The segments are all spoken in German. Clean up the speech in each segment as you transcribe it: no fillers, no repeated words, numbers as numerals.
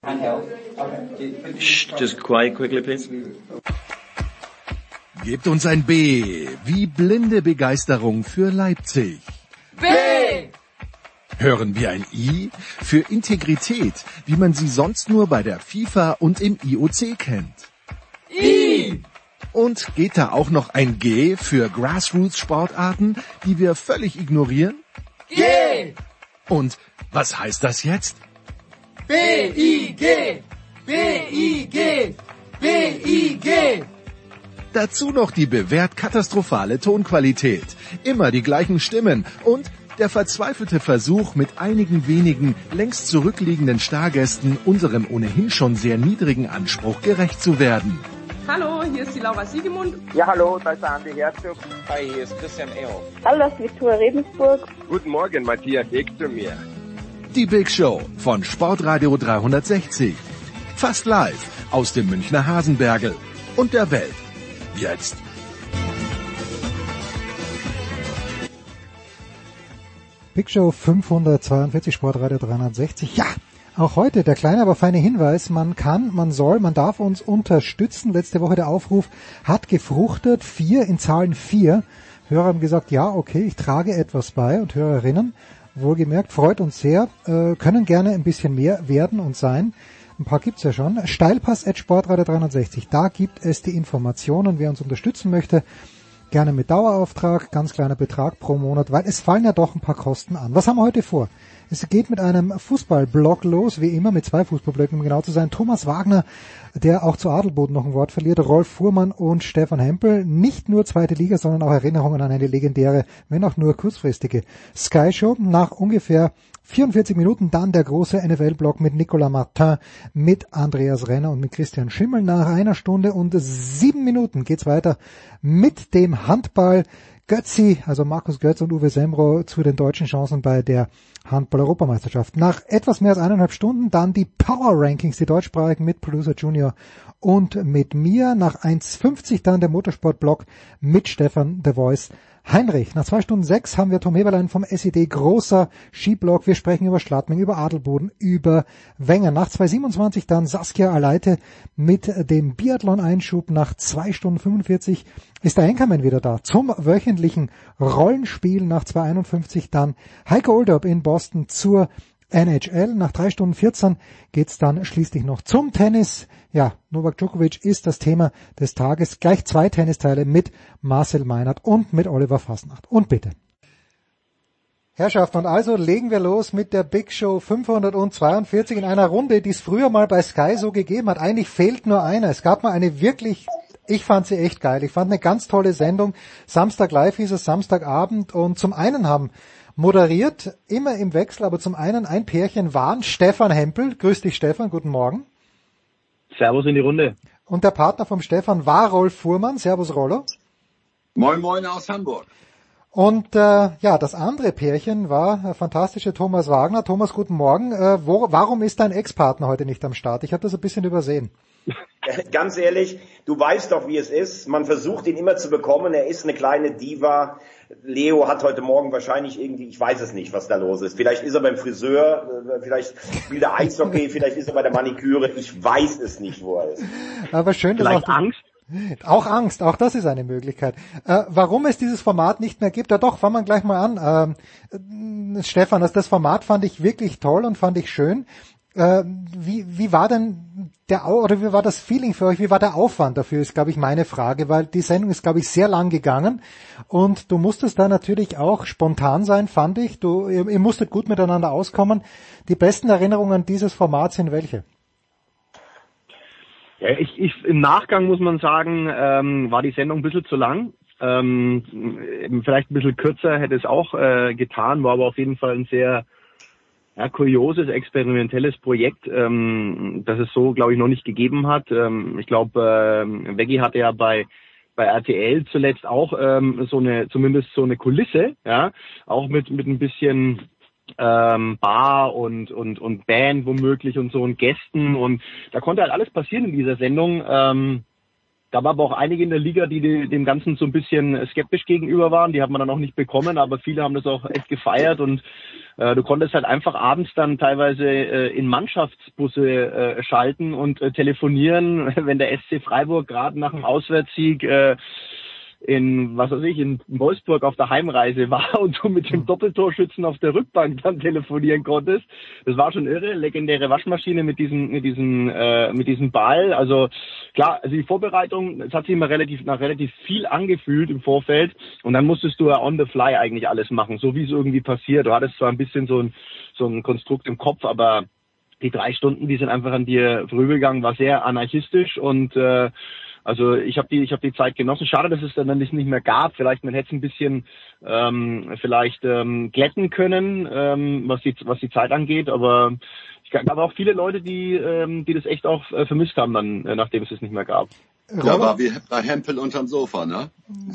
Just quiet quickly, please. Gebt uns ein B, wie blinde Begeisterung für Leipzig. B! Hören wir ein I für Integrität, wie man sie sonst nur bei der FIFA und im IOC kennt. I! Und geht da auch noch ein G für Grassroots-Sportarten, die wir völlig ignorieren? G! Und was heißt das jetzt? B-I-G! B-I-G! B-I-G! Dazu noch die bewährt katastrophale Tonqualität, immer die gleichen Stimmen und der verzweifelte Versuch, mit einigen wenigen längst zurückliegenden Stargästen unserem ohnehin schon sehr niedrigen Anspruch gerecht zu werden. Hallo, hier ist die Laura Siegemund. Ja, hallo, da ist der Andi Herzog. Hi, hier ist Christian Eho. Hallo, das ist Viktoria Rebensburg. Guten Morgen, Matthias Ekström. Die Big Show von Sportradio 360. Fast live aus dem Münchner Hasenbergel und der Welt. Jetzt. Big Show 542, Sportradio 360. Ja, auch heute der kleine, aber feine Hinweis. Man kann, man soll, man darf uns unterstützen. Letzte Woche der Aufruf hat gefruchtet. 4 in Zahlen 4. Hörer haben gesagt, ja, okay, ich trage etwas bei. Und Hörerinnen, wohlgemerkt, freut uns sehr, können gerne ein bisschen mehr werden und sein. Ein paar gibt's ja schon. Steilpass@sportradio 360. Da gibt es die Informationen, wer uns unterstützen möchte. Gerne mit Dauerauftrag, ganz kleiner Betrag pro Monat, weil es fallen ja doch ein paar Kosten an. Was haben wir heute vor? Es geht mit einem Fußballblock los, wie immer, mit 2 Fußballblöcken, um genau zu sein. Thomas Wagner, der auch zu Adelboden noch ein Wort verliert, Rolf Fuhrmann und Stefan Hempel. Nicht nur zweite Liga, sondern auch Erinnerungen an eine legendäre, wenn auch nur kurzfristige Sky-Show. Nach ungefähr 44 Minuten dann der große NFL-Block mit Nicolas Martin, mit Andreas Renner und mit Christian Schimmel. Nach 1 Stunde und 7 Minuten geht's weiter mit dem Handball. Götzi, also Markus Götz und Uwe Semro zu den deutschen Chancen bei der Handball-Europameisterschaft. Nach etwas mehr als 1,5 Stunden dann die Power-Rankings, die deutschsprachigen mit Producer Junior und mit mir. Nach 1,50 dann der Motorsport-Block mit Stefan The Voice Heinrich. Nach 2 Stunden 6 haben wir Tom Heberlein vom SED, großer Skiblock. Wir sprechen über Schladming, über Adelboden, über Wenger. Nach 2,27 dann Saskia Aleite mit dem Biathlon-Einschub. Nach 2 Stunden 45 ist der Anchorman wieder da zum wöchentlichen Rollenspiel. Nach 2,51 dann Heiko Oldorp in Boston zur NHL. Nach 3 Stunden 14 geht's dann schließlich noch zum Tennis. Ja, Novak Djokovic ist das Thema des Tages. Gleich 2 Tennisteile mit Marcel Meinert und mit Oliver Fasnacht. Und bitte. Herrschaften, und also legen wir los mit der Big Show 542 in einer Runde, die es früher mal bei Sky so gegeben hat. Eigentlich fehlt nur einer. Es gab mal eine wirklich, ich fand sie echt geil. Ich fand eine ganz tolle Sendung. Samstag live hieß es, Samstagabend. Und zum einen haben moderiert, immer im Wechsel, aber zum einen ein Pärchen waren Stefan Hempel. Grüß dich, Stefan, guten Morgen. Servus in die Runde. Und der Partner vom Stefan war Rolf Fuhrmann. Servus, Rollo. Moin, moin aus Hamburg. Und ja, das andere Pärchen war fantastische Thomas Wagner. Thomas, guten Morgen. Warum ist dein Ex-Partner heute nicht am Start? Ich habe das ein bisschen übersehen. Ganz ehrlich, du weißt doch, wie es ist. Man versucht ihn immer zu bekommen. Er ist eine kleine Diva. Leo hat heute Morgen wahrscheinlich irgendwie, ich weiß es nicht, was da los ist. Vielleicht ist er beim Friseur, vielleicht spielt er Eishockey, vielleicht ist er bei der Maniküre. Ich weiß es nicht, wo er ist. Aber schön, dass vielleicht auch Angst? Auch Angst, auch das ist eine Möglichkeit. Warum es dieses Format nicht mehr gibt, ja doch, fangen wir gleich mal an. Stefan, das Format fand ich wirklich toll und fand ich schön. Wie war denn wie war das Feeling für euch? Wie war der Aufwand dafür, ist, glaube ich, meine Frage, weil die Sendung ist, glaube ich, sehr lang gegangen und du musstest da natürlich auch spontan sein, fand ich. Ihr musstet gut miteinander auskommen. Die besten Erinnerungen dieses Formats sind welche? Ja, im Nachgang muss man sagen, war die Sendung ein bisschen zu lang. Vielleicht ein bisschen kürzer hätte es auch getan, war aber auf jeden Fall ein sehr kurioses, experimentelles Projekt, das es so, glaube ich, noch nicht gegeben hat. Ich glaube, Veggie hatte ja bei RTL zuletzt auch zumindest so eine Kulisse, ja, auch mit ein bisschen Bar und Band womöglich und so und Gästen, und da konnte halt alles passieren in dieser Sendung. gab aber auch einige in der Liga, die dem Ganzen so ein bisschen skeptisch gegenüber waren. Die hat man dann auch nicht bekommen, aber viele haben das auch echt gefeiert und du konntest halt einfach abends dann teilweise in Mannschaftsbusse schalten und telefonieren, wenn der SC Freiburg gerade nach einem Auswärtssieg in Wolfsburg auf der Heimreise war und du mit dem Doppeltorschützen auf der Rückbank dann telefonieren konntest. Das war schon irre, legendäre Waschmaschine mit diesem Ball. Also klar, also die Vorbereitung, es hat sich immer relativ viel angefühlt im Vorfeld und dann musstest du ja on the fly eigentlich alles machen, so wie es irgendwie passiert. Du hattest zwar ein bisschen so ein Konstrukt im Kopf, aber die 3 Stunden, die sind einfach an dir vorübergegangen, war sehr anarchistisch und also ich habe die Zeit genossen. Schade, dass es dann nicht mehr gab. Vielleicht man hätte es ein bisschen glätten können, was die Zeit angeht. Aber ich gab auch viele Leute, die das echt auch vermisst haben, dann nachdem es nicht mehr gab. Ja, war wie bei Hempel unterm Sofa, ne?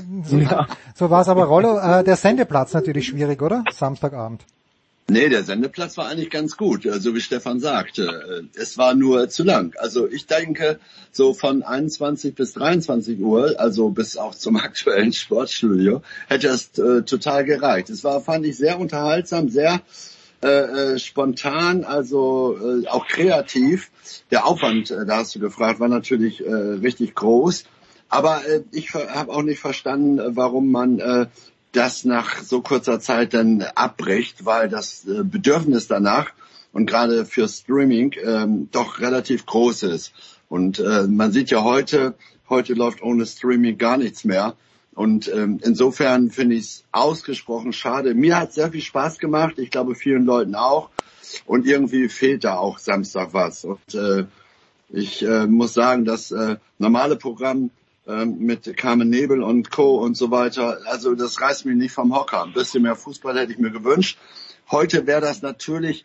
So war es aber, Rollo. Der Sendeplatz natürlich schwierig, oder? Samstagabend. Nee, der Sendeplatz war eigentlich ganz gut, so wie Stefan sagte. Es war nur zu lang. Also ich denke, so von 21 bis 23 Uhr, also bis auch zum aktuellen Sportstudio, hätte es total gereicht. Es war, fand ich, sehr unterhaltsam, sehr spontan, also auch kreativ. Der Aufwand, da hast du gefragt, war natürlich richtig groß. Aber ich habe auch nicht verstanden, warum man das nach so kurzer Zeit dann abbricht, weil das Bedürfnis danach und gerade für Streaming doch relativ groß ist. Und man sieht ja heute läuft ohne Streaming gar nichts mehr. Und insofern finde ich es ausgesprochen schade. Mir hat sehr viel Spaß gemacht, ich glaube vielen Leuten auch. Und irgendwie fehlt da auch Samstag was. Und ich muss sagen, das normale Programm mit Carmen Nebel und Co. und so weiter. Also das reißt mich nicht vom Hocker. Ein bisschen mehr Fußball hätte ich mir gewünscht. Heute wäre das natürlich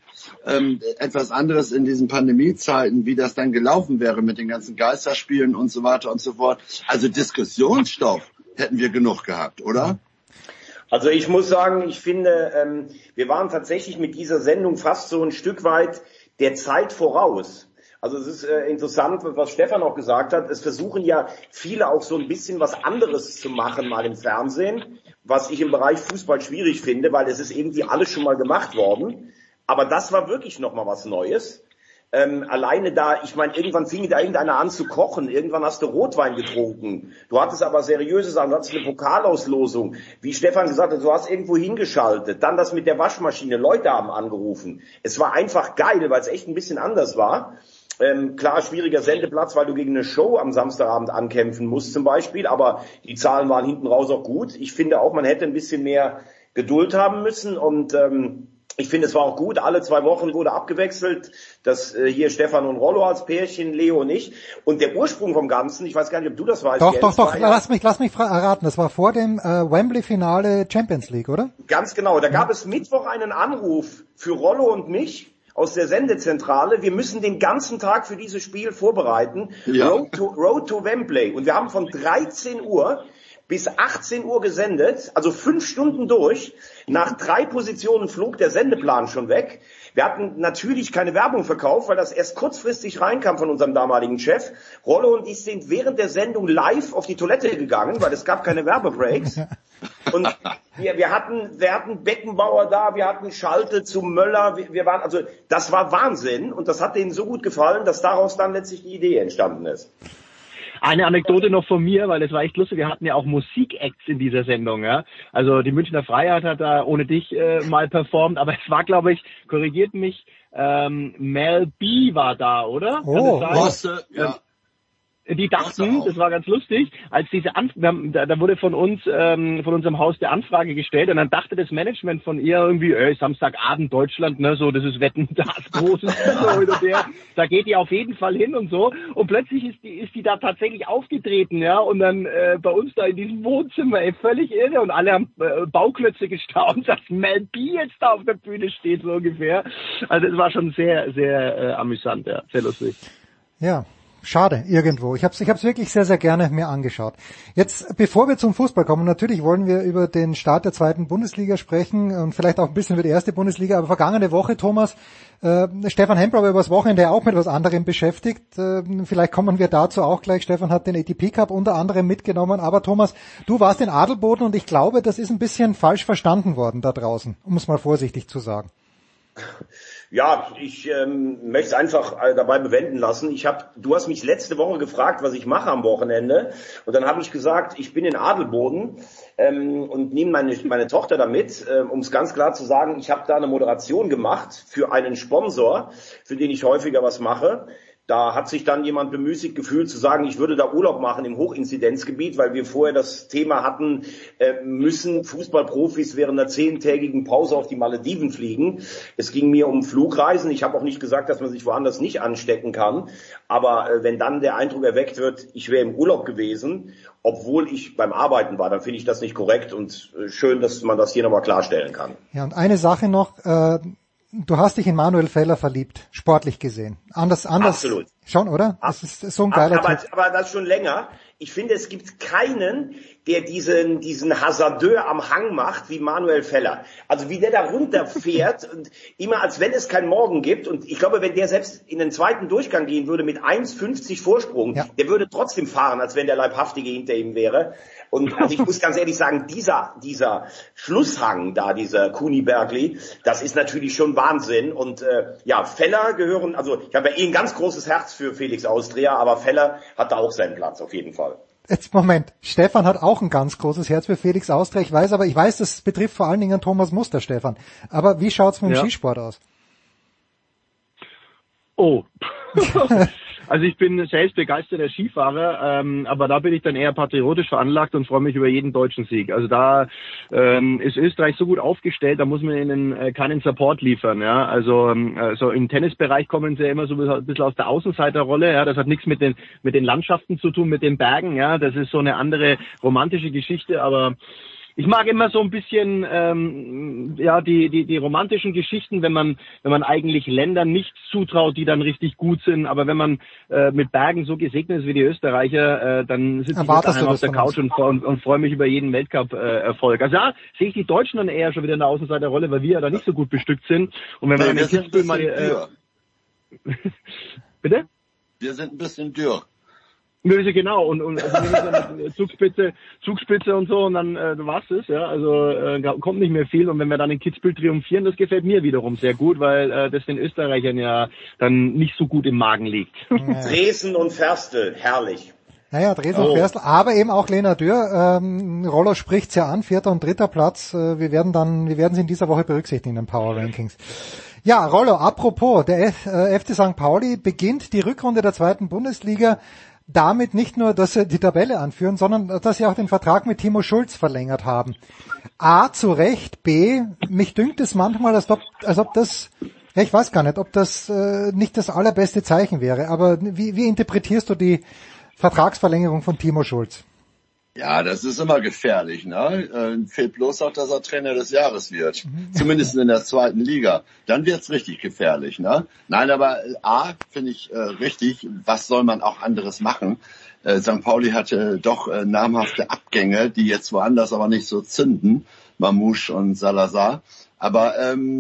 etwas anderes in diesen Pandemiezeiten, wie das dann gelaufen wäre mit den ganzen Geisterspielen und so weiter und so fort. Also Diskussionsstoff hätten wir genug gehabt, oder? Also ich muss sagen, ich finde, wir waren tatsächlich mit dieser Sendung fast so ein Stück weit der Zeit voraus. Also es ist interessant, was Stefan auch gesagt hat. Es versuchen ja viele auch so ein bisschen was anderes zu machen mal im Fernsehen, was ich im Bereich Fußball schwierig finde, weil es ist irgendwie alles schon mal gemacht worden. Aber das war wirklich nochmal was Neues. Alleine da, ich meine, irgendwann fing da irgendeiner an zu kochen, irgendwann hast du Rotwein getrunken. Du hattest aber seriöse Sachen, du hattest eine Pokalauslosung. Wie Stefan gesagt hat, du hast irgendwo hingeschaltet. Dann das mit der Waschmaschine, Leute haben angerufen. Es war einfach geil, weil es echt ein bisschen anders war. Klar, schwieriger Sendeplatz, weil du gegen eine Show am Samstagabend ankämpfen musst zum Beispiel, aber die Zahlen waren hinten raus auch gut. Ich finde auch, man hätte ein bisschen mehr Geduld haben müssen und ich finde, es war auch gut. Alle 2 Wochen wurde abgewechselt, dass hier Stefan und Rollo als Pärchen, Leo nicht. Und der Ursprung vom Ganzen, ich weiß gar nicht, ob du das weißt. Doch, lass mich erraten. Das war vor dem Wembley-Finale Champions League, oder? Ganz genau. Da gab es Mittwoch einen Anruf für Rollo und mich aus der Sendezentrale. Wir müssen den ganzen Tag für dieses Spiel vorbereiten. Ja. Road to Wembley. Und wir haben von 13 Uhr bis 18 Uhr gesendet, also 5 Stunden durch. Nach 3 Positionen flog der Sendeplan schon weg. Wir hatten natürlich keine Werbung verkauft, weil das erst kurzfristig reinkam von unserem damaligen Chef. Rollo und ich sind während der Sendung live auf die Toilette gegangen, weil es gab keine Werbebreaks. Und wir hatten Beckenbauer da, wir hatten Schalte zu Möller, wir waren, also das war Wahnsinn und das hat denen so gut gefallen, dass daraus dann letztlich die Idee entstanden ist. Eine Anekdote noch von mir, weil das war echt lustig. Wir hatten ja auch Musikacts in dieser Sendung, ja. Also die Münchner Freiheit hat da ohne dich mal performt, aber es war, glaube ich, korrigiert mich, Mel B war da, oder? Oh, was? Ja. Die dachten, das war ganz lustig, als da wurde von unserem Haus der Anfrage gestellt und dann dachte das Management von ihr irgendwie, Samstagabend Deutschland, ne, so, das ist Wetten, das großes oder der, da geht die auf jeden Fall hin und so und plötzlich ist die da tatsächlich aufgetreten, ja, und dann bei uns da in diesem Wohnzimmer, völlig irre und alle haben Bauklötze gestaunt, dass Mel B jetzt da auf der Bühne steht, so ungefähr. Also es war schon sehr, sehr amüsant, ja, sehr lustig. Ja. schade irgendwo. Ich hab's wirklich sehr, sehr gerne mir angeschaut. Jetzt, bevor wir zum Fußball kommen, natürlich wollen wir über den Start der zweiten Bundesliga sprechen und vielleicht auch ein bisschen über die erste Bundesliga, aber vergangene Woche, Thomas, Stefan Hempel war übers Wochenende auch mit was anderem beschäftigt. Vielleicht kommen wir dazu auch gleich. Stefan hat den ATP Cup unter anderem mitgenommen. Aber Thomas, du warst in Adelboden und ich glaube, das ist ein bisschen falsch verstanden worden da draußen, um es mal vorsichtig zu sagen. Ja, ich möchte es einfach dabei bewenden lassen. Du hast mich letzte Woche gefragt, was ich mache am Wochenende. Und dann habe ich gesagt, ich bin in Adelboden und nehme meine Tochter da mit, um es ganz klar zu sagen, ich habe da eine Moderation gemacht für einen Sponsor, für den ich häufiger was mache. Da hat sich dann jemand bemüßigt gefühlt zu sagen, ich würde da Urlaub machen im Hochinzidenzgebiet, weil wir vorher das Thema hatten, müssen Fußballprofis während einer 10-tägigen Pause auf die Malediven fliegen. Es ging mir um Flugreisen. Ich habe auch nicht gesagt, dass man sich woanders nicht anstecken kann. Aber wenn dann der Eindruck erweckt wird, ich wäre im Urlaub gewesen, obwohl ich beim Arbeiten war, dann finde ich das nicht korrekt und schön, dass man das hier nochmal klarstellen kann. Ja, und eine Sache noch, du hast dich in Manuel Feller verliebt, sportlich gesehen. Anders. Absolut. Schon, oder? Das ist so ein geiler Typ. Aber das schon länger. Ich finde, es gibt keinen, der diesen Hasardeur am Hang macht wie Manuel Feller. Also wie der da runterfährt und immer als wenn es kein Morgen gibt. Und ich glaube, wenn der selbst in den zweiten Durchgang gehen würde mit 1,50 Vorsprung, der würde trotzdem fahren, als wenn der Leibhaftige hinter ihm wäre. Und also ich muss ganz ehrlich sagen, dieser Schlusshang da, dieser Kuni-Bergli, das ist natürlich schon Wahnsinn. Und Feller gehören, also ich habe ja ein ganz großes Herz für Felix Austria, aber Feller hat da auch seinen Platz auf jeden Fall. Jetzt Moment, Stefan hat auch ein ganz großes Herz für Felix Austria. Ich weiß, das betrifft vor allen Dingen Thomas Muster, Stefan. Aber wie schaut's mit dem Skisport aus? Oh. Also ich bin selbst begeisterter Skifahrer, aber da bin ich dann eher patriotisch veranlagt und freue mich über jeden deutschen Sieg. Also da ist Österreich so gut aufgestellt, da muss man ihnen keinen Support liefern. Ja, also so im Tennisbereich kommen sie immer so ein bisschen aus der Außenseiterrolle. Ja, das hat nichts mit den Landschaften zu tun, mit den Bergen. Ja, das ist so eine andere romantische Geschichte, aber ich mag immer so ein bisschen die romantischen Geschichten, wenn man eigentlich Ländern nichts zutraut, die dann richtig gut sind, aber wenn man mit Bergen so gesegnet ist wie die Österreicher, dann sitze ich daheim auf der Couch und freue mich über jeden Weltcup-Erfolg. Also ja, sehe ich die Deutschen dann eher schon wieder in der Außenseiterrolle, weil wir ja da nicht so gut bestückt sind. Und wenn man wir sind ein bisschen dürr. Bitte? Wir sind ein bisschen dürr. Genau, und Zugspitze und so, und dann war's es, ja, also kommt nicht mehr viel, und wenn wir dann in Kitzbühel triumphieren, das gefällt mir wiederum sehr gut, weil das den Österreichern ja dann nicht so gut im Magen liegt. Ja. Dresden und Ferstel, herrlich. Naja, Dresden und Ferstel, aber eben auch Lena Dürr. Rollo spricht's ja an, 4. und 3. Platz. Wir werden sie in dieser Woche berücksichtigen in den Power Rankings. Ja, Rollo, apropos, der FC St. Pauli beginnt die Rückrunde der zweiten Bundesliga damit nicht nur, dass sie die Tabelle anführen, sondern dass sie auch den Vertrag mit Timo Schulz verlängert haben. A, zu Recht, B, mich dünkt es manchmal, als ob das, ich weiß gar nicht, ob das nicht das allerbeste Zeichen wäre, aber wie interpretierst du die Vertragsverlängerung von Timo Schulz? Ja, das ist immer gefährlich, ne? Fehlt bloß auch, dass er Trainer des Jahres wird. Zumindest in der zweiten Liga. Dann wird's richtig gefährlich, ne? Nein, aber A, finde ich richtig. Was soll man auch anderes machen? St. Pauli hatte doch namhafte Abgänge, die jetzt woanders aber nicht so zünden. Mamouche und Salazar. Aber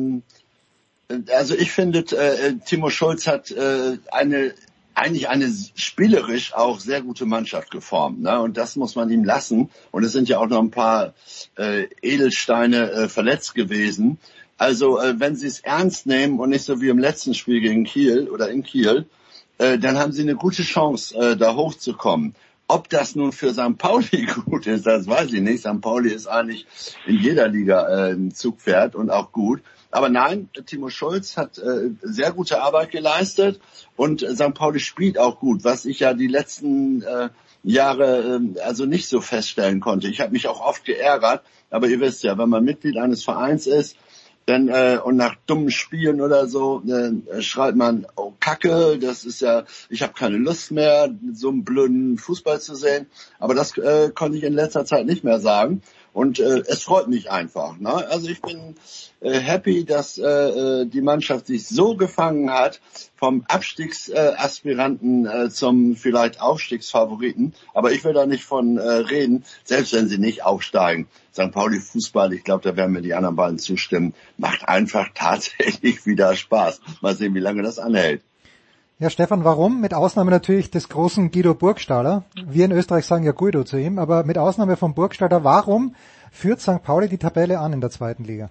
also ich finde, Timo Schulz hat eigentlich eine spielerisch auch sehr gute Mannschaft geformt, ne? Und das muss man ihm lassen. Und es sind ja auch noch ein paar Edelsteine verletzt gewesen. Also wenn sie es ernst nehmen und nicht so wie im letzten Spiel gegen Kiel oder in Kiel, dann haben sie eine gute Chance, da hochzukommen. Ob das nun für St. Pauli gut ist, das weiß ich nicht. St. Pauli ist eigentlich in jeder Liga ein Zugpferd und auch gut. Aber nein, Timo Schulz hat sehr gute Arbeit geleistet und St. Pauli spielt auch gut, was ich ja die letzten Jahre also nicht so feststellen konnte. Ich habe mich auch oft geärgert, aber ihr wisst ja, wenn man Mitglied eines Vereins ist, dann und nach dummen Spielen oder so schreibt man, oh Kacke, das ist ja, ich habe keine Lust mehr, so einen blöden Fußball zu sehen. Aber das konnte ich in letzter Zeit nicht mehr sagen. Und es freut mich einfach. Ne? Also ich bin happy, dass die Mannschaft sich so gefangen hat, vom Abstiegsaspiranten zum vielleicht Aufstiegsfavoriten. Aber ich will da nicht von reden, selbst wenn sie nicht aufsteigen. St. Pauli Fußball, ich glaube, da werden mir die anderen beiden zustimmen, macht einfach tatsächlich wieder Spaß. Mal sehen, wie lange das anhält. Ja, Stefan, warum? Mit Ausnahme natürlich des großen Guido Burgstaller. Wir in Österreich sagen ja Guido zu ihm, aber mit Ausnahme von Burgstaller, warum führt St. Pauli die Tabelle an in der zweiten Liga?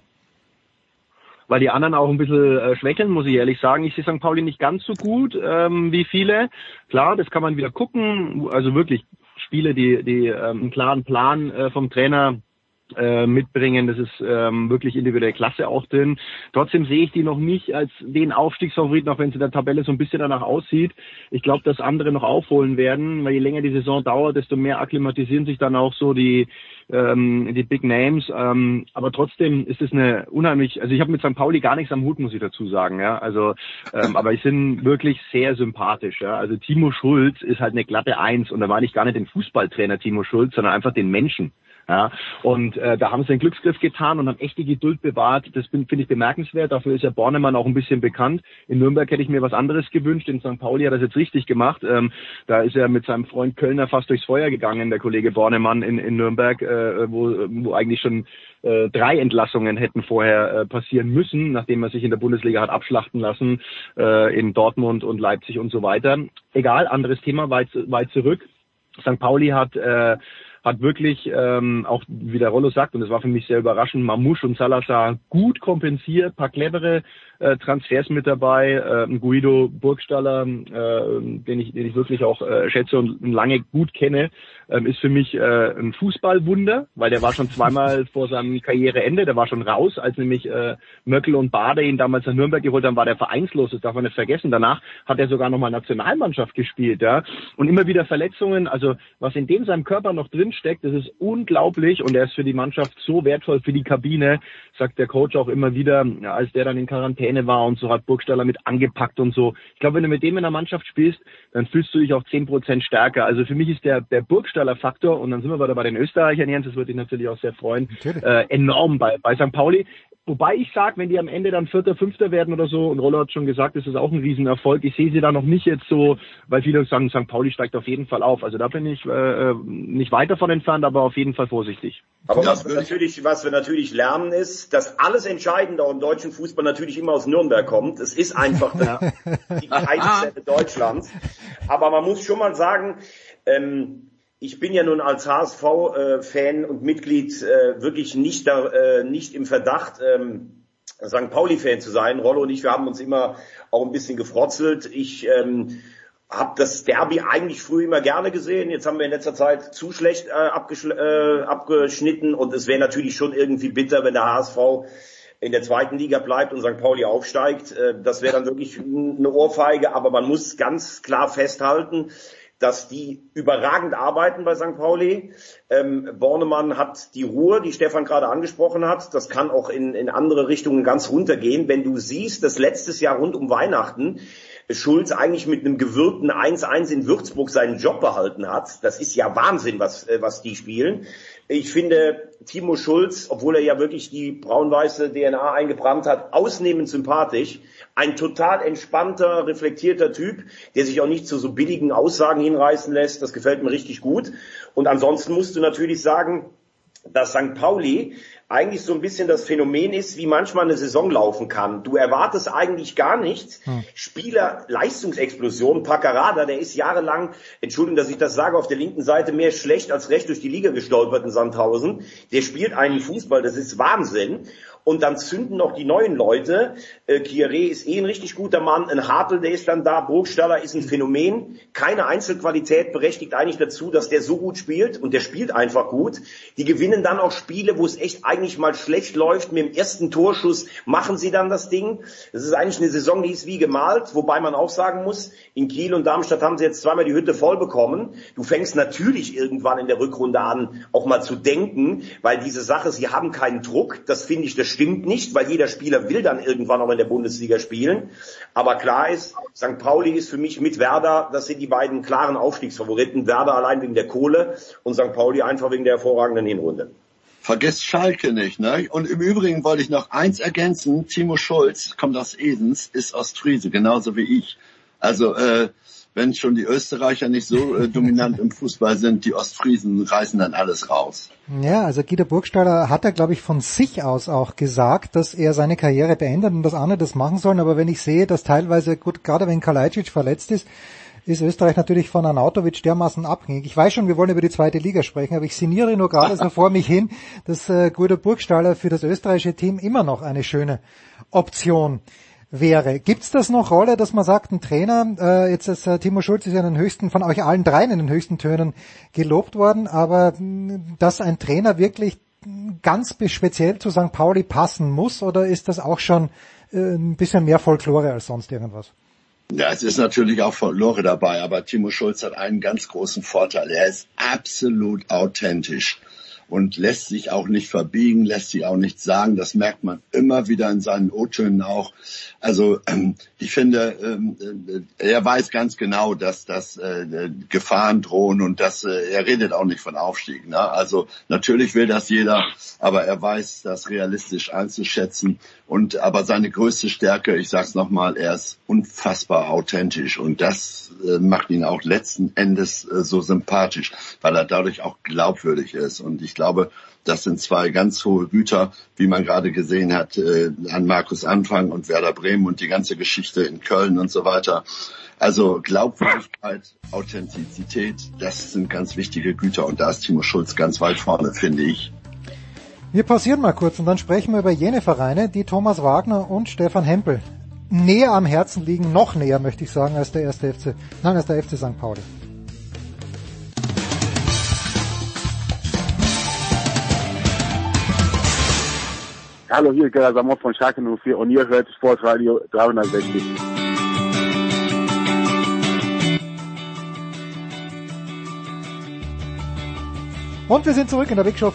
Weil die anderen auch ein bisschen schwächeln, muss ich ehrlich sagen. Ich sehe St. Pauli nicht ganz so gut wie viele. Klar, das kann man wieder gucken. Also wirklich Spiele, die einen klaren Plan vom Trainer mitbringen. Das ist wirklich individuelle Klasse auch drin. Trotzdem sehe ich die noch nicht als den Aufstiegsfavoriten, auch wenn es in der Tabelle so ein bisschen danach aussieht. Ich glaube, dass andere noch aufholen werden, weil je länger die Saison dauert, desto mehr akklimatisieren sich dann auch so die Big Names. Aber trotzdem ist es eine unheimlich, also ich habe mit St. Pauli gar nichts am Hut, muss ich dazu sagen. Ja, also aber ich bin wirklich sehr sympathisch. Ja, also Timo Schulz ist halt eine glatte Eins und da war ich gar nicht den Fußballtrainer Timo Schulz, sondern einfach den Menschen. Ja, und da haben sie einen Glücksgriff getan und haben echt die Geduld bewahrt. Das finde ich bemerkenswert. Dafür ist ja Bornemann auch ein bisschen bekannt. In Nürnberg hätte ich mir was anderes gewünscht. In St. Pauli hat er das jetzt richtig gemacht. Da ist er mit seinem Freund Kölner fast durchs Feuer gegangen, der Kollege Bornemann in Nürnberg, wo eigentlich schon 3 Entlassungen hätten vorher passieren müssen, nachdem er sich in der Bundesliga hat abschlachten lassen, in Dortmund und Leipzig und so weiter. Egal, anderes Thema, weit zurück. St. Pauli hat wirklich, auch wie der Rollo sagt, und das war für mich sehr überraschend, Mamouche und Salazar gut kompensiert, paar clevere Transfers mit dabei, Guido Burgstaller, den ich wirklich auch schätze und lange gut kenne, ist für mich ein Fußballwunder, weil der war schon zweimal vor seinem Karriereende, der war schon raus, als nämlich Möckel und Bade ihn damals nach Nürnberg geholt haben, war der vereinslos, das darf man nicht vergessen. Danach hat er sogar nochmal Nationalmannschaft gespielt, ja, und immer wieder Verletzungen, also was in dem seinem Körper noch drin steckt, das ist unglaublich und er ist für die Mannschaft so wertvoll, für die Kabine, sagt der Coach auch immer wieder, ja, als der dann in Quarantäne war und so, hat Burgstaller mit angepackt und so. Ich glaube, wenn du mit dem in der Mannschaft spielst, dann fühlst du dich auch 10% stärker. Also für mich ist der Burgstaller-Faktor, und dann sind wir wieder bei den Österreichern, Jens, das würde dich natürlich auch sehr freuen, enorm bei St. Pauli. Wobei ich sage, wenn die am Ende dann 4., 5. werden oder so, und Rollo hat schon gesagt, das ist auch ein Riesenerfolg. Ich sehe sie da noch nicht jetzt so, weil viele sagen, St. Pauli steigt auf jeden Fall auf. Also da bin ich nicht weit davon entfernt, aber auf jeden Fall vorsichtig. Aber was wir natürlich lernen ist, dass alles Entscheidende im deutschen Fußball natürlich immer aus Nürnberg kommt. Es ist einfach die Keimzelle Deutschlands. Aber man muss schon mal sagen, ich bin ja nun als HSV-Fan und Mitglied wirklich nicht im Verdacht, St. Pauli-Fan zu sein. Rollo und ich, wir haben uns immer auch ein bisschen gefrotzelt. Ich habe das Derby eigentlich früher immer gerne gesehen. Jetzt haben wir in letzter Zeit zu schlecht abgeschnitten und es wäre natürlich schon irgendwie bitter, wenn der HSV in der zweiten Liga bleibt und St. Pauli aufsteigt. Das wäre dann wirklich eine Ohrfeige, aber man muss ganz klar festhalten, dass die überragend arbeiten bei St. Pauli. Bornemann hat die Ruhe, die Stefan gerade angesprochen hat. Das kann auch in andere Richtungen ganz runtergehen. Wenn du siehst, dass letztes Jahr rund um Weihnachten Schulz eigentlich mit einem gewürgten 1-1 in Würzburg seinen Job behalten hat. Das ist ja Wahnsinn, was die spielen. Ich finde Timo Schulz, obwohl er ja wirklich die braun-weiße DNA eingebrannt hat, ausnehmend sympathisch. Ein total entspannter, reflektierter Typ, der sich auch nicht zu so billigen Aussagen hinreißen lässt. Das gefällt mir richtig gut. Und ansonsten musst du natürlich sagen, dass St. Pauli eigentlich so ein bisschen das Phänomen ist, wie manchmal eine Saison laufen kann. Du erwartest eigentlich gar nichts. Spieler, Leistungsexplosion, Paccarada, der ist jahrelang, Entschuldigung, dass ich das sage, auf der linken Seite mehr schlecht als recht durch die Liga gestolpert in Sandhausen. Der spielt einen Fußball, das ist Wahnsinn. Und dann zünden noch die neuen Leute. Kieré ist ein richtig guter Mann. Ein Hartl, der ist dann da. Burgstaller ist ein Phänomen. Keine Einzelqualität berechtigt eigentlich dazu, dass der so gut spielt. Und der spielt einfach gut. Die gewinnen dann auch Spiele, wo es echt eigentlich mal schlecht läuft. Mit dem ersten Torschuss machen sie dann das Ding. Das ist eigentlich eine Saison, die ist wie gemalt. Wobei man auch sagen muss, in Kiel und Darmstadt haben sie jetzt zweimal die Hütte voll bekommen. Du fängst natürlich irgendwann in der Rückrunde an, auch mal zu denken. Weil diese Sache, sie haben keinen Druck. Das finde ich, das stimmt nicht, weil jeder Spieler will dann irgendwann auch in der Bundesliga spielen. Aber klar ist, St. Pauli ist für mich mit Werder, das sind die beiden klaren Aufstiegsfavoriten. Werder allein wegen der Kohle und St. Pauli einfach wegen der hervorragenden Hinrunde. vergesst Schalke nicht, ne? Und im Übrigen wollte ich noch eins ergänzen. Timo Schulz kommt aus Esens, ist Ostfriese, genauso wie ich. Also, wenn schon die Österreicher nicht so dominant im Fußball sind, die Ostfriesen reißen dann alles raus. Ja, also Guido Burgstaller hat glaube ich, von sich aus auch gesagt, dass er seine Karriere beendet und dass andere das machen sollen. Aber wenn ich sehe, dass teilweise, gut, gerade wenn Kalajdzic verletzt ist Österreich natürlich von Arnautovic dermaßen abhängig. Ich weiß schon, wir wollen über die zweite Liga sprechen, aber ich sinniere nur gerade so vor mich hin, dass Guido Burgstaller für das österreichische Team immer noch eine schöne Option wäre. Gibt's das noch Rolle, dass man sagt, ein Trainer, jetzt ist Timo Schulz ist ja in den höchsten, von euch allen dreien in den höchsten Tönen gelobt worden, aber dass ein Trainer wirklich ganz speziell zu St. Pauli passen muss, oder ist das auch schon ein bisschen mehr Folklore als sonst irgendwas? Ja, es ist natürlich auch Folklore dabei, aber Timo Schulz hat einen ganz großen Vorteil. Er ist absolut authentisch und lässt sich auch nicht verbiegen, lässt sich auch nicht sagen. Das merkt man immer wieder in seinen O-Tönen auch. Also ich finde, er weiß ganz genau, dass Gefahren drohen und dass er redet auch nicht von Aufstieg. Ne? Also natürlich will das jeder, aber er weiß das realistisch einzuschätzen. Aber seine größte Stärke, ich sag's nochmal, er ist unfassbar authentisch und das macht ihn auch letzten Endes so sympathisch, weil er dadurch auch glaubwürdig ist. Und ich glaube, das sind zwei ganz hohe Güter, wie man gerade gesehen hat, an Markus Anfang und Werder Bremen und die ganze Geschichte in Köln und so weiter. Also Glaubwürdigkeit, Authentizität, das sind ganz wichtige Güter und da ist Timo Schulz ganz weit vorne, finde ich. Wir pausieren mal kurz und dann sprechen wir über jene Vereine, die Thomas Wagner und Stefan Hempel näher am Herzen liegen, noch näher, möchte ich sagen, als der FC St. Pauli. Hallo, hier ist Gerhard Samot von Schalke 04 und ihr hört Sportradio 360. Und wir sind zurück in der Big Show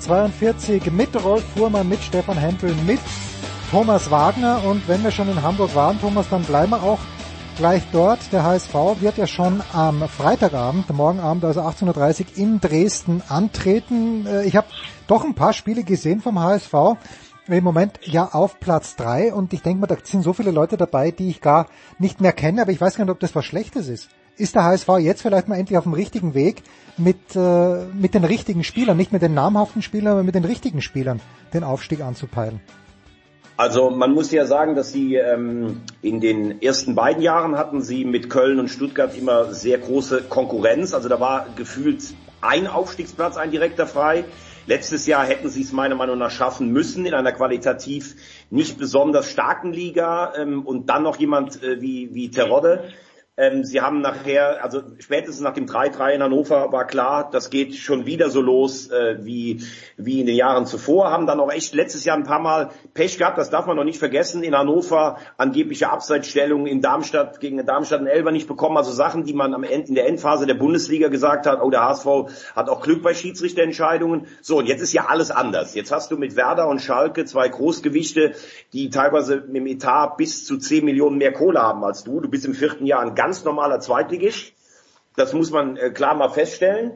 542 mit Rolf Fuhrmann, mit Stefan Hempel, mit Thomas Wagner. Und wenn wir schon in Hamburg waren, Thomas, dann bleiben wir auch gleich dort. Der HSV wird ja schon am Freitagabend, morgen Abend, also 18.30 Uhr in Dresden antreten. Ich habe doch ein paar Spiele gesehen vom HSV. Im Moment ja auf Platz 3 und ich denke mal, da sind so viele Leute dabei, die ich gar nicht mehr kenne, aber ich weiß gar nicht, ob das was Schlechtes ist. Ist der HSV jetzt vielleicht mal endlich auf dem richtigen Weg, mit den richtigen Spielern, nicht mit den namhaften Spielern, aber mit den richtigen Spielern den Aufstieg anzupeilen? Also man muss ja sagen, dass sie in den ersten beiden Jahren hatten sie mit Köln und Stuttgart immer sehr große Konkurrenz. Also da war gefühlt ein Aufstiegsplatz, ein direkter frei. Letztes Jahr hätten sie es meiner Meinung nach schaffen müssen in einer qualitativ nicht besonders starken Liga und dann noch jemand wie Terodde. Sie haben nachher, also spätestens nach dem 3-3 in Hannover war klar, das geht schon wieder so los wie in den Jahren zuvor. Haben dann auch echt letztes Jahr ein paar Mal Pech gehabt, das darf man noch nicht vergessen. In Hannover angebliche Abseitsstellungen, in Darmstadt gegen Darmstadt einen Elfer nicht bekommen. Also Sachen, die man in der Endphase der Bundesliga gesagt hat, oh, der HSV hat auch Glück bei Schiedsrichterentscheidungen. So, und jetzt ist ja alles anders. Jetzt hast du mit Werder und Schalke zwei Großgewichte, die teilweise mit dem Etat bis zu 10 Millionen mehr Kohle haben als du. Du bist im 4. Jahr ein ganz normaler Zweitligist. Das muss man klar mal feststellen.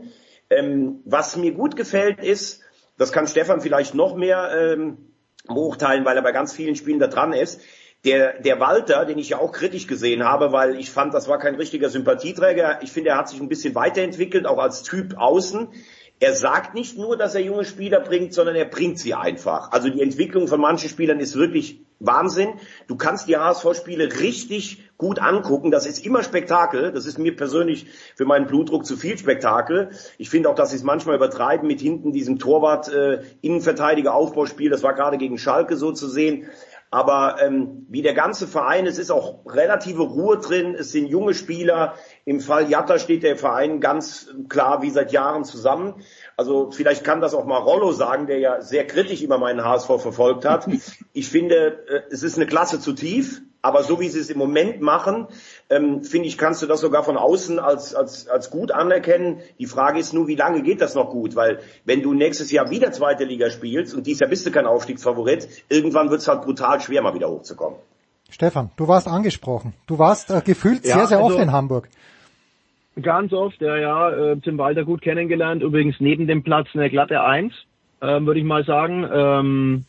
Was mir gut gefällt ist, das kann Stefan vielleicht noch mehr beurteilen, weil er bei ganz vielen Spielen da dran ist, der Walter, den ich ja auch kritisch gesehen habe, weil ich fand, das war kein richtiger Sympathieträger. Ich finde, er hat sich ein bisschen weiterentwickelt, auch als Typ außen. Er sagt nicht nur, dass er junge Spieler bringt, sondern er bringt sie einfach. Also die Entwicklung von manchen Spielern ist wirklich Wahnsinn. Du kannst die HSV-Spiele richtig gut angucken. Das ist immer Spektakel. Das ist mir persönlich für meinen Blutdruck zu viel Spektakel. Ich finde auch, dass sie es manchmal übertreiben mit hinten diesem Torwart-Innenverteidiger-Aufbauspiel. Das war gerade gegen Schalke so zu sehen. Aber wie der ganze Verein, es ist auch relative Ruhe drin, es sind junge Spieler. Im Fall Jatta steht der Verein ganz klar wie seit Jahren zusammen. Also vielleicht kann das auch mal Rollo sagen, der ja sehr kritisch immer meinen HSV verfolgt hat. Ich finde, es ist eine Klasse zu tief, aber so wie sie es im Moment machen, finde ich, kannst du das sogar von außen als gut anerkennen. Die Frage ist nur, wie lange geht das noch gut? Weil wenn du nächstes Jahr wieder zweite Liga spielst und dieses Jahr bist du kein Aufstiegsfavorit, irgendwann wird es halt brutal schwer, mal wieder hochzukommen. Stefan, du warst angesprochen. Du warst gefühlt sehr oft in Hamburg. Ganz oft, ja. Tim Walter gut kennengelernt. Übrigens neben dem Platz eine glatte 1. würde ich mal sagen.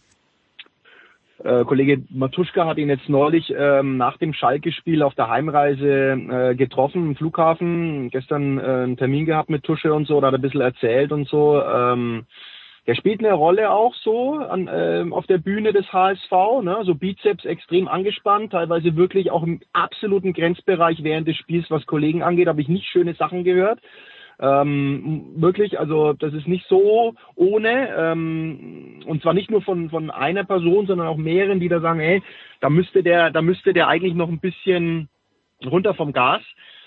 Kollege Matuschka hat ihn jetzt neulich nach dem Schalke-Spiel auf der Heimreise getroffen im Flughafen. Gestern einen Termin gehabt mit Tusche und so, da hat er ein bisschen erzählt und so. Der spielt eine Rolle auch so auf der Bühne des HSV, ne? So Bizeps extrem angespannt, teilweise wirklich auch im absoluten Grenzbereich während des Spiels, was Kollegen angeht, habe ich nicht schöne Sachen gehört. Wirklich, also das ist nicht so ohne, und zwar nicht nur von einer Person, sondern auch mehreren, die da sagen, hey, da müsste der eigentlich noch ein bisschen runter vom Gas.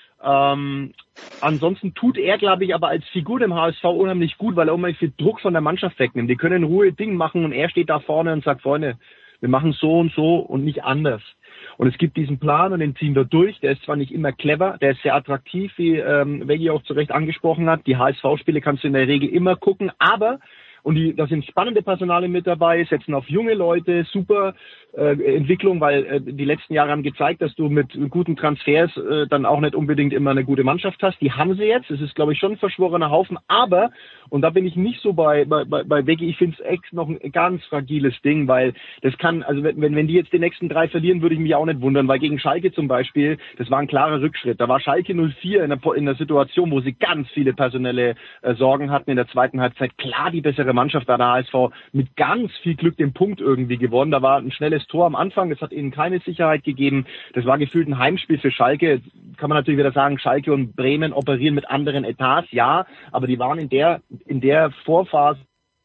Ansonsten tut er, glaube ich, aber als Figur dem HSV unheimlich gut, weil er unheimlich viel Druck von der Mannschaft wegnimmt. Die können in Ruhe Ding machen und er steht da vorne und sagt, Freunde, wir machen so und so und nicht anders. Und es gibt diesen Plan und den ziehen wir durch. Der ist zwar nicht immer clever, der ist sehr attraktiv, wie Veggie auch zu Recht angesprochen hat. Die HSV-Spiele kannst du in der Regel immer gucken, aber, da sind spannende Personale mit dabei, setzen auf junge Leute, super Entwicklung, weil die letzten Jahre haben gezeigt, dass du mit guten Transfers dann auch nicht unbedingt immer eine gute Mannschaft hast. Die haben sie jetzt. Es ist, glaube ich, schon ein verschworener Haufen. Aber, und da bin ich nicht so bei Veggie, ich finde es echt noch ein ganz fragiles Ding, weil das kann, also wenn die jetzt die nächsten 3 verlieren, würde ich mich auch nicht wundern, weil gegen Schalke zum Beispiel, das war ein klarer Rückschritt. Da war Schalke 04 in der Situation, wo sie ganz viele personelle Sorgen hatten in der zweiten Halbzeit. Klar, die bessere Mannschaft, da der HSV mit ganz viel Glück den Punkt irgendwie gewonnen. Da war ein schnelles Tor am Anfang, das hat ihnen keine Sicherheit gegeben. Das war gefühlt ein Heimspiel für Schalke. Kann man natürlich wieder sagen, Schalke und Bremen operieren mit anderen Etats, ja, aber die waren in der Vorphase.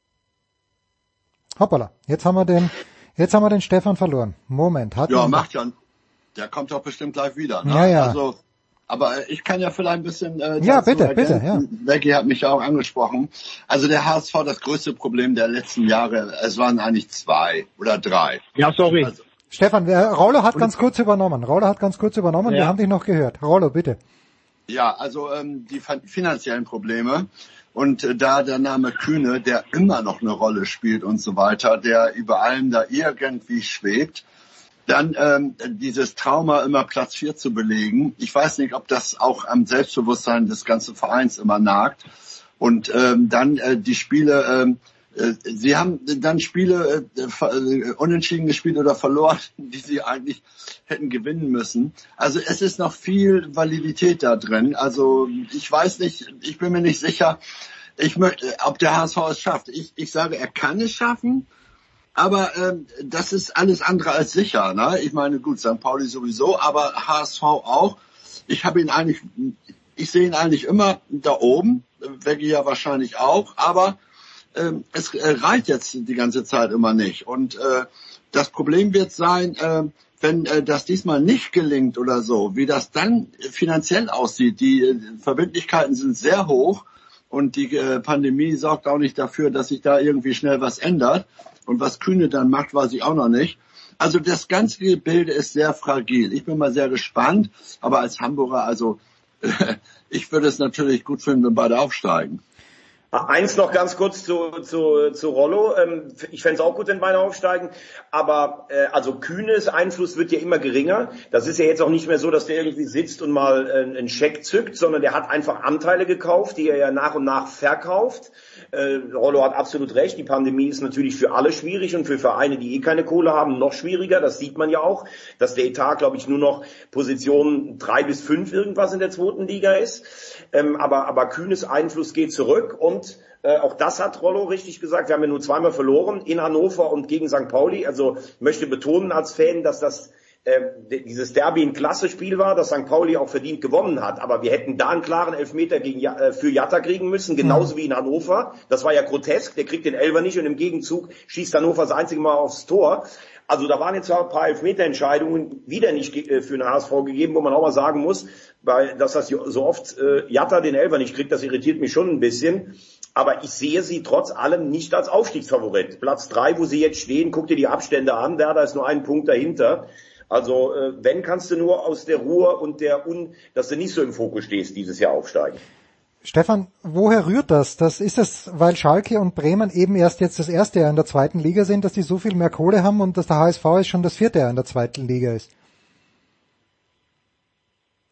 Hoppala, jetzt haben wir den Stefan verloren. Moment, macht ja. Der kommt doch bestimmt gleich wieder. Ne? Ja. Also, aber ich kann ja vielleicht ein bisschen bitte, ja. Veggie hat mich ja auch angesprochen. Also der HSV, das größte Problem der letzten Jahre, es waren eigentlich 2 oder 3. Ja, sorry. Also, Stefan, Rollo hat ganz kurz übernommen. Ja. Wir haben dich noch gehört. Rollo, bitte. Ja, also die finanziellen Probleme und da der Name Kühne, der immer noch eine Rolle spielt und so weiter, der über allem da irgendwie schwebt. Dann dieses Trauma, immer Platz 4 zu belegen. Ich weiß nicht, ob das auch am Selbstbewusstsein des ganzen Vereins immer nagt. Und dann die Spiele, sie haben dann Spiele unentschieden gespielt oder verloren, die sie eigentlich hätten gewinnen müssen. Also es ist noch viel Validität da drin. Also ich weiß nicht, ich bin mir nicht sicher, ob der HSV es schafft. Ich sage, er kann es schaffen. Aber das ist alles andere als sicher. Ne? Ich meine, gut, St. Pauli sowieso, aber HSV auch. Ich sehe ihn eigentlich immer da oben, Veggie ja wahrscheinlich auch, aber es reicht jetzt die ganze Zeit immer nicht. Und das Problem wird sein, wenn das diesmal nicht gelingt oder so, wie das dann finanziell aussieht. Die Verbindlichkeiten sind sehr hoch und die Pandemie sorgt auch nicht dafür, dass sich da irgendwie schnell was ändert. Und was Kühne dann macht, weiß ich auch noch nicht. Also das ganze Gebilde ist sehr fragil. Ich bin mal sehr gespannt. Aber als Hamburger, ich würde es natürlich gut finden, wenn beide aufsteigen. Eins noch ganz kurz zu Rollo. Ich fände es auch gut, wenn beide aufsteigen. Aber also Kühnes Einfluss wird ja immer geringer. Das ist ja jetzt auch nicht mehr so, dass der irgendwie sitzt und mal einen Scheck zückt, sondern der hat einfach Anteile gekauft, die er ja nach und nach verkauft. Rollo hat absolut recht. Die Pandemie ist natürlich für alle schwierig und für Vereine, die keine Kohle haben, noch schwieriger. Das sieht man ja auch, dass der Etat, glaube ich, nur noch Position 3 bis 5 irgendwas in der 2. Liga ist. Aber Kühnes Einfluss geht zurück und auch das hat Rollo richtig gesagt. Wir haben ja nur 2-mal verloren, in Hannover und gegen St. Pauli. Also ich möchte betonen als Fan, dass das dieses Derby ein klasse Spiel war, dass St. Pauli auch verdient gewonnen hat. Aber wir hätten da einen klaren Elfmeter für Jatta kriegen müssen, genauso wie in Hannover. Das war ja grotesk. Der kriegt den Elfer nicht und im Gegenzug schießt Hannover das einzige Mal aufs Tor. Also da waren jetzt zwar ein paar Elfmeterentscheidungen wieder nicht für den HSV gegeben, wo man auch mal sagen muss, dass das so oft Jatta den Elfer nicht kriegt, das irritiert mich schon ein bisschen. Aber ich sehe sie trotz allem nicht als Aufstiegsfavorit. Platz 3, wo sie jetzt stehen, guck dir die Abstände an, Werder ist nur einen Punkt dahinter. Also wenn, kannst du nur aus der Ruhe und dass du nicht so im Fokus stehst, dieses Jahr aufsteigen. Stefan, woher rührt das? Ist das, weil Schalke und Bremen eben erst jetzt das 1. Jahr in der 2. Liga sind, dass die so viel mehr Kohle haben und dass der HSV jetzt schon das 4. Jahr in der 2. Liga ist?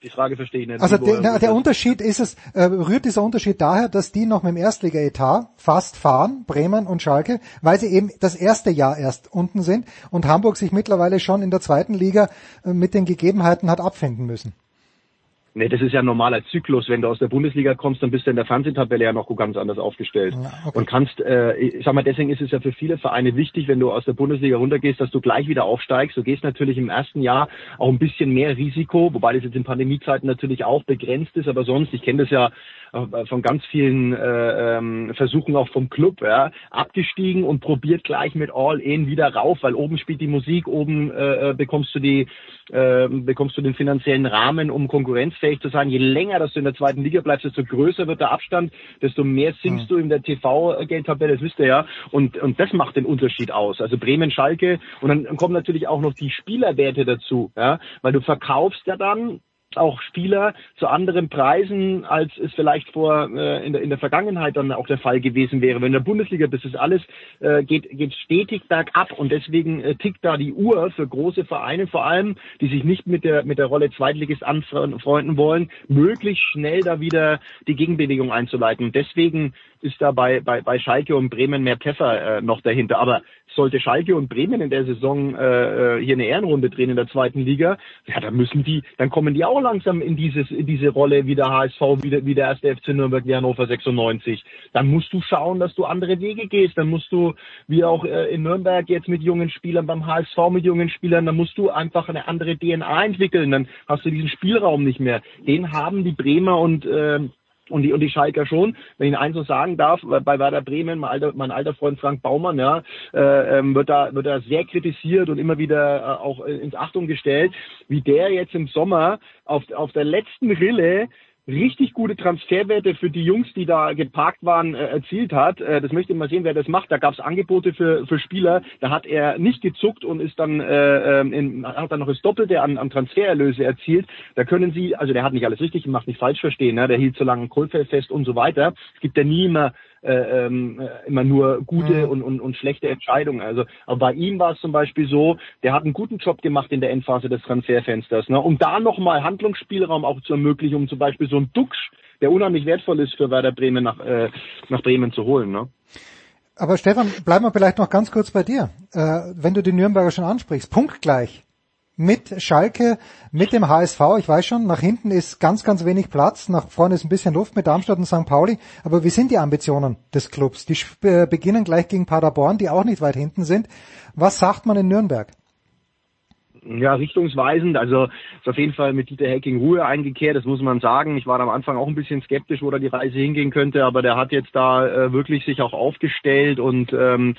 Die Frage verstehe ich nicht. Also der Unterschied ist es, rührt dieser Unterschied daher, dass die noch mit dem Erstliga-Etat fast fahren, Bremen und Schalke, weil sie eben das erste Jahr erst unten sind und Hamburg sich mittlerweile schon in der zweiten Liga mit den Gegebenheiten hat abfinden müssen. Nee, das ist ja ein normaler Zyklus. Wenn du aus der Bundesliga kommst, dann bist du in der Fernsehtabelle ja noch ganz anders aufgestellt. Ja, okay. Und kannst, ich sag mal, deswegen ist es ja für viele Vereine wichtig, wenn du aus der Bundesliga runtergehst, dass du gleich wieder aufsteigst. Du gehst natürlich im ersten Jahr auch ein bisschen mehr Risiko, wobei das jetzt in Pandemiezeiten natürlich auch begrenzt ist, aber sonst, ich kenne das ja von ganz vielen Versuchen auch vom Club, ja, abgestiegen und probiert gleich mit All-In wieder rauf, weil oben spielt die Musik, oben bekommst du den finanziellen Rahmen, um konkurrenzfähig zu sein. Je länger, dass du in der zweiten Liga bleibst, desto größer wird der Abstand, desto mehr sinkst du in der TV-Geldtabelle, das wisst ihr ja, und das macht den Unterschied aus. Also Bremen, Schalke, und dann kommen natürlich auch noch die Spielerwerte dazu, ja, weil du verkaufst ja dann auch Spieler zu anderen Preisen, als es vielleicht in der Vergangenheit dann auch der Fall gewesen wäre. Wenn du in der Bundesliga bist, ist alles geht stetig bergab und deswegen tickt da die Uhr für große Vereine, vor allem, die sich nicht mit der Rolle Zweitligist anfreunden wollen, möglichst schnell da wieder die Gegenbewegung einzuleiten. Und deswegen ist da bei Schalke und Bremen mehr Pfeffer noch dahinter. Aber sollte Schalke und Bremen in der Saison hier eine Ehrenrunde drehen in der zweiten Liga, ja, dann kommen die auch langsam in diese Rolle wie der HSV, wie der erste FC Nürnberg, wie Hannover 96. Dann musst du schauen, dass du andere Wege gehst. Dann musst du, wie auch in Nürnberg jetzt mit jungen Spielern, beim HSV mit jungen Spielern, dann musst du einfach eine andere DNA entwickeln. Dann hast du diesen Spielraum nicht mehr. Den haben die Bremer und die Schalker schon, wenn ich eins so sagen darf, bei Werder Bremen, mein alter Freund Frank Baumann, ja, wird da sehr kritisiert und immer wieder auch ins Achtung gestellt, wie der jetzt im Sommer auf der letzten Rille richtig gute Transferwerte für die Jungs, die da geparkt waren, erzielt hat. Das möchte ich mal sehen, wer das macht. Da gab es Angebote für Spieler. Da hat er nicht gezuckt und ist dann hat dann noch das Doppelte an Transfererlöse erzielt. Da können Sie, also der hat nicht alles richtig gemacht, nicht falsch verstehen. Ne? Der hielt so lange ein Kohlfeld fest und so weiter. Es gibt ja nie immer nur gute und schlechte Entscheidungen. Also, aber bei ihm war es zum Beispiel so, der hat einen guten Job gemacht in der Endphase des Transferfensters, ne? Um da nochmal Handlungsspielraum auch zu ermöglichen, um zum Beispiel so einen Duxch, der unheimlich wertvoll ist für Werder Bremen, nach Bremen zu holen, ne? Aber Stefan, bleiben wir vielleicht noch ganz kurz bei dir. Wenn du die Nürnberger schon ansprichst, punktgleich mit Schalke, mit dem HSV, ich weiß schon, nach hinten ist ganz, ganz wenig Platz, nach vorne ist ein bisschen Luft mit Darmstadt und St. Pauli, aber wie sind die Ambitionen des Clubs? Die beginnen gleich gegen Paderborn, die auch nicht weit hinten sind. Was sagt man in Nürnberg? Ja, richtungsweisend, also ist auf jeden Fall mit Dieter Hecking Ruhe eingekehrt, das muss man sagen. Ich war am Anfang auch ein bisschen skeptisch, wo da die Reise hingehen könnte, aber der hat jetzt da wirklich sich auch aufgestellt und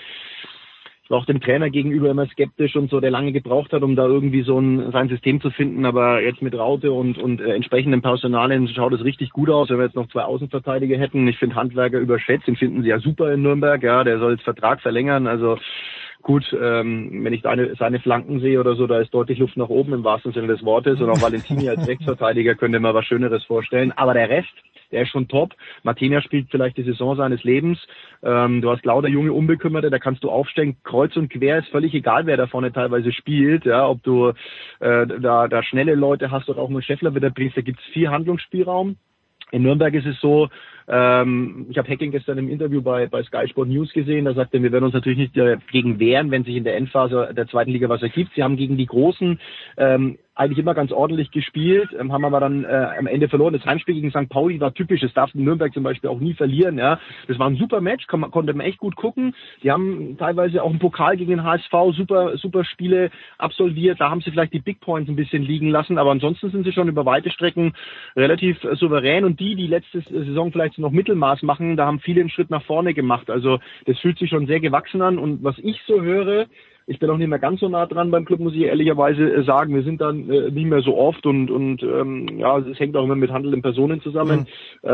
ich war auch dem Trainer gegenüber immer skeptisch und so, der lange gebraucht hat, um da irgendwie sein System zu finden. Aber jetzt mit Raute und entsprechendem Personal schaut es richtig gut aus. Wenn wir jetzt noch 2 Außenverteidiger hätten, ich finde Handwerker überschätzt, den finden sie ja super in Nürnberg. Ja, der soll jetzt Vertrag verlängern. Also gut, wenn ich seine Flanken sehe oder so, da ist deutlich Luft nach oben im wahrsten Sinne des Wortes. Und auch Valentini als Rechtsverteidiger könnte man was Schöneres vorstellen. Aber der Rest, der ist schon top. Martina spielt vielleicht die Saison seines Lebens. Du hast lauter junge Unbekümmerte, da kannst du aufstellen, kreuz und quer, ist völlig egal, wer da vorne teilweise spielt. Ja, ob du da schnelle Leute hast oder auch nur Scheffler wieder bringst, da gibt's viel Handlungsspielraum. In Nürnberg ist es so, ich habe Hecking gestern im Interview bei Sky Sport News gesehen, da sagte er, wir werden uns natürlich nicht dagegen wehren, wenn sich in der Endphase der zweiten Liga was ergibt. Sie haben gegen die Großen eigentlich immer ganz ordentlich gespielt, haben aber dann am Ende verloren. Das Heimspiel gegen St. Pauli war typisch, das darf Nürnberg zum Beispiel auch nie verlieren. Ja, das war ein super Match, konnte man echt gut gucken. Die haben teilweise auch im Pokal gegen den HSV super Spiele absolviert. Da haben sie vielleicht die Big Points ein bisschen liegen lassen, aber ansonsten sind sie schon über weite Strecken relativ souverän. Und die letzte Saison vielleicht noch Mittelmaß machen, da haben viele einen Schritt nach vorne gemacht. Also das fühlt sich schon sehr gewachsen an. Und was ich so höre, ich bin auch nicht mehr ganz so nah dran beim Club, muss ich ehrlicherweise sagen. Wir sind dann nicht mehr so oft und ja, es hängt auch immer mit handelnden Personen zusammen.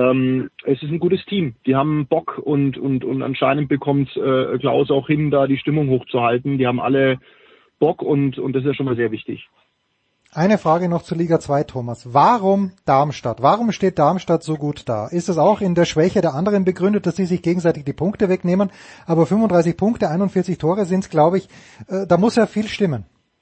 Es ist ein gutes Team. Die haben Bock und anscheinend bekommt Klaus auch hin, da die Stimmung hochzuhalten. Die haben alle Bock und das ist ja schon mal sehr wichtig. Eine Frage noch zur Liga 2, Thomas. Warum Darmstadt? Warum steht Darmstadt so gut da? Ist es auch in der Schwäche der anderen begründet, dass sie sich gegenseitig die Punkte wegnehmen? Aber 35 Punkte, 41 Tore sind's, glaube ich. Da muss ja viel stimmen.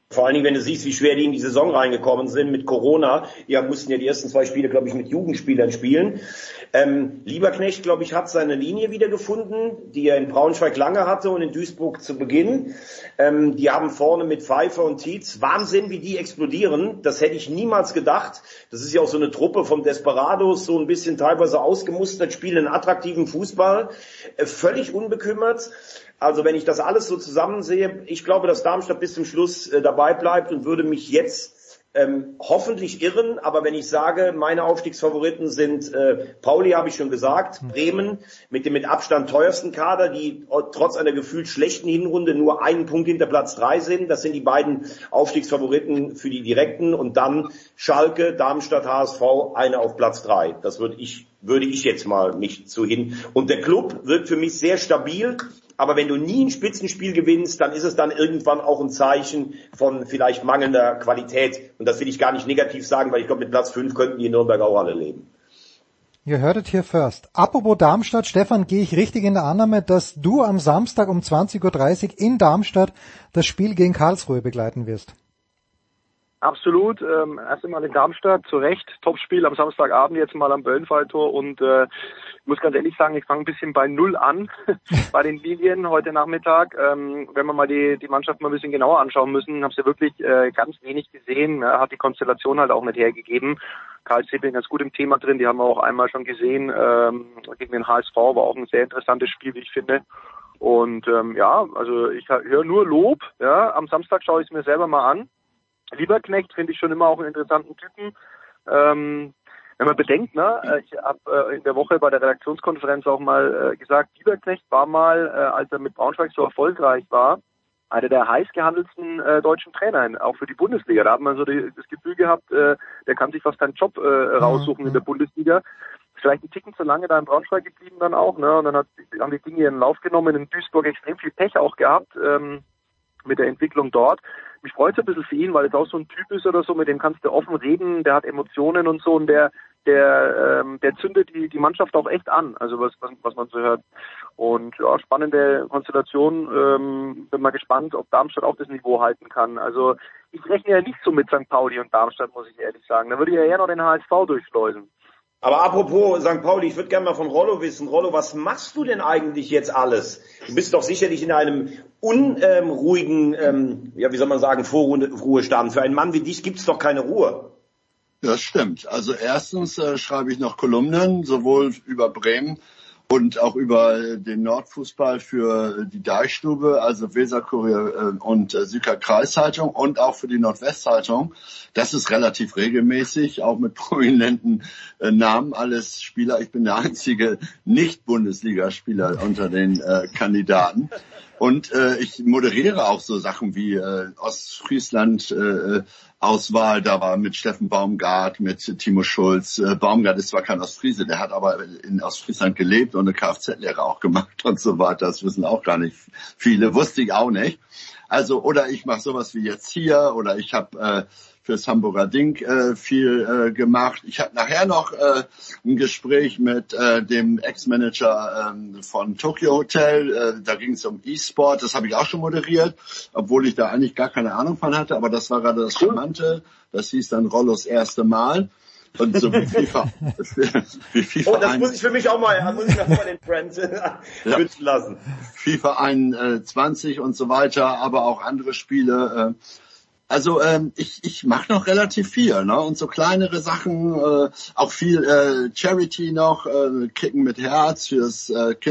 Vor allen Dingen, wenn du siehst, wie schwer die in die Saison reingekommen sind mit Corona. Die mussten ja die ersten 2 Spiele, glaube ich, mit Jugendspielern spielen. Lieberknecht, glaube ich, hat seine Linie wiedergefunden, die er in Braunschweig lange hatte und in Duisburg zu Beginn. Die haben vorne mit Pfeiffer und Tietz Wahnsinn, wie die explodieren. Das hätte ich niemals gedacht. Das ist ja auch so eine Truppe vom Desperados, so ein bisschen teilweise ausgemustert, spielen einen attraktiven Fußball, völlig unbekümmert. Also wenn ich das alles so zusammensehe, ich glaube, dass Darmstadt bis zum Schluss dabei bleibt und würde mich jetzt hoffentlich irren, aber wenn ich sage, meine Aufstiegsfavoriten sind Pauli, habe ich schon gesagt, Bremen mit dem mit Abstand teuersten Kader, die trotz einer gefühlt schlechten Hinrunde nur einen Punkt hinter Platz 3 sind. Das sind die beiden Aufstiegsfavoriten für die Direkten und dann Schalke, Darmstadt, HSV, einer auf Platz 3. Das würde ich jetzt mal mich zu hin. Und der Club wirkt für mich sehr stabil. Aber wenn du nie ein Spitzenspiel gewinnst, dann ist es dann irgendwann auch ein Zeichen von vielleicht mangelnder Qualität. Und das will ich gar nicht negativ sagen, weil ich glaube, mit Platz 5 könnten die in Nürnberg auch alle leben. Ihr hörtet hier first. Apropos Darmstadt, Stefan, gehe ich richtig in der Annahme, dass du am Samstag um 20.30 Uhr in Darmstadt das Spiel gegen Karlsruhe begleiten wirst? Absolut, erst einmal in Darmstadt, zu Recht, Topspiel am Samstagabend, jetzt mal am Böllenfalltor und ich muss ganz ehrlich sagen, ich fange ein bisschen bei Null an bei den Lilien heute Nachmittag. Wenn wir mal die Mannschaft mal ein bisschen genauer anschauen müssen, habe es ja wirklich ganz wenig gesehen, hat die Konstellation halt auch nicht hergegeben. Karl Zipping ganz gut im Thema drin, die haben wir auch einmal schon gesehen, gegen den HSV, war auch ein sehr interessantes Spiel, wie ich finde. Und also ich höre nur Lob, ja, am Samstag schaue ich es mir selber mal an. Lieberknecht finde ich schon immer auch einen interessanten Typen. Wenn man bedenkt, ich habe in der Woche bei der Redaktionskonferenz auch mal gesagt, Lieberknecht war mal, als er mit Braunschweig so erfolgreich war, einer der heiß gehandelsten deutschen Trainer, auch für die Bundesliga. Da hat man so das Gefühl gehabt, der kann sich fast einen Job raussuchen in der Bundesliga. Vielleicht einen Ticken zu lange da in Braunschweig geblieben dann auch, ne? Und dann haben die Dinge ihren Lauf genommen, in Duisburg extrem viel Pech auch gehabt mit der Entwicklung dort. Mich freut es ein bisschen für ihn, weil es auch so ein Typ ist oder so, mit dem kannst du offen reden, der hat Emotionen und so und der zündet die Mannschaft auch echt an, also was man so hört. Und ja, spannende Konstellation, bin mal gespannt, ob Darmstadt auch das Niveau halten kann. Also ich rechne ja nicht so mit St. Pauli und Darmstadt, muss ich ehrlich sagen. Da würde ich ja eher noch den HSV durchschleusen. Aber apropos St. Pauli, ich würde gerne mal von Rollo wissen. Rollo, was machst du denn eigentlich jetzt alles? Du bist doch sicherlich in einem unruhigen, Vorruhestand. Für einen Mann wie dich gibt's doch keine Ruhe. Das stimmt. Also erstens schreibe ich noch Kolumnen, sowohl über Bremen und auch über den Nordfußball für die Deichstube, also Weserkurier und Süker Kreiszeitung und auch für die Nordwestzeitung. Das ist relativ regelmäßig, auch mit prominenten Namen, alles Spieler. Ich bin der einzige Nicht-Bundesligaspieler unter den Kandidaten. Und ich moderiere auch so Sachen wie Ostfriesland Auswahl, da war mit Steffen Baumgart, mit Timo Schulz. Baumgart ist zwar kein Ostfriese, der hat aber in Ostfriesland gelebt und eine Kfz-Lehre auch gemacht und so weiter. Das wissen auch gar nicht viele, wusste ich auch nicht. Also, oder ich mache sowas wie jetzt hier, oder ich habe fürs Hamburger Ding viel gemacht. Ich habe nachher noch ein Gespräch mit dem Ex-Manager von Tokyo Hotel. Da ging es um E-Sport. Das habe ich auch schon moderiert, obwohl ich da eigentlich gar keine Ahnung von hatte. Aber das war gerade das Charmante. Das hieß dann Rollos erste Mal. Und so wie FIFA. Oh, das muss ich für mich auch mal, den Friends schützen lassen. FIFA 21 und so weiter, aber auch andere Spiele. Also ich mache noch relativ viel, ne? Und so kleinere Sachen, auch viel Charity noch, Kicken mit Herz fürs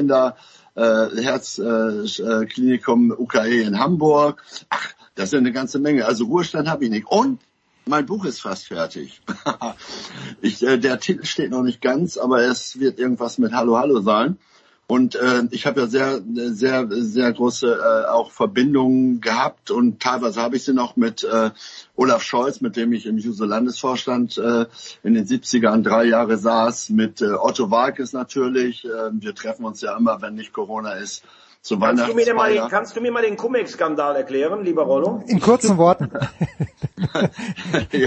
Kinderherzklinikum UKE in Hamburg. Ach, das ist eine ganze Menge. Also Ruhestand habe ich nicht. Und mein Buch ist fast fertig. Der Titel steht noch nicht ganz, aber es wird irgendwas mit Hallo Hallo sein. Und ich habe ja sehr, sehr, sehr große auch Verbindungen gehabt und teilweise habe ich sie noch mit Olaf Scholz, mit dem ich im Juso-Landesvorstand in den 70ern 3 Jahre saß, mit Otto Walkes natürlich. Wir treffen uns ja immer, wenn nicht Corona ist, zu Weihnachtsfeier. Kannst du mir mal den Cum-Ex-Skandal erklären, lieber Rollo? In kurzen Worten. Ja.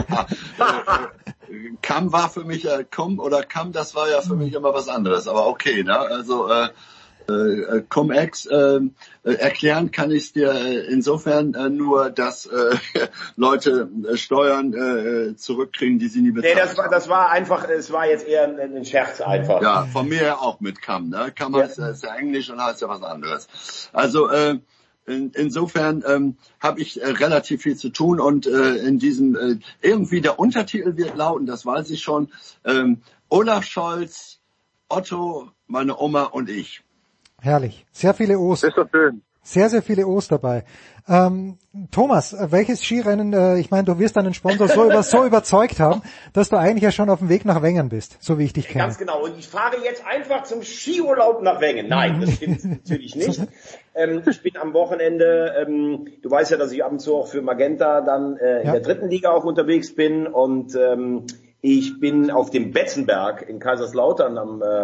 Cum war für mich Cum oder Cum, das war ja für mich immer was anderes, aber okay, ne? Also Cum-Ex, erklären kann ich es dir insofern nur, dass Leute Steuern zurückkriegen, die sie nie bezahlt haben. Das war einfach, es war jetzt eher ein Scherz einfach. Ja, von mir her auch mit Cum, ne? Cum heißt ja Englisch und heißt ja was anderes. Also insofern habe ich relativ viel zu tun und in diesem irgendwie der Untertitel wird lauten, das weiß ich schon, Olaf Scholz, Otto, meine Oma und ich. Herrlich. Sehr viele O's. Das ist doch schön. Sehr, sehr viele O's dabei. Thomas, welches Skirennen, ich meine, du wirst deinen Sponsor so überzeugt haben, dass du eigentlich ja schon auf dem Weg nach Wengen bist, so wie ich dich kenne. Ganz genau. Und ich fahre jetzt einfach zum Skiurlaub nach Wengen. Nein, das stimmt natürlich nicht. Ich bin am Wochenende, du weißt ja, dass ich ab und zu auch für Magenta dann in der 3. Liga auch unterwegs bin und ich bin auf dem Betzenberg in Kaiserslautern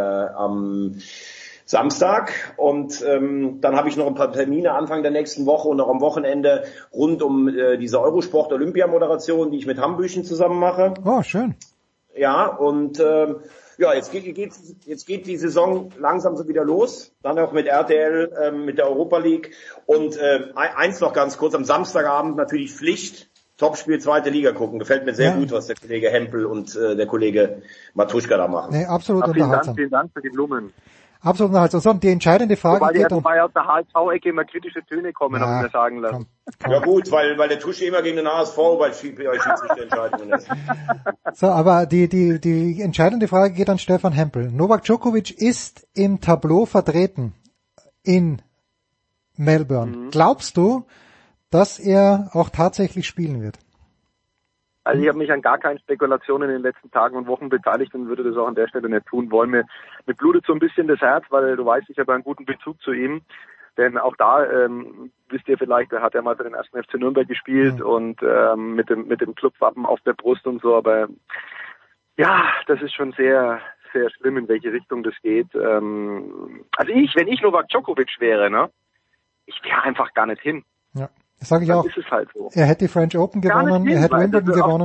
am Samstag und dann habe ich noch ein paar Termine Anfang der nächsten Woche und noch am Wochenende rund um diese Eurosport-Olympia-Moderation, die ich mit Hambüchen zusammen mache. Oh, schön. Ja, und jetzt geht die Saison langsam so wieder los. Dann auch mit RTL, mit der Europa League. Und eins noch ganz kurz, am Samstagabend natürlich Pflicht. Topspiel 2. Liga gucken. Gefällt mir sehr gut, was der Kollege Hempel und der Kollege Matuschka da machen. Nee, absolut unterhaltsam. Vielen Dank für die Blumen. Absolut unterhaltsam. So, und die entscheidende Frage wobei aus der HSV-Ecke immer kritische Töne kommen, habe ich mir sagen lassen. Ja gut, weil der Tusche immer gegen den HSV bei Schiedsrichterentscheidungen ist. So, aber die entscheidende Frage geht an Stefan Hempel. Novak Djokovic ist im Tableau vertreten in Melbourne. Glaubst du, dass er auch tatsächlich spielen wird? Also ich habe mich an gar keinen Spekulationen in den letzten Tagen und Wochen beteiligt und würde das auch an der Stelle nicht tun wollen. Mir blutet so ein bisschen das Herz, weil du weißt, ich habe einen guten Bezug zu ihm. Denn auch da, wisst ihr vielleicht, er hat ja mal für den 1. FC Nürnberg gespielt und mit dem Clubwappen auf der Brust und so. Aber ja, das ist schon sehr, sehr schlimm, in welche Richtung das geht. Also wenn ich Novak Djokovic wäre, ne, ich wäre einfach gar nicht hin. Ja. Das sage ich auch. Ist es halt so. Er hätte die French Open gewonnen, er hätte Wimbledon gewonnen.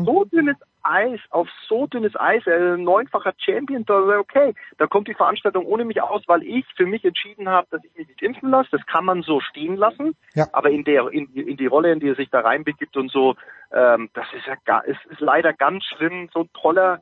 Auf so dünnes Eis, er ist ein 9-facher Champion, okay, da kommt die Veranstaltung ohne mich aus, weil ich für mich entschieden habe, dass ich mich nicht impfen lasse. Das kann man so stehen lassen. Ja. Aber in die Rolle, in die er sich da reinbegibt und so, das ist leider ganz schlimm. So ein toller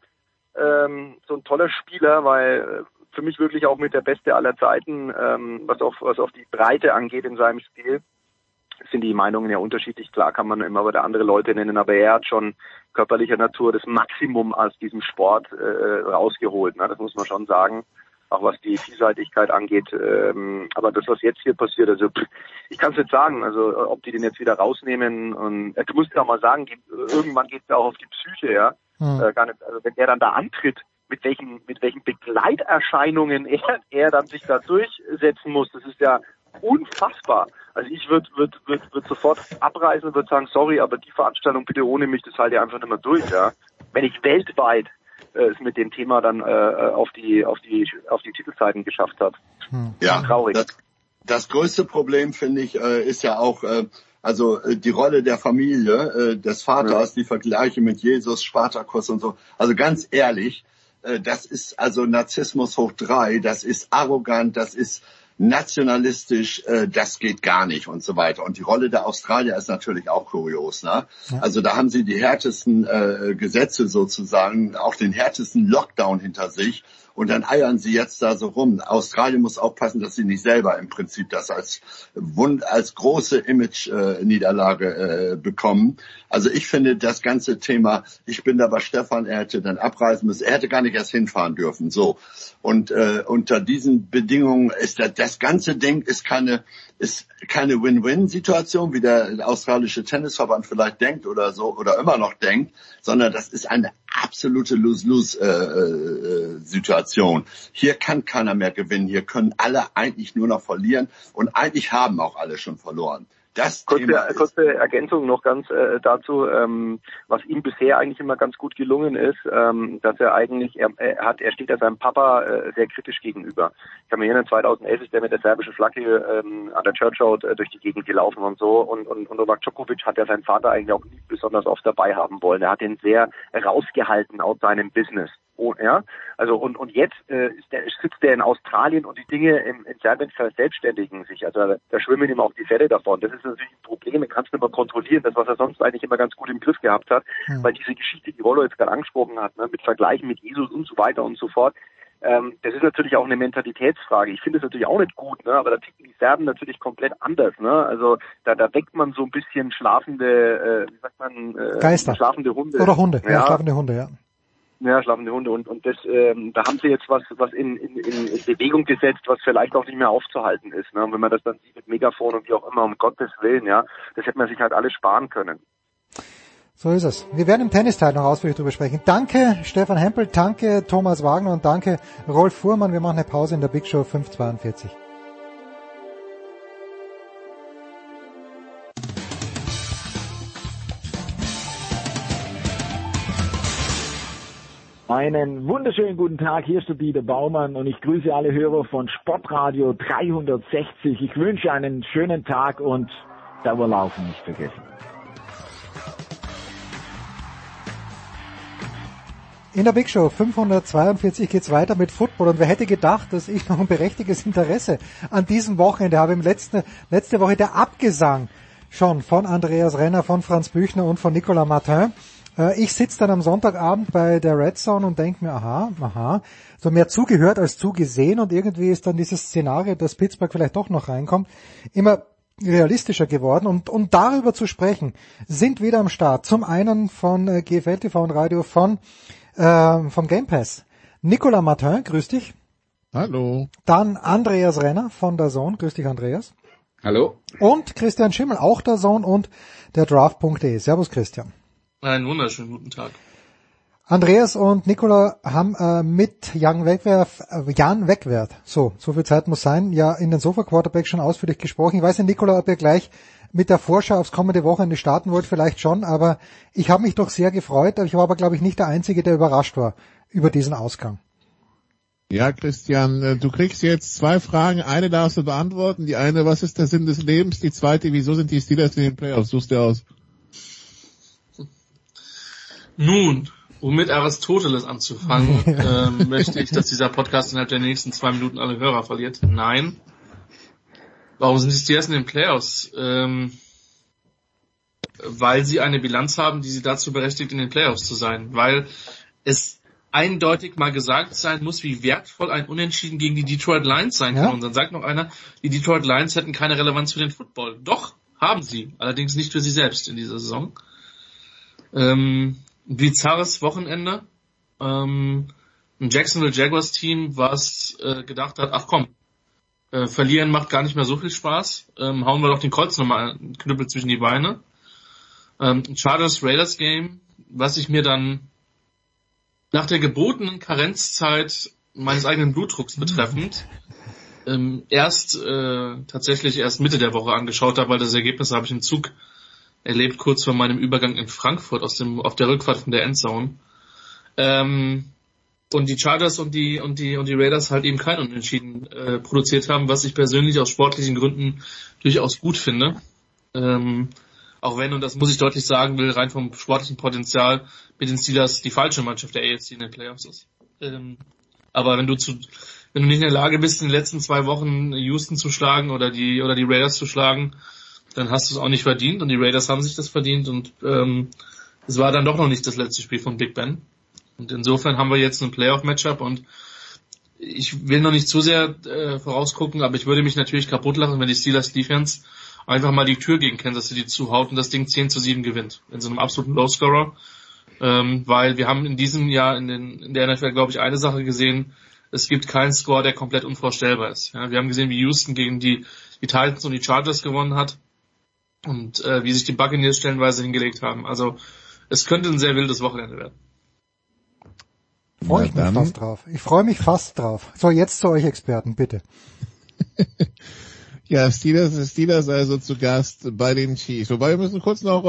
Spieler, weil für mich wirklich auch mit der Beste aller Zeiten, was auf die Breite angeht in seinem Spiel. Sind die Meinungen ja unterschiedlich. Klar kann man immer wieder andere Leute nennen, aber er hat schon körperlicher Natur das Maximum aus diesem Sport rausgeholt. Ne? Das muss man schon sagen, auch was die Vielseitigkeit angeht. Aber das, was jetzt hier passiert, also ich kann es nicht sagen, also ob die den jetzt wieder rausnehmen. Und du musst ja auch mal sagen, irgendwann geht es ja auch auf die Psyche, ja. Gar nicht, also wenn der dann da antritt, mit welchen Begleiterscheinungen er dann sich da durchsetzen muss, das ist ja unfassbar. Also ich würde sofort abreisen und würde sagen, sorry, aber die Veranstaltung bitte ohne mich, das halte ich einfach nicht mehr durch, ja. Wenn ich weltweit es mit dem Thema dann auf die Titelseiten geschafft habe. Ja, traurig. Das größte Problem, finde ich, ist ja auch die Rolle der Familie, des Vaters, die Vergleiche mit Jesus, Spartakus und so. Also ganz ehrlich, das ist also Narzissmus hoch 3, das ist arrogant, das ist nationalistisch, das geht gar nicht und so weiter. Und die Rolle der Australier ist natürlich auch kurios, ne? Ja. Also da haben sie die härtesten Gesetze sozusagen, auch den härtesten Lockdown hinter sich. Und dann eiern sie jetzt da so rum. Australien muss aufpassen, dass sie nicht selber im Prinzip das als große Image-Niederlage bekommen. Also ich finde das ganze Thema, ich bin da bei Stefan, er hätte dann abreisen müssen, er hätte gar nicht erst hinfahren dürfen. So. Und unter diesen Bedingungen ist das ganze Ding ist keine Win-Win-Situation, wie der australische Tennisverband vielleicht denkt oder so oder immer noch denkt, sondern das ist eine absolute Lose-Lose-Situation. Hier kann keiner mehr gewinnen, hier können alle eigentlich nur noch verlieren und eigentlich haben auch alle schon verloren. Kurze Ergänzung noch ganz dazu, was ihm bisher eigentlich immer ganz gut gelungen ist, dass er eigentlich, er steht ja seinem Papa sehr kritisch gegenüber. Ich kann mich erinnern, 2011 ist er mit der serbischen Flagge an der Church Road durch die Gegend gelaufen und so und Novak Djokovic hat ja seinen Vater eigentlich auch nicht besonders oft dabei haben wollen. Er hat ihn sehr rausgehalten aus seinem Business. Ja, also und jetzt sitzt der in Australien und die Dinge in Serbien verselbstständigen sich. Also da schwimmen ihm auch die Fälle davon. Das ist natürlich ein Problem, man kann es nicht mehr kontrollieren, das was er sonst eigentlich immer ganz gut im Griff gehabt hat, weil diese Geschichte, die Rollo jetzt gerade angesprochen hat, ne, mit Vergleichen mit Jesus und so weiter und so fort, das ist natürlich auch eine Mentalitätsfrage. Ich finde es natürlich auch nicht gut, ne, aber da ticken die Serben natürlich komplett anders. Ne? Also da weckt man so ein bisschen schlafende, Geister. Schlafende Hunde. Oder Hunde, ja, schlafende Hunde, ja. Ja, schlafende Hunde und das, da haben sie jetzt was in Bewegung gesetzt, was vielleicht auch nicht mehr aufzuhalten ist. Ne? Und wenn man das dann sieht mit Megafon und wie auch immer, um Gottes Willen, ja, das hätte man sich halt alles sparen können. So ist es. Wir werden im Tennisteil noch ausführlich drüber sprechen. Danke Stefan Hempel, danke Thomas Wagner und danke Rolf Fuhrmann. Wir machen eine Pause in der Big Show 542. Einen wunderschönen guten Tag, hier ist der Dieter Baumann und ich grüße alle Hörer von Sportradio 360. Ich wünsche einen schönen Tag und Dauerlaufen nicht vergessen. In der Big Show 542 geht's weiter mit Football und wer hätte gedacht, dass ich noch ein berechtigtes Interesse an diesem Wochenende habe. Letzte Woche der Abgesang schon von Andreas Renner, von Franz Büchner und von Nicolas Martin. Ich sitze dann am Sonntagabend bei der Red Zone und denke mir, aha, so mehr zugehört als zugesehen und irgendwie ist dann dieses Szenario, dass Pittsburgh vielleicht doch noch reinkommt, immer realistischer geworden und um darüber zu sprechen, sind wieder am Start. Zum einen von GFL TV und Radio vom Game Pass. Nicolas Martin, grüß dich. Hallo. Dann Andreas Renner von der Zone, grüß dich Andreas. Hallo. Und Christian Schimmel, auch der Zone und der Draft.de. Servus Christian. Einen wunderschönen guten Tag. Andreas und Nicola haben mit Jan Wegwert, so viel Zeit muss sein, ja in den Sofa-Quarterback schon ausführlich gesprochen. Ich weiß nicht, Nicola, ob ihr gleich mit der Vorschau aufs kommende Wochenende starten wollt, vielleicht schon, aber ich habe mich doch sehr gefreut. Ich war aber, glaube ich, nicht der Einzige, der überrascht war über diesen Ausgang. Ja, Christian, du kriegst jetzt 2 Fragen. Eine darfst du beantworten. Die eine, was ist der Sinn des Lebens? Die zweite, wieso sind die Steelers in den Playoffs? Suchst du aus. Nun, um mit Aristoteles anzufangen, möchte ich, dass dieser Podcast innerhalb der nächsten 2 Minuten alle Hörer verliert. Nein. Warum sind die Steelers in den Playoffs? Weil sie eine Bilanz haben, die sie dazu berechtigt, in den Playoffs zu sein. Weil es eindeutig mal gesagt sein muss, wie wertvoll ein Unentschieden gegen die Detroit Lions sein kann. Und dann sagt noch einer, die Detroit Lions hätten keine Relevanz für den Football. Doch, haben sie. Allerdings nicht für sie selbst in dieser Saison. Bizarres Wochenende. Ein Jacksonville Jaguars Team, was gedacht hat, ach komm, verlieren macht gar nicht mehr so viel Spaß. Hauen wir doch den Kreuz nochmal einen Knüppel zwischen die Beine. Chargers Raiders Game, was ich mir dann nach der gebotenen Karenzzeit meines eigenen Blutdrucks betreffend tatsächlich erst Mitte der Woche angeschaut habe, weil das Ergebnis habe ich im Zug erlebt, kurz vor meinem Übergang in Frankfurt auf der Rückfahrt von der Endzone. Und die Chargers und die Raiders halt eben kein Unentschieden produziert haben, was ich persönlich aus sportlichen Gründen durchaus gut finde. Auch wenn, und das muss ich deutlich sagen will, rein vom sportlichen Potenzial mit den Steelers die falsche Mannschaft der AFC in den Playoffs ist. Aber wenn du nicht in der Lage bist, in den letzten 2 Wochen Houston zu schlagen oder die Raiders zu schlagen, dann hast du es auch nicht verdient und die Raiders haben sich das verdient und es war dann doch noch nicht das letzte Spiel von Big Ben. Und insofern haben wir jetzt ein Playoff-Matchup und ich will noch nicht zu sehr vorausgucken, aber ich würde mich natürlich kaputt lachen, wenn die Steelers Defense einfach mal die Tür gegen Kansas City zuhaut und das Ding 10-7 gewinnt. In so einem absoluten Low-Scorer. Weil wir haben in diesem Jahr in der NFL, glaube ich, eine Sache gesehen, es gibt keinen Score, der komplett unvorstellbar ist. Ja, wir haben gesehen, wie Houston gegen die Titans und die Chargers gewonnen hat und wie sich die Buccaneers stellenweise hingelegt haben. Also es könnte ein sehr wildes Wochenende werden. Ich freue mich fast drauf. So, jetzt zu euch Experten, bitte. Ja, Steelers also zu Gast bei den Chiefs. Wobei wir müssen kurz noch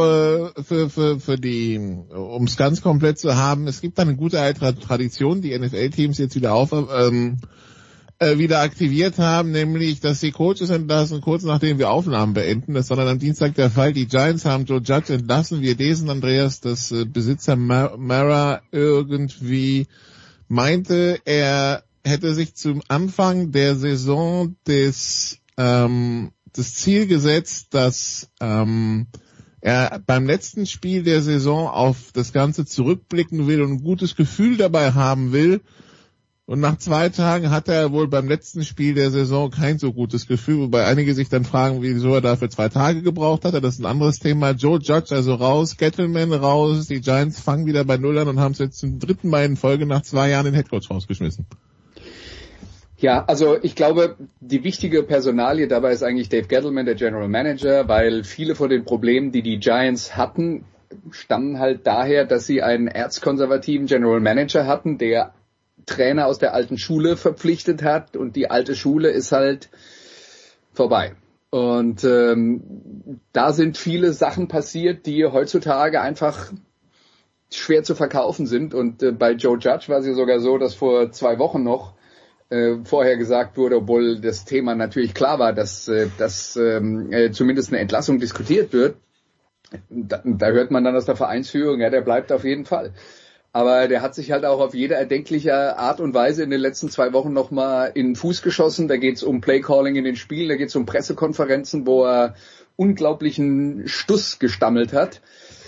um es ganz komplett zu haben, es gibt da eine gute alte Tradition, die NFL-Teams jetzt wieder wieder aktiviert haben, nämlich, dass die Coaches entlassen, kurz nachdem wir Aufnahmen beenden. Das war dann am Dienstag der Fall. Die Giants haben Joe Judge entlassen. Wir lesen, Andreas, dass Besitzer Mara irgendwie meinte, er hätte sich zum Anfang der Saison das Ziel gesetzt, dass er beim letzten Spiel der Saison auf das Ganze zurückblicken will und ein gutes Gefühl dabei haben will. Und nach 2 Tagen hatte er wohl beim letzten Spiel der Saison kein so gutes Gefühl, wobei einige sich dann fragen, wieso er dafür 2 Tage gebraucht hat. Das ist ein anderes Thema. Joe Judge also raus, Gettleman raus, die Giants fangen wieder bei Null an und haben es jetzt zum 3. Mal in Folge nach 2 Jahren den Headcoach rausgeschmissen. Ja, also ich glaube, die wichtige Personalie dabei ist eigentlich Dave Gettleman, der General Manager, weil viele von den Problemen, die die Giants hatten, stammen halt daher, dass sie einen erzkonservativen General Manager hatten, der Trainer aus der alten Schule verpflichtet hat, und die alte Schule ist halt vorbei. Und da sind viele Sachen passiert, die heutzutage einfach schwer zu verkaufen sind. Und bei Joe Judge war es ja sogar so, dass vor 2 Wochen noch vorher gesagt wurde, obwohl das Thema natürlich klar war, dass zumindest eine Entlassung diskutiert wird. Da hört man dann aus der Vereinsführung, ja, der bleibt auf jeden Fall. Aber der hat sich halt auch auf jede erdenkliche Art und Weise in den letzten 2 Wochen nochmal in den Fuß geschossen. Da geht's um Playcalling in den Spielen, da geht's um Pressekonferenzen, wo er unglaublichen Stuss gestammelt hat.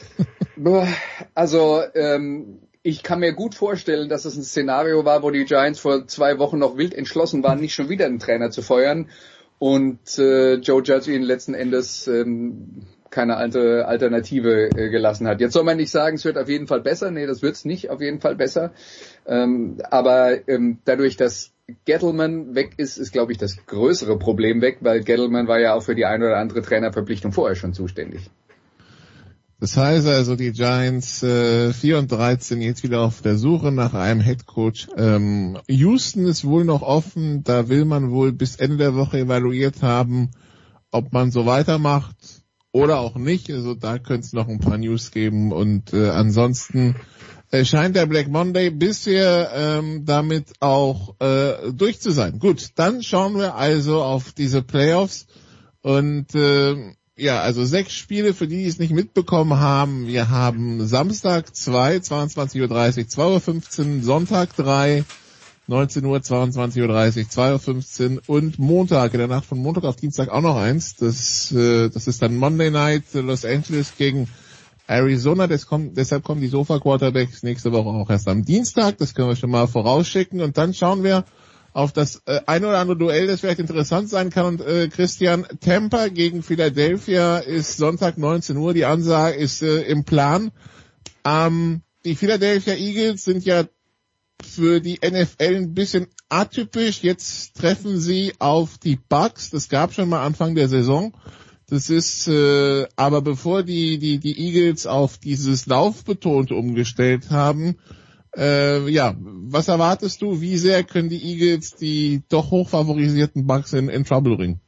Also ich kann mir gut vorstellen, dass es ein Szenario war, wo die Giants vor 2 Wochen noch wild entschlossen waren, nicht schon wieder einen Trainer zu feuern, und Joe Judge ihn letzten Endes keine Alternative gelassen hat. Jetzt soll man nicht sagen, es wird auf jeden Fall besser. Nee, das wird's nicht auf jeden Fall besser. Aber dadurch, dass Gettleman weg ist, glaube ich, das größere Problem weg, weil Gettleman war ja auch für die eine oder andere Trainerverpflichtung vorher schon zuständig. Das heißt also, die Giants 4 und 13 jetzt wieder auf der Suche nach einem Headcoach. Houston ist wohl noch offen. Da will man wohl bis Ende der Woche evaluiert haben, ob man so weitermacht oder auch nicht. Also da könnte es noch ein paar News geben. Und ansonsten scheint der Black Monday bisher damit auch durch zu sein. Gut, dann schauen wir also auf diese Playoffs. Und ja, also 6 Spiele, für die es nicht mitbekommen haben. Wir haben Samstag 2, 22.30 Uhr, 2.15 Uhr, Sonntag 3, 19 Uhr, 22.30 Uhr, 2.15 Uhr und Montag, in der Nacht von Montag auf Dienstag auch noch eins. Das ist dann Monday Night, Los Angeles gegen Arizona. Deshalb kommen die Sofa-Quarterbacks nächste Woche auch erst am Dienstag. Das können wir schon mal vorausschicken. Und dann schauen wir auf das ein oder andere Duell, das vielleicht interessant sein kann. Und Christian, Tampa gegen Philadelphia ist Sonntag 19 Uhr. Die Ansage ist im Plan. Die Philadelphia Eagles sind ja für die NFL ein bisschen atypisch. Jetzt treffen sie auf die Bucks. Das gab schon mal Anfang der Saison. Das ist aber bevor die Eagles auf dieses Laufbetonte umgestellt haben, ja, was erwartest du? Wie sehr können die Eagles die doch hochfavorisierten Bucks in Trouble bringen?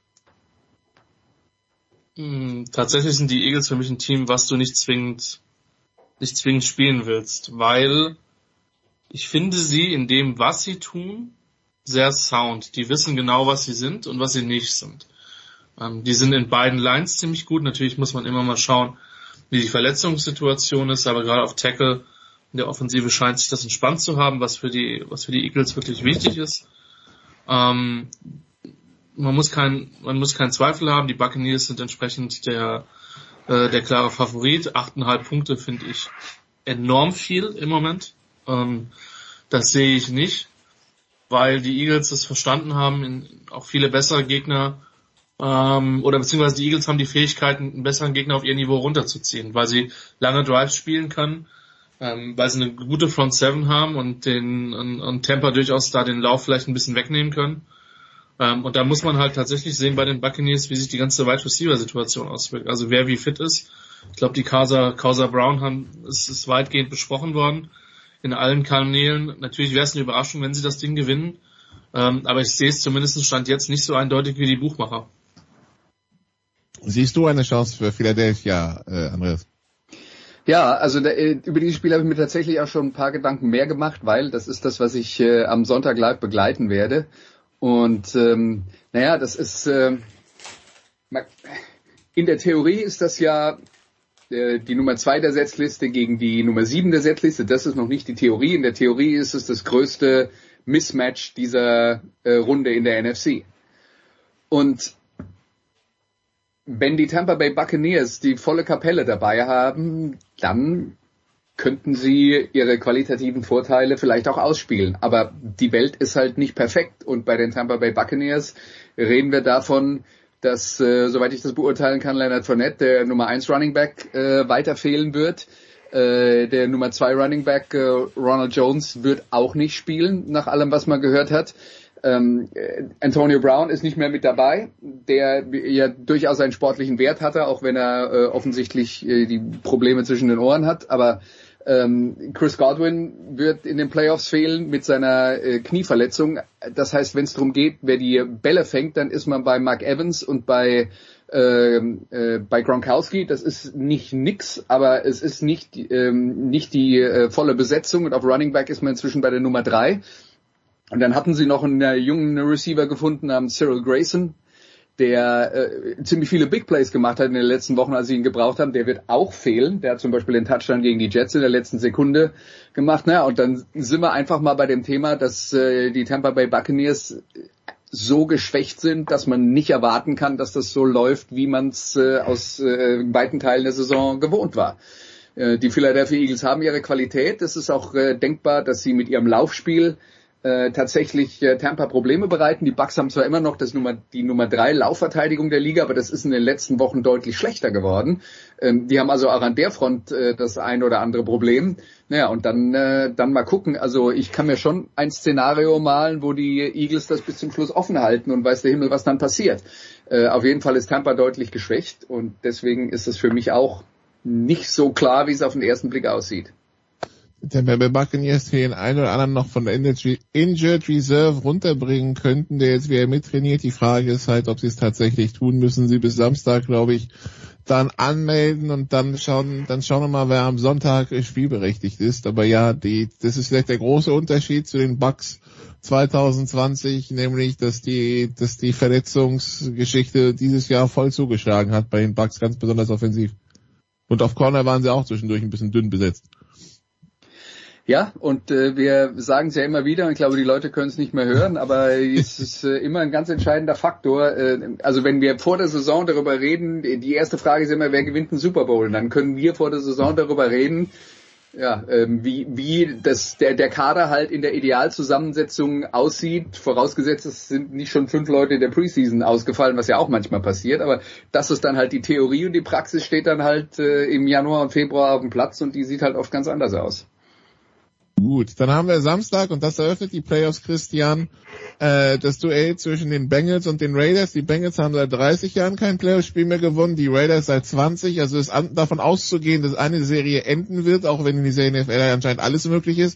Tatsächlich sind die Eagles für mich ein Team, was du nicht zwingend spielen willst, weil ich finde sie in dem, was sie tun, sehr sound. Die wissen genau, was sie sind und was sie nicht sind. Die sind in beiden Lines ziemlich gut. Natürlich muss man immer mal schauen, wie die Verletzungssituation ist, aber gerade auf Tackle in der Offensive scheint sich das entspannt zu haben, was für die Eagles wirklich wichtig ist. Man muss keinen Zweifel haben, die Buccaneers sind entsprechend der klare Favorit. 8,5 Punkte finde ich enorm viel im Moment. Das sehe ich nicht, weil die Eagles es verstanden haben, auch viele bessere Gegner, oder beziehungsweise die Eagles haben die Fähigkeiten, einen besseren Gegner auf ihr Niveau runterzuziehen, weil sie lange Drives spielen können, weil sie eine gute Front Seven haben und Tampa durchaus da den Lauf vielleicht ein bisschen wegnehmen können. Und da muss man halt tatsächlich sehen bei den Buccaneers, wie sich die ganze Wide Receiver Situation auswirkt. Also wer wie fit ist. Ich glaube, die Causa Brown ist weitgehend besprochen worden in allen Kanälen. Natürlich wäre es eine Überraschung, wenn sie das Ding gewinnen. Aber ich sehe es zumindest Stand jetzt nicht so eindeutig wie die Buchmacher. Siehst du eine Chance für Philadelphia, Andreas? Ja, also über dieses Spiel habe ich mir tatsächlich auch schon ein paar Gedanken mehr gemacht, weil das ist das, was ich am Sonntag live begleiten werde. Und das ist in der Theorie ist das ja die Nummer 2 der Setzliste gegen die Nummer 7 der Setzliste. Das ist noch nicht die Theorie. In der Theorie ist es das größte Mismatch dieser Runde in der NFC. Und wenn die Tampa Bay Buccaneers die volle Kapelle dabei haben, dann könnten sie ihre qualitativen Vorteile vielleicht auch ausspielen. Aber die Welt ist halt nicht perfekt. Und bei den Tampa Bay Buccaneers reden wir davon, dass, soweit ich das beurteilen kann, Leonard Fournette, der Nummer 1 Running Back, weiter fehlen wird. Der Nummer 2 Running Back, Ronald Jones, wird auch nicht spielen, nach allem, was man gehört hat. Antonio Brown ist nicht mehr mit dabei, der ja durchaus einen sportlichen Wert hatte, auch wenn er offensichtlich die Probleme zwischen den Ohren hat. Aber Chris Godwin wird in den Playoffs fehlen mit seiner Knieverletzung. Das heißt, wenn es darum geht, wer die Bälle fängt, dann ist man bei Mark Evans und bei Gronkowski. Das ist nicht nix, aber es ist nicht die volle Besetzung. Und auf Running Back ist man inzwischen bei der Nummer 3. Und dann hatten sie noch einen jungen Receiver gefunden namens Cyril Grayson, der ziemlich viele Big Plays gemacht hat in den letzten Wochen, als sie ihn gebraucht haben. Der wird auch fehlen. Der hat zum Beispiel den Touchdown gegen die Jets in der letzten Sekunde gemacht. Naja, und dann sind wir einfach mal bei dem Thema, dass die Tampa Bay Buccaneers so geschwächt sind, dass man nicht erwarten kann, dass das so läuft, wie man es aus weiten Teilen der Saison gewohnt war. Die Philadelphia Eagles haben ihre Qualität. Es ist auch denkbar, dass sie mit ihrem Laufspiel tatsächlich Tampa Probleme bereiten. Die Bucks haben zwar immer noch die Nummer 3 Laufverteidigung der Liga, aber das ist in den letzten Wochen deutlich schlechter geworden. Die haben also auch an der Front das ein oder andere Problem. Naja, und dann mal gucken. Also ich kann mir schon ein Szenario malen, wo die Eagles das bis zum Schluss offen halten und weiß der Himmel, was dann passiert. Auf jeden Fall ist Tampa deutlich geschwächt und deswegen ist es für mich auch nicht so klar, wie es auf den ersten Blick aussieht. Der Buccaneers den einen oder anderen noch von der Injured Reserve runterbringen könnten, der jetzt wieder mittrainiert. Die Frage ist halt, ob sie es tatsächlich tun. Müssen sie bis Samstag, glaube ich, dann anmelden und dann schauen wir mal, wer am Sonntag spielberechtigt ist. Aber ja, das ist vielleicht der große Unterschied zu den Bucks 2020, nämlich, dass die Verletzungsgeschichte dieses Jahr voll zugeschlagen hat bei den Bucks, ganz besonders offensiv. Und auf Corner waren sie auch zwischendurch ein bisschen dünn besetzt. Ja, und wir sagen es ja immer wieder, und ich glaube, die Leute können es nicht mehr hören, aber es ist immer ein ganz entscheidender Faktor. Also wenn wir vor der Saison darüber reden, die erste Frage ist immer, wer gewinnt den Super Bowl? Und dann können wir vor der Saison darüber reden, ja, wie der Kader halt in der Idealzusammensetzung aussieht, vorausgesetzt, es sind nicht schon 5 Leute in der Preseason ausgefallen, was ja auch manchmal passiert, aber das ist dann halt die Theorie und die Praxis steht dann halt im Januar und Februar auf dem Platz und die sieht halt oft ganz anders aus. Gut, dann haben wir Samstag und das eröffnet die Playoffs, Christian, das Duell zwischen den Bengals und den Raiders. Die Bengals haben seit 30 Jahren kein Playoff-Spiel mehr gewonnen, die Raiders seit 20. Also ist davon auszugehen, dass eine Serie enden wird, auch wenn in dieser NFL anscheinend alles möglich ist.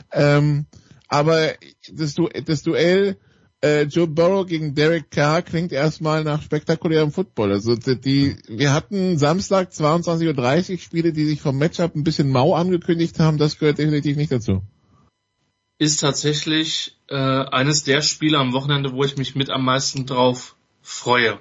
Aber das Duell Joe Burrow gegen Derek Carr klingt erstmal nach spektakulärem Football. Also wir hatten Samstag 22:30 Uhr Spiele, die sich vom Matchup ein bisschen mau angekündigt haben. Das gehört definitiv nicht dazu. Ist tatsächlich eines der Spiele am Wochenende, wo ich mich mit am meisten drauf freue.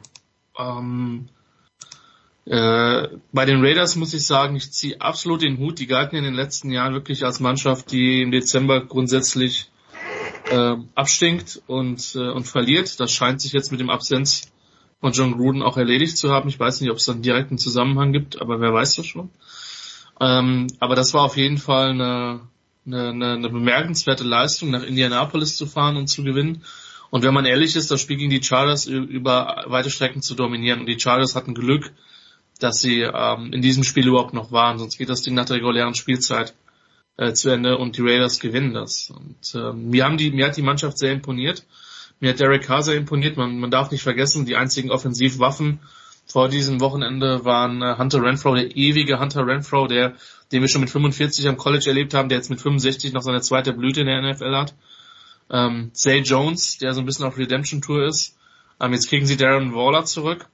Bei den Raiders muss ich sagen, ich ziehe absolut den Hut. Die galten in den letzten Jahren wirklich als Mannschaft, die im Dezember grundsätzlich abstinkt und verliert. Das scheint sich jetzt mit dem Absenz von John Gruden auch erledigt zu haben. Ich weiß nicht, ob es dann direkt einen Zusammenhang gibt, aber wer weiß das schon. Aber das war auf jeden Fall eine bemerkenswerte Leistung, nach Indianapolis zu fahren und zu gewinnen. Und wenn man ehrlich ist, das Spiel gegen die Chargers über weite Strecken zu dominieren. Und die Chargers hatten Glück, dass sie in diesem Spiel überhaupt noch waren. Sonst geht das Ding nach der regulären Spielzeit zu Ende und die Raiders gewinnen das. Und mir hat die Mannschaft sehr imponiert. Mir hat Derek Carr sehr imponiert. Man darf nicht vergessen, die einzigen Offensivwaffen vor diesem Wochenende waren Hunter Renfrow, der ewige Hunter Renfrow, den wir schon mit 45 am College erlebt haben, der jetzt mit 65 noch seine zweite Blüte in der NFL hat. Zay Jones, der so ein bisschen auf Redemption-Tour ist. Jetzt kriegen sie Darren Waller zurück.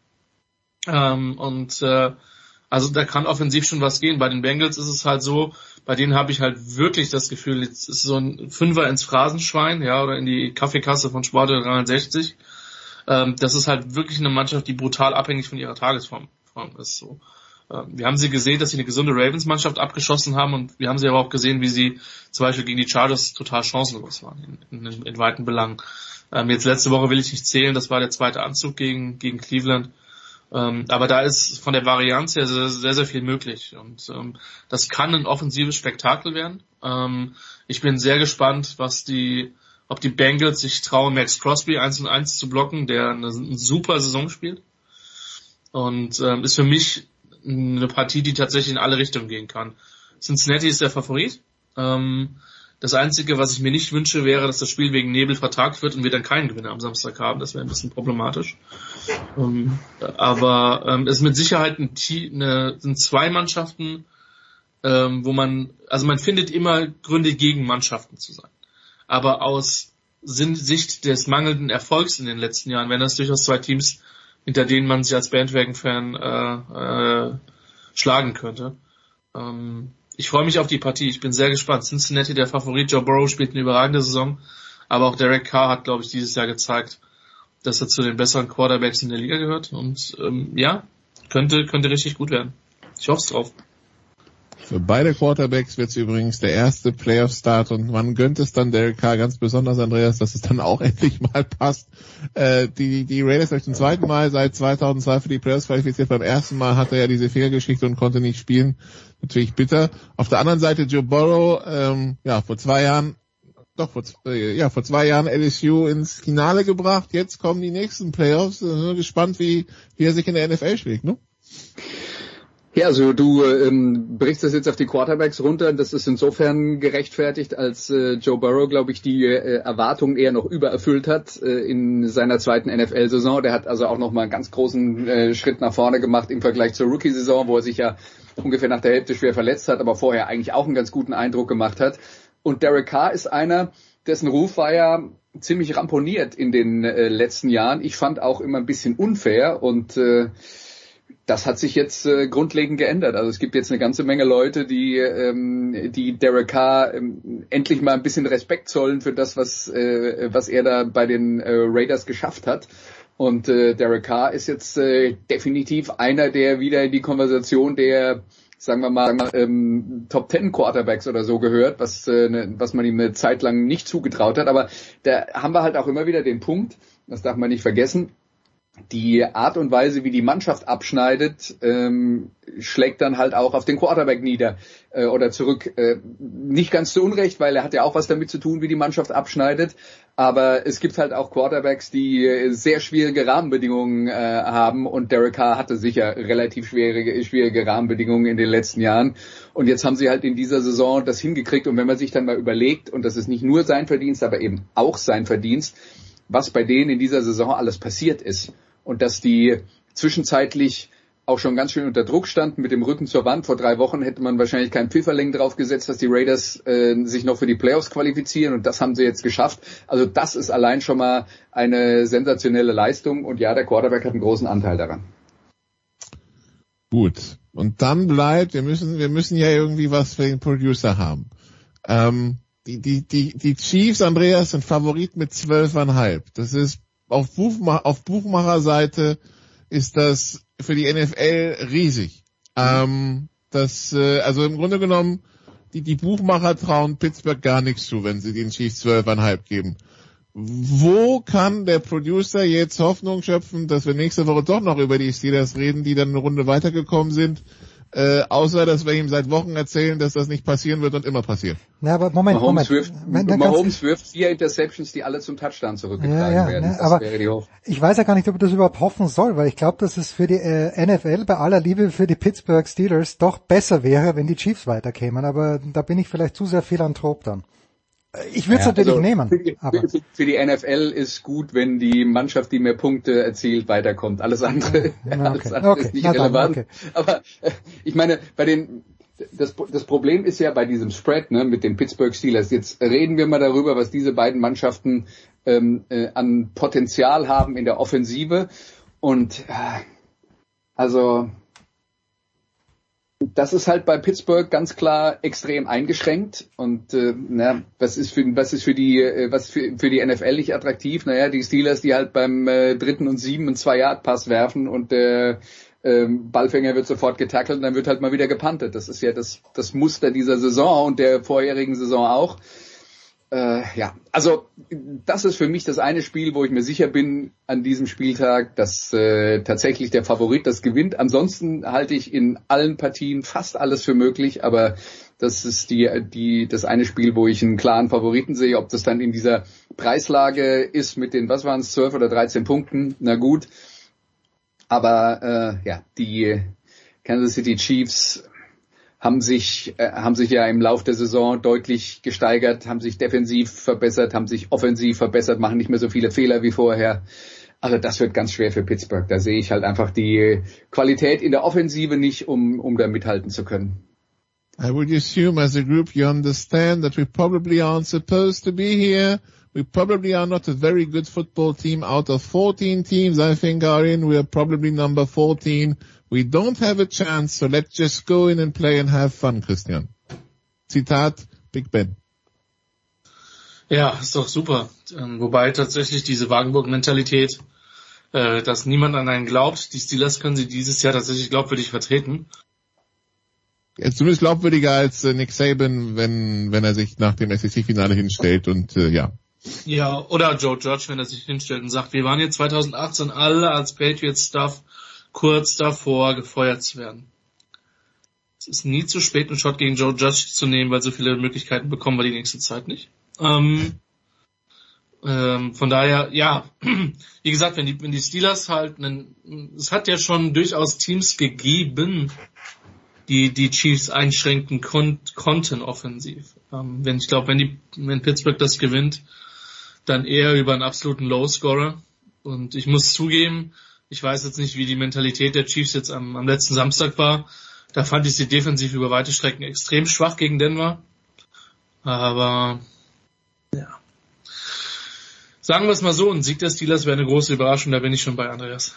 Also da kann offensiv schon was gehen. Bei den Bengals ist es halt so, bei denen habe ich halt wirklich das Gefühl, jetzt ist so ein Fünfer ins Phrasenschwein, ja, oder in die Kaffeekasse von Sportler 360. Das ist halt wirklich eine Mannschaft, die brutal abhängig von ihrer Tagesform ist, so. Wir haben sie gesehen, dass sie eine gesunde Ravens-Mannschaft abgeschossen haben und wir haben sie aber auch gesehen, wie sie zum Beispiel gegen die Chargers total chancenlos waren in weiten Belangen. Jetzt letzte Woche will ich nicht zählen, das war der zweite Anzug gegen Cleveland. Aber da ist von der Varianz her sehr, sehr viel möglich und das kann ein offensives Spektakel werden. Ich bin sehr gespannt, ob die Bengals sich trauen, Max Crosby 1-1 zu blocken, der eine super Saison spielt. Und ist für mich eine Partie, die tatsächlich in alle Richtungen gehen kann. Cincinnati ist der Favorit. Das Einzige, was ich mir nicht wünsche, wäre, dass das Spiel wegen Nebel vertagt wird und wir dann keinen Gewinner am Samstag haben. Das wäre ein bisschen problematisch. Aber es ist mit Sicherheit sind zwei Mannschaften, wo man findet immer Gründe gegen Mannschaften zu sein. Aber aus Sicht des mangelnden Erfolgs in den letzten Jahren wären das durchaus zwei Teams, hinter denen man sich als Bandwagon-Fan schlagen könnte. Ich freue mich auf die Partie, ich bin sehr gespannt. Cincinnati, der Favorit, Joe Burrow spielt eine überragende Saison, aber auch Derek Carr hat, glaube ich, dieses Jahr gezeigt, dass er zu den besseren Quarterbacks in der Liga gehört und könnte richtig gut werden. Ich hoffe es drauf. Für beide Quarterbacks wird es übrigens der erste Playoff-Start und man gönnt es dann Derek Carr ganz besonders, Andreas, dass es dann auch endlich mal passt. Die Raiders durch zum zweiten Mal seit 2002 für die Playoffs qualifiziert. Beim ersten Mal hatte er ja diese Fehlergeschichte und konnte nicht spielen. Natürlich bitter. Auf der anderen Seite Joe Burrow, vor 2 Jahren LSU ins Finale gebracht. Jetzt kommen die nächsten Playoffs. Gespannt, wie er sich in der NFL schlägt, ne? Ja, also du brichst das jetzt auf die Quarterbacks runter. Das ist insofern gerechtfertigt, als Joe Burrow, glaube ich, die Erwartungen eher noch übererfüllt hat in seiner zweiten NFL-Saison. Der hat also auch noch mal einen ganz großen Schritt nach vorne gemacht im Vergleich zur Rookie-Saison, wo er sich ja ungefähr nach der Hälfte schwer verletzt hat, aber vorher eigentlich auch einen ganz guten Eindruck gemacht hat. Und Derek Carr ist einer, dessen Ruf war ja ziemlich ramponiert in den letzten Jahren. Ich fand auch immer ein bisschen unfair und das hat sich jetzt grundlegend geändert. Also es gibt jetzt eine ganze Menge Leute, die Derek Carr endlich mal ein bisschen Respekt zollen für das, was er da bei den Raiders geschafft hat. Und Derek Carr ist jetzt definitiv einer, der wieder in die Konversation der, sagen wir mal, Top 10 Quarterbacks oder so gehört, was man ihm eine Zeit lang nicht zugetraut hat. Aber da haben wir halt auch immer wieder den Punkt, das darf man nicht vergessen, die Art und Weise, wie die Mannschaft abschneidet, schlägt dann halt auch auf den Quarterback nieder oder zurück. Nicht ganz zu Unrecht, weil er hat ja auch was damit zu tun, wie die Mannschaft abschneidet. Aber es gibt halt auch Quarterbacks, die sehr schwierige Rahmenbedingungen haben. Und Derek Carr hatte sicher relativ schwierige Rahmenbedingungen in den letzten Jahren. Und jetzt haben sie halt in dieser Saison das hingekriegt. Und wenn man sich dann mal überlegt, und das ist nicht nur sein Verdienst, aber eben auch sein Verdienst, was bei denen in dieser Saison alles passiert ist. Und dass die zwischenzeitlich auch schon ganz schön unter Druck standen mit dem Rücken zur Wand. Vor 3 Wochen hätte man wahrscheinlich keinen Pfifferling drauf gesetzt, dass die Raiders sich noch für die Playoffs qualifizieren. Und das haben sie jetzt geschafft. Also das ist allein schon mal eine sensationelle Leistung. Und ja, der Quarterback hat einen großen Anteil daran. Gut. Und dann bleibt, wir müssen ja irgendwie was für den Producer haben. Die Chiefs, Andreas, sind Favorit mit 12,5. Das ist auf Buchmacherseite ist das für die NFL riesig. Also im Grunde genommen, die Buchmacher trauen Pittsburgh gar nichts zu, wenn sie den Chiefs 12,5 geben. Wo kann der Producer jetzt Hoffnung schöpfen, dass wir nächste Woche doch noch über die Steelers reden, die dann eine Runde weitergekommen sind? Außer, dass wir ihm seit Wochen erzählen, dass das nicht passieren wird und immer passiert. Na, aber Moment. Mahomes wirft 4 Interceptions, die alle zum Touchdown zurückgetragen werden. Das aber wäre die Hoffnung. Ich weiß ja gar nicht, ob ich das überhaupt hoffen soll, weil ich glaube, dass es für die NFL bei aller Liebe für die Pittsburgh Steelers doch besser wäre, wenn die Chiefs weiterkämen. Aber da bin ich vielleicht zu sehr Philanthrop dann. Ich würde es natürlich nehmen. Für die NFL ist gut, wenn die Mannschaft, die mehr Punkte erzielt, weiterkommt. Alles andere ist nicht relevant. Okay. Aber ich meine, das Problem ist ja bei diesem Spread, ne, mit den Pittsburgh Steelers. Jetzt reden wir mal darüber, was diese beiden Mannschaften an Potenzial haben in der Offensive. Und also das ist halt bei Pittsburgh ganz klar extrem eingeschränkt und was ist für die NFL nicht attraktiv? Naja, die Steelers, die halt beim 3. und 7 einen 2-Yard-Pass werfen und der Ballfänger wird sofort getackelt und dann wird halt mal wieder gepuntet. Das ist ja das Muster dieser Saison und der vorherigen Saison auch. Also das ist für mich das eine Spiel, wo ich mir sicher bin an diesem Spieltag, dass tatsächlich der Favorit das gewinnt. Ansonsten halte ich in allen Partien fast alles für möglich, aber das ist das eine Spiel, wo ich einen klaren Favoriten sehe. Ob das dann in dieser Preislage ist mit den, 12 oder 13 Punkten, na gut. Aber die Kansas City Chiefs haben sich ja im Lauf der Saison deutlich gesteigert, haben sich defensiv verbessert, haben sich offensiv verbessert, machen nicht mehr so viele Fehler wie vorher. Also das wird ganz schwer für Pittsburgh. Da sehe ich halt einfach die Qualität in der Offensive nicht, um da mithalten zu können. I would assume as a group you understand that we probably aren't supposed to be here. We probably are not a very good football team. Out of 14 teams I think are in, we are probably number 14. We don't have a chance, so let's just go in and play and have fun, Christian. Zitat Big Ben. Ja, ist doch super. Wobei tatsächlich diese Wagenburg-Mentalität, dass niemand an einen glaubt, die Steelers können sie dieses Jahr tatsächlich glaubwürdig vertreten. Ja, zumindest glaubwürdiger als Nick Saban, wenn er sich nach dem SEC-Finale hinstellt und ja. Ja, oder Joe Judge, wenn er sich hinstellt und sagt, wir waren jetzt 2018 alle als Patriots-Staff kurz davor, gefeuert zu werden. Es ist nie zu spät, einen Shot gegen Joe Judge zu nehmen, weil so viele Möglichkeiten bekommen wir die nächste Zeit nicht. Von daher, ja, wie gesagt, wenn die Steelers halt, es hat ja schon durchaus Teams gegeben, die Chiefs einschränken konnten offensiv. Wenn Pittsburgh das gewinnt, dann eher über einen absoluten Low-Scorer. Und ich muss zugeben, ich weiß jetzt nicht, wie die Mentalität der Chiefs jetzt am letzten Samstag war. Da fand ich sie defensiv über weite Strecken extrem schwach gegen Denver. Aber, ja. Sagen wir es mal so, ein Sieg der Steelers wäre eine große Überraschung, da bin ich schon bei Andreas.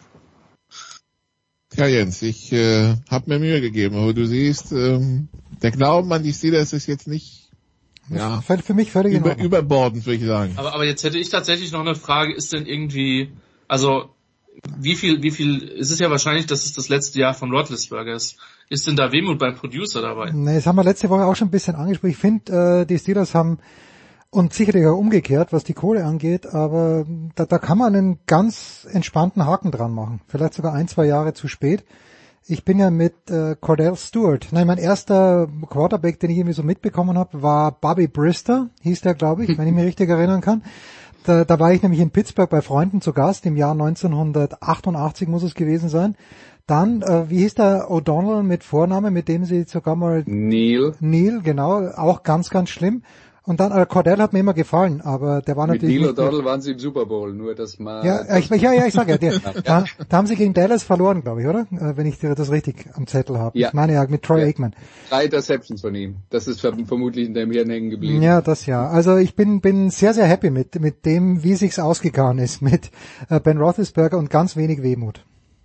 Ja, Jens, ich habe mir Mühe gegeben, aber du siehst, der Glauben an die Steelers ist jetzt nicht für mich völlig überbordend, würde ich sagen. Aber jetzt hätte ich tatsächlich noch eine Frage, ist denn irgendwie, also wie viel, es ist ja wahrscheinlich, dass es das letzte Jahr von Roethlisberger ist. Ist denn da Wehmut beim Producer dabei? Nee, das haben wir letzte Woche auch schon ein bisschen angesprochen. Ich finde, die Steelers haben, und sicherlich auch umgekehrt, was die Kohle angeht, aber da kann man einen ganz entspannten Haken dran machen. Vielleicht sogar 1-2 Jahre zu spät. Ich bin ja mit Cordell Stewart. Nein, mein erster Quarterback, den ich irgendwie so mitbekommen habe, war Bobby Brister, hieß der, glaube ich, wenn ich mich richtig erinnern kann. Da war ich nämlich in Pittsburgh bei Freunden zu Gast, im Jahr 1988 muss es gewesen sein. Dann, wie hieß der O'Donnell mit Vorname, mit dem sie sogar mal... Neil, genau, auch ganz, ganz schlimm. Und dann, Cordell hat mir immer gefallen, aber der war natürlich... Mit Neil O'Donnell waren sie im Super Bowl, nur das mal... Ja, ich sag ja, da haben sie gegen Dallas verloren, glaube ich, oder? Wenn ich das richtig am Zettel habe. Ja. Ich meine ja, mit Troy Aikman. 3 Interceptions von ihm. Das ist vermutlich in dem Hirn hängen geblieben. Ja, das ja. Also ich bin sehr, sehr happy mit dem, wie sich's ausgegangen ist, mit Ben Roethlisberger und ganz wenig Wehmut.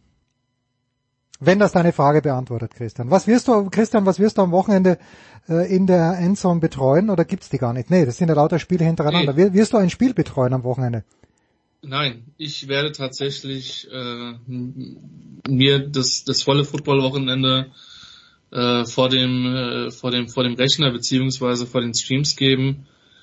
Wenn das deine Frage beantwortet, Christian. Was wirst du am Wochenende in der Endzone betreuen, oder gibt's die gar nicht? Nee, das sind ja lauter Spiele hintereinander. Nee. Wirst du ein Spiel betreuen am Wochenende? Nein, ich werde tatsächlich mir das volle Football-Wochenende vor dem Rechner beziehungsweise vor den Streams geben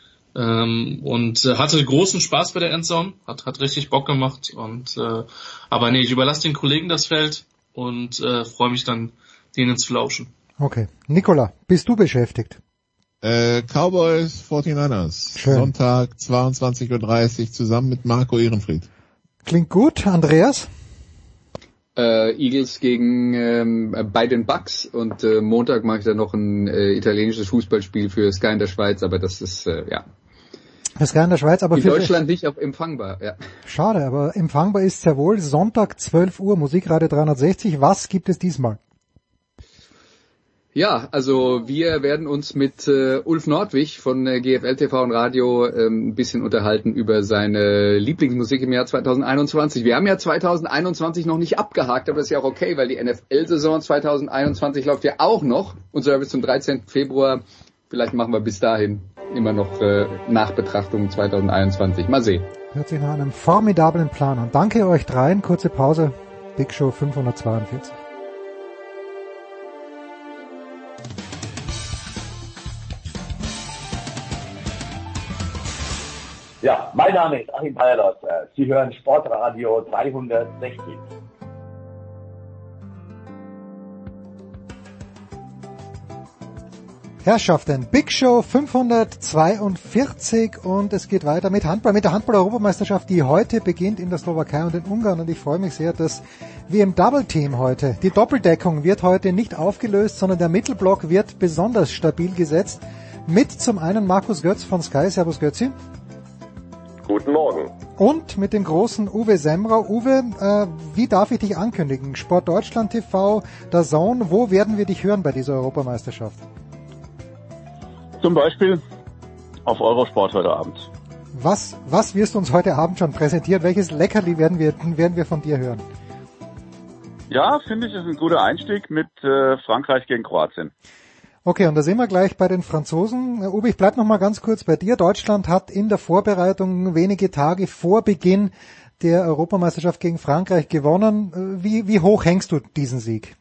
und hatte großen Spaß bei der Endzone, hat richtig Bock gemacht und aber nee, ich überlasse den Kollegen das Feld und freue mich dann, denen zu lauschen. Okay. Nicola, bist du beschäftigt? Cowboys 49ers. Schön. Sonntag 22:30 Uhr zusammen mit Marco Ehrenfried. Klingt gut. Andreas? Eagles gegen bei den Bucks und Montag mache ich dann noch ein italienisches Fußballspiel für Sky in der Schweiz, aber das ist Das Sky in der Schweiz, aber in Deutschland nicht empfangbar. Ja. Schade, aber empfangbar ist sehr wohl. Sonntag 12 Uhr Musikradio 360. Was gibt es diesmal? Ja, also wir werden uns mit Ulf Nordwig von GFL TV und Radio ein bisschen unterhalten über seine Lieblingsmusik im Jahr 2021. Wir haben ja 2021 noch nicht abgehakt, aber das ist ja auch okay, weil die NFL-Saison 2021 läuft ja auch noch, und zwar bis zum 13. Februar. Vielleicht machen wir bis dahin immer noch Nachbetrachtungen 2021. Mal sehen. Hört sich nach einem formidablen Plan an. Danke euch dreien. Kurze Pause Big Show 542. Ja, mein Name ist Achim Bayerlos. Sie hören Sportradio 360. Herrschaften, Big Show 542 und es geht weiter mit Handball, mit der Handball-Europameisterschaft, die heute beginnt in der Slowakei und in Ungarn und ich freue mich sehr, dass wir im Double-Team heute, die Doppeldeckung wird heute nicht aufgelöst, sondern der Mittelblock wird besonders stabil gesetzt. Mit zum einen Markus Götz von Sky. Servus Götzi. Guten Morgen. Und mit dem großen Uwe Semrau. Uwe, wie darf ich dich ankündigen? Sport Deutschland TV, DAZN, wo werden wir dich hören bei dieser Europameisterschaft? Zum Beispiel auf Eurosport heute Abend. Was wirst du uns heute Abend schon präsentieren? Welches Leckerli werden wir von dir hören? Ja, finde ich, ist ein guter Einstieg mit Frankreich gegen Kroatien. Okay, und da sind wir gleich bei den Franzosen. Uwe, ich bleib noch mal ganz kurz bei dir. Deutschland hat in der Vorbereitung wenige Tage vor Beginn der Europameisterschaft gegen Frankreich gewonnen. Wie hoch hängst du diesen Sieg?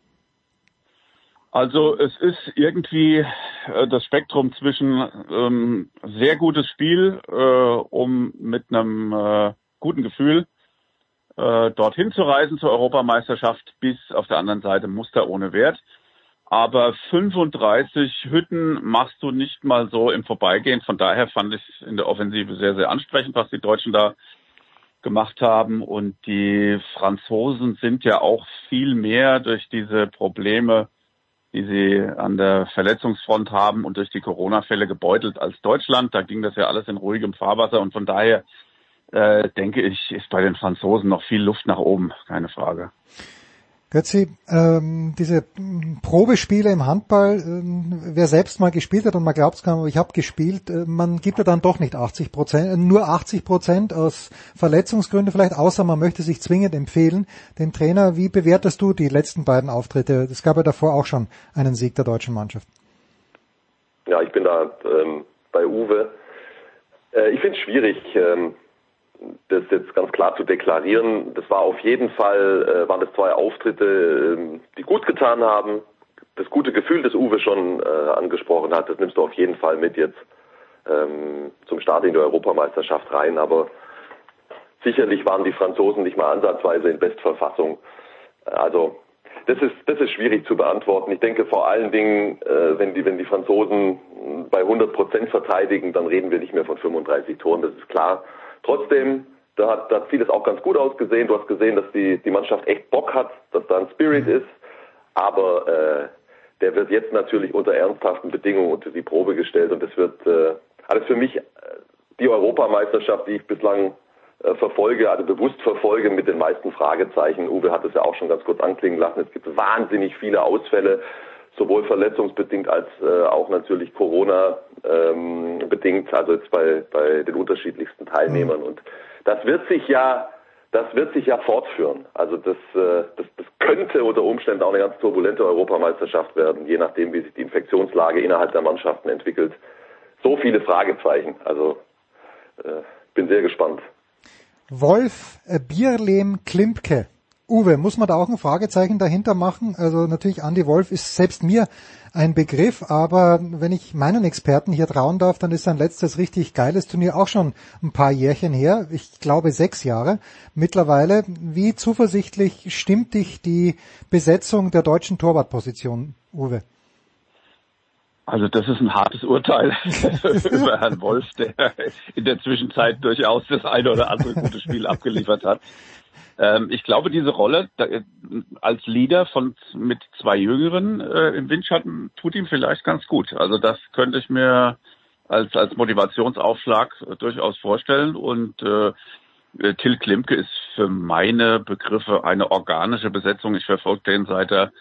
Also es ist irgendwie das Spektrum zwischen sehr gutes Spiel, um mit einem guten Gefühl dorthin zu reisen zur Europameisterschaft, bis auf der anderen Seite Muster ohne Wert. Aber 35 Hütten machst du nicht mal so im Vorbeigehen. Von daher fand ich es in der Offensive sehr, sehr ansprechend, was die Deutschen da gemacht haben. Und die Franzosen sind ja auch viel mehr durch diese Probleme, die sie an der Verletzungsfront haben und durch die Corona-Fälle gebeutelt als Deutschland. Da ging das ja alles in ruhigem Fahrwasser und von daher denke ich, ist bei den Franzosen noch viel Luft nach oben, keine Frage. Götzi, diese Probespiele im Handball, wer selbst mal gespielt hat und man glaubt es kaum, aber ich habe gespielt, man gibt ja dann doch nicht 80%, nur 80% aus Verletzungsgründen vielleicht, außer man möchte sich zwingend empfehlen. Den Trainer, wie bewertest du die letzten beiden Auftritte? Es gab ja davor auch schon einen Sieg der deutschen Mannschaft. Ja, ich bin da bei Uwe. Ich finde es schwierig, das jetzt ganz klar zu deklarieren. Das war auf jeden Fall, waren das zwei Auftritte, die gut getan haben. Das gute Gefühl, das Uwe schon angesprochen hat, das nimmst du auf jeden Fall mit jetzt zum Start in der Europameisterschaft rein. Aber sicherlich waren die Franzosen nicht mal ansatzweise in Bestverfassung. Also das ist schwierig zu beantworten. Ich denke vor allen Dingen, wenn die Franzosen bei 100% verteidigen, dann reden wir nicht mehr von 35 Toren, das ist klar. Trotzdem, da hat vieles auch ganz gut ausgesehen. Du hast gesehen, dass die Mannschaft echt Bock hat, dass da ein Spirit ist. Aber der wird jetzt natürlich unter ernsthaften Bedingungen unter die Probe gestellt. Und das wird alles für mich die Europameisterschaft, die ich bislang verfolge, also bewusst verfolge, mit den meisten Fragezeichen. Uwe hat es ja auch schon ganz kurz anklingen lassen. Es gibt wahnsinnig viele Ausfälle, sowohl verletzungsbedingt als auch natürlich Corona-bedingt, also jetzt bei den unterschiedlichsten Teilnehmern. Und das wird sich ja fortführen. Also das könnte unter Umständen auch eine ganz turbulente Europameisterschaft werden, je nachdem, wie sich die Infektionslage innerhalb der Mannschaften entwickelt. So viele Fragezeichen. Also bin sehr gespannt. Wolf, Bierlehm, Klimke. Uwe, muss man da auch ein Fragezeichen dahinter machen? Also natürlich, Andy Wolf ist selbst mir ein Begriff, aber wenn ich meinen Experten hier trauen darf, dann ist sein letztes richtig geiles Turnier auch schon ein paar Jährchen her. Ich glaube 6 Jahre mittlerweile. Wie zuversichtlich stimmt dich die Besetzung der deutschen Torwartposition, Uwe? Also das ist ein hartes Urteil über Herrn Wolf, der in der Zwischenzeit durchaus das eine oder andere gute Spiel abgeliefert hat. Ich glaube, diese Rolle als Leader mit 2 Jüngeren im Windschatten tut ihm vielleicht ganz gut. Also das könnte ich mir als Motivationsaufschlag durchaus vorstellen. Und Till Klimke ist für meine Begriffe eine organische Besetzung. Ich verfolge den seit er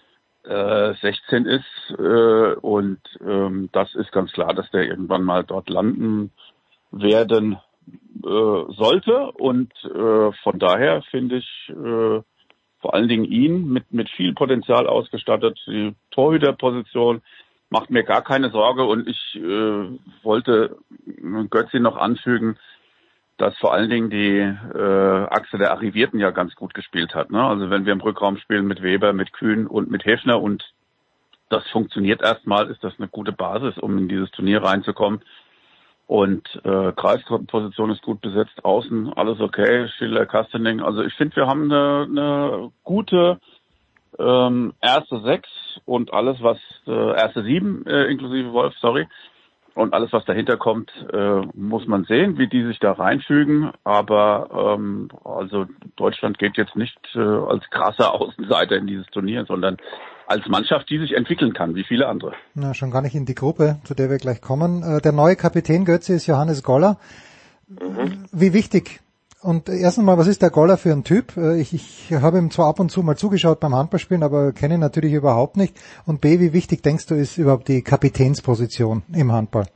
16 ist und das ist ganz klar, dass der irgendwann mal dort landen werden sollte und von daher finde ich vor allen Dingen ihn mit viel Potenzial ausgestattet. Die Torhüterposition macht mir gar keine Sorge und ich wollte Götzi noch anfügen, dass vor allen Dingen die Achse der Arrivierten ja ganz gut gespielt hat. Ne? Also wenn wir im Rückraum spielen mit Weber, mit Kühn und mit Häfner und das funktioniert erstmal, ist das eine gute Basis, um in dieses Turnier reinzukommen. Und Kreisposition ist gut besetzt, außen alles okay, Schiller, Kastening. Also ich finde, wir haben eine gute erste 6 und alles was erste 7 inklusive Wolf, und alles was dahinter kommt, muss man sehen, wie die sich da reinfügen. Aber also Deutschland geht jetzt nicht als krasser Außenseiter in dieses Turnier, sondern als Mannschaft, die sich entwickeln kann, wie viele andere. Na, schon gar nicht in die Gruppe, zu der wir gleich kommen. Der neue Kapitän, Götze, ist Johannes Goller. Wie wichtig? Und erstens mal, was ist der Goller für ein Typ? Ich habe ihm zwar ab und zu mal zugeschaut beim Handballspielen, aber kenne ihn natürlich überhaupt nicht. Und B, wie wichtig denkst du, ist überhaupt die Kapitänsposition im Handball?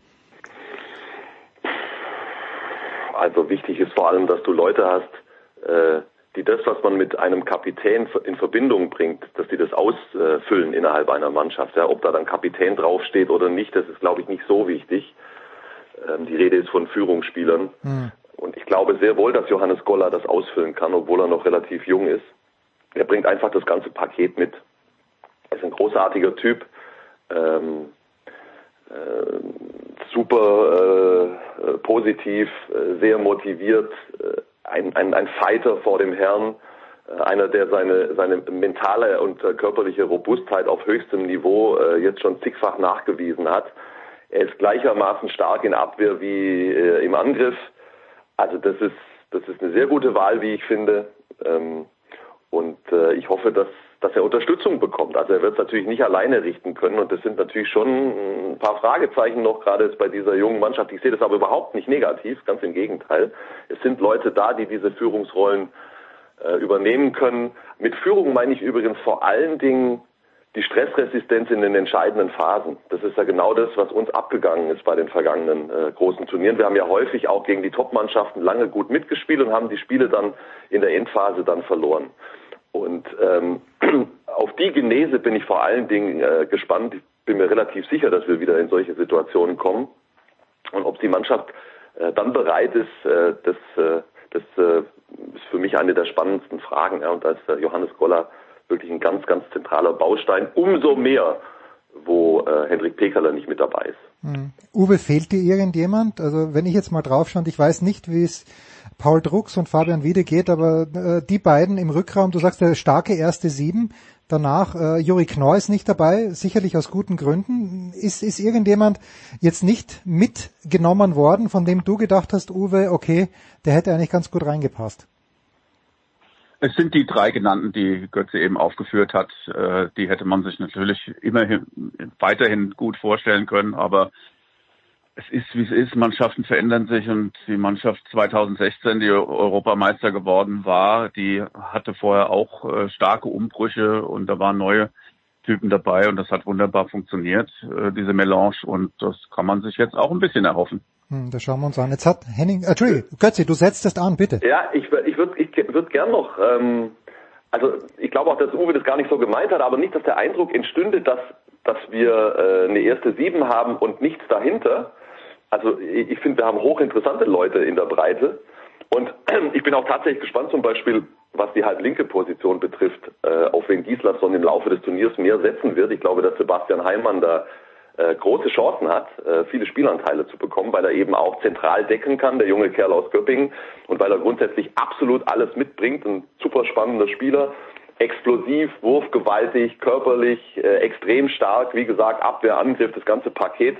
Also wichtig ist vor allem, dass du Leute hast, die das, was man mit einem Kapitän in Verbindung bringt, dass die das ausfüllen innerhalb einer Mannschaft. Ja, ob da dann Kapitän draufsteht oder nicht, das ist, glaube ich, nicht so wichtig. Die Rede ist von Führungsspielern. Und ich glaube sehr wohl, dass Johannes Goller das ausfüllen kann, obwohl er noch relativ jung ist. Er bringt einfach das ganze Paket mit. Er ist ein großartiger Typ, super positiv, sehr motiviert, ein Fighter vor dem Herrn, einer, der seine mentale und körperliche Robustheit auf höchstem Niveau jetzt schon zigfach nachgewiesen hat. Er ist gleichermaßen stark in Abwehr wie im Angriff. Also das ist eine sehr gute Wahl, wie ich finde. Und ich hoffe, dass er Unterstützung bekommt. Also er wird es natürlich nicht alleine richten können. Und das sind natürlich schon ein paar Fragezeichen noch, gerade jetzt bei dieser jungen Mannschaft. Ich sehe das aber überhaupt nicht negativ, ganz im Gegenteil. Es sind Leute da, die diese Führungsrollen übernehmen können. Mit Führung meine ich übrigens vor allen Dingen die Stressresistenz in den entscheidenden Phasen. Das ist ja genau das, was uns abgegangen ist bei den vergangenen großen Turnieren. Wir haben ja häufig auch gegen die Top-Mannschaften lange gut mitgespielt und haben die Spiele dann in der Endphase dann verloren. Und auf die Genese bin ich vor allen Dingen gespannt. Ich bin mir relativ sicher, dass wir wieder in solche Situationen kommen. Und ob die Mannschaft dann bereit ist, das ist für mich eine der spannendsten Fragen. Ja. Und da ist Johannes Goller wirklich ein ganz, ganz zentraler Baustein. Umso mehr, wo Hendrik Pekerle nicht mit dabei ist. Uwe, fehlt dir irgendjemand? Also wenn ich jetzt mal drauf schaue, und ich weiß nicht, wie es Paul Drucks und Fabian Wiede geht, aber die beiden im Rückraum, du sagst, der starke erste 7, danach Juri Knorr ist nicht dabei, sicherlich aus guten Gründen. Ist irgendjemand jetzt nicht mitgenommen worden, von dem du gedacht hast, Uwe, okay, der hätte eigentlich ganz gut reingepasst? Es sind die 3 genannten, die Götze eben aufgeführt hat. Die hätte man sich natürlich immerhin weiterhin gut vorstellen können, aber es ist, wie es ist. Mannschaften verändern sich und die Mannschaft 2016, die Europameister geworden war, die hatte vorher auch starke Umbrüche und da waren neue Typen dabei und das hat wunderbar funktioniert, diese Melange, und das kann man sich jetzt auch ein bisschen erhoffen. Das schauen wir uns an. Jetzt hat Henning, Götze, du setzt es an, bitte. Ja, ich würd gern noch, also ich glaube auch, dass Uwe das gar nicht so gemeint hat, aber nicht, dass der Eindruck entstünde, dass wir eine erste 7 haben und nichts dahinter. Also ich finde, wir haben hochinteressante Leute in der Breite und ich bin auch tatsächlich gespannt, zum Beispiel, was die halblinke Position betrifft, auf wen Gislason im Laufe des Turniers mehr setzen wird. Ich glaube, dass Sebastian Heimann da große Chancen hat, viele Spielanteile zu bekommen, weil er eben auch zentral decken kann, der junge Kerl aus Göppingen, und weil er grundsätzlich absolut alles mitbringt, ein super spannender Spieler, explosiv, wurfgewaltig, körperlich, extrem stark, wie gesagt, Abwehr, Angriff, das ganze Paket.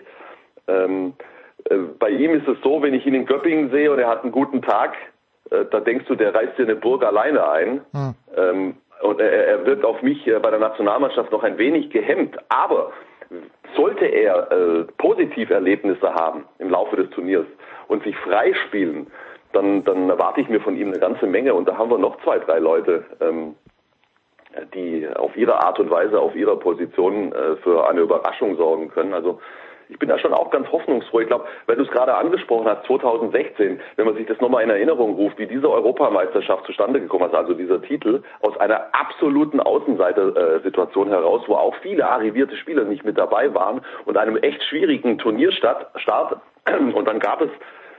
Bei ihm ist es so, wenn ich ihn in Göppingen sehe und er hat einen guten Tag, da denkst du, der reißt dir eine Burg alleine ein. Und er wirkt auf mich bei der Nationalmannschaft noch ein wenig gehemmt, aber sollte er Positiverlebnisse haben im Laufe des Turniers und sich freispielen, dann erwarte ich mir von ihm eine ganze Menge. Und da haben wir noch 2, 3 Leute, die auf ihre Art und Weise, auf ihrer Position für eine Überraschung sorgen können. Also ich bin da schon auch ganz hoffnungsfroh. Ich glaube, weil du es gerade angesprochen hast, 2016, wenn man sich das nochmal in Erinnerung ruft, wie diese Europameisterschaft zustande gekommen ist, also dieser Titel, aus einer absoluten Außenseitersituation heraus, wo auch viele arrivierte Spieler nicht mit dabei waren und einem echt schwierigen Turnierstart. Und dann gab es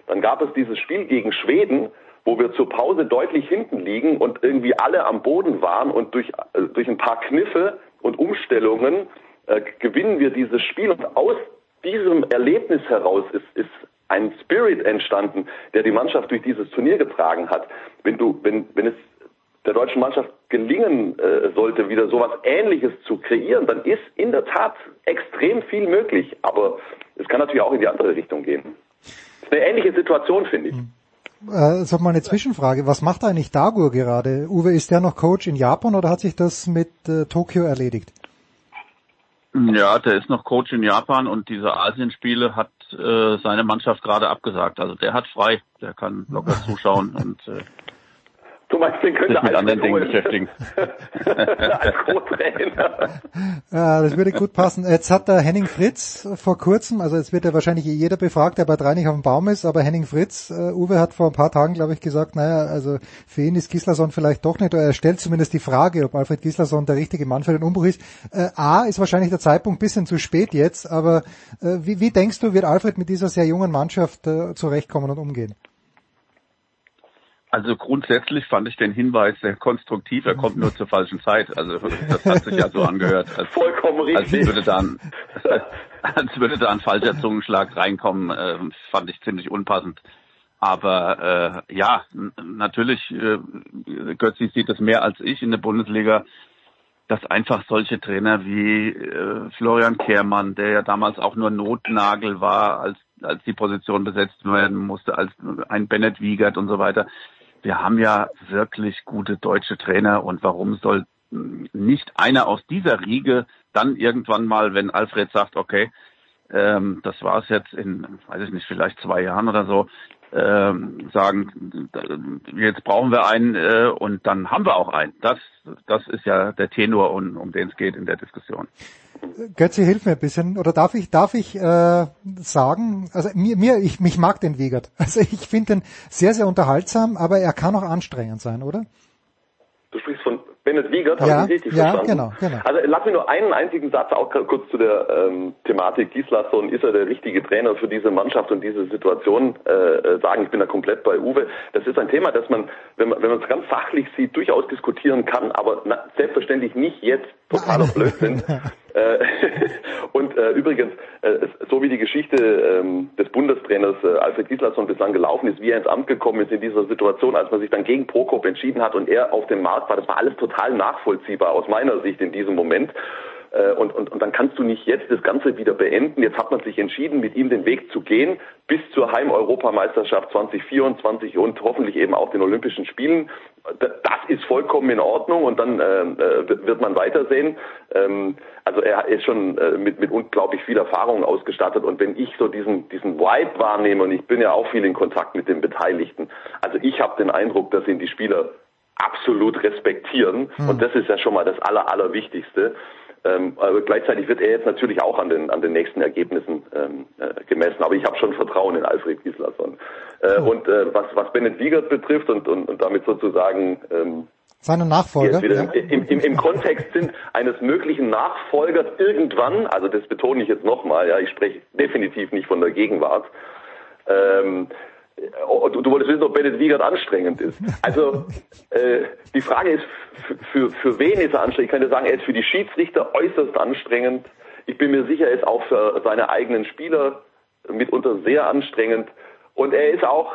Dann gab es dieses Spiel gegen Schweden, wo wir zur Pause deutlich hinten liegen und irgendwie alle am Boden waren und durch ein paar Kniffe und Umstellungen gewinnen wir dieses Spiel. Und aus diesem Erlebnis heraus ist ein Spirit entstanden, der die Mannschaft durch dieses Turnier getragen hat. Wenn es der deutschen Mannschaft gelingen sollte, wieder sowas Ähnliches zu kreieren, dann ist in der Tat extrem viel möglich. Aber es kann natürlich auch in die andere Richtung gehen. Das ist eine ähnliche Situation, finde ich. Sag mal eine Zwischenfrage. Was macht eigentlich Dagur gerade? Uwe, ist der noch Coach in Japan oder hat sich das mit Tokio erledigt? Ja, der ist noch Coach in Japan und diese Asienspiele hat seine Mannschaft gerade abgesagt. Also der hat frei, der kann locker zuschauen und du meinst, den könnte sich mit anderen Dingen beschäftigen. Als Co-Trainer. Ja, das würde gut passen. Jetzt hat der Henning Fritz vor kurzem, also jetzt wird ja wahrscheinlich jeder befragt, der bei 3 nicht auf dem Baum ist, aber Henning Fritz, Uwe hat vor ein paar Tagen, glaube ich, gesagt, naja, also für ihn ist Gislason vielleicht doch nicht, oder er stellt zumindest die Frage, ob Alfred Gislason der richtige Mann für den Umbruch ist. A, ist wahrscheinlich der Zeitpunkt ein bisschen zu spät jetzt, aber wie denkst du, wird Alfred mit dieser sehr jungen Mannschaft zurechtkommen und umgehen? Also grundsätzlich fand ich den Hinweis sehr konstruktiv, er kommt nur zur falschen Zeit. Also das hat sich ja so angehört, vollkommen richtig. Als würde da ein falscher Zungenschlag reinkommen, fand ich ziemlich unpassend. Aber ja, natürlich, Götzi sieht es mehr als ich in der Bundesliga, dass einfach solche Trainer wie Florian Kehrmann, der ja damals auch nur Notnagel war, als die Position besetzt werden musste, als ein Bennett Wiegert und so weiter. Wir haben ja wirklich gute deutsche Trainer und warum soll nicht einer aus dieser Riege dann irgendwann mal, wenn Alfred sagt, okay, das war's jetzt in, weiß ich nicht, vielleicht 2 Jahren oder so, sagen, jetzt brauchen wir einen und dann haben wir auch einen. Das ist ja der Tenor, um den es geht in der Diskussion. Götzi, hilf mir ein bisschen. Oder darf ich sagen, also mich mag den Wiegert. Also ich finde den sehr, sehr unterhaltsam, aber er kann auch anstrengend sein, oder? Du sprichst von Bennett Wiegert, habe ich richtig verstanden? Ja, genau. Also lass mich nur einen einzigen Satz auch kurz zu der Thematik Gislason. Ist er der richtige Trainer für diese Mannschaft und diese Situation sagen? Ich bin da komplett bei Uwe. Das ist ein Thema, das man, wenn man es ganz sachlich sieht, durchaus diskutieren kann, aber selbstverständlich nicht jetzt totaler Blödsinn. Und übrigens, so wie die Geschichte des Bundestrainers Alfred Gislason bislang gelaufen ist, wie er ins Amt gekommen ist in dieser Situation, als man sich dann gegen Prokop entschieden hat und er auf dem Markt war, das war alles total nachvollziehbar aus meiner Sicht in diesem Moment. Und dann kannst du nicht jetzt das Ganze wieder beenden. Jetzt hat man sich entschieden, mit ihm den Weg zu gehen bis zur Heim-Europameisterschaft 2024 und hoffentlich eben auch den Olympischen Spielen. Das ist vollkommen in Ordnung und dann wird man weitersehen. Also er ist schon mit unglaublich viel Erfahrung ausgestattet und wenn ich so diesen Vibe wahrnehme und ich bin ja auch viel in Kontakt mit den Beteiligten, also ich habe den Eindruck, dass ihn die Spieler absolut respektieren und das ist ja schon mal das Allerwichtigste. Aber gleichzeitig wird er jetzt natürlich auch an den nächsten Ergebnissen gemessen. Aber ich habe schon Vertrauen in Alfred Gislason. Und was Bennett Wiegert betrifft und damit sozusagen seine Nachfolger im Kontext sind eines möglichen Nachfolgers irgendwann, also das betone ich jetzt nochmal, ja, ich spreche definitiv nicht von der Gegenwart. Du wolltest wissen, ob Bennett Wiegert anstrengend ist. Also die Frage ist, für wen ist er anstrengend? Ich kann dir sagen, er ist für die Schiedsrichter äußerst anstrengend. Ich bin mir sicher, er ist auch für seine eigenen Spieler mitunter sehr anstrengend. Und er ist auch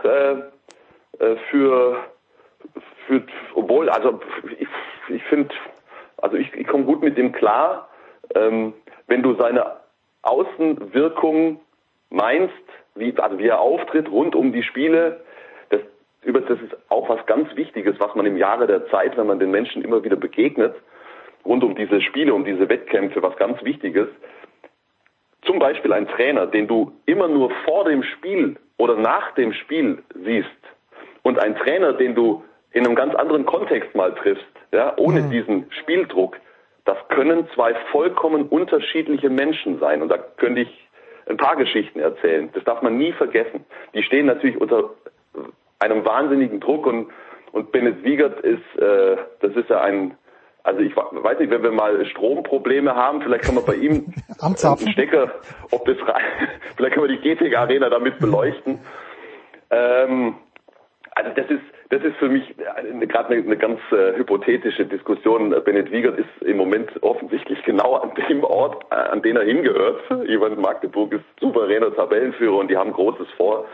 obwohl, also ich finde, also ich komme gut mit ihm klar, wenn du seine Außenwirkung meinst, wie er auftritt rund um die Spiele, das ist auch was ganz Wichtiges, was man im Jahre der Zeit, wenn man den Menschen immer wieder begegnet, rund um diese Spiele, um diese Wettkämpfe, was ganz Wichtiges. Zum Beispiel ein Trainer, den du immer nur vor dem Spiel oder nach dem Spiel siehst und ein Trainer, den du in einem ganz anderen Kontext mal triffst, ja, ohne diesen Spieldruck, das können 2 vollkommen unterschiedliche Menschen sein und da könnte ich ein paar Geschichten erzählen. Das darf man nie vergessen. Die stehen natürlich unter einem wahnsinnigen Druck und Bennett Wiegert ist, das ist ja also ich weiß nicht, wenn wir mal Stromprobleme haben, vielleicht kann man bei ihm einen Stecker, vielleicht können wir die GTG Arena damit beleuchten. Also das ist für mich gerade eine ganz hypothetische Diskussion. Bennett Wiegert ist im Moment offensichtlich genau an dem Ort, an den er hingehört. Jemand Magdeburg ist souveräner Tabellenführer und die haben Großes vor.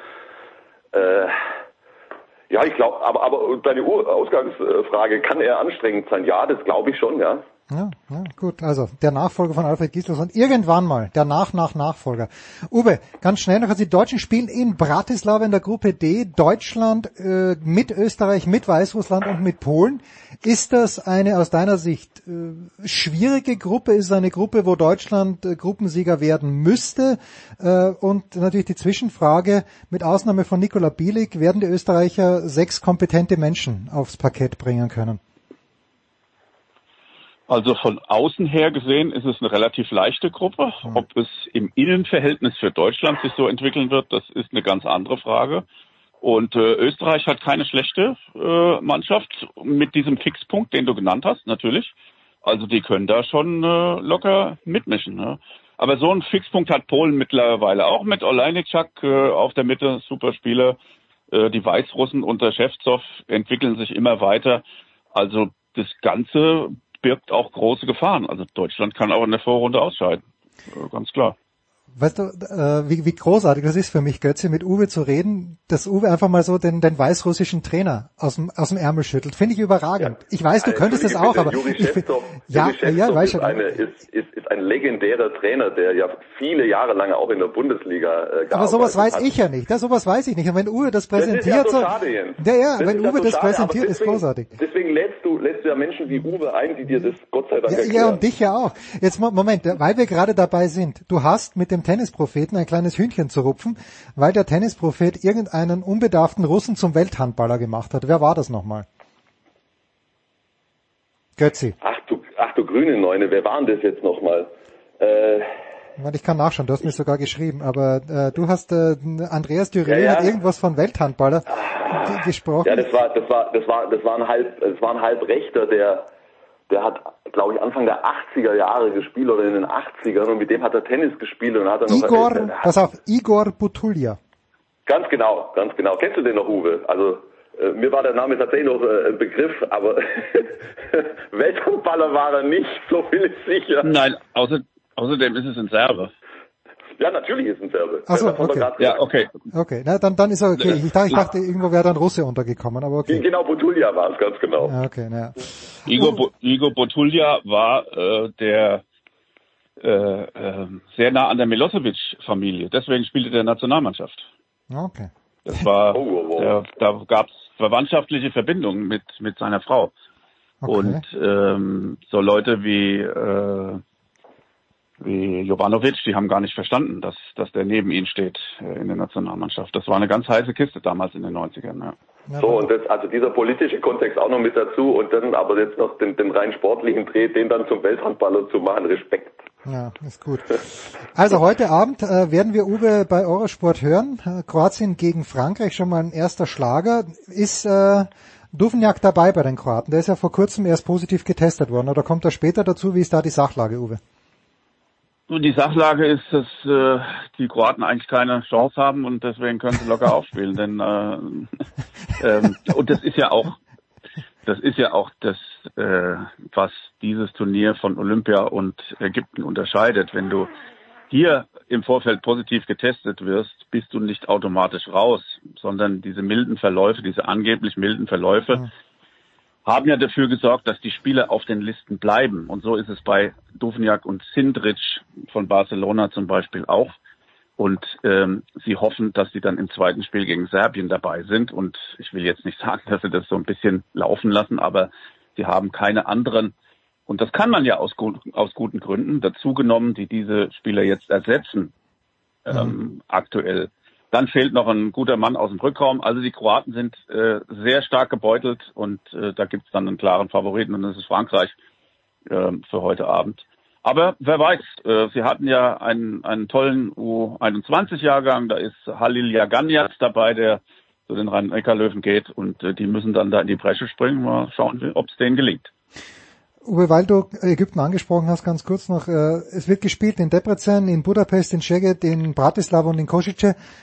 Ja, ich glaube, aber deine Ausgangsfrage, kann er anstrengend sein? Ja, das glaube ich schon, ja. Ja, gut, also der Nachfolger von Alfred Gislason, irgendwann mal, der Nachfolger. Uwe, ganz schnell noch, also die Deutschen spielen in Bratislava in der Gruppe D, Deutschland mit Österreich, mit Weißrussland und mit Polen. Ist das eine aus deiner Sicht schwierige Gruppe? Ist es eine Gruppe, wo Deutschland Gruppensieger werden müsste? Und natürlich die Zwischenfrage, mit Ausnahme von Nikola Bielik, werden die Österreicher 6 kompetente Menschen aufs Parkett bringen können? Also von außen her gesehen ist es eine relativ leichte Gruppe. Ob es im Innenverhältnis für Deutschland sich so entwickeln wird, das ist eine ganz andere Frage. Und Österreich hat keine schlechte Mannschaft mit diesem Fixpunkt, den du genannt hast, natürlich. Also die können da schon locker mitmischen. Ne? Aber so einen Fixpunkt hat Polen mittlerweile auch mit Olejniczak auf der Mitte, super Spieler. Die Weißrussen unter Schewtsov entwickeln sich immer weiter. Also das Ganze birgt auch große Gefahren. Also Deutschland kann auch in der Vorrunde ausscheiden. Ganz klar. Weißt du, wie großartig das ist für mich, Götze, mit Uwe zu reden, dass Uwe einfach mal so den weißrussischen Trainer aus dem Ärmel schüttelt. Finde ich überragend. Ja. Ich weiß, du könntest das auch, aber Juri Schewtsov ist ein legendärer Trainer, der ja viele Jahre lang auch in der Bundesliga gearbeitet hat. Aber sowas weiß ich ja nicht. Sowas weiß ich nicht. Und wenn Uwe das präsentiert, das ist ja so schade, Jens. Wenn Uwe das präsentiert, ist großartig. Deswegen lädst du ja Menschen wie Uwe ein, die dir das Gott sei Dank erklären. Ja, und dich ja auch. Jetzt Moment, weil wir gerade dabei sind. Du hast mit dem Tennispropheten ein kleines Hühnchen zu rupfen, weil der Tennisprophet irgendeinen unbedarften Russen zum Welthandballer gemacht hat. Wer war das nochmal? Götzi. Ach du grüne Neune, wer war denn das jetzt nochmal? Ich kann nachschauen, du hast mir sogar geschrieben, aber du hast Andreas Dürer hat irgendwas von Welthandballer gesprochen. Ja, das war ein Halbrechter, der hat, glaube ich, Anfang der 80er Jahre gespielt oder in den 80ern und mit dem hat er Tennis gespielt und hat er noch Igor Butulja. Ganz genau. Kennst du den noch, Uwe? Also mir war der Name tatsächlich noch ein Begriff, aber Welthandballer war er nicht, so viel ist sicher. Nein, außerdem ist es ein Serbe. Ja, natürlich ist ein Serbe. Ach so, okay. Ja, okay. Okay, dann ist er okay. Ich dachte, irgendwo wäre dann Russe untergekommen, aber okay. Genau, Butulja war es, ganz genau. Ja, okay, naja. Igor Butulja war der sehr nah an der Milosevic-Familie. Deswegen spielte der Nationalmannschaft. Okay. Das war, da gab es verwandtschaftliche Verbindungen mit seiner Frau. Okay. Und so Leute wie Jovanovic, die haben gar nicht verstanden, dass der neben ihnen steht in der Nationalmannschaft. Das war eine ganz heiße Kiste damals in den 90ern. Ja. So, und also dieser politische Kontext auch noch mit dazu und dann aber jetzt noch den rein sportlichen Dreh, den dann zum Welthandballer zu machen, Respekt. Ja, ist gut. Also heute Abend werden wir Uwe bei Eurosport hören. Kroatien gegen Frankreich, schon mal ein erster Schlager. Ist Duvnjak dabei bei den Kroaten? Der ist ja vor kurzem erst positiv getestet worden. Oder kommt er später dazu? Wie ist da die Sachlage, Uwe? Die Sachlage ist, dass die Kroaten eigentlich keine Chance haben und deswegen können sie locker aufspielen. Denn und das ist ja auch das, was dieses Turnier von Olympia und Ägypten unterscheidet. Wenn du hier im Vorfeld positiv getestet wirst, bist du nicht automatisch raus, sondern diese milden Verläufe, diese angeblich milden Verläufe, haben ja dafür gesorgt, dass die Spieler auf den Listen bleiben. Und so ist es bei Duvnjak und Sindric von Barcelona zum Beispiel auch. Und sie hoffen, dass sie dann im zweiten Spiel gegen Serbien dabei sind. Und ich will jetzt nicht sagen, dass sie das so ein bisschen laufen lassen, aber sie haben keine anderen, und das kann man ja aus guten Gründen, dazu genommen, die diese Spieler jetzt ersetzen, aktuell. Dann fehlt noch ein guter Mann aus dem Rückraum. Also die Kroaten sind sehr stark gebeutelt und da gibt es dann einen klaren Favoriten und das ist Frankreich für heute Abend. Aber wer weiß, sie hatten ja einen tollen U21-Jahrgang. Da ist Halil Yaganjas dabei, der zu den Rhein-Neckar-Löwen geht und die müssen dann da in die Bresche springen. Mal schauen, ob es denen gelingt. Uwe, weil du Ägypten angesprochen hast, ganz kurz noch. Es wird gespielt in Debrecen, in Budapest, in Szeged, in Bratislava und in Košice.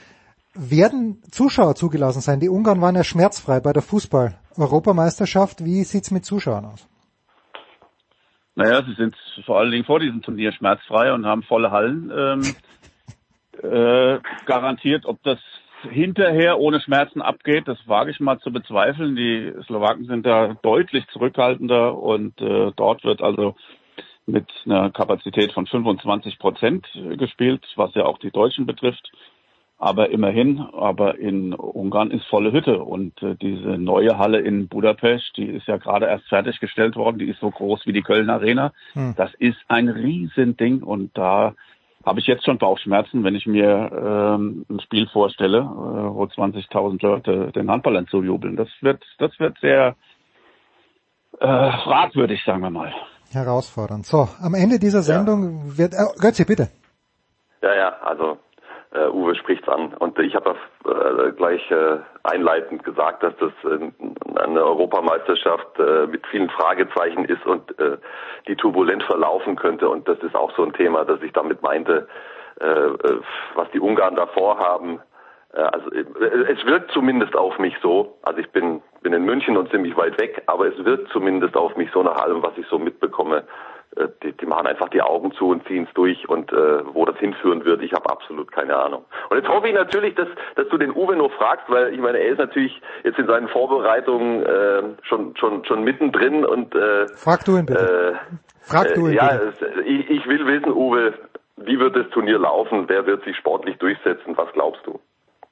werden Zuschauer zugelassen sein? Die Ungarn waren ja schmerzfrei bei der Fußball-Europameisterschaft. Wie sieht's mit Zuschauern aus? Naja, sie sind vor allen Dingen vor diesem Turnier schmerzfrei und haben volle Hallen garantiert. Ob das hinterher ohne Schmerzen abgeht, das wage ich mal zu bezweifeln. Die Slowaken sind da deutlich zurückhaltender und dort wird also mit einer Kapazität von 25% gespielt, was ja auch die Deutschen betrifft. Aber immerhin, in Ungarn ist volle Hütte und diese neue Halle in Budapest, die ist ja gerade erst fertiggestellt worden, die ist so groß wie die Köln Arena. Das ist ein Riesending und da habe ich jetzt schon Bauchschmerzen, wenn ich mir ein Spiel vorstelle, wo 20.000 Leute den Handballern zujubeln. Das wird sehr fragwürdig, sagen wir mal. Herausfordernd. So, am Ende dieser Sendung wird... Götzi, bitte. Ja, also Uwe spricht's an. Und ich habe gleich einleitend gesagt, dass das eine Europameisterschaft mit vielen Fragezeichen ist und die turbulent verlaufen könnte. Und das ist auch so ein Thema, das ich damit meinte, was die Ungarn da vorhaben. Also es wirkt zumindest auf mich so, also ich bin in München und ziemlich weit weg, aber es wirkt zumindest auf mich so nach allem, was ich so mitbekomme. Die machen einfach die Augen zu und ziehen es durch und wo das hinführen wird, ich habe absolut keine Ahnung. Und jetzt hoffe ich natürlich, dass du den Uwe nur fragst, weil ich meine, er ist natürlich jetzt in seinen Vorbereitungen schon mittendrin und frag du ihn bitte. Ich will wissen, Uwe, wie wird das Turnier laufen? Wer wird sich sportlich durchsetzen? Was glaubst du?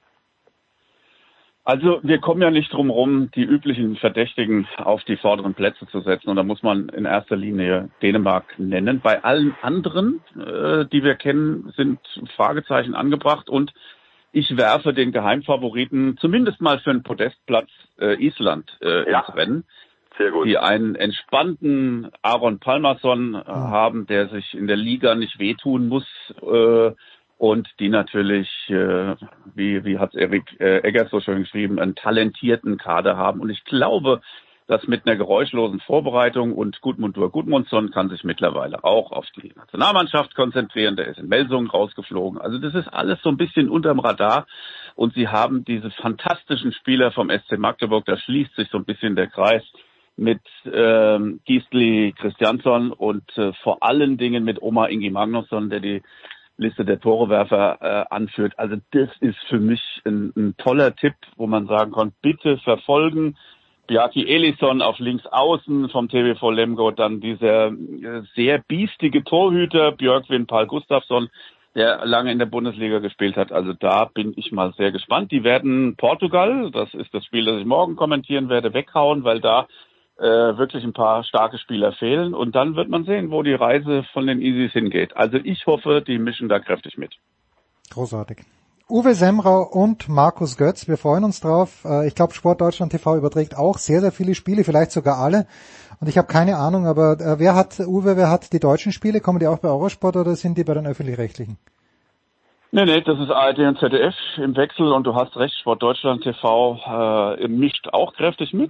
Also wir kommen ja nicht drum rum, die üblichen Verdächtigen auf die vorderen Plätze zu setzen. Und da muss man in erster Linie Dänemark nennen. Bei allen anderen, die wir kennen, sind Fragezeichen angebracht. Und ich werfe den Geheimfavoriten zumindest mal für einen Podestplatz Island ins Rennen. Sehr gut. Die einen entspannten Aron Pálmarsson haben, der sich in der Liga nicht wehtun muss. Und die natürlich, wie hat Erik Eggers so schön geschrieben, einen talentierten Kader haben. Und ich glaube, dass mit einer geräuschlosen Vorbereitung und Gudmundsson kann sich mittlerweile auch auf die Nationalmannschaft konzentrieren. Der ist in Melsungen rausgeflogen. Also das ist alles so ein bisschen unterm Radar. Und sie haben diese fantastischen Spieler vom SC Magdeburg, da schließt sich so ein bisschen der Kreis mit Gisli Kristjansson und vor allen Dingen mit Omar Ingi Magnusson, der die Liste der Torewerfer anführt. Also das ist für mich ein toller Tipp, wo man sagen kann, bitte verfolgen. Bjarki Elisson auf links außen vom TVV Lemgo, dann dieser sehr biestige Torhüter Björkvin Pál Gustafsson, der lange in der Bundesliga gespielt hat. Also da bin ich mal sehr gespannt. Die werden Portugal, das ist das Spiel, das ich morgen kommentieren werde, weghauen, weil da wirklich ein paar starke Spieler fehlen. Und dann wird man sehen, wo die Reise von den Isis hingeht. Also ich hoffe, die mischen da kräftig mit. Großartig. Uwe Semrau und Markus Götz, wir freuen uns drauf. Ich glaube, Sport Deutschland TV überträgt auch sehr, sehr viele Spiele, vielleicht sogar alle. Und ich habe keine Ahnung, aber wer hat die deutschen Spiele? Kommen die auch bei Eurosport oder sind die bei den Öffentlich-Rechtlichen? Nee, das ist ARD und ZDF im Wechsel und du hast recht, Sport Deutschland TV mischt auch kräftig mit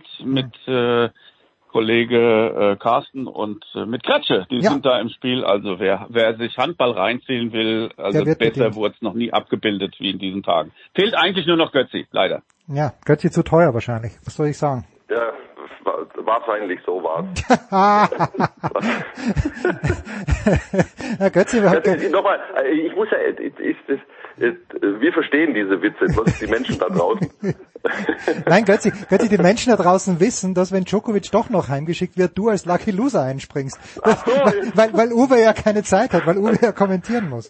Kollege Carsten und mit Kretsche, die sind da im Spiel. Also wer sich Handball reinziehen will, also besser wurde es noch nie abgebildet wie in diesen Tagen. Fehlt eigentlich nur noch Götzi, leider. Ja, Götzi zu teuer wahrscheinlich. Was soll ich sagen? Ja, wahrscheinlich so war ja, Götzi, nochmal, ich muss ja, wir verstehen diese Witze, was die Menschen da draußen. Nein, Götzi, die Menschen da draußen wissen, dass wenn Djokovic doch noch heimgeschickt wird, du als Lucky Loser einspringst. Weil Uwe ja keine Zeit hat, weil Uwe ja kommentieren muss.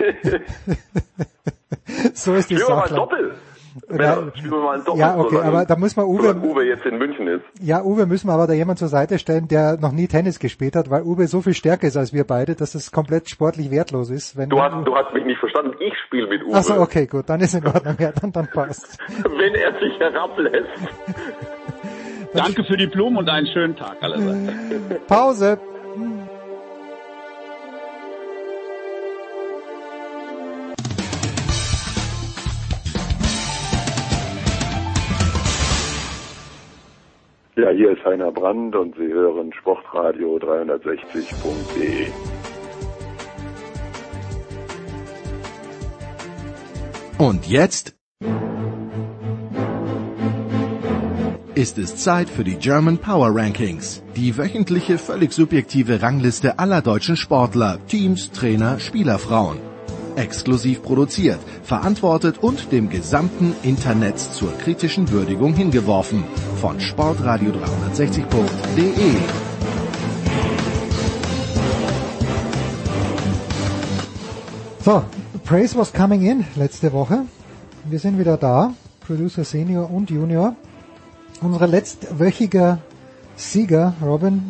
So ist die Sache. Spielen wir mal ein Doppel. Ja, okay, aber da muss man Uwe jetzt in München ist. Ja, Uwe müssen wir aber da jemand zur Seite stellen, der noch nie Tennis gespielt hat, weil Uwe so viel stärker ist als wir beide, dass es komplett sportlich wertlos ist. Du hast mich nicht verstanden, ich spiele mit Uwe. Ach so, okay, gut, dann ist in Ordnung, ja, dann passt. Wenn er sich herablässt. Danke für die Blumen und einen schönen Tag allerseits. Pause. Ja, hier ist Heiner Brandt und Sie hören Sportradio 360.de. Und jetzt ist es Zeit für die German Power Rankings. Die wöchentliche, völlig subjektive Rangliste aller deutschen Sportler, Teams, Trainer, Spielerfrauen. Exklusiv produziert, verantwortet und dem gesamten Internet zur kritischen Würdigung hingeworfen. Von sportradio360.de. So, Praise was coming in letzte Woche. Wir sind wieder da, Producer Senior und Junior. Unser letztwöchiger Sieger, Robin,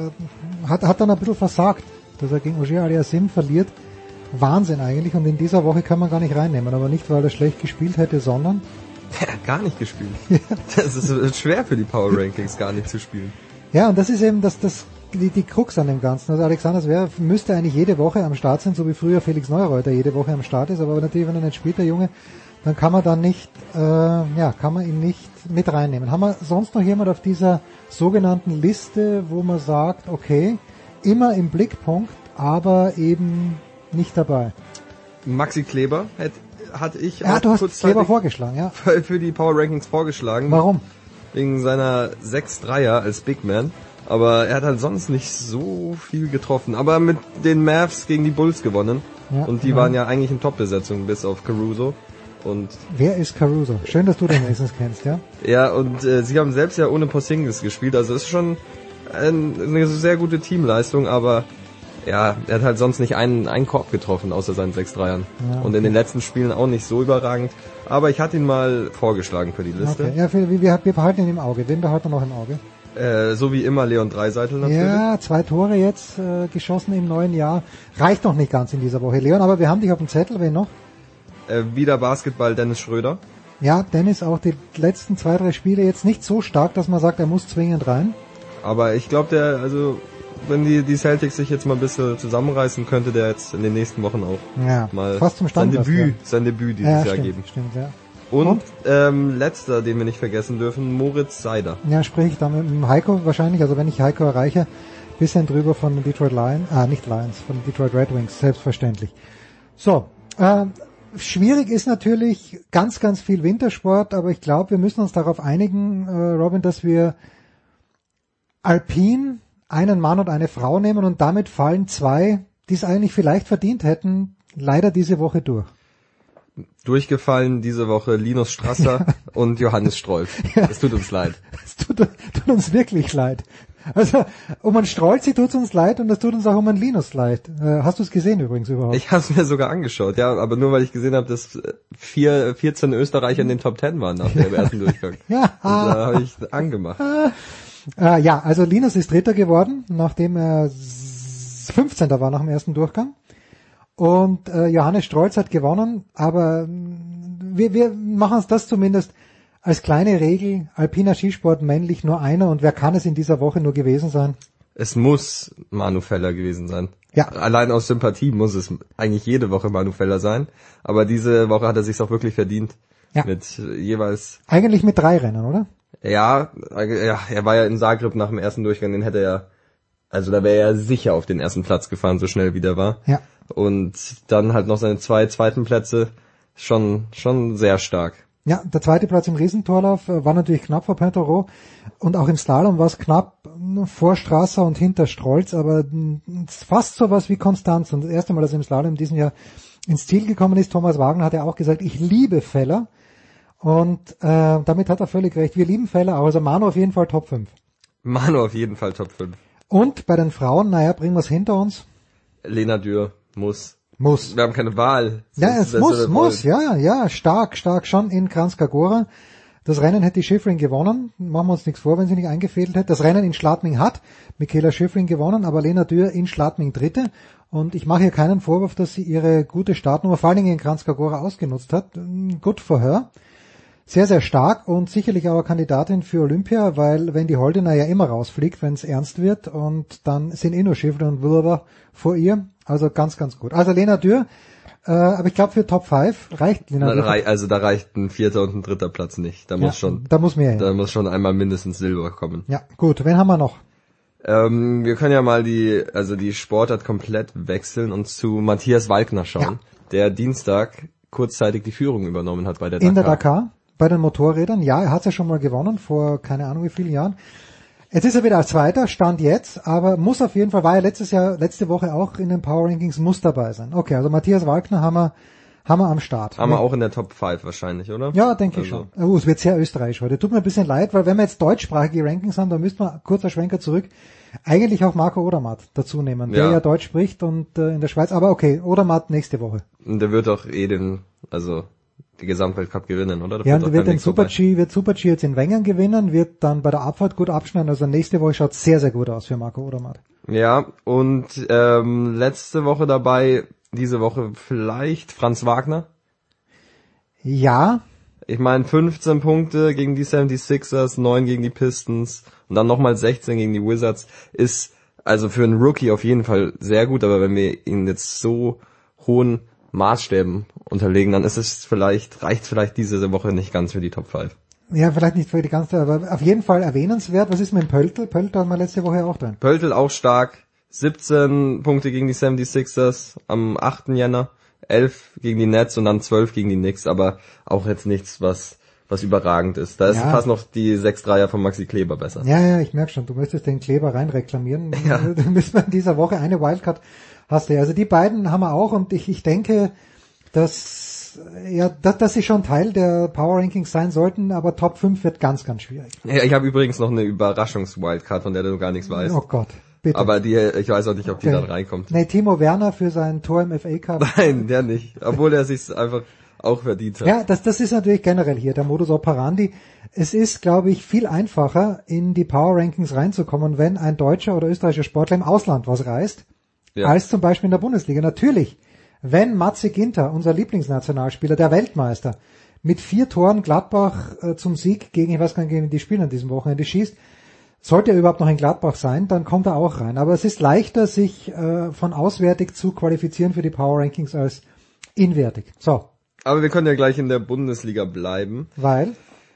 hat dann ein bisschen versagt, dass er gegen Ogier Aliassime verliert. Wahnsinn eigentlich, und in dieser Woche kann man gar nicht reinnehmen, aber nicht, weil er schlecht gespielt hätte, sondern... Er hat gar nicht gespielt. Das ist schwer für die Power Rankings, gar nicht zu spielen. Ja, und das ist eben die Krux an dem Ganzen. Also Alexander Zverev müsste eigentlich jede Woche am Start sein, so wie früher Felix Neureuter jede Woche am Start ist, aber natürlich, wenn er nicht spielt, der Junge, dann kann man dann nicht, kann man ihn nicht mit reinnehmen. Haben wir sonst noch jemand auf dieser sogenannten Liste, wo man sagt, okay, immer im Blickpunkt, aber eben nicht dabei? Maxi Kleber hatte ich auch du hast Kleber vorgeschlagen, ja. Für die Power Rankings vorgeschlagen. Warum? Wegen seiner 6-3er als Big Man. Aber er hat halt sonst nicht so viel getroffen. Aber mit den Mavs gegen die Bulls gewonnen. Ja, und die waren ja eigentlich in Top-Besetzung, bis auf Caruso. Und wer ist Caruso? Schön, dass du den wenigstens kennst, ja? Ja, und sie haben selbst ja ohne Porzingis gespielt. Also ist schon eine sehr gute Teamleistung, aber ja, er hat halt sonst nicht einen Korb getroffen, außer seinen 6-3ern. Ja, okay. Und in den letzten Spielen auch nicht so überragend. Aber ich hatte ihn mal vorgeschlagen für die Liste. Okay. Ja, wir behalten ihn im Auge. Wen behalten wir noch im Auge? So wie immer Leon Dreiseitel natürlich. Ja, 2 Tore jetzt geschossen im neuen Jahr. Reicht noch nicht ganz in dieser Woche, Leon, aber wir haben dich auf dem Zettel. Wen noch? Wieder Basketball Dennis Schröder. Ja, Dennis auch die letzten 2-3 Spiele jetzt nicht so stark, dass man sagt, er muss zwingend rein. Aber ich glaube, wenn die Celtics sich jetzt mal ein bisschen zusammenreißen, könnte der jetzt in den nächsten Wochen auch mal fast zum Stand sein Debüt dieses Jahr geben. Stimmt, ja. Und letzter, den wir nicht vergessen dürfen, Moritz Seider. Ja, spreche ich da mit dem Heiko wahrscheinlich, also wenn ich Heiko erreiche, bisschen drüber von den Detroit Lions, nicht Lions, von den Detroit Red Wings, selbstverständlich. So, schwierig ist natürlich ganz, ganz viel Wintersport, aber ich glaube, wir müssen uns darauf einigen, Robin, dass wir Alpin einen Mann und eine Frau nehmen und damit fallen 2, die es eigentlich vielleicht verdient hätten, leider diese Woche durch. Durchgefallen diese Woche Linus Strasser und Johannes Strolz. Es tut uns leid. Es tut uns wirklich leid. Also um einen Strolzi tut es uns leid und es tut uns auch um einen Linus leid. Hast du es gesehen übrigens überhaupt? Ich habe es mir sogar angeschaut, ja, aber nur weil ich gesehen habe, dass 14 Österreicher in den Top 10 waren nach dem ersten Durchgang. Ja. Und da habe ich angemacht. Ja, also Linus ist Dritter geworden, nachdem er 15. war nach dem ersten Durchgang. Und Johannes Strolz hat gewonnen, aber wir machen uns das zumindest als kleine Regel. Alpiner Skisport männlich nur einer, und wer kann es in dieser Woche nur gewesen sein? Es muss Manu Feller gewesen sein. Ja. Allein aus Sympathie muss es eigentlich jede Woche Manu Feller sein, aber diese Woche hat er sich's auch wirklich verdient. Ja. Mit jeweils... Eigentlich mit 3 Rennen, oder? Ja, er war ja in Zagreb nach dem ersten Durchgang, den hätte er, also da wäre er sicher auf den ersten Platz gefahren, so schnell wie der war. Ja. Und dann halt noch seine 2 zweiten Plätze, schon sehr stark. Ja, der 2. Platz im Riesentorlauf war natürlich knapp vor Pointerot, und auch im Slalom war es knapp vor Strasser und hinter Strolz, aber fast so was wie Konstanz. Und das erste Mal, dass er im Slalom in diesem Jahr ins Ziel gekommen ist, Thomas Wagner hat ja auch gesagt, ich liebe Feller. Und damit hat er völlig recht. Wir lieben Feller auch. Also Manu auf jeden Fall Top 5. Manu auf jeden Fall Top 5. Und bei den Frauen, bringen wir es hinter uns. Lena Dürr muss. Wir haben keine Wahl. Ja, es muss. Ja, stark schon in Kranjska-Gora. Das Rennen hätte die Schifrin gewonnen. Machen wir uns nichts vor, wenn sie nicht eingefädelt hätte. Das Rennen in Schladming hat Michaela Schifrin gewonnen, aber Lena Dürr in Schladming Dritte. Und ich mache hier keinen Vorwurf, dass sie ihre gute Startnummer vor allen Dingen in Kranjska-Gora ausgenutzt hat. Good for her. Sehr, sehr stark und sicherlich auch eine Kandidatin für Olympia, weil wenn die Holdener ja immer rausfliegt, wenn es ernst wird, und dann sind nur Schifrin und Wilber vor ihr. Also ganz, ganz gut. Also Lena Dürr, aber ich glaube für Top 5 reicht Lena Dürr. Also da reicht ein 4. und ein 3. Platz nicht. Da muss mehr hin. Da muss schon einmal mindestens Silber kommen. Ja, gut. Wen haben wir noch? Wir können ja mal die Sportart komplett wechseln und zu Matthias Walkner schauen, der Dienstag kurzzeitig die Führung übernommen hat bei der Dakar. In der Dakar. bei den Motorrädern. Ja, er hat es ja schon mal gewonnen, vor keine Ahnung wie vielen Jahren. Jetzt ist er wieder als Zweiter, Stand jetzt, aber muss auf jeden Fall, war er letzte Woche auch in den Power Rankings, muss dabei sein. Okay, also Matthias Walkner haben wir am Start. Haben wir auch in der Top 5 wahrscheinlich, oder? Ja, denke ich schon. Es wird sehr österreichisch heute. Tut mir ein bisschen leid, weil wenn wir jetzt deutschsprachige Rankings haben, dann müssten wir, kurzer Schwenker zurück, eigentlich auch Marco Odermatt dazu nehmen, der ja Deutsch spricht und in der Schweiz. Aber okay, Odermatt nächste Woche. Und der wird auch die Gesamtweltcup gewinnen, oder? Ja, und wird Super-G jetzt in Wengen gewinnen, wird dann bei der Abfahrt gut abschneiden. Also nächste Woche schaut sehr, sehr gut aus für Marco Odermatt. Ja, und letzte Woche dabei, diese Woche vielleicht Franz Wagner. Ja. Ich meine 15 Punkte gegen die 76ers, 9 gegen die Pistons und dann nochmal 16 gegen die Wizards ist also für einen Rookie auf jeden Fall sehr gut, aber wenn wir ihn jetzt so hohen Maßstäben unterlegen, dann reicht vielleicht diese Woche nicht ganz für die Top 5. Ja, vielleicht nicht für die ganze, aber auf jeden Fall erwähnenswert. Was ist mit dem Pöltl? Pöltl hatten wir letzte Woche auch drin. Pöltl auch stark. 17 Punkte gegen die 76ers am 8. Jänner, 11 gegen die Nets und dann 12 gegen die Knicks, aber auch jetzt nichts, was überragend ist. Da ist fast noch die 6-3er von Maxi Kleber besser. Ja, ich merke schon, du möchtest den Kleber rein reklamieren. Ja. Da müssen wir in dieser Woche eine Wildcard hast du. Also die beiden haben wir auch und ich denke, dass sie schon Teil der Power Rankings sein sollten, aber Top 5 wird ganz, ganz schwierig. Ja, ich habe übrigens noch eine Überraschungs-Wildcard, von der du gar nichts weißt. Oh Gott. Bitte. Aber ich weiß auch nicht, ob die dann reinkommt. Nee, Timo Werner für sein Tor im FA Cup. Nein, der nicht. Obwohl er sich einfach auch verdient hat. Ja, das ist natürlich generell hier der Modus operandi. Es ist, glaube ich, viel einfacher, in die Power Rankings reinzukommen, wenn ein deutscher oder österreichischer Sportler im Ausland was reißt, als zum Beispiel in der Bundesliga. Natürlich, wenn Matze Ginter, unser Lieblingsnationalspieler, der Weltmeister, mit 4 Toren Gladbach zum Sieg gegen, ich weiß gar nicht, gegen die Spieler an diesem Wochenende schießt, sollte er überhaupt noch in Gladbach sein, dann kommt er auch rein. Aber es ist leichter, sich von auswärtig zu qualifizieren für die Power Rankings als inwärtig. So. Aber wir können ja gleich in der Bundesliga bleiben. Weil?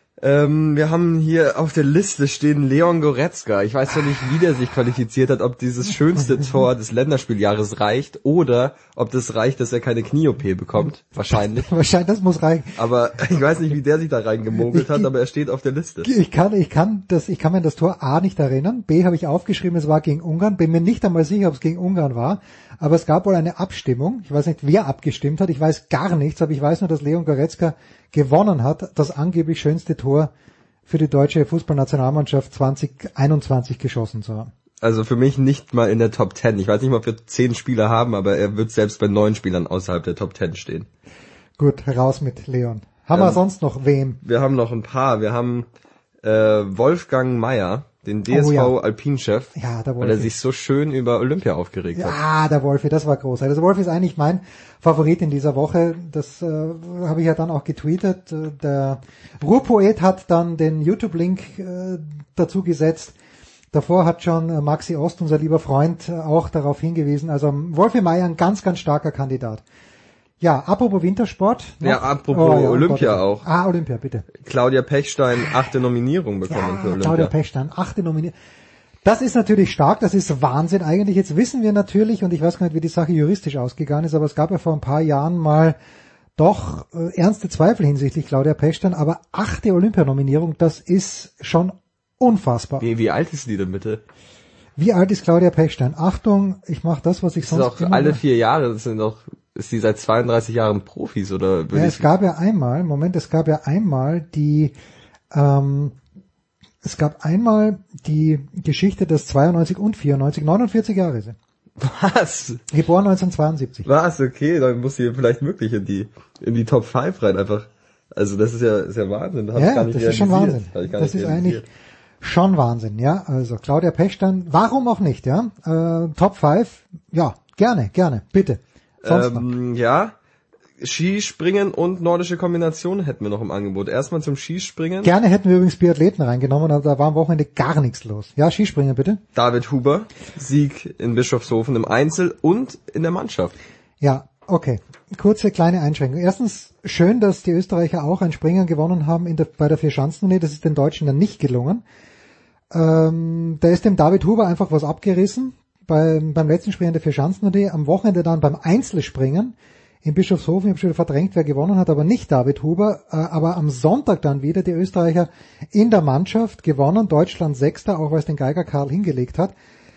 Wir haben hier auf der Liste stehen Leon Goretzka. Ich weiß ja nicht, wie der sich qualifiziert hat, ob dieses schönste Tor des Länderspieljahres reicht oder ob das reicht, dass er keine Knie-OP bekommt. Wahrscheinlich. Wahrscheinlich, das muss reichen. Aber ich weiß nicht, wie der sich da reingemogelt hat, aber er steht auf der Liste. Ich kann mir das Tor A nicht erinnern. B habe ich aufgeschrieben, es war gegen Ungarn. Bin mir nicht einmal sicher, ob es gegen Ungarn war. Aber es gab wohl eine Abstimmung. Ich weiß nicht, wer abgestimmt hat. Ich weiß gar nichts, aber ich weiß nur, dass Leon Goretzka gewonnen hat, das angeblich schönste Tor für die deutsche Fußballnationalmannschaft 2021 geschossen zu haben. Also für mich nicht mal in der Top 10. Ich weiß nicht mal, ob wir 10 Spieler haben, aber er wird selbst bei 9 Spielern außerhalb der Top 10 stehen. Gut, raus mit Leon. Haben wir sonst noch wem? Wir haben noch ein paar. Wir haben Wolfgang Meier, den DSV Alpinchef, weil er sich so schön über Olympia aufgeregt hat. Ja, der Wolfi, das war großartig. Der Wolfi ist eigentlich mein Favorit in dieser Woche. Das habe ich ja dann auch getweetet. Der Ruhrpoet hat dann den YouTube-Link dazu gesetzt. Davor hat schon Maxi Ost, unser lieber Freund, auch darauf hingewiesen. Also Wolfi Meier, ein ganz, ganz starker Kandidat. Ja, apropos Wintersport. Ja, apropos Olympia auch. Olympia, bitte. Claudia Pechstein, 8. Nominierung bekommen für Olympia. Claudia Pechstein, 8. Nominierung. Das ist natürlich stark, das ist Wahnsinn eigentlich. Jetzt wissen wir natürlich, und ich weiß gar nicht, wie die Sache juristisch ausgegangen ist, aber es gab ja vor ein paar Jahren mal doch ernste Zweifel hinsichtlich Claudia Pechstein, aber 8. Olympianominierung, das ist schon unfassbar. Wie alt ist die denn bitte? Wie alt ist Claudia Pechstein? Achtung, ich mache das, was ich sonst immer... Das ist doch alle 4 Jahre, ist sie seit 32 Jahren Profis, oder? Ja, es gab ja einmal die Geschichte, dass 92 und 94, 49 Jahre sind. Was? Geboren 1972. Was? Okay, dann muss sie vielleicht wirklich in die Top 5 rein, einfach. Also das ist ja Wahnsinn. Ja, das ist schon Wahnsinn. Das ist eigentlich schon Wahnsinn, ja. Also Claudia Pechstein, warum auch nicht, ja? Top 5, ja, gerne, bitte. Ja, Skispringen und nordische Kombination hätten wir noch im Angebot. Erstmal zum Skispringen. Gerne hätten wir übrigens Biathleten reingenommen, aber da war am Wochenende gar nichts los. Ja, Skispringen bitte. David Huber, Sieg in Bischofshofen im Einzel und in der Mannschaft. Ja, okay. Kurze kleine Einschränkung. Erstens, schön, dass die Österreicher auch ein Springen gewonnen haben bei der Vierschanzentournee. Das ist den Deutschen dann nicht gelungen. Da ist dem David Huber einfach was abgerissen. Beim letzten Springen der Vierschanzentournee, am Wochenende dann beim Einzelspringen in Bischofshofen. Ich habe schon wieder verdrängt, wer gewonnen hat, aber nicht David Huber. Aber am Sonntag dann wieder die Österreicher in der Mannschaft gewonnen. Deutschland Sechster, auch weil es den Geiger Karl hingelegt hat.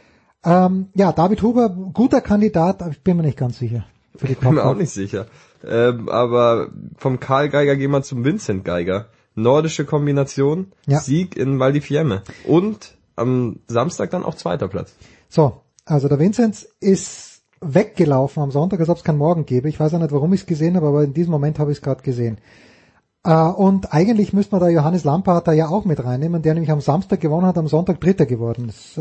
David Huber, guter Kandidat, aber ich bin mir nicht ganz sicher. Für die Ich bin mir auch nicht sicher. Aber vom Karl Geiger gehen wir zum Vincent Geiger. Nordische Kombination, Sieg in Val di Fiemme. Und am Samstag dann auch zweiter Platz. So, also der Vincent ist weggelaufen am Sonntag, als ob es keinen Morgen gäbe. Ich weiß auch nicht, warum ich es gesehen habe, aber in diesem Moment habe ich es gerade gesehen. Und eigentlich müsste man da Johannes Lampaert da ja auch mit reinnehmen, der nämlich am Samstag gewonnen hat, am Sonntag Dritter geworden ist.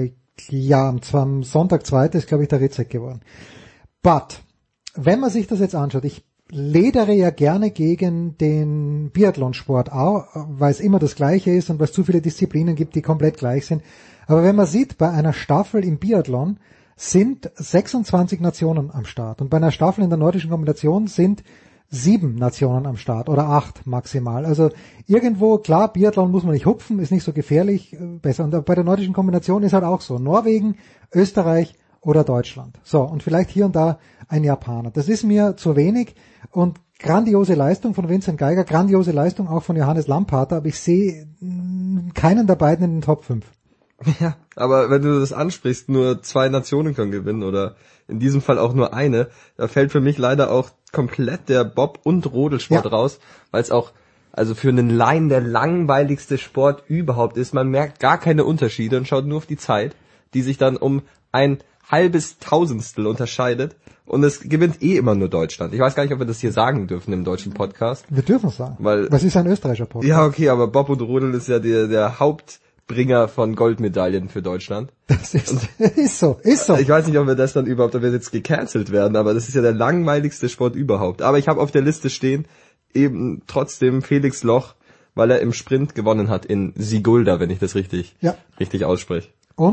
Am Sonntag Zweiter ist, glaube ich, der Ritzek geworden. But, wenn man sich das jetzt anschaut, ich ledere ja gerne gegen den Biathlonsport auch, weil es immer das Gleiche ist und weil es zu viele Disziplinen gibt, die komplett gleich sind. Aber wenn man sieht, bei einer Staffel im Biathlon sind 26 Nationen am Start und bei einer Staffel in der nordischen Kombination sind 7 Nationen am Start oder 8 maximal. Also irgendwo, klar, Biathlon muss man nicht hupfen, ist nicht so gefährlich, besser. Und bei der nordischen Kombination ist halt auch so. Norwegen, Österreich oder Deutschland. So, und vielleicht hier und da ein Japaner. Das ist mir zu wenig und grandiose Leistung von Vincent Geiger, grandiose Leistung auch von Johannes Lampaert, aber ich sehe keinen der beiden in den Top 5. Ja, aber wenn du das ansprichst, nur 2 Nationen können gewinnen oder in diesem Fall auch nur eine, da fällt für mich leider auch komplett der Bob- und Rodelsport raus, weil es auch, also für einen Laien der langweiligste Sport überhaupt ist. Man merkt gar keine Unterschiede und schaut nur auf die Zeit, die sich dann um ein halbes Tausendstel unterscheidet. Und es gewinnt immer nur Deutschland. Ich weiß gar nicht, ob wir das hier sagen dürfen im deutschen Podcast. Wir dürfen es sagen. Weil, was ist ein österreichischer Podcast? Ja, okay, aber Bob und Rodel ist ja der Hauptbringer von Goldmedaillen für Deutschland. Das ist so. Ich weiß nicht, ob wir das dann ob wir jetzt gecancelt werden, aber das ist ja der langweiligste Sport überhaupt. Aber ich habe auf der Liste stehen, eben trotzdem Felix Loch, weil er im Sprint gewonnen hat in Sigulda, wenn ich das richtig ausspreche.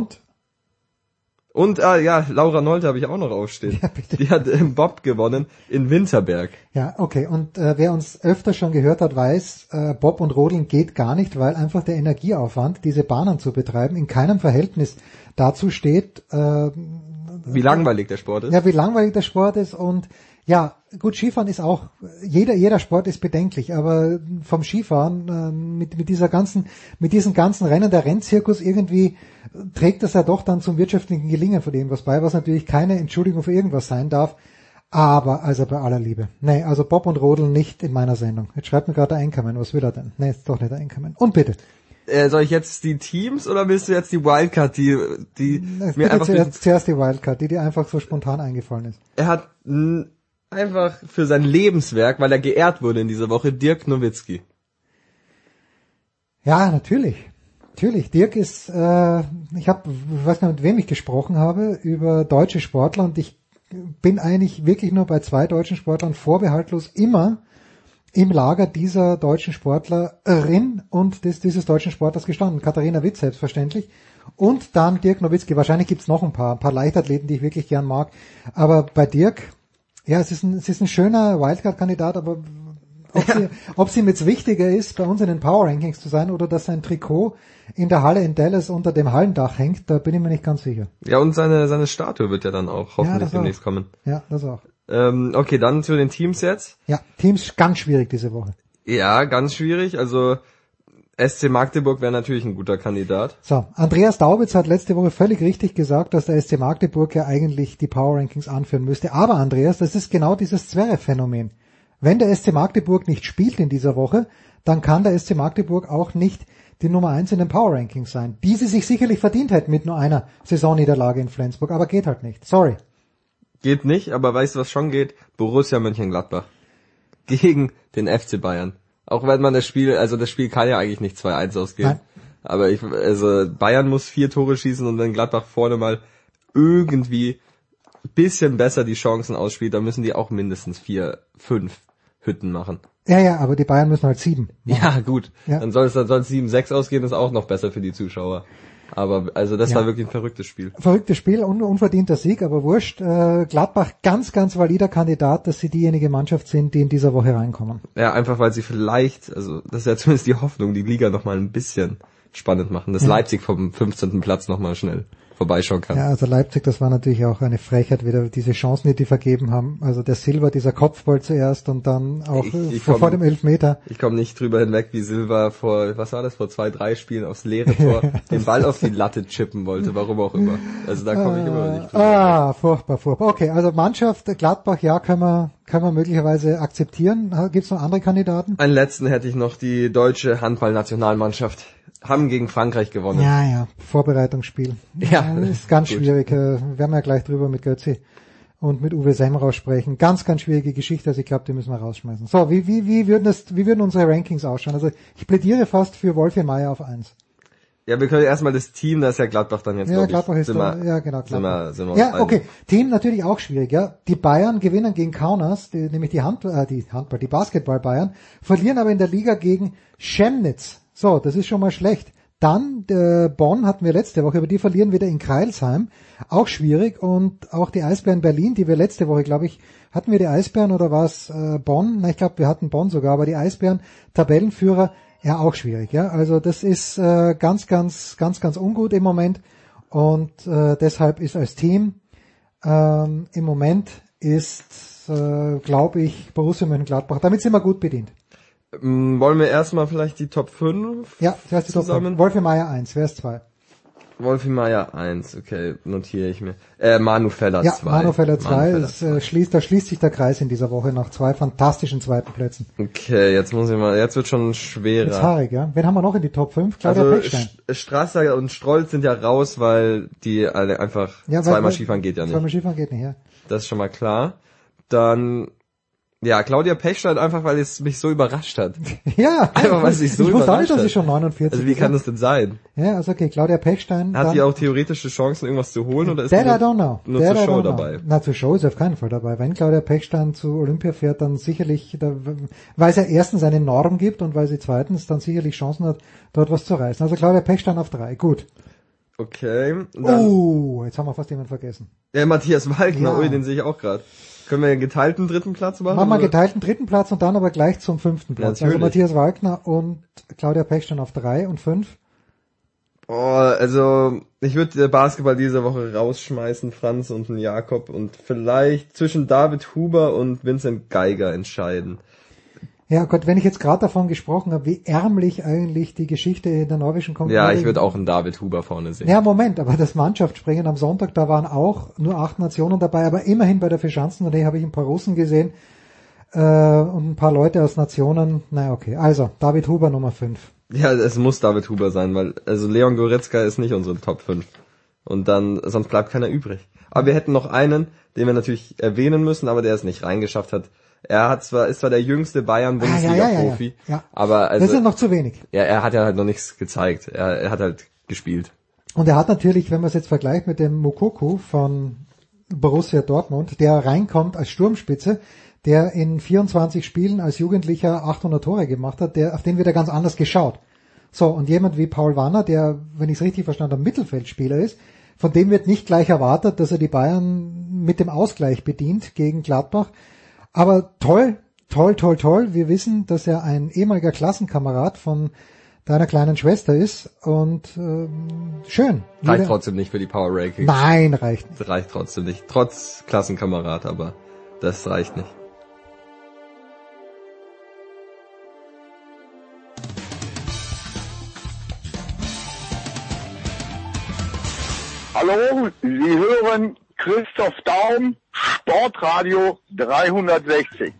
Und Laura Nolte habe ich auch noch aufstehen. Ja, bitte. Die hat im Bob gewonnen in Winterberg. Ja, okay. Und wer uns öfter schon gehört hat, weiß, Bob und Rodeln geht gar nicht, weil einfach der Energieaufwand, diese Bahnen zu betreiben, in keinem Verhältnis dazu steht. Wie langweilig der Sport ist. Ja, wie langweilig der Sport ist und ja, gut, Skifahren ist auch, jeder Sport ist bedenklich, aber vom Skifahren, mit diesen ganzen Rennen, der Rennzirkus irgendwie trägt das ja doch dann zum wirtschaftlichen Gelingen von irgendwas bei, was natürlich keine Entschuldigung für irgendwas sein darf, aber also bei aller Liebe. Nee, also Bob und Rodel nicht in meiner Sendung. Jetzt schreibt mir gerade der Einkommen, was will er denn? Nee, ist doch nicht der Einkommen. Und bitte. Soll ich jetzt die Teams oder willst du jetzt die Wildcard, die mir einfach zuerst die Wildcard, die dir einfach so spontan eingefallen ist. Er hat einfach für sein Lebenswerk, weil er geehrt wurde in dieser Woche, Dirk Nowitzki. Ja, natürlich. Dirk ist, ich weiß gar nicht, mit wem ich gesprochen habe, über deutsche Sportler und ich bin eigentlich wirklich nur bei 2 deutschen Sportlern vorbehaltlos immer im Lager dieser deutschen Sportlerin und dieses deutschen Sportlers gestanden. Katharina Witt selbstverständlich und dann Dirk Nowitzki. Wahrscheinlich gibt's noch ein paar Leichtathleten, die ich wirklich gern mag, aber bei Dirk, ja, es ist ein schöner Wildcard-Kandidat, aber ob sie ihm jetzt wichtiger ist, bei uns in den Power Rankings zu sein oder dass sein Trikot in der Halle in Dallas unter dem Hallendach hängt, da bin ich mir nicht ganz sicher. Ja, und seine Statue wird ja dann auch hoffentlich demnächst kommen. Ja, das auch. Okay, dann zu den Teams jetzt. Ja, Teams ganz schwierig diese Woche. Ja, ganz schwierig. Also SC Magdeburg wäre natürlich ein guter Kandidat. So, Andreas Daubitz hat letzte Woche völlig richtig gesagt, dass der SC Magdeburg ja eigentlich die Power Rankings anführen müsste. Aber Andreas, das ist genau dieses Zverev-Phänomen. Wenn der SC Magdeburg nicht spielt in dieser Woche, dann kann der SC Magdeburg auch nicht die Nummer 1 in den Power Rankings sein. Die sie sich sicherlich verdient hätten mit nur einer Saisonniederlage in Flensburg, aber geht halt nicht. Sorry. Geht nicht, aber weißt du, was schon geht? Borussia Mönchengladbach. Gegen den FC Bayern. Auch wenn man das Spiel kann ja eigentlich nicht 2-1 ausgehen. Nein. Aber Bayern muss 4 Tore schießen und wenn Gladbach vorne mal irgendwie ein bisschen besser die Chancen ausspielt, dann müssen die auch mindestens 4, 5 Hütten machen. Ja, aber die Bayern müssen halt 7 machen. Ja, gut. Ja. Dann soll es 7-6 ausgehen, ist auch noch besser für die Zuschauer. Aber das war wirklich ein verrücktes Spiel. Verrücktes Spiel, unverdienter Sieg, aber wurscht. Gladbach ganz, ganz valider Kandidat, dass sie diejenige Mannschaft sind, die in dieser Woche reinkommen. Ja, einfach weil sie vielleicht, das ist ja zumindest die Hoffnung, die Liga nochmal ein bisschen spannend machen, dass Leipzig vom 15. Platz nochmal schnell vorbeischauen kann. Ja, also Leipzig, das war natürlich auch eine Frechheit, wieder diese Chancen, die vergeben haben. Also der Silva, dieser Kopfball zuerst und dann auch vor dem Elfmeter. Ich komme nicht drüber hinweg, wie Silva vor 2-3 Spielen aufs leere Tor den Ball auf die Latte chippen wollte, warum auch immer. Also da komme ich immer nicht drüber. Furchtbar. Okay, also Mannschaft Gladbach, ja, können wir möglicherweise akzeptieren. Gibt es noch andere Kandidaten? Einen letzten hätte ich noch, die deutsche Handballnationalmannschaft. Haben gegen Frankreich gewonnen. Ja, Vorbereitungsspiel. Ja, das ist ganz schwierig. Wir werden ja gleich drüber mit Götzi und mit Uwe Semrau sprechen. Ganz, ganz schwierige Geschichte, also ich glaube, die müssen wir rausschmeißen. So, wie würden unsere Rankings ausschauen? Also ich plädiere fast für Wolfi Meier auf 1. Ja, wir können erstmal das Team, das ist ja Gladbach dann jetzt, ja, Gladbach ist ja, genau, Gladbach. Sind wir ja, okay. Team natürlich auch schwierig, ja. Die Bayern gewinnen gegen Kaunas, nämlich die Basketball Bayern, verlieren aber in der Liga gegen Chemnitz. So, das ist schon mal schlecht. Dann Bonn hatten wir letzte Woche, aber die verlieren wieder in Crailsheim. Auch schwierig. Und auch die Eisbären Berlin, die wir letzte Woche, glaube ich, hatten wir die Eisbären oder war es Bonn? Na, ich glaube, wir hatten Bonn sogar, aber die Eisbären, Tabellenführer, ja, auch schwierig. Ja, also das ist ganz ungut im Moment. Und deshalb ist als Team im Moment glaube ich, Borussia Mönchengladbach. Damit sind wir gut bedient. Wollen wir erstmal vielleicht die Top 5 Ja, zuerst die Top 5. Wolfi Meier 1, wer ist 2? Wolfi Meier 1, okay, notiere ich mir. Manu Feller 2. Ja, Manu Feller 2, da schließt sich der Kreis in dieser Woche nach 2 fantastischen zweiten Plätzen. Okay, jetzt wird schon schwerer. Jetzt haarig, ja. Wen haben wir noch in die Top 5? Claudia Pechstein. Strasser und Strolz sind ja raus, weil die alle einfach zweimal Skifahren geht ja nicht. Zweimal Skifahren geht nicht, ja. Das ist schon mal klar. Dann ja, Claudia Pechstein einfach, weil es mich so überrascht hat. Ja, einfach, weil es sich so ich überrascht wusste auch nicht, dass hat. sie schon 49 Also wie kann das denn sein? Ja, also okay, Claudia Pechstein. Hat die auch theoretische Chancen, irgendwas zu holen, oder ist I die don't know. nur zur Show dabei? Na, zur Show ist sie auf keinen Fall dabei. Wenn Claudia Pechstein zu Olympia fährt, dann sicherlich, weil es ja erstens eine Norm gibt und weil sie zweitens dann sicherlich Chancen hat, dort was zu reißen. Also Claudia Pechstein auf 3, gut. Okay. Jetzt haben wir fast jemanden vergessen. Ja, Matthias Walkner, Ja. Den sehe ich auch gerade. Können wir einen geteilten dritten Platz machen? Machen wir einen geteilten dritten Platz und dann aber gleich zum 5. Platz. Ja, also Matthias Walkner und Claudia Pechstein auf 3 und 5. Also ich würde Basketball diese Woche rausschmeißen, Franz und einen Jakob, und vielleicht zwischen David Huber und Vincent Geiger entscheiden. Ja Gott, wenn ich jetzt gerade davon gesprochen habe, wie ärmlich eigentlich die Geschichte in der norwegischen Konkurrenz. Ja, ich würde auch einen David Huber vorne sehen. Ja, Moment, aber das Mannschaftsspringen am Sonntag, da waren auch nur 8 Nationen dabei, aber immerhin bei der Vierschanzentournee habe ich ein paar Russen gesehen und ein paar Leute aus Nationen. Na okay, also David Huber Nummer 5. Ja, es muss David Huber sein, weil also Leon Goretzka ist nicht unsere Top 5. Und dann, sonst bleibt keiner übrig. Aber wir hätten noch einen, den wir natürlich erwähnen müssen, aber der es nicht reingeschafft hat. Ist zwar der jüngste Bayern-Bundesliga-Profi, ja. aber also, das ist noch zu wenig. Ja, er hat ja halt noch nichts gezeigt. Er hat halt gespielt. Und er hat natürlich, wenn man es jetzt vergleicht mit dem Moukoko von Borussia Dortmund, der reinkommt als Sturmspitze, der in 24 Spielen als Jugendlicher 800 Tore gemacht hat, auf den wird er ganz anders geschaut. So, und jemand wie Paul Wanner, der, wenn ich es richtig verstanden habe, Mittelfeldspieler ist, von dem wird nicht gleich erwartet, dass er die Bayern mit dem Ausgleich bedient gegen Gladbach. Aber toll. Wir wissen, dass er ein ehemaliger Klassenkamerad von deiner kleinen Schwester ist und schön. Reicht trotzdem nicht für die Power Rankings. Nein, reicht nicht. Reicht trotzdem nicht. Trotz Klassenkamerad, aber das reicht nicht. Hallo, Sie hören Christoph Daum, Sportradio 360.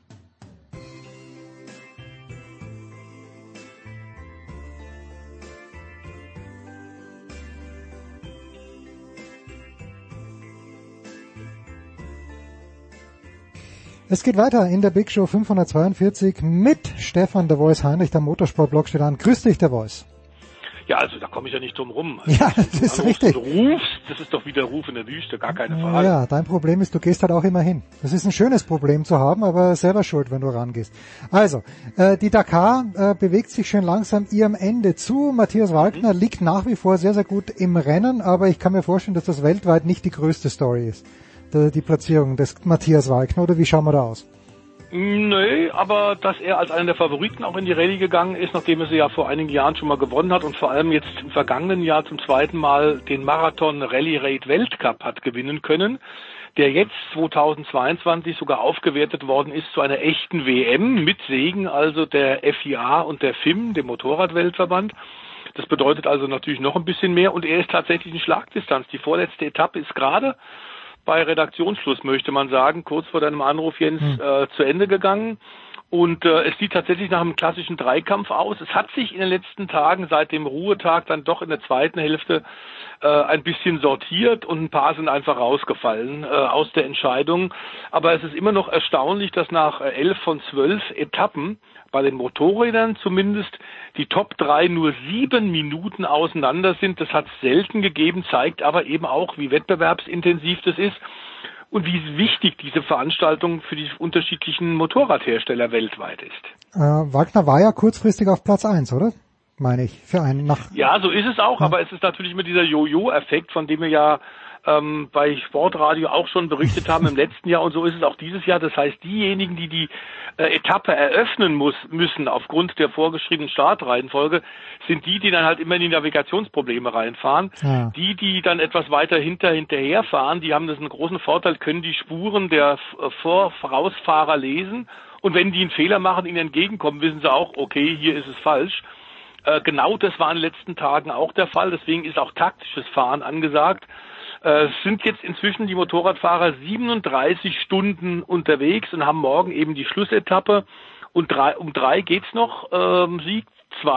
Es geht weiter in der Big Show 542 mit Stefan der Voice Heinrich, der Motorsportblog steht an. Grüß dich, der Voice. Ja, also da komme ich ja nicht drum rum. Ja, das ist richtig. Du rufst, das ist doch wie der Ruf in der Wüste, gar keine Frage. Ja, dein Problem ist, du gehst halt auch immer hin. Das ist ein schönes Problem zu haben, aber selber schuld, wenn du rangehst. Also, die Dakar bewegt sich schön langsam ihrem Ende zu. Matthias Walkner liegt nach wie vor sehr, sehr gut im Rennen, aber ich kann mir vorstellen, dass das weltweit nicht die größte Story ist. Die Platzierung des Matthias Walkner, oder wie schauen wir da aus? Nee, aber dass er als einer der Favoriten auch in die Rallye gegangen ist, nachdem er sie ja vor einigen Jahren schon mal gewonnen hat und vor allem jetzt im vergangenen Jahr zum zweiten Mal den Marathon Rallye Raid Weltcup hat gewinnen können, der jetzt 2022 sogar aufgewertet worden ist zu einer echten WM mit Segen, also der FIA und der FIM, dem Motorradweltverband. Das bedeutet also natürlich noch ein bisschen mehr und er ist tatsächlich in Schlagdistanz. Die vorletzte Etappe ist gerade bei Redaktionsschluss, möchte man sagen, kurz vor deinem Anruf, Jens, zu Ende gegangen. Und es sieht tatsächlich nach einem klassischen Dreikampf aus. Es hat sich in den letzten Tagen seit dem Ruhetag dann doch in der zweiten Hälfte ein bisschen sortiert und ein paar sind einfach rausgefallen aus der Entscheidung. Aber es ist immer noch erstaunlich, dass nach 11 von 12 Etappen bei den Motorrädern zumindest die Top 3 nur 7 Minuten auseinander sind. Das hat es selten gegeben, zeigt aber eben auch, wie wettbewerbsintensiv das ist und wie wichtig diese Veranstaltung für die unterschiedlichen Motorradhersteller weltweit ist. Wagner war ja kurzfristig auf Platz 1, oder? Meine ich, für einen nach. Ja, so ist es auch, aber es ist natürlich immer dieser Jojo-Effekt, von dem wir ja bei Sportradio auch schon berichtet haben im letzten Jahr, und so ist es auch dieses Jahr. Das heißt, diejenigen, die die Etappe eröffnen müssen aufgrund der vorgeschriebenen Startreihenfolge, sind die dann halt immer in die Navigationsprobleme reinfahren. Ja. Die dann etwas weiter hinterherfahren, die haben das einen großen Vorteil, können die Spuren der Vorausfahrer lesen, und wenn die einen Fehler machen, ihnen entgegenkommen, wissen sie auch, okay, hier ist es falsch. Genau das war in den letzten Tagen auch der Fall, deswegen ist auch taktisches Fahren angesagt. Es sind jetzt inzwischen die Motorradfahrer 37 Stunden unterwegs und haben morgen eben die Schlussetappe. Und um 3 geht's noch. Sieg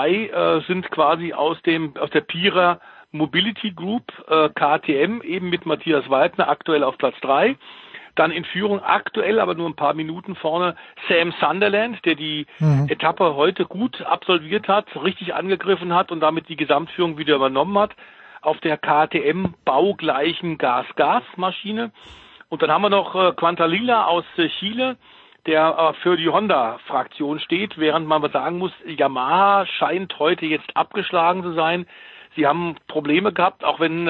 2 sind quasi aus der Pira Mobility Group, KTM, eben mit Matthias Weidner, aktuell auf Platz 3. Dann in Führung aktuell, aber nur ein paar Minuten vorne, Sam Sunderland, der die Etappe heute gut absolviert hat, richtig angegriffen hat und damit die Gesamtführung wieder übernommen hat. Auf der KTM baugleichen Gas-Gas-Maschine. Und dann haben wir noch Quintanilla aus Chile, der für die Honda-Fraktion steht, während man sagen muss, Yamaha scheint heute jetzt abgeschlagen zu sein. Sie haben Probleme gehabt, auch wenn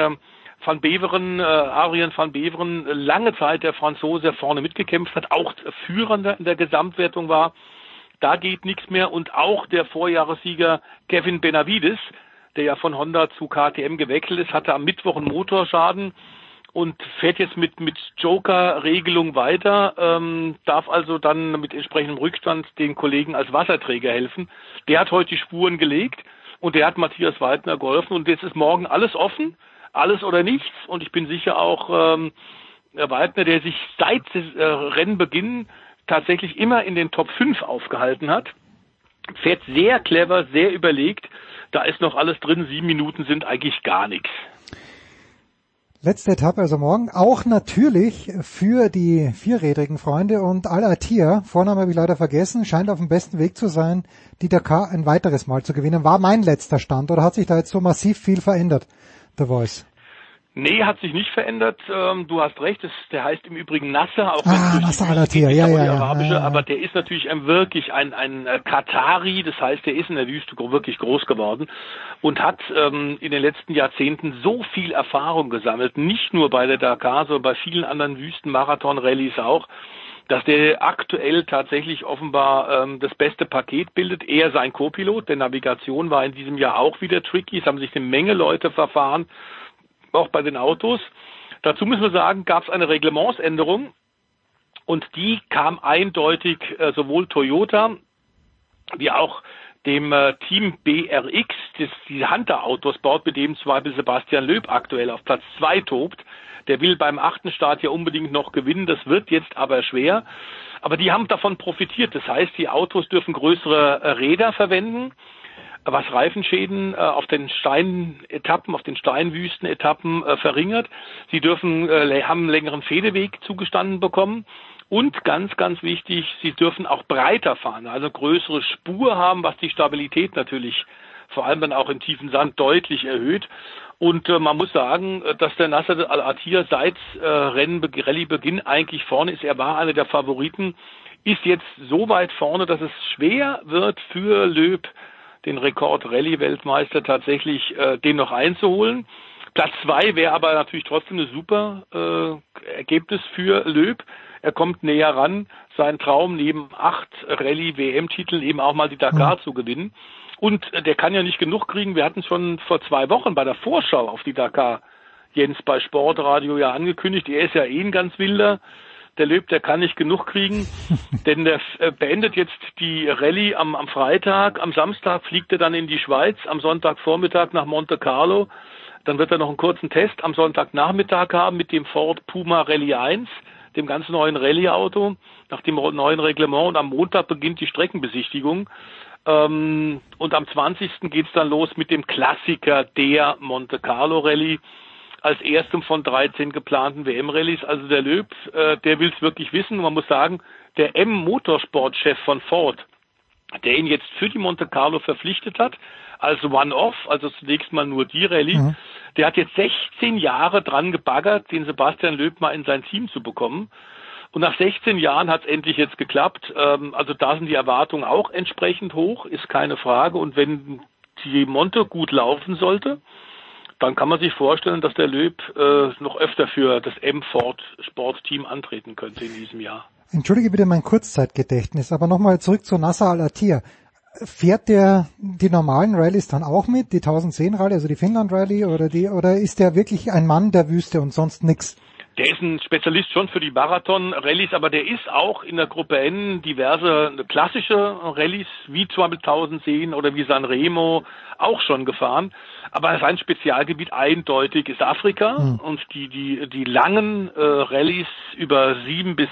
Adrien van Beveren lange Zeit der Franzose vorne mitgekämpft hat, auch Führender in der Gesamtwertung war. Da geht nichts mehr. Und auch der Vorjahressieger Kevin Benavides, der ja von Honda zu KTM gewechselt ist, hatte am Mittwoch einen Motorschaden und fährt jetzt mit Joker-Regelung weiter, darf also dann mit entsprechendem Rückstand den Kollegen als Wasserträger helfen. Der hat heute die Spuren gelegt und der hat Matthias Weidner geholfen, und jetzt ist morgen alles offen, alles oder nichts, und ich bin sicher auch Weidner, der sich seit Rennbeginn tatsächlich immer in den Top 5 aufgehalten hat, fährt sehr clever, sehr überlegt. Da ist noch alles drin, 7 Minuten sind eigentlich gar nichts. Letzte Etappe also morgen, auch natürlich für die vierrädrigen Freunde, und Al-Attiyah, Vorname habe ich leider vergessen, scheint auf dem besten Weg zu sein, die Dakar ein weiteres Mal zu gewinnen. War mein letzter Stand, oder hat sich da jetzt so massiv viel verändert, The Voice? Nee, hat sich nicht verändert. Du hast recht, der heißt im Übrigen Nasser, auch wenn Nasser Al-Attiyah, ja. Arabische, aber der ist natürlich wirklich ein Katari, das heißt, der ist in der Wüste wirklich groß geworden und hat in den letzten Jahrzehnten so viel Erfahrung gesammelt, nicht nur bei der Dakar, sondern bei vielen anderen Wüsten-Marathon-Rallyes auch, dass der aktuell tatsächlich offenbar das beste Paket bildet. Er sein Co-Pilot, denn Navigation war in diesem Jahr auch wieder tricky, es haben sich eine Menge Leute verfahren, auch bei den Autos. Dazu müssen wir sagen, gab es eine Reglementsänderung, und die kam eindeutig sowohl Toyota wie auch dem Team BRX, das die Hunter-Autos baut, mit dem zum Beispiel Sebastian Loeb aktuell auf Platz 2 tobt. Der will beim 8. Start ja unbedingt noch gewinnen, das wird jetzt aber schwer. Aber die haben davon profitiert. Das heißt, die Autos dürfen größere Räder verwenden, was Reifenschäden auf den Steinetappen, auf den Steinwüstenetappen verringert. Sie haben einen längeren Fädeweg zugestanden bekommen. Und ganz, ganz wichtig, sie dürfen auch breiter fahren, also größere Spur haben, was die Stabilität natürlich vor allem dann auch im tiefen Sand deutlich erhöht. Und man muss sagen, dass der Nasser Al-Attiyah seit Rallye-Beginn eigentlich vorne ist. Er war einer der Favoriten, ist jetzt so weit vorne, dass es schwer wird für Loeb, den Rekord-Rallye-Weltmeister, tatsächlich den noch einzuholen. Platz 2 wäre aber natürlich trotzdem ein super Ergebnis für Loeb. er kommt näher ran, sein Traum neben 8 Rallye-WM-Titeln eben auch mal die Dakar zu gewinnen. Und der kann ja nicht genug kriegen. Wir hatten schon vor 2 Wochen bei der Vorschau auf die Dakar Jens bei Sportradio ja angekündigt. Er ist ja ein ganz wilder. Der Löb, der kann nicht genug kriegen, denn der beendet jetzt die Rallye am Freitag. Am Samstag fliegt er dann in die Schweiz, am Sonntagvormittag nach Monte Carlo. Dann wird er noch einen kurzen Test am Sonntagnachmittag haben mit dem Ford Puma Rallye 1, dem ganz neuen Rallye-Auto, nach dem neuen Reglement. Und am Montag beginnt die Streckenbesichtigung. Und am 20. geht's dann los mit dem Klassiker der Monte Carlo Rallye als erstem von 13 geplanten WM-Rallyes. Also der Löb, der will's wirklich wissen. Man muss sagen, der M-Motorsport-Chef von Ford, der ihn jetzt für die Monte Carlo verpflichtet hat, als One-Off, also zunächst mal nur die Rallye, der hat jetzt 16 Jahre dran gebaggert, den Sebastian Löb mal in sein Team zu bekommen. Und nach 16 Jahren hat es endlich jetzt geklappt. Also da sind die Erwartungen auch entsprechend hoch, ist keine Frage. Und wenn die Monte gut laufen sollte, dann kann man sich vorstellen, dass der Löb noch öfter für das M-Ford Sportteam antreten könnte in diesem Jahr. Entschuldige bitte mein Kurzzeitgedächtnis, aber nochmal zurück zu Nasser Al-Attiyah. Fährt der die normalen Rallyes dann auch mit, die 1010 Rallye, also die Finnland Rallye oder ist der wirklich ein Mann der Wüste und sonst nix? Der ist ein Spezialist schon für die Marathon-Rallyes, aber der ist auch in der Gruppe N diverse klassische Rallyes, wie zum Beispiel 1010 oder wie Sanremo, auch schon gefahren. Aber sein Spezialgebiet eindeutig ist Afrika und die langen Rallyes über 7 bis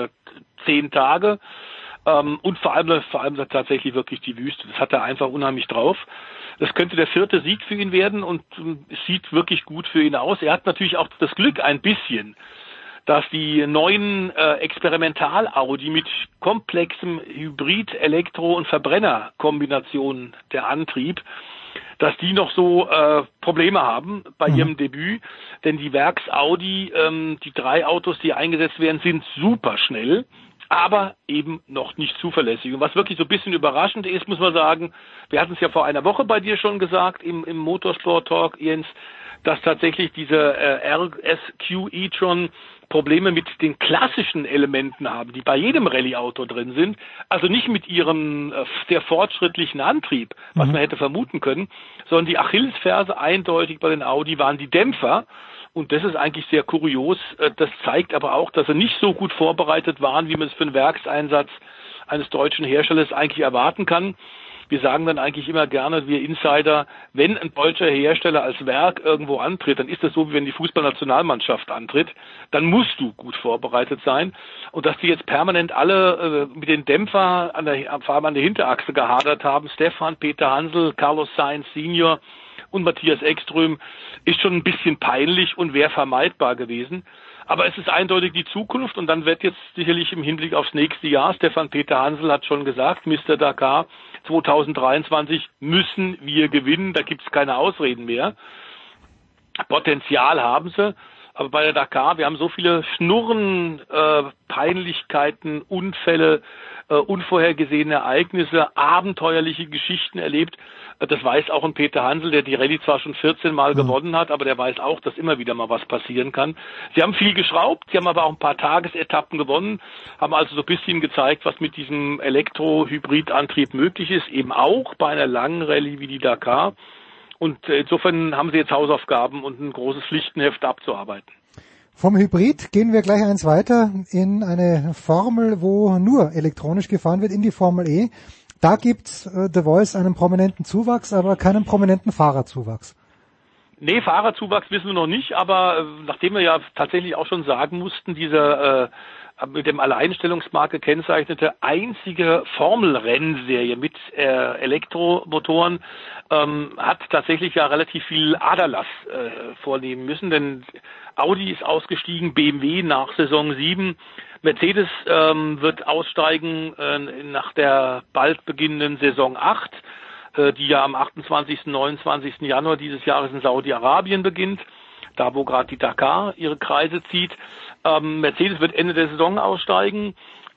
10 Tage. Und vor allem tatsächlich wirklich die Wüste. Das hat er einfach unheimlich drauf. Das könnte der 4. Sieg für ihn werden und es sieht wirklich gut für ihn aus. Er hat natürlich auch das Glück ein bisschen, dass die neuen Experimental-Audi mit komplexem Hybrid-, Elektro- und Verbrenner-Kombination der Antrieb, dass die noch so Probleme haben bei ihrem Debüt. Denn die Werks-Audi, die 3 Autos, die eingesetzt werden, sind super schnell, aber eben noch nicht zuverlässig. Und was wirklich so ein bisschen überraschend ist, muss man sagen, wir hatten es ja vor einer Woche bei dir schon gesagt, im Motorsport-Talk, Jens, dass tatsächlich diese RSQ e-tron Probleme mit den klassischen Elementen haben, die bei jedem Rallye-Auto drin sind. Also nicht mit ihrem sehr fortschrittlichen Antrieb, was man hätte vermuten können, sondern die Achillesferse eindeutig bei den Audi waren die Dämpfer. Und das ist eigentlich sehr kurios. Das zeigt aber auch, dass sie nicht so gut vorbereitet waren, wie man es für einen Werkseinsatz eines deutschen Herstellers eigentlich erwarten kann. Wir sagen dann eigentlich immer gerne, wir Insider, wenn ein deutscher Hersteller als Werk irgendwo antritt, dann ist das so, wie wenn die Fußballnationalmannschaft antritt. Dann musst du gut vorbereitet sein. Und dass die jetzt permanent alle mit den Dämpfer vor allem an der Hinterachse gehadert haben, Stefan, Peter Hansel, Carlos Sainz Senior und Matthias Ekström, ist schon ein bisschen peinlich und wäre vermeidbar gewesen. Aber es ist eindeutig die Zukunft und dann wird jetzt sicherlich im Hinblick aufs nächste Jahr, Stefan Peter Hansel hat schon gesagt, Mr. Dakar 2023 müssen wir gewinnen, da gibt's keine Ausreden mehr. Potenzial haben sie, aber bei der Dakar, wir haben so viele Schnurren, Peinlichkeiten, Unfälle, unvorhergesehene Ereignisse, abenteuerliche Geschichten erlebt. Das weiß auch ein Peter Hansel, der die Rallye zwar schon 14 Mal gewonnen hat, aber der weiß auch, dass immer wieder mal was passieren kann. Sie haben viel geschraubt, sie haben aber auch ein paar Tagesetappen gewonnen, haben also so ein bisschen gezeigt, was mit diesem Elektro-Hybrid-Antrieb möglich ist, eben auch bei einer langen Rallye wie die Dakar. Und insofern haben sie jetzt Hausaufgaben und ein großes Pflichtenheft abzuarbeiten. Vom Hybrid gehen wir gleich eins weiter in eine Formel, wo nur elektronisch gefahren wird, in die Formel E. Da gibt's The Voice einen prominenten Zuwachs, aber keinen prominenten Fahrerzuwachs. Nee, Fahrerzuwachs wissen wir noch nicht, aber nachdem wir ja tatsächlich auch schon sagen mussten, diese mit dem Alleinstellungsmarke gekennzeichnete einzige Formelrennserie mit Elektromotoren hat tatsächlich ja relativ viel Aderlass vornehmen müssen, denn Audi ist ausgestiegen, BMW nach Saison 7, Mercedes wird aussteigen nach der bald beginnenden Saison 8, die ja am 28. 29. Januar dieses Jahres in Saudi-Arabien beginnt, da wo gerade die Dakar ihre Kreise zieht. Mercedes wird Ende der Saison aussteigen.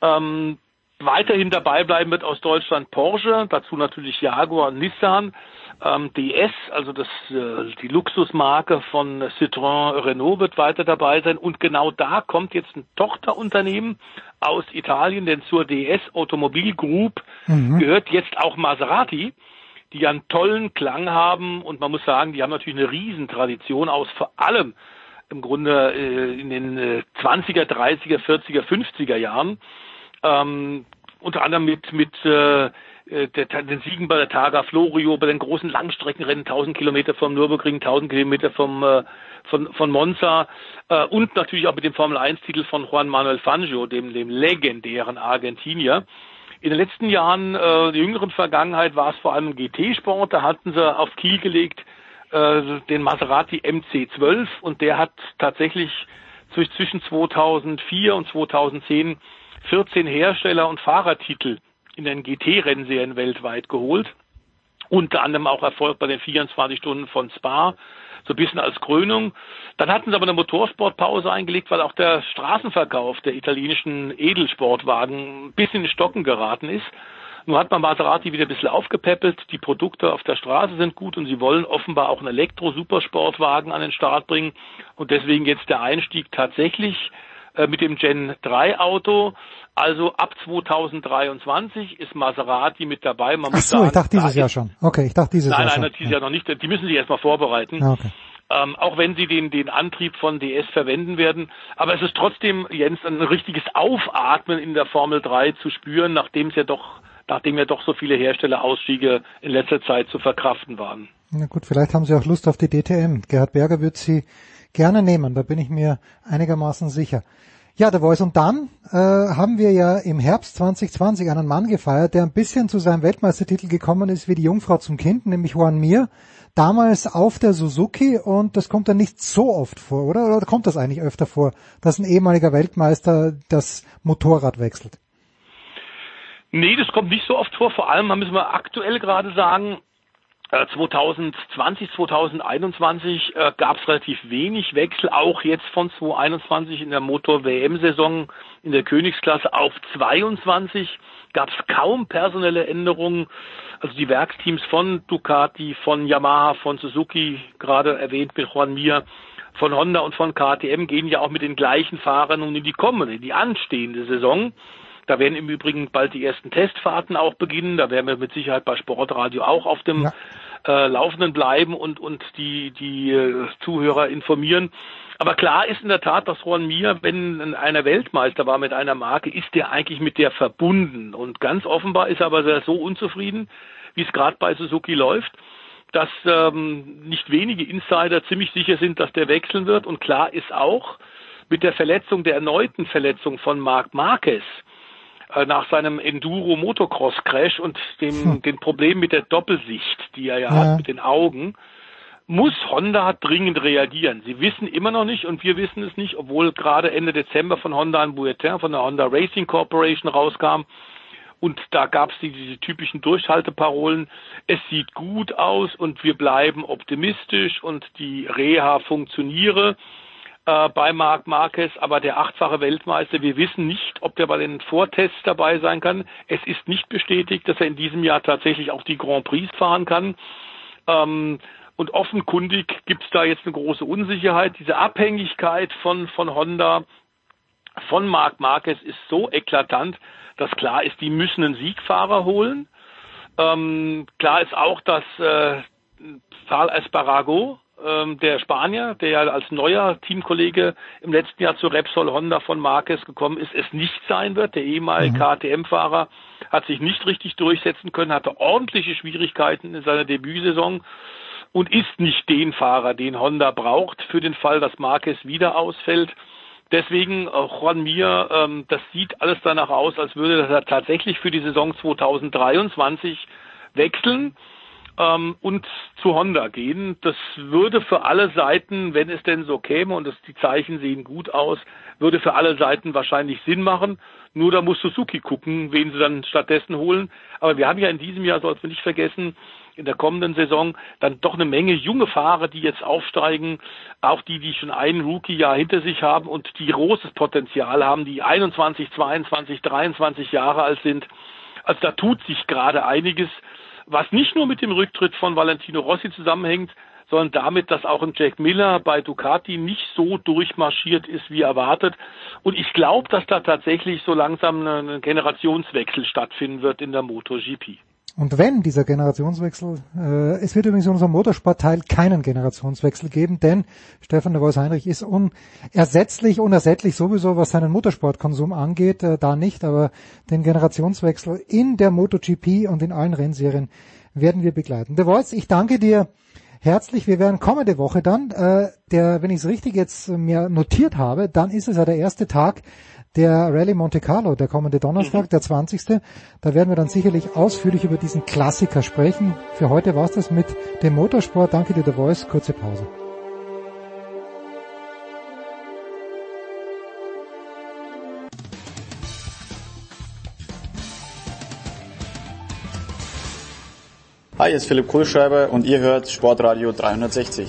Weiterhin dabei bleiben wird aus Deutschland Porsche, dazu natürlich Jaguar und Nissan. DS, also die Luxusmarke von Citroën Renault wird weiter dabei sein. Und genau da kommt jetzt ein Tochterunternehmen aus Italien, denn zur DS Automobil Group gehört jetzt auch Maserati, die einen tollen Klang haben. Und man muss sagen, die haben natürlich eine Riesentradition aus vor allem im Grunde in den 20er, 30er, 40er, 50er Jahren. Unter anderem mit den Siegen bei der Targa Florio, bei den großen Langstreckenrennen, 1000 Kilometer vom Nürburgring, 1000 Kilometer von Monza und natürlich auch mit dem Formel-1-Titel von Juan Manuel Fangio, dem legendären Argentinier. In den letzten Jahren, der jüngeren Vergangenheit, war es vor allem GT-Sport. Da hatten sie auf Kiel gelegt den Maserati MC12 und der hat tatsächlich zwischen 2004 und 2010 14 Hersteller- und Fahrertitel in den GT-Rennserien weltweit geholt. Unter anderem auch Erfolg bei den 24 Stunden von Spa, so ein bisschen als Krönung. Dann hatten sie aber eine Motorsportpause eingelegt, weil auch der Straßenverkauf der italienischen Edelsportwagen ein bisschen in Stocken geraten ist. Nun hat man Maserati wieder ein bisschen aufgepäppelt. Die Produkte auf der Straße sind gut und sie wollen offenbar auch einen Elektro-Supersportwagen an den Start bringen. Und deswegen jetzt der Einstieg tatsächlich mit dem Gen 3 Auto. Also ab 2023 ist Maserati mit dabei. Man muss sagen, ich dachte dieses Jahr schon. Okay, ich dachte dieses Jahr schon. Nein, dieses Jahr noch nicht. Die müssen sich erstmal vorbereiten. Okay. Auch wenn sie den Antrieb von DS verwenden werden. Aber es ist trotzdem, Jens, ein richtiges Aufatmen in der Formel 3 zu spüren, nachdem ja doch so viele Herstellerausstiege in letzter Zeit zu verkraften waren. Na gut, vielleicht haben sie auch Lust auf die DTM. Gerhard Berger wird sie gerne nehmen, da bin ich mir einigermaßen sicher. Ja, der Voice. Und dann haben wir ja im Herbst 2020 einen Mann gefeiert, der ein bisschen zu seinem Weltmeistertitel gekommen ist wie die Jungfrau zum Kind, nämlich Joan Mir. Damals auf der Suzuki, und das kommt dann nicht so oft vor, oder? Oder kommt das eigentlich öfter vor, dass ein ehemaliger Weltmeister das Motorrad wechselt? Nee, das kommt nicht so oft vor. Vor allem müssen wir aktuell gerade sagen, 2020, 2021 gab es relativ wenig Wechsel, auch jetzt von 2021 in der Motor-WM-Saison in der Königsklasse auf 22 gab es kaum personelle Änderungen. Also die Werksteams von Ducati, von Yamaha, von Suzuki, gerade erwähnt mit Joan Mir, von Honda und von KTM gehen ja auch mit den gleichen Fahrern nun in die anstehende Saison. Da werden im Übrigen bald die ersten Testfahrten auch beginnen. Da werden wir mit Sicherheit bei Sportradio auch auf dem Laufenden bleiben und die Zuhörer informieren. Aber klar ist in der Tat, dass Joan Mir, wenn einer Weltmeister war mit einer Marke, ist der eigentlich mit der verbunden. Und ganz offenbar ist er aber so unzufrieden, wie es gerade bei Suzuki läuft, dass nicht wenige Insider ziemlich sicher sind, dass der wechseln wird. Und klar ist auch, mit der erneuten Verletzung von Marc Marquez, nach seinem Enduro-Motocross-Crash und den Problemen mit der Doppelsicht, die er ja hat mit den Augen, muss Honda dringend reagieren. Sie wissen immer noch nicht und wir wissen es nicht, obwohl gerade Ende Dezember von Honda ein Bulletin von der Honda Racing Corporation rauskam und da gab es diese typischen Durchhalteparolen, es sieht gut aus und wir bleiben optimistisch und die Reha funktioniere bei Marc Marquez, aber der 8-fache Weltmeister, wir wissen nicht, ob der bei den Vortests dabei sein kann. Es ist nicht bestätigt, dass er in diesem Jahr tatsächlich auch die Grand Prix fahren kann. Und offenkundig gibt es da jetzt eine große Unsicherheit. Diese Abhängigkeit von Honda, von Marc Marquez ist so eklatant, dass klar ist, die müssen einen Siegfahrer holen. Klar ist auch, dass Sal Espargaro, der Spanier, der ja als neuer Teamkollege im letzten Jahr zu Repsol Honda von Marquez gekommen ist, es nicht sein wird. Der ehemalige KTM-Fahrer hat sich nicht richtig durchsetzen können, hatte ordentliche Schwierigkeiten in seiner Debütsaison und ist nicht den Fahrer, den Honda braucht für den Fall, dass Marquez wieder ausfällt. Deswegen, Joan Mir, das sieht alles danach aus, als würde er tatsächlich für die Saison 2023 wechseln und zu Honda gehen. Das würde für alle Seiten, wenn es denn so käme, und die Zeichen sehen gut aus, würde für alle Seiten wahrscheinlich Sinn machen. Nur da muss Suzuki gucken, wen sie dann stattdessen holen. Aber wir haben ja in diesem Jahr, sollten wir nicht vergessen, in der kommenden Saison dann doch eine Menge junge Fahrer, die jetzt aufsteigen, auch die schon ein Rookie-Jahr hinter sich haben und die großes Potenzial haben, die 21, 22, 23 Jahre alt sind. Also da tut sich gerade einiges, Was nicht nur mit dem Rücktritt von Valentino Rossi zusammenhängt, sondern damit, dass auch ein Jack Miller bei Ducati nicht so durchmarschiert ist, wie erwartet. Und ich glaube, dass da tatsächlich so langsam ein Generationswechsel stattfinden wird in der MotoGP. Und wenn dieser Generationswechsel, es wird übrigens in unserem Motorsportteil keinen Generationswechsel geben, denn Stefan de Vos-Heinrich ist unersetzlich sowieso, was seinen Motorsportkonsum angeht, da nicht, aber den Generationswechsel in der MotoGP und in allen Rennserien werden wir begleiten. De Vos, ich danke dir herzlich. Wir werden kommende Woche dann, wenn ich es richtig jetzt mir notiert habe, dann ist es ja der erste Tag der Rallye Monte Carlo, der kommende Donnerstag, der 20. Da werden wir dann sicherlich ausführlich über diesen Klassiker sprechen. Für heute war es das mit dem Motorsport. Danke dir, The Voice. Kurze Pause. Hi, hier ist Philipp Kohlschreiber und ihr hört Sportradio 360.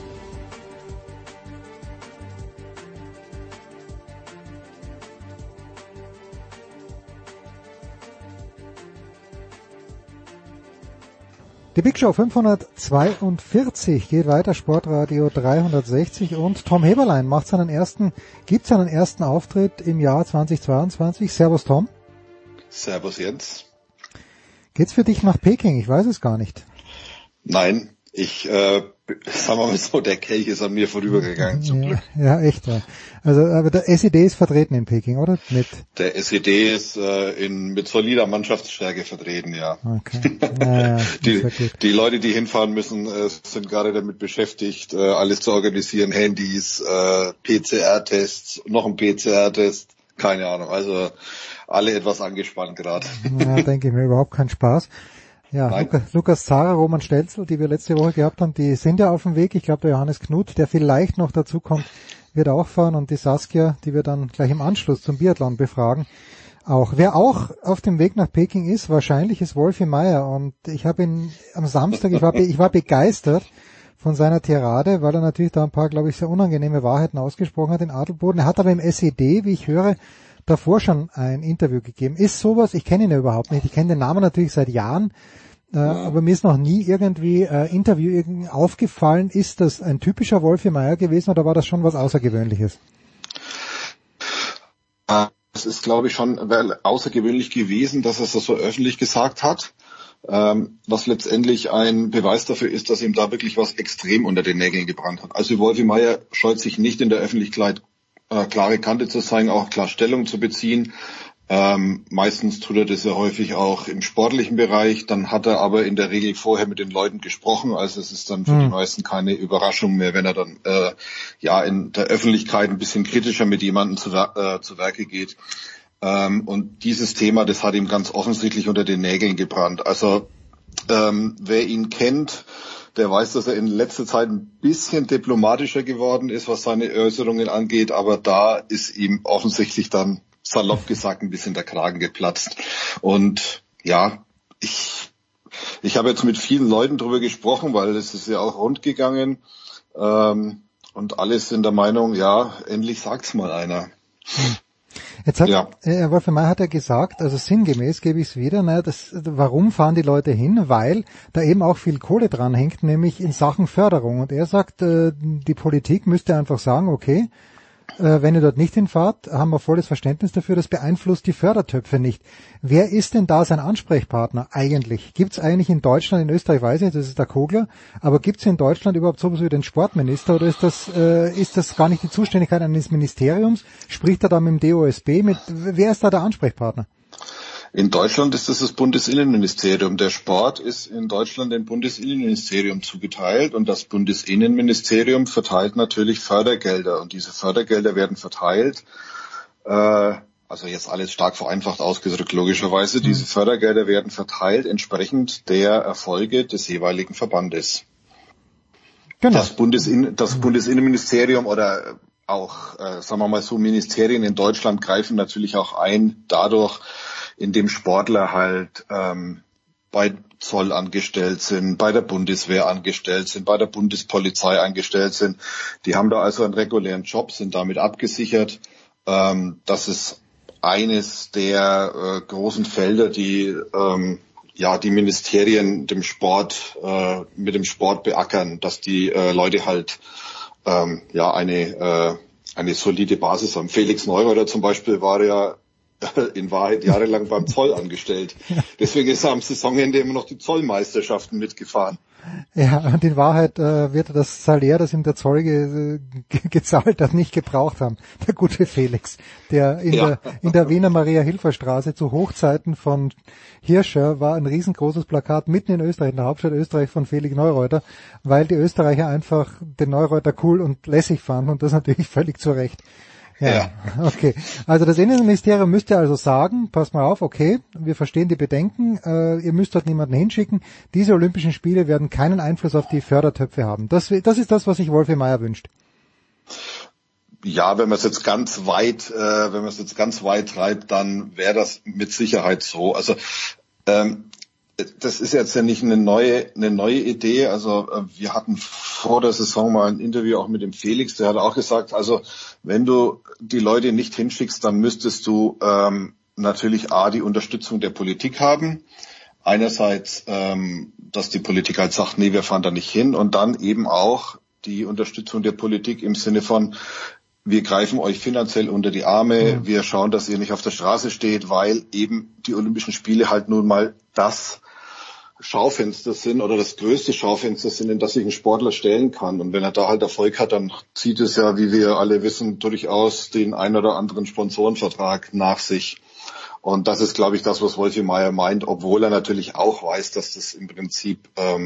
Die Big Show 542 geht weiter, Sportradio 360 und Tom Heberlein gibt seinen ersten Auftritt im Jahr 2022. Servus Tom. Servus Jens. Geht's für dich nach Peking? Ich weiß es gar nicht. Nein, sagen wir mal so, der Kelch ist an mir vorübergegangen, zum Glück. Ja, echt. Ja. Also, aber der SED ist vertreten in Peking, oder? Der SED ist mit solider Mannschaftsstärke vertreten, ja. Okay. Naja, die Leute, die hinfahren müssen, sind gerade damit beschäftigt, alles zu organisieren, Handys, PCR-Tests, noch ein PCR-Test, keine Ahnung. Also alle etwas angespannt gerade. Ja, denke ich mir, überhaupt keinen Spaß. Ja, Lukas Zara, Roman Stelzl, die wir letzte Woche gehabt haben, die sind ja auf dem Weg. Ich glaube, der Johannes Knut, der vielleicht noch dazu kommt, wird auch fahren. Und die Saskia, die wir dann gleich im Anschluss zum Biathlon befragen, auch. Wer auch auf dem Weg nach Peking ist, wahrscheinlich ist Wolfi Meier. Und ich habe ihn am Samstag, ich war begeistert von seiner Tirade, weil er natürlich da ein paar, glaube ich, sehr unangenehme Wahrheiten ausgesprochen hat in Adelboden. Er hat aber im SED, wie ich höre, davor schon ein Interview gegeben. Ist sowas, ich kenne ihn ja überhaupt nicht, ich kenne den Namen natürlich seit Jahren, aber mir ist noch nie irgendwie Interview aufgefallen. Ist das ein typischer Wolfi Meier gewesen oder war das schon was Außergewöhnliches? Es ist, glaube ich, schon außergewöhnlich gewesen, dass er das so öffentlich gesagt hat. Was letztendlich ein Beweis dafür ist, dass ihm da wirklich was extrem unter den Nägeln gebrannt hat. Also Wolfi Meier scheut sich nicht in der Öffentlichkeit klare Kante zu zeigen, auch klar Stellung zu beziehen. Meistens tut er das ja häufig auch im sportlichen Bereich. Dann hat er aber in der Regel vorher mit den Leuten gesprochen. Also es ist dann für die meisten keine Überraschung mehr, wenn er dann in der Öffentlichkeit ein bisschen kritischer mit jemandem zu Werke geht. Und dieses Thema, das hat ihm ganz offensichtlich unter den Nägeln gebrannt. Also wer ihn kennt, der weiß, dass er in letzter Zeit ein bisschen diplomatischer geworden ist, was seine Äußerungen angeht, aber da ist ihm offensichtlich dann salopp gesagt ein bisschen der Kragen geplatzt. Und ja, ich habe jetzt mit vielen Leuten drüber gesprochen, weil es ist ja auch rund gegangen, und alle sind der Meinung, ja, endlich sagt's mal einer. Jetzt hat Wolfi Meier hat ja gesagt, also sinngemäß gebe ich es wieder, warum fahren die Leute hin? Weil da eben auch viel Kohle dran hängt, nämlich in Sachen Förderung. Und er sagt, die Politik müsste einfach sagen, okay, wenn ihr dort nicht hinfahrt, haben wir volles Verständnis dafür, das beeinflusst die Fördertöpfe nicht. Wer ist denn da sein Ansprechpartner eigentlich? Gibt es eigentlich in Deutschland, in Österreich weiß ich, das ist der Kogler, aber gibt es in Deutschland überhaupt sowas wie den Sportminister oder ist das gar nicht die Zuständigkeit eines Ministeriums? Spricht er da mit dem DOSB? Wer ist da der Ansprechpartner? In Deutschland ist das Bundesinnenministerium. Der Sport ist in Deutschland dem Bundesinnenministerium zugeteilt und das Bundesinnenministerium verteilt natürlich Fördergelder und diese Fördergelder werden verteilt, also jetzt alles stark vereinfacht ausgedrückt logischerweise, diese Fördergelder werden verteilt entsprechend der Erfolge des jeweiligen Verbandes. Genau. Das Bundesinnenministerium oder auch, sagen wir mal so, Ministerien in Deutschland greifen natürlich auch ein dadurch, indem Sportler halt bei Zoll angestellt sind, bei der Bundeswehr angestellt sind, bei der Bundespolizei angestellt sind. Die haben da also einen regulären Job, sind damit abgesichert. Das ist eines der großen Felder, die die Ministerien dem Sport, mit dem Sport beackern, dass die Leute halt eine solide Basis haben. Felix Neureuter zum Beispiel war ja in Wahrheit jahrelang beim Zoll angestellt. Deswegen ist er am Saisonende immer noch die Zollmeisterschaften mitgefahren. Ja, und in Wahrheit wird er das Salär, das ihm der Zoll gezahlt hat, nicht gebraucht haben. Der gute Felix, der in der Wiener Maria-Hilfer-Straße zu Hochzeiten von Hirscher war ein riesengroßes Plakat mitten in Österreich, in der Hauptstadt Österreich, von Felix Neureuter, weil die Österreicher einfach den Neureuter cool und lässig fanden und das natürlich völlig zu Recht. Ja, okay. Also das Innenministerium müsste also sagen, pass mal auf, okay, wir verstehen die Bedenken, ihr müsst dort niemanden hinschicken. Diese Olympischen Spiele werden keinen Einfluss auf die Fördertöpfe haben. Das ist das, was sich Wolfi Meier wünscht. Ja, wenn man es jetzt ganz weit treibt, dann wäre das mit Sicherheit so. Also das ist jetzt ja nicht eine neue Idee. Also wir hatten vor der Saison mal ein Interview auch mit dem Felix, der hat auch gesagt, also wenn du die Leute nicht hinschickst, dann müsstest du natürlich die Unterstützung der Politik haben. Einerseits, dass die Politik halt sagt, nee, wir fahren da nicht hin, und dann eben auch die Unterstützung der Politik im Sinne von, wir greifen euch finanziell unter die Arme, wir schauen, dass ihr nicht auf der Straße steht, weil eben die Olympischen Spiele halt nun mal das Schaufenster sind oder das größte Schaufenster sind, in das sich ein Sportler stellen kann. Und wenn er da halt Erfolg hat, dann zieht es ja, wie wir alle wissen, durchaus den ein oder anderen Sponsorenvertrag nach sich. Und das ist, glaube ich, das, was Wolfi Meier meint, obwohl er natürlich auch weiß, dass das im Prinzip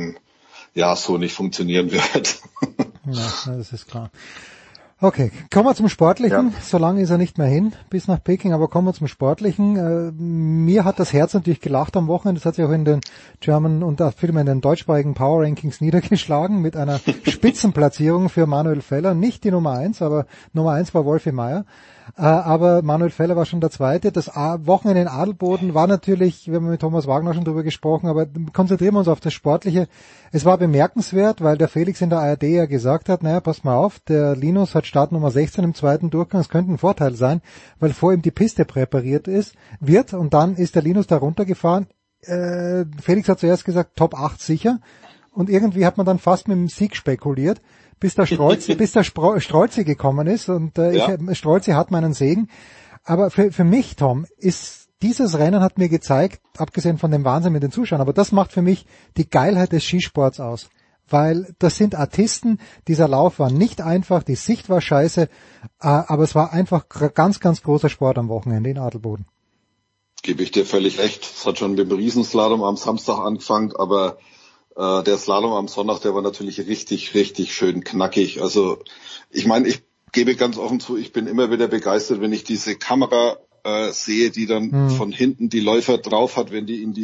so nicht funktionieren wird. Ja, das ist klar. Okay, kommen wir zum Sportlichen. Ja. So lange ist er nicht mehr hin bis nach Peking, aber kommen wir zum Sportlichen. Mir hat das Herz natürlich gelacht am Wochenende. Das hat sich auch in den German und vielmehr in den deutschsprachigen Power Rankings niedergeschlagen mit einer Spitzenplatzierung für Manuel Feller. Nicht die Nummer 1, aber Nummer 1 war Wolfi Meier. Aber Manuel Feller war schon der Zweite. Das Wochenende in Adelboden war natürlich, wir haben mit Thomas Wagner schon drüber gesprochen, aber konzentrieren wir uns auf das Sportliche. Es war bemerkenswert, weil der Felix in der ARD ja gesagt hat, naja, pass mal auf, der Linus hat Startnummer 16 im zweiten Durchgang, das könnte ein Vorteil sein, weil vor ihm die Piste präpariert wird und dann ist der Linus da runtergefahren. Felix hat zuerst gesagt, Top 8 sicher, und irgendwie hat man dann fast mit dem Sieg spekuliert, bis der Strolzi gekommen ist, und Strolzi hat meinen Segen. Aber für mich, Tom, ist dieses Rennen hat mir gezeigt, abgesehen von dem Wahnsinn mit den Zuschauern, aber das macht für mich die Geilheit des Skisports aus. Weil das sind Artisten, dieser Lauf war nicht einfach, die Sicht war scheiße, aber es war einfach ganz, ganz großer Sport am Wochenende in Adelboden. Gebe ich dir völlig recht. Es hat schon mit dem Riesenslalom am Samstag angefangen, aber der Slalom am Sonntag, der war natürlich richtig, richtig schön knackig. Also ich meine, ich gebe ganz offen zu, ich bin immer wieder begeistert, wenn ich diese Kamera sehe, die dann von hinten die Läufer drauf hat, wenn die in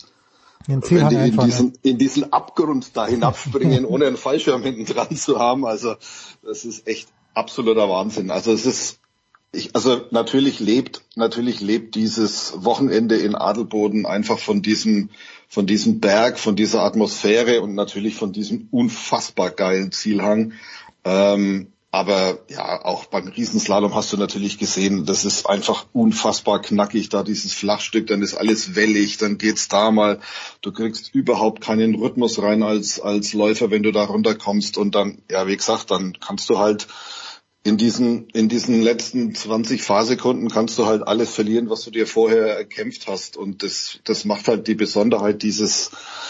diesen Abgrund da hinabspringen, ohne einen Fallschirm hinten dran zu haben. Also das ist echt absoluter Wahnsinn. Also natürlich lebt dieses Wochenende in Adelboden einfach von diesem Berg, von dieser Atmosphäre und natürlich von diesem unfassbar geilen Zielhang. Aber ja, auch beim Riesenslalom hast du natürlich gesehen, das ist einfach unfassbar knackig, da dieses Flachstück, dann ist alles wellig, dann geht's da mal, du kriegst überhaupt keinen Rhythmus rein als Läufer, wenn du da runterkommst, und dann, ja, wie gesagt, dann kannst du halt in diesen letzten 20 Fahrsekunden kannst du halt alles verlieren, was du dir vorher erkämpft hast, und das macht halt die Besonderheit dieser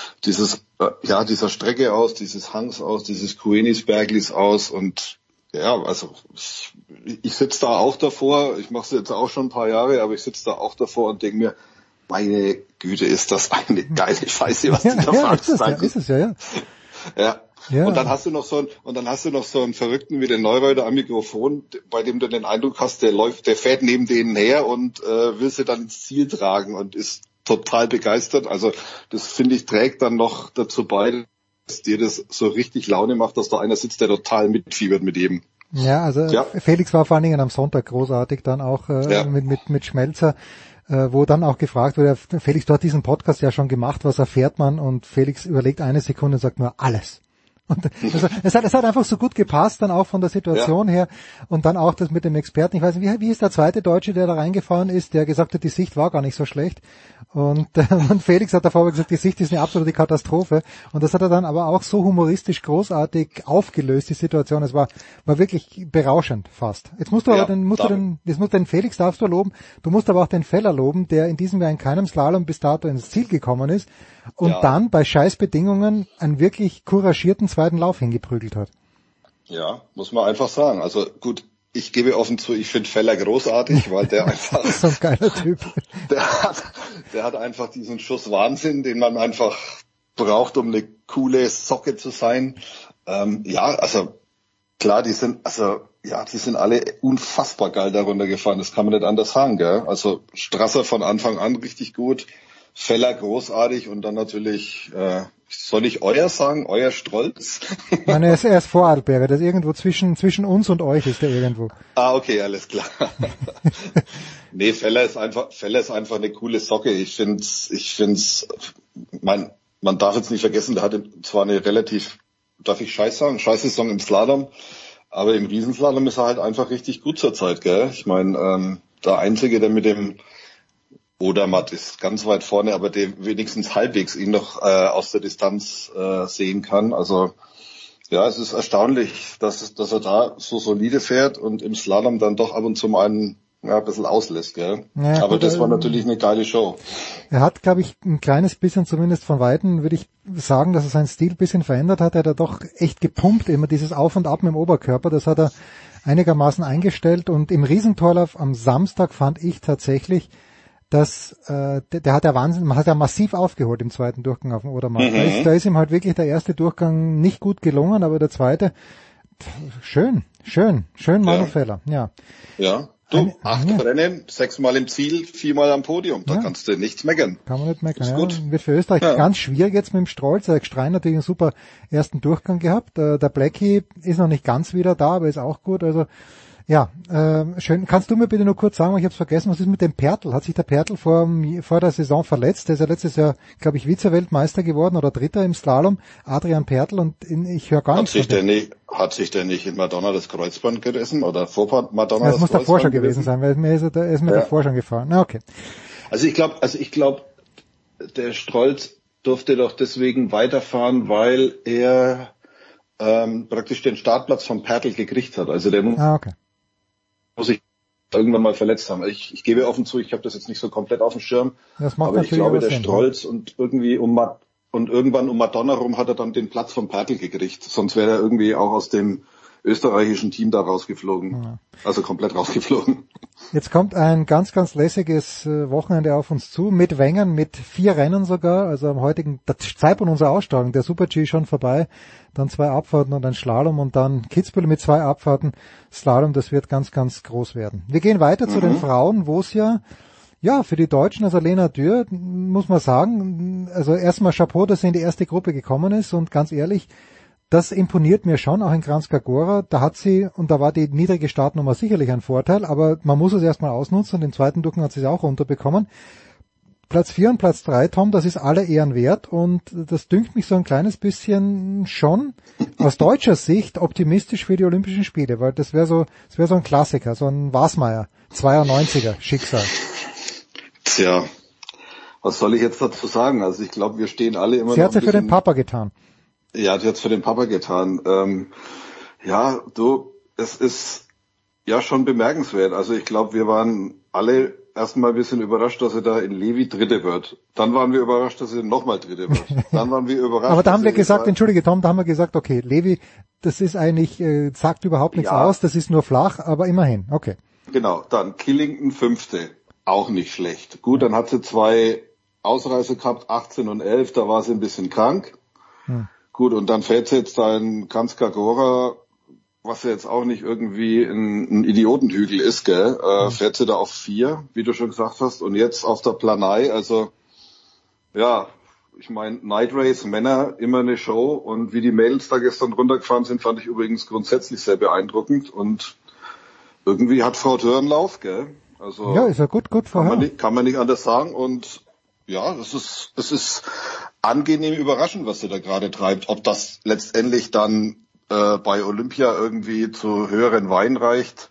Strecke aus, dieses Hangs aus, dieses Kuenisberglis aus. Und ja, also ich sitze da auch davor, ich mache es jetzt auch schon ein paar Jahre, aber ich sitze da auch davor und denke mir, meine Güte, ist das eine geile Scheiße, was die da veranstalten. Ist es ja. Ja. Und dann hast du noch so einen Verrückten wie den Neureuter am Mikrofon, bei dem du den Eindruck hast, der fährt neben denen her und will sie dann ins Ziel tragen und ist total begeistert. Also das, finde ich, trägt dann noch dazu bei, dass dir das so richtig Laune macht, dass da einer sitzt, der total mitfiebert mit jedem. Ja, also Felix war vor allen Dingen am Sonntag großartig dann auch mit Schmelzer, wo dann auch gefragt wurde, Felix, du hast diesen Podcast ja schon gemacht, was erfährt man? Und Felix überlegt eine Sekunde und sagt nur alles. Und es hat einfach so gut gepasst, dann auch von der Situation her und dann auch das mit dem Experten. Ich weiß nicht, wie ist der zweite Deutsche, der da reingefahren ist, der gesagt hat, die Sicht war gar nicht so schlecht. Und Felix hat davor gesagt, die Sicht ist eine absolute Katastrophe. Und das hat er dann aber auch so humoristisch großartig aufgelöst, die Situation. Es war wirklich berauschend fast. Jetzt musst du aber den Felix darfst du loben. Du musst aber auch den Feller loben, der in diesem Jahr in keinem Slalom bis dato ins Ziel gekommen ist und dann bei Scheißbedingungen einen wirklich couragierten zweiten Lauf hingeprügelt hat. Ja, muss man einfach sagen. Also gut, ich gebe offen zu, ich finde Feller großartig, weil der einfach... so ein geiler Typ. Der hat einfach diesen Schuss Wahnsinn, den man einfach braucht, um eine coole Socke zu sein. Also klar, die sind alle unfassbar geil darunter gefahren. Das kann man nicht anders sagen, gell? Also Strasser von Anfang an richtig gut, Feller großartig und dann natürlich, soll ich euer sagen, euer Strolz? Nein, er ist Vorarlberger, das ist irgendwo zwischen uns und euch ist er irgendwo. Ah, okay, alles klar. Nee, Feller ist einfach eine coole Socke. Ich find's, man darf jetzt nicht vergessen, der hatte zwar eine relativ, darf ich Scheiß sagen, Scheißsaison im Slalom, aber im Riesenslalom ist er halt einfach richtig gut zurzeit, gell? Ich meine, der Einzige, der mit dem Odermatt ist ganz weit vorne, aber der wenigstens halbwegs ihn noch aus der Distanz sehen kann. Also ja, es ist erstaunlich, dass er da so solide fährt und im Slalom dann doch ab und zu mal ein bisschen auslässt, gell? Ja, aber das war natürlich eine geile Show. Er hat, glaube ich, ein kleines bisschen, zumindest von Weitem, würde ich sagen, dass er seinen Stil ein bisschen verändert hat. Er hat doch echt gepumpt, immer dieses Auf und Ab mit dem Oberkörper. Das hat er einigermaßen eingestellt. Und im Riesentorlauf am Samstag fand ich tatsächlich, dass der hat ja Wahnsinn, man hat ja massiv aufgeholt im zweiten Durchgang auf dem Odermatt. Da ist ihm halt wirklich der erste Durchgang nicht gut gelungen, aber der zweite, schön Manu Feller, ja. Ja. Du, 8 Rennen, 6-mal im Ziel, 4-mal am Podium. Da kannst du nichts meckern. Kann man nicht meckern. Ist gut. Wird für Österreich ganz schwierig jetzt mit dem Strolz. Der Strein natürlich einen super ersten Durchgang gehabt. Der Blackie ist noch nicht ganz wieder da, aber ist auch gut. Also ja, schön. Kannst du mir bitte nur kurz sagen, ich habe es vergessen, was ist mit dem Pertl? Hat sich der Pertl vor der Saison verletzt? Der ist ja letztes Jahr, glaube ich, Vize-Weltmeister geworden oder Dritter im Slalom. Adrian Pertl, und ich höre gar nichts von dem. Hat sich der nicht in Madonna das Kreuzband gerissen oder vor Madonna das Kreuzband? Das muss davor schon gewesen sein, weil er ist mir davor schon gefahren. Na, okay. Also ich glaube, der Strolz durfte doch deswegen weiterfahren, weil er praktisch den Startplatz vom Pertl gekriegt hat. Also der muss sich irgendwann mal verletzt haben. Ich gebe offen zu, ich habe das jetzt nicht so komplett auf dem Schirm, aber ich glaube, der Strolz und irgendwann um Madonna rum hat er dann den Platz vom Pertl gekriegt. Sonst wäre er irgendwie auch aus dem österreichischen Team da rausgeflogen. Ja. Also komplett rausgeflogen. Jetzt kommt ein ganz, ganz lässiges Wochenende auf uns zu, mit Wengen, mit 4 Rennen sogar. Also am heutigen Zeitpunkt unserer Ausstrahlung, der Super-G schon vorbei. Dann 2 Abfahrten und ein Slalom und dann Kitzbühel mit 2 Abfahrten. Slalom, das wird ganz, ganz groß werden. Wir gehen weiter zu den Frauen, wo es ja für die Deutschen, also Lena Dürr, muss man sagen, also erstmal Chapeau, dass sie in die erste Gruppe gekommen ist, und ganz ehrlich, das imponiert mir schon, auch in Kranjska Gora. Da hat sie, und da war die niedrige Startnummer sicherlich ein Vorteil, aber man muss es erstmal ausnutzen, und den zweiten Durchgang hat sie es auch runterbekommen. Platz 4 und Platz 3, Tom, das ist alle Ehren wert, und das dünkt mich so ein kleines bisschen schon aus deutscher Sicht optimistisch für die Olympischen Spiele, weil das wäre so ein Klassiker, so ein Wasmeier, 92er Schicksal. Tja, was soll ich jetzt dazu sagen? Also ich glaube, wir stehen alle immer noch. Sie hat sie für den Papa getan. Ja, die hat's für den Papa getan. Es ist ja schon bemerkenswert. Also ich glaube, wir waren alle erstmal ein bisschen überrascht, dass er da in Levi Dritte wird. Dann waren wir überrascht, dass er nochmal Dritte wird. Dann waren wir überrascht. Aber da haben wir gesagt, entschuldige Tom, da haben wir gesagt, okay, Levi, das ist eigentlich, sagt überhaupt nichts aus, das ist nur flach, aber immerhin, okay. Genau, dann Killington 5. Auch nicht schlecht. Gut, dann hat sie 2 Ausreißer gehabt, 18 und 11, da war sie ein bisschen krank. Gut, und dann fährt sie jetzt da in Kranjska Gora, was ja jetzt auch nicht irgendwie ein Idiotenhügel ist, gell, fährt sie da auf 4, wie du schon gesagt hast, und jetzt auf der Planei, also, ja, ich meine, Night Race, Männer, immer eine Show, und wie die Mädels da gestern runtergefahren sind, fand ich übrigens grundsätzlich sehr beeindruckend, und irgendwie hat Frau Dürr einen Lauf, gell, also. Ja, ist ja gut, kann man nicht anders sagen, und ja, es ist angenehm überraschend, was er da gerade treibt. Ob das letztendlich dann bei Olympia irgendwie zu höheren Weinen reicht,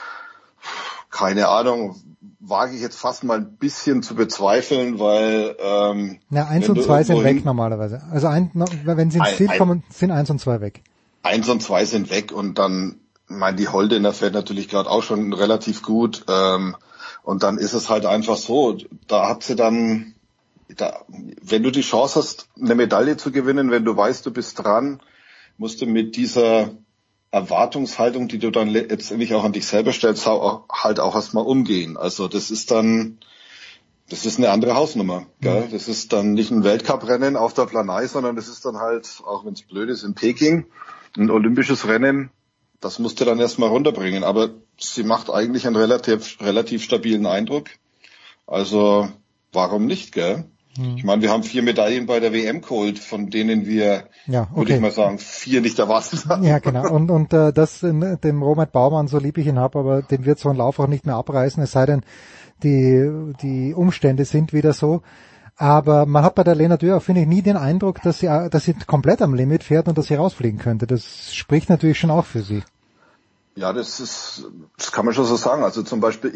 keine Ahnung. Wage ich jetzt fast mal ein bisschen zu bezweifeln, weil 1 und 2 sind weg normalerweise. Also wenn sie ins Ziel kommen, sind 1 und 2 weg. 1 und 2 sind weg und dann, die Holdener fährt natürlich gerade auch schon relativ gut. Und dann ist es halt einfach so, da hat sie dann, wenn du die Chance hast, eine Medaille zu gewinnen, wenn du weißt, du bist dran, musst du mit dieser Erwartungshaltung, die du dann letztendlich auch an dich selber stellst, halt auch erstmal umgehen. Also das ist eine andere Hausnummer. Gell? Das ist dann nicht ein Weltcuprennen auf der Planei, sondern das ist dann halt, auch wenn es blöd ist, in Peking, ein olympisches Rennen. Das musst du dann erstmal runterbringen. Aber sie macht eigentlich einen relativ stabilen Eindruck. Also warum nicht, gell? Ich meine, wir haben 4 Medaillen bei der WM geholt, von denen wir, würde ich mal sagen, 4 nicht erwartet haben. Ja, genau. Und das dem Robert Baumann, so lieb ich ihn habe, aber den wird so ein Lauf auch nicht mehr abreißen, es sei denn, die Umstände sind wieder so. Aber man hat bei der Lena Dürr, finde ich, nie den Eindruck, dass sie komplett am Limit fährt und dass sie rausfliegen könnte. Das spricht natürlich schon auch für sie. Ja, das kann man schon so sagen. Also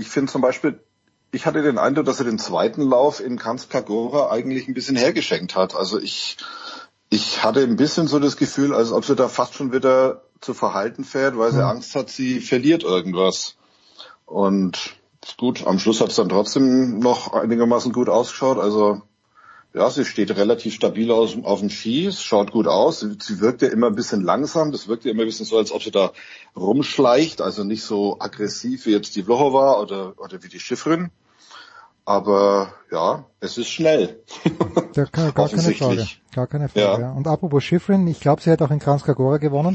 ich hatte den Eindruck, dass er den zweiten Lauf in Kranjska Gora eigentlich ein bisschen hergeschenkt hat. Also ich hatte ein bisschen so das Gefühl, als ob sie da fast schon wieder zu verhalten fährt, weil sie Angst hat, sie verliert irgendwas. Und gut, am Schluss hat es dann trotzdem noch einigermaßen gut ausgeschaut. Also ja, sie steht relativ stabil auf dem Ski, es schaut gut aus. Sie wirkt ja immer ein bisschen langsam, das wirkt ja immer ein bisschen so, als ob sie da rumschleicht, also nicht so aggressiv wie jetzt die Vlhova oder wie die Schifrin. Aber ja, es ist schnell. Gar keine Frage. Ja. Und apropos Schifrin, ich glaube, sie hat auch in Kranjska Gora gewonnen.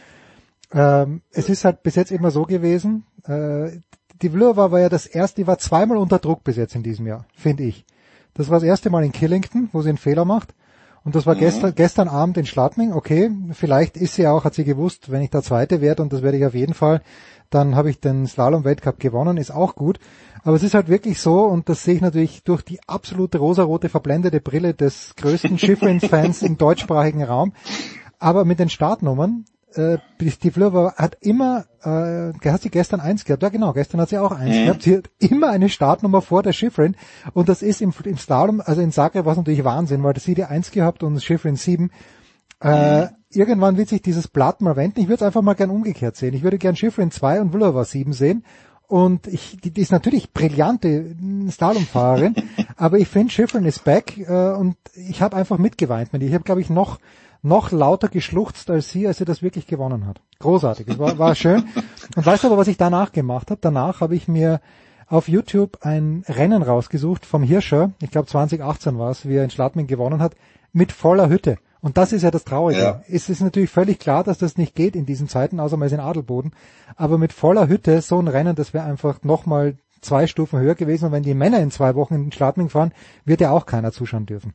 Es ist halt bis jetzt immer so gewesen, die Vlhova war ja die war zweimal unter Druck bis jetzt in diesem Jahr, finde ich. Das war das erste Mal in Killington, wo sie einen Fehler macht. Und das war gestern Abend in Schladming. Okay, vielleicht hat sie gewusst, wenn ich da Zweite werde, und das werde ich auf jeden Fall, dann habe ich den Slalom-Weltcup gewonnen, ist auch gut. Aber es ist halt wirklich so, und das sehe ich natürlich durch die absolute rosarote verblendete Brille des größten Schifrin-Fans im deutschsprachigen Raum. Aber mit den Startnummern, die Vlhova hat immer, hat sie gestern 1 gehabt? Ja genau, gestern hat sie auch 1 gehabt. Sie hat immer eine Startnummer vor der Schifrin, und das ist im Slalom, also in Zagreb war es natürlich Wahnsinn, weil sie die 1 gehabt und Schifrin 7. Irgendwann wird sich dieses Blatt mal wenden. Ich würde es einfach mal gern umgekehrt sehen. Ich würde gern Schifrin 2 und Vlhova 7 sehen. Und die ist natürlich brillante Slalomfahrerin, aber ich finde, Schifrin ist back, und ich habe einfach mitgeweint mit ihr. Ich habe, glaube ich, noch lauter geschluchzt als sie das wirklich gewonnen hat. Großartig, es war schön. Und weißt du aber, was ich danach gemacht habe? Danach habe ich mir auf YouTube ein Rennen rausgesucht vom Hirscher, ich glaube 2018 war es, wie er in Schladming gewonnen hat, mit voller Hütte. Und das ist ja das Traurige. Ja. Es ist natürlich völlig klar, dass das nicht geht in diesen Zeiten, außer man ist in Adelboden. Aber mit voller Hütte, so ein Rennen, das wäre einfach nochmal 2 Stufen höher gewesen. Und wenn die Männer in 2 Wochen in Schladming fahren, wird ja auch keiner zuschauen dürfen.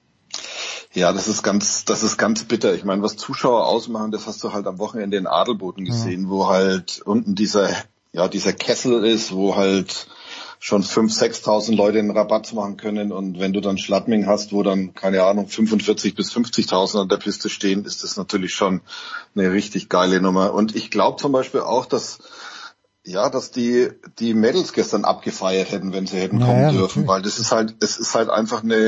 Ja, das ist ganz bitter. Ich meine, was Zuschauer ausmachen, das hast du halt am Wochenende in Adelboden gesehen, wo halt unten dieser Kessel ist, wo halt schon 5.000, 6.000 Leute einen Rabatt machen können, und wenn du dann Schladming hast, wo dann, keine Ahnung, 45.000 bis 50.000 an der Piste stehen, ist das natürlich schon eine richtig geile Nummer. Und ich glaube zum Beispiel auch, dass die Mädels gestern abgefeiert hätten, wenn sie hätten kommen dürfen, weil es ist einfach ein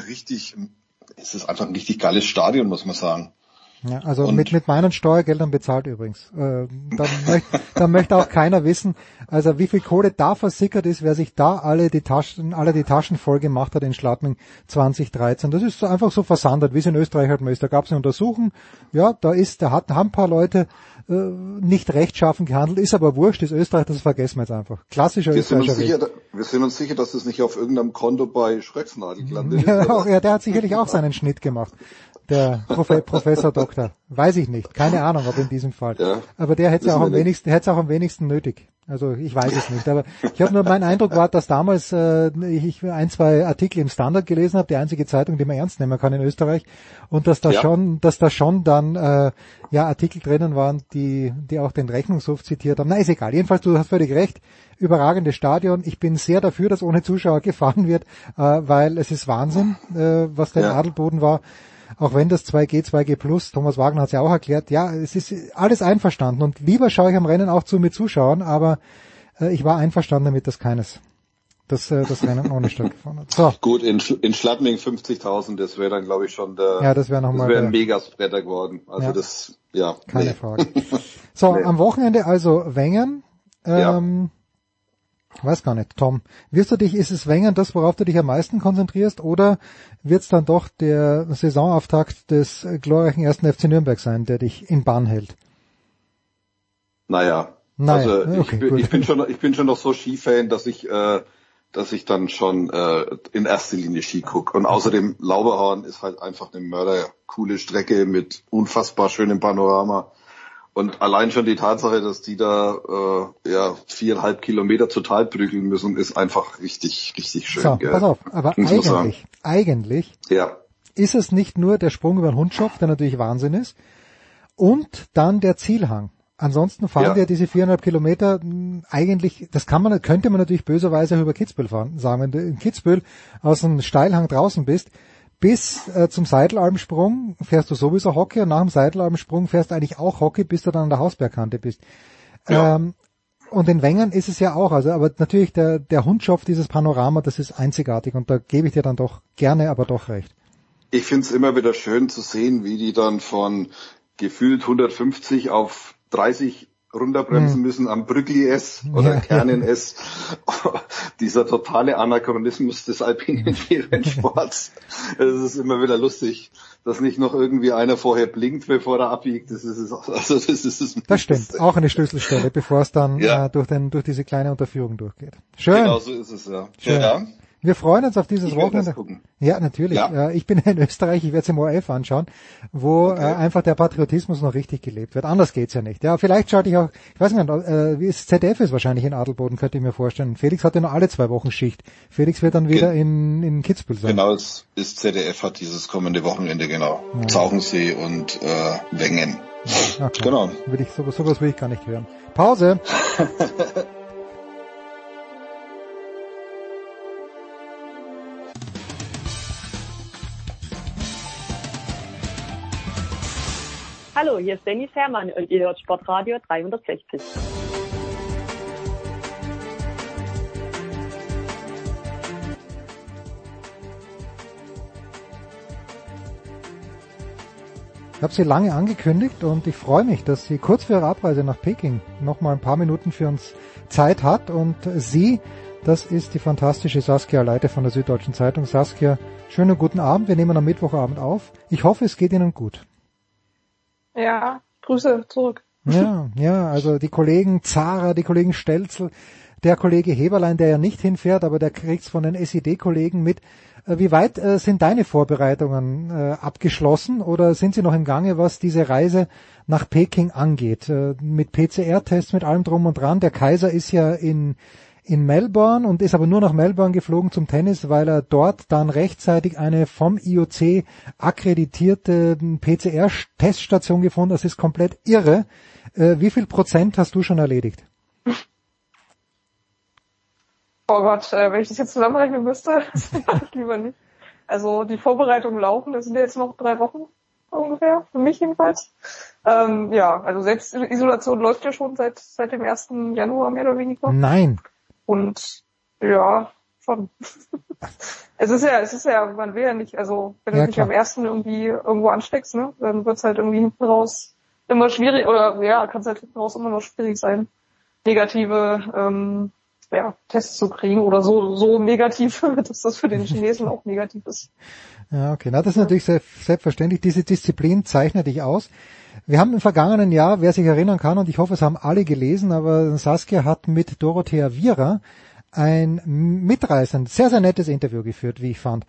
richtig geiles Stadion, muss man sagen. Ja, also mit meinen Steuergeldern bezahlt übrigens. Da möchte auch keiner wissen, also wie viel Kohle da versickert ist, wer sich da alle die Taschen voll gemacht hat in Schladming 2013. Das ist so einfach so versandet, wie es in Österreich halt mal ist. Da gab es eine Untersuchung, ja, haben ein paar Leute nicht rechtschaffen gehandelt, ist aber wurscht, ist Österreich, das vergessen wir jetzt einfach. Klassischer österreichischer Weg. Wir sind uns sicher, dass das nicht auf irgendeinem Konto bei Schröcksnadel gelandet ist. Ja, der hat sicherlich auch seinen Schnitt gemacht. der Professor Doktor. Weiß ich nicht. Keine Ahnung, ob in diesem Fall. Ja, aber der hätte es auch am wenigsten nötig. Also ich weiß es nicht. Aber ich habe nur, mein Eindruck war, dass damals ich 1-2 Artikel im Standard gelesen habe, die einzige Zeitung, die man ernst nehmen kann in Österreich, und dass da schon dann Artikel drinnen waren, die auch den Rechnungshof zitiert haben. Na, ist egal. Jedenfalls, du hast völlig recht. Überragendes Stadion. Ich bin sehr dafür, dass ohne Zuschauer gefahren wird, weil es ist Wahnsinn, was da im Adelboden war. Auch wenn das 2G+, Thomas Wagner hat es ja auch erklärt, ja, es ist alles einverstanden. Und lieber schaue ich am Rennen auch zu mit Zuschauern, aber ich war einverstanden damit, dass das Rennen ohne stattgefunden hat. So. Gut, in Schladming 50.000, das wäre dann, glaube ich, schon das wäre ein Megaspreader geworden. Also keine Frage. So, am Wochenende also Wengen. Weiß gar nicht, Tom. Ist es Wengen das, worauf du dich am meisten konzentrierst, oder wird es dann doch der Saisonauftakt des glorreichen 1. FC Nürnberg sein, der dich in Bann hält? Naja. Also ich bin schon noch so Skifan, dass ich dann schon in erster Linie Ski gucke. Und außerdem Lauberhorn ist halt einfach eine mördercoole Strecke mit unfassbar schönem Panorama. Und allein schon die Tatsache, dass die da 4,5 Kilometer zu Tal prügeln müssen, ist einfach richtig, richtig schön. So, pass auf, aber eigentlich ist es nicht nur der Sprung über den Hundschopf, der natürlich Wahnsinn ist, und dann der Zielhang. Ansonsten fahren wir diese 4,5 Kilometer eigentlich, könnte man natürlich böserweise auch über Kitzbühel fahren. Sagen, wenn du in Kitzbühel aus dem Steilhang draußen bist, bis zum Seidelalmsprung fährst du sowieso Hockey, und nach dem Seidelalmsprung fährst du eigentlich auch Hockey, bis du dann an der Hausbergkante bist. Ja. Und in Wengen ist es ja auch, aber natürlich der Hundschopf, dieses Panorama, das ist einzigartig, und da gebe ich dir dann doch gerne, aber doch recht. Ich finde es immer wieder schön zu sehen, wie die dann von gefühlt 150 auf 30 runterbremsen müssen am Brückli S oder Kernen S. Dieser totale Anachronismus des alpinen Skirennsports. Es ist immer wieder lustig, dass nicht noch irgendwie einer vorher blinkt, bevor er abbiegt. Das stimmt. Auch eine Schlüsselstelle, bevor es dann durch diese kleine Unterführung durchgeht. Schön. Genau so ist es, ja. Schön. Ja. Wir freuen uns auf dieses Wochenende. Ja, natürlich. Ja. Ich bin in Österreich, ich werde es im ORF anschauen, wo einfach der Patriotismus noch richtig gelebt wird. Anders geht's ja nicht. Ja, vielleicht schalte ich auch, ich weiß nicht, wie es ZDF ist wahrscheinlich in Adelboden, könnte ich mir vorstellen. Felix hat ja nur alle 2 Wochen Schicht. Felix wird dann wieder in Kitzbühel sein. Genau, ZDF hat dieses kommende Wochenende, genau. Ja. Zauchensee und Wengen. Okay. Genau. Sowas will ich gar nicht hören. Pause. Hallo, hier ist Dennis Herrmann und ihr hört Sportradio 360. Ich habe sie lange angekündigt und ich freue mich, dass sie kurz vor ihrer Abreise nach Peking noch mal ein paar Minuten für uns Zeit hat. Und sie, das ist die fantastische Saskia Leite von der Süddeutschen Zeitung. Saskia, schönen guten Abend. Wir nehmen am Mittwochabend auf. Ich hoffe, es geht Ihnen gut. Ja, Grüße zurück. Ja, also die Kollegen Zara, die Kollegen Stelzl, der Kollege Heberlein, der ja nicht hinfährt, aber der kriegt's von den SED-Kollegen mit. Wie weit sind deine Vorbereitungen abgeschlossen oder sind sie noch im Gange, was diese Reise nach Peking angeht? Mit PCR-Tests, mit allem drum und dran. Der Kaiser ist ja in Melbourne und ist aber nur nach Melbourne geflogen zum Tennis, weil er dort dann rechtzeitig eine vom IOC akkreditierte PCR-Teststation gefunden hat. Das ist komplett irre. Wie viel Prozent hast du schon erledigt? Oh Gott, wenn ich das jetzt zusammenrechnen müsste, das mache ich lieber nicht. Also die Vorbereitungen laufen, das sind jetzt noch 3 Wochen ungefähr, für mich jedenfalls. Also Selbstisolation läuft ja schon seit dem 1. Januar mehr oder weniger. Nein. Und ja, schon. Es ist ja, man will ja nicht, also wenn du dich am 1. irgendwie irgendwo ansteckst, ne, dann wird's halt irgendwie hinten raus immer schwierig, oder kann es halt hinten raus immer noch schwierig sein, negative Tests zu kriegen, oder so negativ, dass das für den Chinesen auch negativ ist. Ja, okay. Na, das ist natürlich selbstverständlich. Diese Disziplin zeichnet dich aus. Wir haben im vergangenen Jahr, wer sich erinnern kann, und ich hoffe, es haben alle gelesen, aber Saskia hat mit Dorothea Viera ein mitreißend, sehr, sehr nettes Interview geführt, wie ich fand.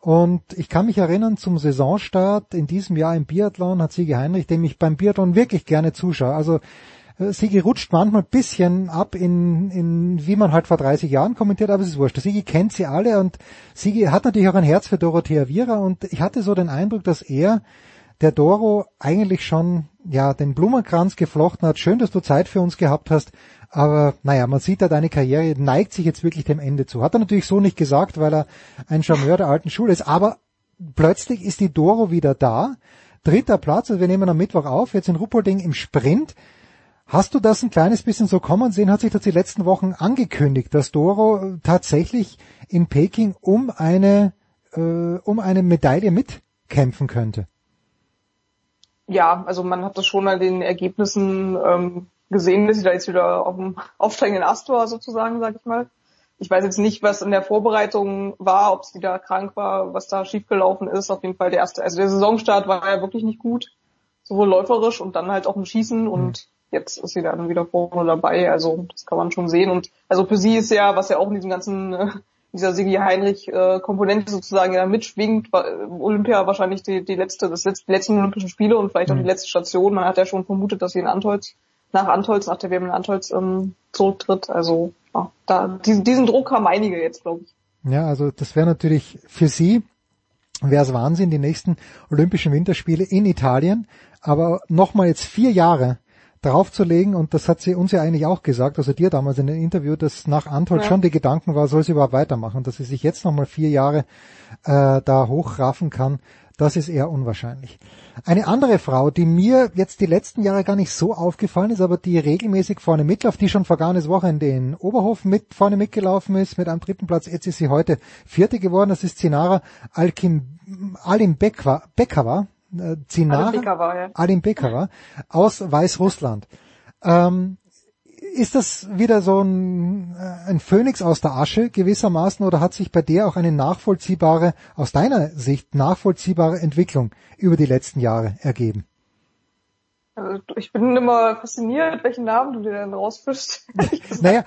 Und ich kann mich erinnern, zum Saisonstart in diesem Jahr im Biathlon hat Sigi Heinrich, dem ich beim Biathlon wirklich gerne zuschaue. Also Sigi rutscht manchmal ein bisschen ab in wie man halt vor 30 Jahren kommentiert, aber es ist wurscht. Sigi kennt sie alle und Sigi hat natürlich auch ein Herz für Dorothea Viera und ich hatte so den Eindruck, dass er der Doro eigentlich schon den Blumenkranz geflochten hat. Schön, dass du Zeit für uns gehabt hast, aber man sieht da, deine Karriere neigt sich jetzt wirklich dem Ende zu. Hat er natürlich so nicht gesagt, weil er ein Charmeur der alten Schule ist, aber plötzlich ist die Doro wieder da. 3. Platz, also wir nehmen am Mittwoch auf, jetzt in Ruppolding im Sprint. Hast du das ein kleines bisschen so kommen sehen? Hat sich das die letzten Wochen angekündigt, dass Doro tatsächlich in Peking um eine Medaille mitkämpfen könnte? Ja, also man hat das schon an den Ergebnissen gesehen, dass sie da jetzt wieder auf dem aufsteigenden Ast war, sozusagen, sag ich mal. Ich weiß jetzt nicht, was in der Vorbereitung war, ob sie da krank war, was da schiefgelaufen ist. Auf jeden Fall der Saisonstart war ja wirklich nicht gut, sowohl läuferisch und dann halt auch im Schießen und jetzt ist sie dann wieder vorne dabei, also das kann man schon sehen. Und also für sie ist ja, was ja auch in diesem ganzen, dieser Sigi Heinrich Komponente sozusagen ja mitschwingt, Olympia wahrscheinlich die letzten Olympischen Spiele und vielleicht auch die letzte Station. Man hat ja schon vermutet, dass sie nach der WM in Antolz zurücktritt. Also diesen Druck haben einige jetzt, glaube ich. Ja, also das wäre natürlich für sie, wäre es Wahnsinn, die nächsten Olympischen Winterspiele in Italien, aber nochmal jetzt 4 Jahre draufzulegen, und das hat sie uns ja eigentlich auch gesagt, also dir damals in dem Interview, dass nach Antolz schon die Gedanken war, soll sie überhaupt weitermachen, dass sie sich jetzt nochmal 4 Jahre da hochraffen kann, das ist eher unwahrscheinlich. Eine andere Frau, die mir jetzt die letzten Jahre gar nicht so aufgefallen ist, aber die regelmäßig vorne mitläuft, die schon vergangenes Wochenende in Oberhof vorne mitgelaufen ist, mit einem 3. Platz, jetzt ist sie heute 4. geworden, das ist Zinara Alimbekova, Alimbekova aus Weißrussland. Ist das wieder so ein Phönix aus der Asche gewissermaßen, oder hat sich bei der auch eine aus deiner Sicht nachvollziehbare Entwicklung über die letzten Jahre ergeben? Also ich bin immer fasziniert, welchen Namen du dir denn rausfischst. Naja,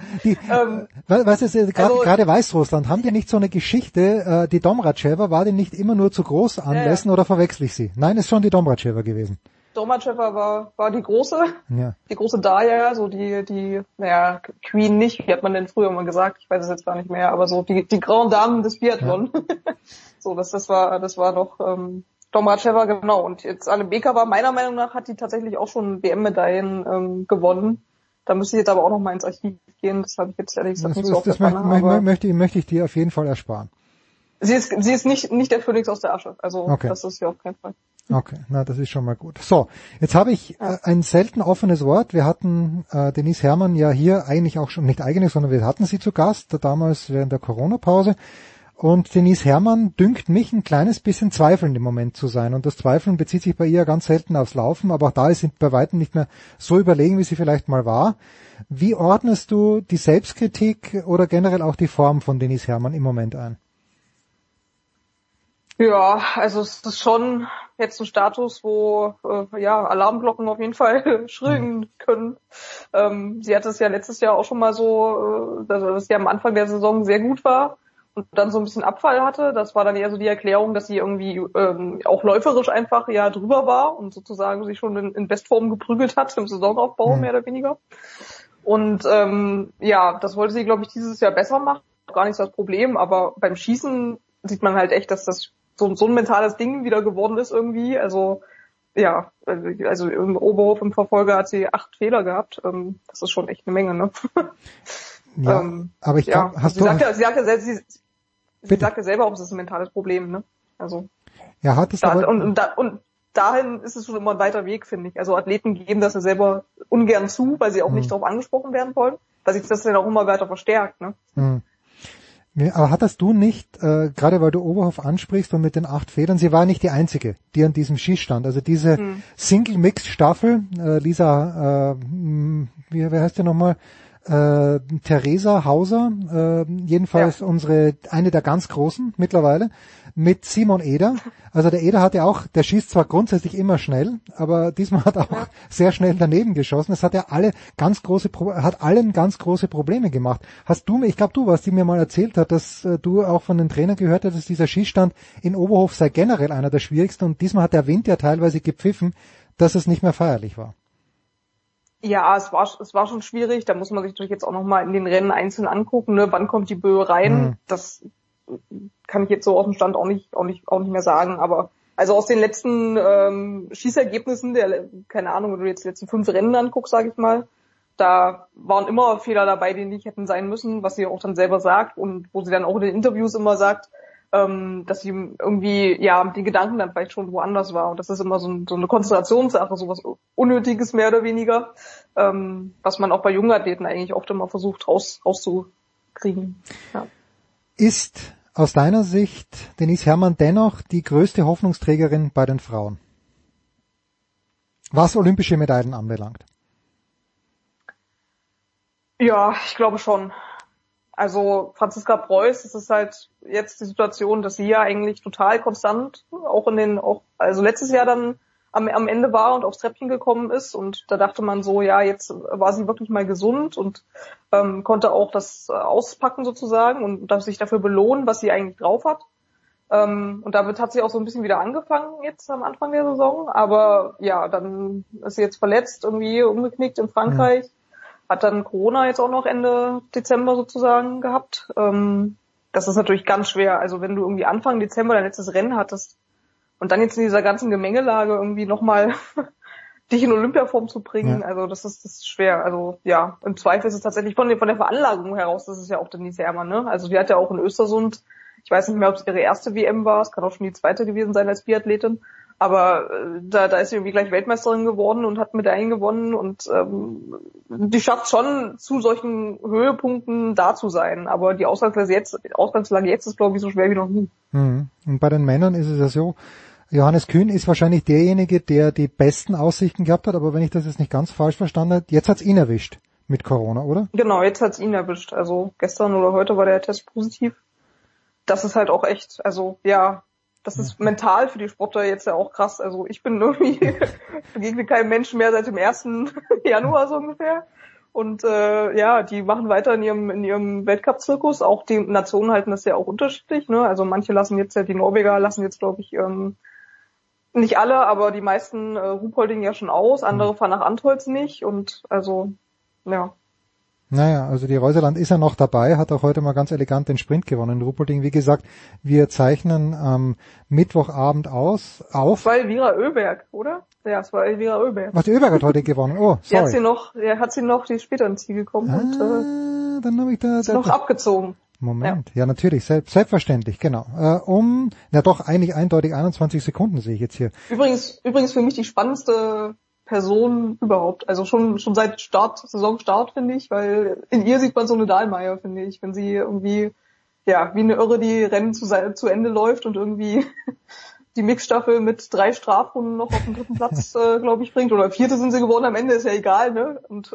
gerade Weißrussland, haben die nicht so eine Geschichte, die Domracheva, war die nicht immer nur zu groß Anlässen oder verwechsel ich sie? Nein, ist schon die Domracheva gewesen. Domracheva war die große, die große Daya, so die Queen nicht, wie hat man denn früher mal gesagt, ich weiß es jetzt gar nicht mehr, aber so die Grande Dame des Biathlon. Ja. So, das war noch Domracheva, genau. Und jetzt Alimbekova, meiner Meinung nach, hat die tatsächlich auch schon WM-Medaillen gewonnen. Da müsste ich jetzt aber auch noch mal ins Archiv gehen, das habe ich jetzt ehrlich gesagt nicht so aufgefallen. Möchte ich dir auf jeden Fall ersparen. Sie ist nicht der Phönix aus der Asche, also das ist ja auf keinen Fall. Okay, das ist schon mal gut. So, jetzt habe ich ein selten offenes Wort. Wir hatten Denise Herrmann ja hier eigentlich auch schon, nicht eigentlich, sondern wir hatten sie zu Gast, damals während der Corona-Pause. Und Denise Herrmann dünkt mich ein kleines bisschen zweifelnd im Moment zu sein. Und das Zweifeln bezieht sich bei ihr ganz selten aufs Laufen, aber auch da ist sie bei weitem nicht mehr so überlegen, wie sie vielleicht mal war. Wie ordnest du die Selbstkritik oder generell auch die Form von Denise Herrmann im Moment ein? Ja, also es ist schon jetzt ein Status, wo Alarmglocken auf jeden Fall schrillen können. Sie hatte es ja letztes Jahr auch schon mal so, dass sie am Anfang der Saison sehr gut war und dann so ein bisschen Abfall hatte. Das war dann eher so die Erklärung, dass sie irgendwie auch läuferisch einfach drüber war und sozusagen sich schon in Bestform geprügelt hat im Saisonaufbau, mehr oder weniger. Und das wollte sie, glaube ich, dieses Jahr besser machen. Gar nicht so das Problem, aber beim Schießen sieht man halt echt, dass das so ein mentales Ding wieder geworden ist irgendwie. Also im Oberhof im Verfolger hat sie 8 Fehler gehabt. Das ist schon echt eine Menge, ne? Ja, aber ich glaube, sie sagte selber auch, es ist ein mentales Problem, ne? Also und dahin ist es schon immer ein weiter Weg, finde ich. Also Athleten geben das ja selber ungern zu, weil sie auch nicht darauf angesprochen werden wollen, weil sich das dann auch immer weiter verstärkt, ne? Aber hattest du nicht, gerade weil du Oberhof ansprichst und mit den 8 Fehlern, sie war nicht die Einzige, die an diesem Schießstand, also diese Single-Mix-Staffel, Lisa, wie heißt die nochmal, Theresa Hauser, jedenfalls eine der ganz Großen mittlerweile, mit Simon Eder. Also der Eder hat ja auch, der schießt zwar grundsätzlich immer schnell, aber diesmal hat er auch sehr schnell daneben geschossen. Es hat ja allen ganz große Probleme gemacht. Ich glaube du warst, die mir mal erzählt hat, dass du auch von den Trainern gehört hast, dass dieser Schießstand in Oberhof sei generell einer der schwierigsten und diesmal hat der Wind ja teilweise gepfiffen, dass es nicht mehr feierlich war. Ja, es war schon schwierig. Da muss man sich natürlich jetzt auch nochmal in den Rennen einzeln angucken, ne? Wann kommt die Böe rein? Das kann ich jetzt so auf dem Stand auch nicht mehr sagen. Aber also aus den letzten Schießergebnissen, keine Ahnung, wenn du jetzt die letzten 5 Rennen anguckst, sage ich mal, da waren immer Fehler dabei, die nicht hätten sein müssen, was sie auch dann selber sagt und wo sie dann auch in den Interviews immer sagt, dass sie irgendwie, mit den Gedanken dann vielleicht schon woanders war. Und das ist immer so eine Konzentrationssache, sowas Unnötiges mehr oder weniger, was man auch bei jungen Athleten eigentlich oft immer versucht rauszukriegen. Ja. Ist aus deiner Sicht Denise Herrmann dennoch die größte Hoffnungsträgerin bei den Frauen, was olympische Medaillen anbelangt? Ja, ich glaube schon. Also Franziska Preuß, es ist halt jetzt die Situation, dass sie ja eigentlich total konstant also letztes Jahr dann am Ende war und aufs Treppchen gekommen ist und da dachte man so, ja, jetzt war sie wirklich mal gesund und konnte auch das auspacken sozusagen und sich dafür belohnen, was sie eigentlich drauf hat. Und damit hat sie auch so ein bisschen wieder angefangen jetzt am Anfang der Saison, aber ja, dann ist sie jetzt verletzt, irgendwie umgeknickt in Frankreich. Hat dann Corona jetzt auch noch Ende Dezember sozusagen gehabt. Das ist natürlich ganz schwer. Also wenn du irgendwie Anfang Dezember dein letztes Rennen hattest und dann jetzt in dieser ganzen Gemengelage irgendwie nochmal dich in Olympiaform zu bringen, also das ist schwer. Also ja, im Zweifel ist es tatsächlich von der Veranlagung heraus, das ist ja auch Denise Herrmann, ne? Also die hat ja auch in Östersund, ich weiß nicht mehr, ob es ihre erste WM war, es kann auch schon die zweite gewesen sein als Biathletin. Aber da ist sie irgendwie gleich Weltmeisterin geworden und hat Medaillen gewonnen und die schafft schon, zu solchen Höhepunkten da zu sein. Aber die Ausgangslage jetzt ist, glaube ich, so schwer wie noch nie. Und bei den Männern ist es ja so, Johannes Kühn ist wahrscheinlich derjenige, der die besten Aussichten gehabt hat, aber wenn ich das jetzt nicht ganz falsch verstanden habe, jetzt hat's ihn erwischt mit Corona, oder? Genau, jetzt hat's ihn erwischt. Also gestern oder heute war der Test positiv. Das ist halt auch echt, also ja, das ist mental für die Sportler jetzt ja auch krass. Also ich bin irgendwie, begegne keinem Menschen mehr seit dem 1. Januar so ungefähr. Und die machen weiter in ihrem Weltcup-Zirkus. Auch die Nationen halten das ja auch unterschiedlich. Ne? Also manche die Norweger lassen jetzt, glaube ich, nicht alle, aber die meisten Ruhpolding ja schon aus. Andere fahren nach Antholz nicht. Und also, ja. Naja, also die Reuseland ist ja noch dabei, hat auch heute mal ganz elegant den Sprint gewonnen in Ruhpolding. Wie gesagt, wir zeichnen am Mittwochabend auf. Das war Elvira Oeberg, oder? Ja, es war Elvira Oeberg. Was, die Oeberg hat heute gewonnen? Oh, sorry. Hat sie noch, die ist später ins Ziel gekommen und dann habe ich da ist noch abgezogen. Moment, ja natürlich, selbstverständlich, genau. Eigentlich eindeutig 21 Sekunden sehe ich jetzt hier. Übrigens für mich die spannendste Person überhaupt. Also schon seit Saisonstart, finde ich, weil in ihr sieht man so eine Dahlmeier, finde ich, wenn sie irgendwie, wie eine Irre die Rennen zu Ende läuft und irgendwie die Mixstaffel mit 3 Strafrunden noch auf den 3. Platz, glaube ich, bringt. Oder 4. sind sie geworden, am Ende ist ja egal, ne? Und,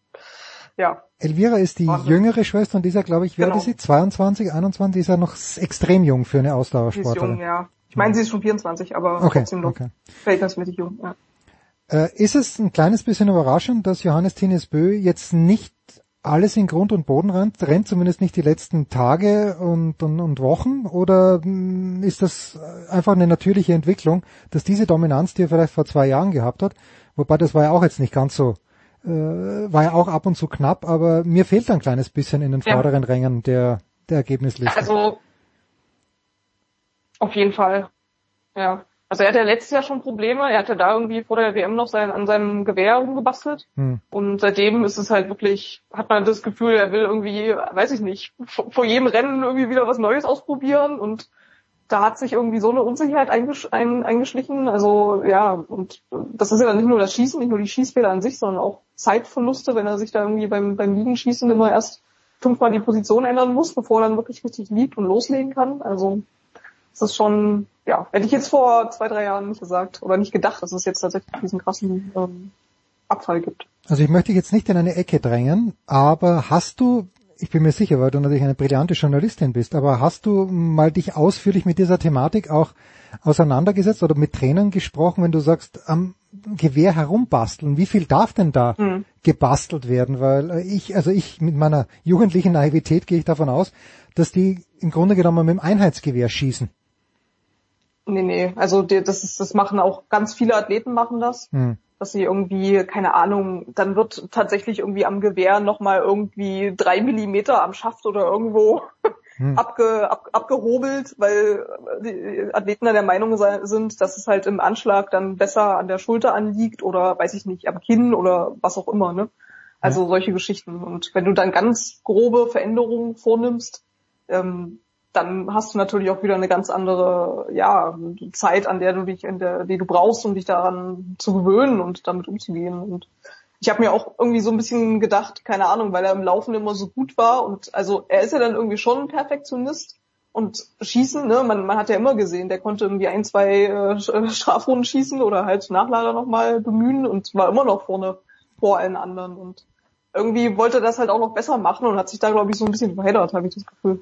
Elvira ist die jüngere Schwester und die ist ja, glaube ich, ist sie? 22, 21, ist ja noch extrem jung für eine Ausdauersportlerin. Sie ist jung, ja. Ich meine, sie ist schon 24, aber trotzdem noch verhältnismäßig jung, ja. Ist es ein kleines bisschen überraschend, dass Johannes Tinius Bö jetzt nicht alles in Grund und Boden rennt, zumindest nicht die letzten Tage und Wochen? Oder ist das einfach eine natürliche Entwicklung, dass diese Dominanz, die er vielleicht vor 2 Jahren gehabt hat, wobei das war ja auch jetzt nicht ganz so, war ja auch ab und zu knapp, aber mir fehlt ein kleines bisschen in den vorderen Rängen der Ergebnisliste. Also auf jeden Fall, ja. Also er hatte letztes Jahr schon Probleme. Er hatte da irgendwie vor der WM noch an seinem Gewehr rumgebastelt. Und seitdem ist es halt wirklich, hat man das Gefühl, er will irgendwie, weiß ich nicht, vor jedem Rennen irgendwie wieder was Neues ausprobieren. Und da hat sich irgendwie so eine Unsicherheit eingeschlichen. Also ja, und das ist ja dann nicht nur das Schießen, nicht nur die Schießfehler an sich, sondern auch Zeitverluste, wenn er sich da irgendwie beim Liegenschießen immer erst 5-mal die Position ändern muss, bevor er dann wirklich richtig liegt und loslegen kann. Also das ist schon, hätte ich jetzt vor 2-3 Jahren nicht gesagt oder nicht gedacht, dass es jetzt tatsächlich diesen krassen Abfall gibt. Also ich möchte dich jetzt nicht in eine Ecke drängen, aber hast du, ich bin mir sicher, weil du natürlich eine brillante Journalistin bist, aber hast du mal dich ausführlich mit dieser Thematik auch auseinandergesetzt oder mit Trainern gesprochen, wenn du sagst, am Gewehr herumbasteln, wie viel darf denn da gebastelt werden? Weil ich mit meiner jugendlichen Naivität gehe ich davon aus, dass die im Grunde genommen mit dem Einheitsgewehr schießen. Nee, also das machen auch ganz viele Athleten machen das. Dass sie irgendwie, keine Ahnung, dann wird tatsächlich irgendwie am Gewehr nochmal irgendwie 3 Millimeter am Schaft oder irgendwo abgehobelt, weil die Athleten dann der Meinung sind, dass es halt im Anschlag dann besser an der Schulter anliegt oder, weiß ich nicht, am Kinn oder was auch immer, ne? Also solche Geschichten. Und wenn du dann ganz grobe Veränderungen vornimmst, dann hast du natürlich auch wieder eine ganz andere, Zeit, die du brauchst, um dich daran zu gewöhnen und damit umzugehen. Und ich habe mir auch irgendwie so ein bisschen gedacht, keine Ahnung, weil er im Laufen immer so gut war und also er ist ja dann irgendwie schon ein Perfektionist und schießen, ne, man hat ja immer gesehen, der konnte irgendwie 1, 2 Strafrunden schießen oder halt Nachlader nochmal bemühen und war immer noch vorne vor allen anderen und irgendwie wollte er das halt auch noch besser machen und hat sich da, glaube ich, so ein bisschen verheddert, habe ich das Gefühl.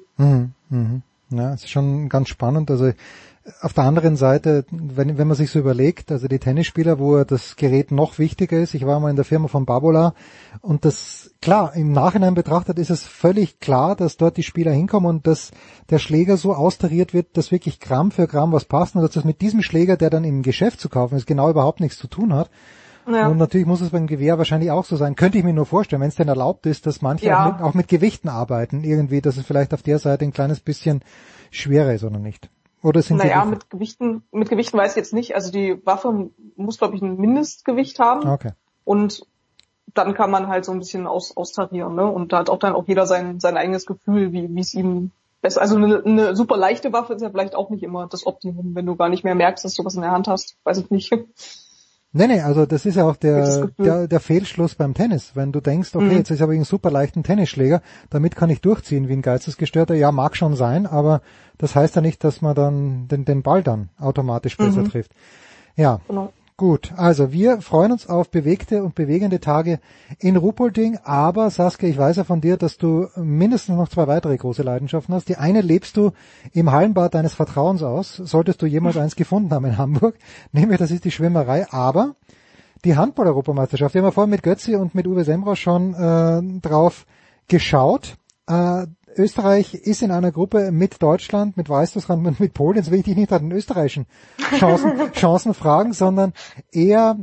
Ja, es ist schon ganz spannend. Also auf der anderen Seite, wenn man sich so überlegt, also die Tennisspieler, wo das Gerät noch wichtiger ist, ich war mal in der Firma von Babola und das, klar, im Nachhinein betrachtet ist es völlig klar, dass dort die Spieler hinkommen und dass der Schläger so austariert wird, dass wirklich Gramm für Gramm was passt und dass das mit diesem Schläger, der dann im Geschäft zu kaufen ist, genau überhaupt nichts zu tun hat. Ja. Und natürlich muss es beim Gewehr wahrscheinlich auch so sein. Könnte ich mir nur vorstellen, wenn es denn erlaubt ist, dass manche auch mit Gewichten arbeiten. Irgendwie, dass es vielleicht auf der Seite ein kleines bisschen schwerer ist oder nicht. Oder sind mit Gewichten weiß ich jetzt nicht. Also die Waffe muss, glaube ich, ein Mindestgewicht haben. Okay. Und dann kann man halt so ein bisschen austarieren, ne? Und da hat auch dann auch jeder sein eigenes Gefühl, wie es ihm besser. Also eine super leichte Waffe ist ja vielleicht auch nicht immer das Optimum, wenn du gar nicht mehr merkst, dass du was in der Hand hast. Weiß ich nicht. Nee, also das ist ja auch der Fehlschluss beim Tennis. Wenn du denkst, okay, jetzt ist aber ein super leichten Tennisschläger, damit kann ich durchziehen wie ein Geistesgestörter. Ja, mag schon sein, aber das heißt ja nicht, dass man dann den Ball dann automatisch besser trifft. Ja, genau. Gut, also wir freuen uns auf bewegte und bewegende Tage in Ruhpolding, aber Saskia, ich weiß ja von dir, dass du mindestens noch 2 weitere große Leidenschaften hast. Die eine lebst du im Hallenbad deines Vertrauens aus, solltest du jemals eins gefunden haben in Hamburg, nämlich das ist die Schwimmerei, aber die Handball-Europameisterschaft, wir haben ja vorhin mit Götzi und mit Uwe Semrau schon drauf geschaut. Österreich ist in einer Gruppe mit Deutschland, mit Weißrussland und mit Polen. Jetzt will ich dich nicht nach den österreichischen Chancen fragen, sondern eher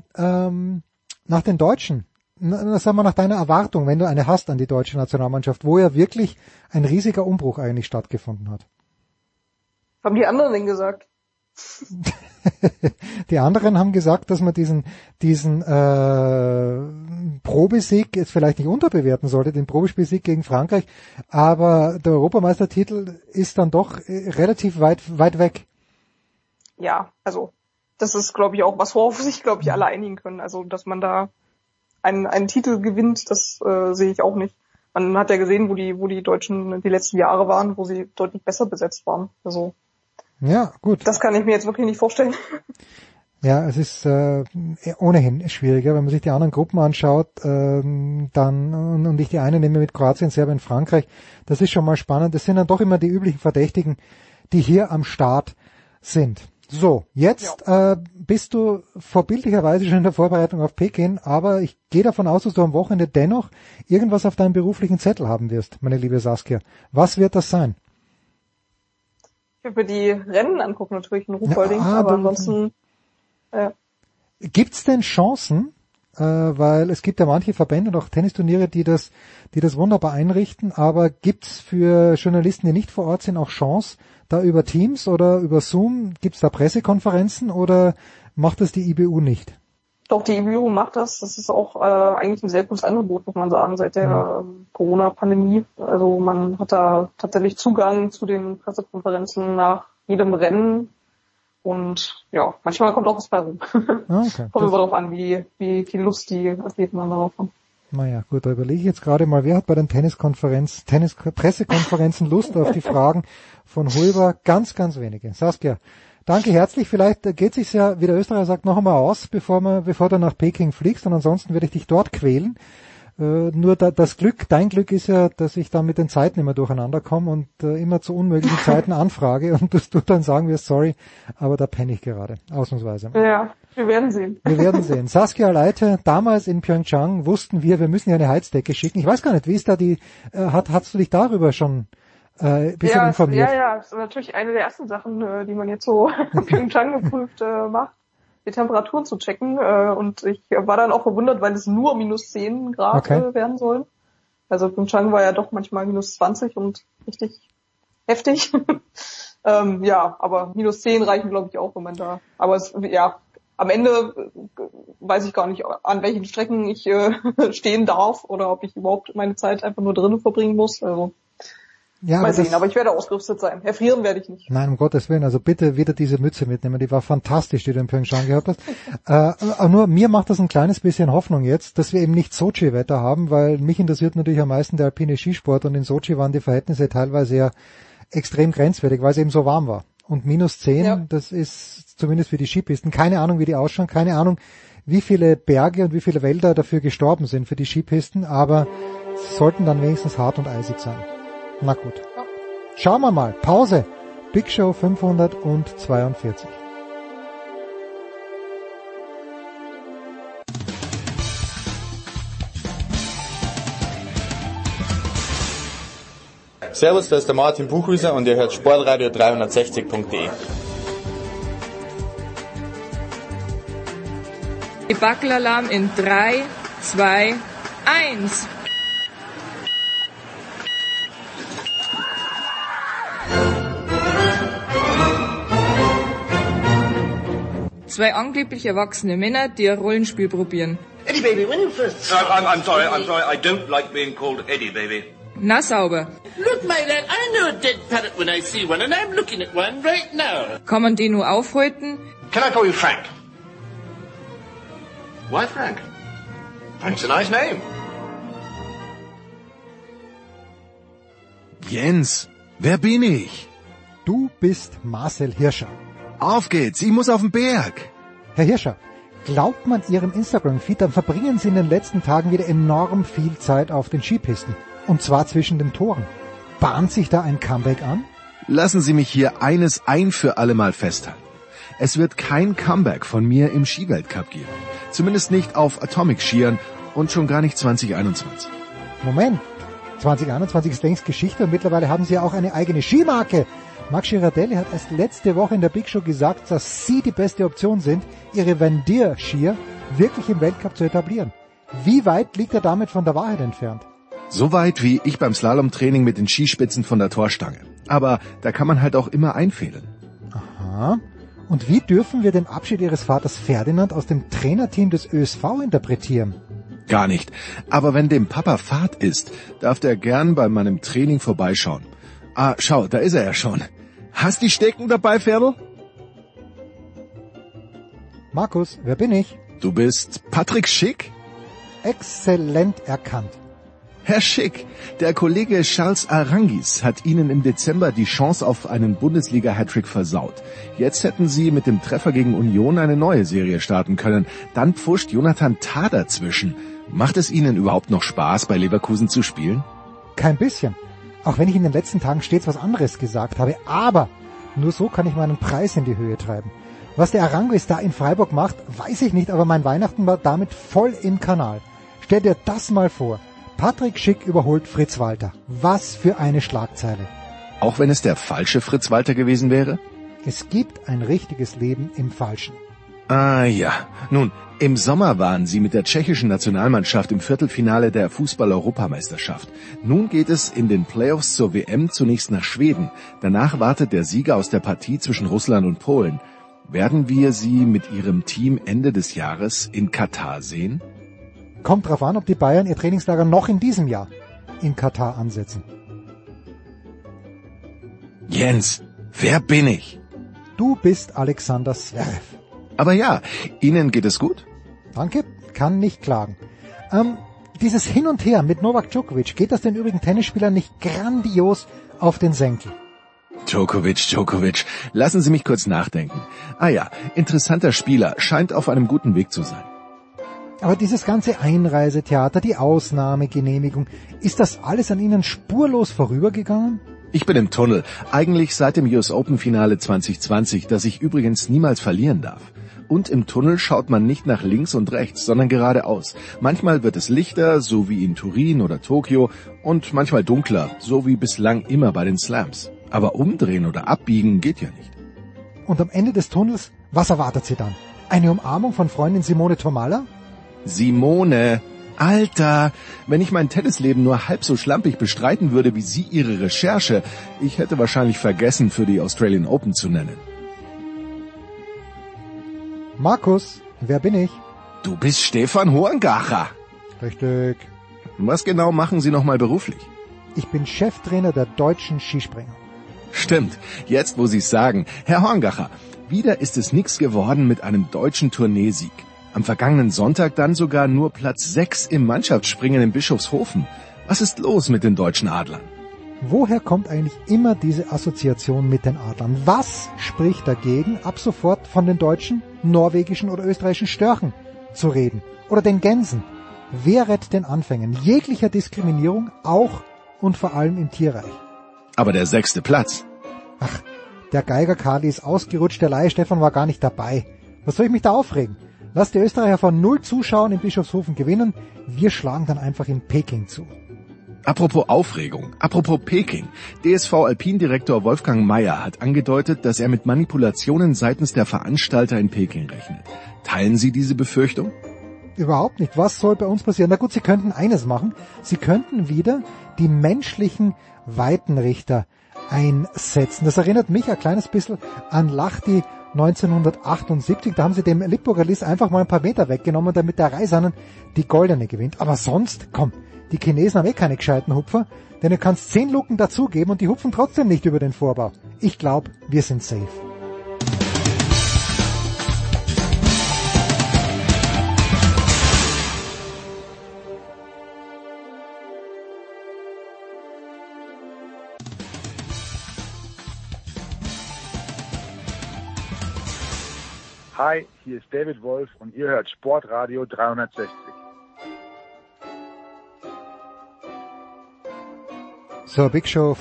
nach den Deutschen. Sagen wir nach deiner Erwartung, wenn du eine hast an die deutsche Nationalmannschaft, wo ja wirklich ein riesiger Umbruch eigentlich stattgefunden hat. Haben die anderen denn gesagt? Die anderen haben gesagt, dass man diesen Probesieg jetzt vielleicht nicht unterbewerten sollte, den Probespielsieg gegen Frankreich, aber der Europameistertitel ist dann doch relativ weit weg. Ja, also das ist, glaube ich, auch was, worauf sich, glaube ich, alle einigen können. Also, dass man da einen Titel gewinnt, das sehe ich auch nicht. Man hat ja gesehen, wo die Deutschen die letzten Jahre waren, wo sie deutlich besser besetzt waren. Also ja, gut. Das kann ich mir jetzt wirklich nicht vorstellen. Ja, es ist ohnehin schwieriger, wenn man sich die anderen Gruppen anschaut, dann und ich die eine nehme mit Kroatien, Serbien, Frankreich, das ist schon mal spannend. Das sind dann doch immer die üblichen Verdächtigen, die hier am Start sind. So, jetzt bist du vorbildlicherweise schon in der Vorbereitung auf Peking, aber ich gehe davon aus, dass du am Wochenende dennoch irgendwas auf deinem beruflichen Zettel haben wirst, meine liebe Saskia. Was wird das sein? Ich würde die Rennen angucken, natürlich in Ruhpolding, aber ansonsten Gibt's denn Chancen, weil es gibt ja manche Verbände und auch Tennisturniere, die das wunderbar einrichten, aber gibt's für Journalisten, die nicht vor Ort sind, auch Chance, da über Teams oder über Zoom, gibt's da Pressekonferenzen oder macht das die IBU nicht? Doch, die IBU macht das. Das ist auch eigentlich ein sehr gutes Angebot, muss man sagen, seit der Corona-Pandemie. Also man hat da tatsächlich Zugang zu den Pressekonferenzen nach jedem Rennen. Und ja, manchmal kommt auch was bei rum. Okay. Kommt aber darauf an, wie viel Lust die Athleten dann darauf haben. Naja, gut, da überlege ich jetzt gerade mal, wer hat bei den Pressekonferenzen Lust auf die Fragen von Hulber? Ganz, ganz wenige. Saskia, Danke herzlich. Vielleicht geht sich's ja, wie der Österreicher sagt, noch einmal aus, bevor du nach Peking fliegst. Und ansonsten werde ich dich dort quälen. Nur dein Glück ist ja, dass ich da mit den Zeiten immer durcheinander komme und immer zu unmöglichen Zeiten anfrage und dass du dann sagen wirst, sorry, aber da penne ich gerade, ausnahmsweise. Ja, wir werden sehen. Wir werden sehen. Saskia Leite, damals in Pyeongchang wussten wir müssen ja eine Heizdecke schicken. Ich weiß gar nicht, wie ist da hast du dich darüber schon bisschen informiert? Ja, das ist natürlich eine der ersten Sachen, die man jetzt so in Pyeongchang geprüft macht, die Temperaturen zu checken. Und ich war dann auch verwundert, weil es nur minus 10 Grad werden sollen. Also Pyeongchang war ja doch manchmal minus 20 und richtig heftig. Aber minus 10 reichen, glaube ich, auch, wenn man da... Aber am Ende weiß ich gar nicht, an welchen Strecken ich stehen darf oder ob ich überhaupt meine Zeit einfach nur drinnen verbringen muss. Also mal sehen, aber ich werde ausgerüstet sein. Erfrieren werde ich nicht. Nein, um Gottes Willen. Also bitte wieder diese Mütze mitnehmen. Die war fantastisch, die du in Pyeongchang gehabt hast. Nur mir macht das ein kleines bisschen Hoffnung jetzt, dass wir eben nicht Sochi-Wetter haben, weil mich interessiert natürlich am meisten der alpine Skisport und in Sochi waren die Verhältnisse teilweise ja extrem grenzwertig, weil es eben so warm war. Und minus 10, das ist zumindest für die Skipisten. Keine Ahnung, wie die ausschauen. Keine Ahnung, wie viele Berge und wie viele Wälder dafür gestorben sind für die Skipisten. Aber sie sollten dann wenigstens hart und eisig sein. Na gut. Schauen wir mal. Pause. Big Show 542. Servus, da ist der Martin Buchwieser und ihr hört Sportradio 360.de. Debackelalarm in 3, 2, 1. Zwei angeblich erwachsene Männer, die ein Rollenspiel probieren. Eddie, baby, when you first... I'm sorry, I don't like being called Eddie, baby. Na sauber. Look, my lad, I know a dead parrot when I see one, and I'm looking at one right now. Kann man den nur aufhalten? Can I call you Frank? Why Frank? Frank's a nice name. Jens, wer bin ich? Du bist Marcel Hirscher. Auf geht's, ich muss auf den Berg. Herr Hirscher, glaubt man Ihrem Instagram-Feed, dann verbringen Sie in den letzten Tagen wieder enorm viel Zeit auf den Skipisten. Und zwar zwischen den Toren. Bahnt sich da ein Comeback an? Lassen Sie mich hier eines ein für alle Mal festhalten. Es wird kein Comeback von mir im Skiweltcup geben. Zumindest nicht auf Atomic-Skiern und schon gar nicht 2021. Moment, 2021 ist längst Geschichte und mittlerweile haben Sie ja auch eine eigene Skimarke. Max Girardelli hat erst letzte Woche in der Big Show gesagt, dass Sie die beste Option sind, Ihre Van Der Skier wirklich im Weltcup zu etablieren. Wie weit liegt er damit von der Wahrheit entfernt? So weit wie ich beim Slalomtraining mit den Skispitzen von der Torstange. Aber da kann man halt auch immer einfehlen. Aha. Und wie dürfen wir den Abschied Ihres Vaters Ferdinand aus dem Trainerteam des ÖSV interpretieren? Gar nicht. Aber wenn dem Papa Fahrt ist, darf der gern bei meinem Training vorbeischauen. Ah, schau, da ist er ja schon. Hast die Stecken dabei, Ferdl? Markus, wer bin ich? Du bist Patrick Schick? Exzellent erkannt. Herr Schick, der Kollege Charles Arangis hat Ihnen im Dezember die Chance auf einen Bundesliga-Hattrick versaut. Jetzt hätten Sie mit dem Treffer gegen Union eine neue Serie starten können. Dann pfuscht Jonathan Tah dazwischen. Macht es Ihnen überhaupt noch Spaß, bei Leverkusen zu spielen? Kein bisschen. Auch wenn ich in den letzten Tagen stets was anderes gesagt habe. Aber nur so kann ich meinen Preis in die Höhe treiben. Was der Arangis da in Freiburg macht, weiß ich nicht, aber mein Weihnachten war damit voll im Kanal. Stell dir das mal vor. Patrick Schick überholt Fritz Walter. Was für eine Schlagzeile. Auch wenn es der falsche Fritz Walter gewesen wäre? Es gibt ein richtiges Leben im Falschen. Ah ja. Nun, im Sommer waren Sie mit der tschechischen Nationalmannschaft im Viertelfinale der Fußball-Europameisterschaft. Nun geht es in den Playoffs zur WM zunächst nach Schweden. Danach wartet der Sieger aus der Partie zwischen Russland und Polen. Werden wir Sie mit Ihrem Team Ende des Jahres in Katar sehen? Kommt drauf an, ob die Bayern ihr Trainingslager noch in diesem Jahr in Katar ansetzen. Jens, wer bin ich? Du bist Alexander Zverev. Aber ja, Ihnen geht es gut? Danke, kann nicht klagen. Dieses Hin und Her mit Novak Djokovic, geht das den übrigen Tennisspielern nicht grandios auf den Senkel? Djokovic. Lassen Sie mich kurz nachdenken. Ah ja, interessanter Spieler, scheint auf einem guten Weg zu sein. Aber dieses ganze Einreisetheater, die Ausnahmegenehmigung, ist das alles an Ihnen spurlos vorübergegangen? Ich bin im Tunnel, eigentlich seit dem US Open Finale 2020, das ich übrigens niemals verlieren darf. Und im Tunnel schaut man nicht nach links und rechts, sondern geradeaus. Manchmal wird es lichter, so wie in Turin oder Tokio, und manchmal dunkler, so wie bislang immer bei den Slams. Aber umdrehen oder abbiegen geht ja nicht. Und am Ende des Tunnels, was erwartet Sie dann? Eine Umarmung von Freundin Simone Tomalla? Simone, Alter, wenn ich mein Tennisleben nur halb so schlampig bestreiten würde wie Sie Ihre Recherche, ich hätte wahrscheinlich vergessen, für die Australian Open zu nennen. Markus, wer bin ich? Du bist Stefan Horngacher. Richtig. Was genau machen Sie nochmal beruflich? Ich bin Cheftrainer der deutschen Skispringer. Stimmt, jetzt wo Sie es sagen. Herr Horngacher, wieder ist es nichts geworden mit einem deutschen Tourneesieg. Am vergangenen Sonntag dann sogar nur Platz 6 im Mannschaftsspringen in Bischofshofen. Was ist los mit den deutschen Adlern? Woher kommt eigentlich immer diese Assoziation mit den Adlern? Was spricht dagegen, ab sofort von den deutschen, norwegischen oder österreichischen Störchen zu reden? Oder den Gänsen? Wer rettet den Anfängen jeglicher Diskriminierung, auch und vor allem im Tierreich? Aber der 6. Platz. Ach, der Geiger Kali ist ausgerutscht, der Laie Stefan war gar nicht dabei. Was soll ich mich da aufregen? Lass die Österreicher von 0 Zuschauern in Bischofshofen gewinnen, wir schlagen dann einfach in Peking zu. Apropos Aufregung, apropos Peking. DSV-Alpindirektor Wolfgang Mayer hat angedeutet, dass er mit Manipulationen seitens der Veranstalter in Peking rechnet. Teilen Sie diese Befürchtung? Überhaupt nicht. Was soll bei uns passieren? Na gut, Sie könnten eines machen. Sie könnten wieder die menschlichen Weitenrichter einsetzen. Das erinnert mich ein kleines bisschen an Lahti 1978, da haben sie dem Lippo-Galis einfach mal ein paar Meter weggenommen, damit der Reisanen die Goldene gewinnt. Aber sonst, komm, die Chinesen haben keine gescheiten Hupfer, denn du kannst 10 Luken dazugeben und die hupfen trotzdem nicht über den Vorbau. Ich glaube, wir sind safe. Hi, hier ist David Wolf und ihr hört Sportradio 360. So, Big Show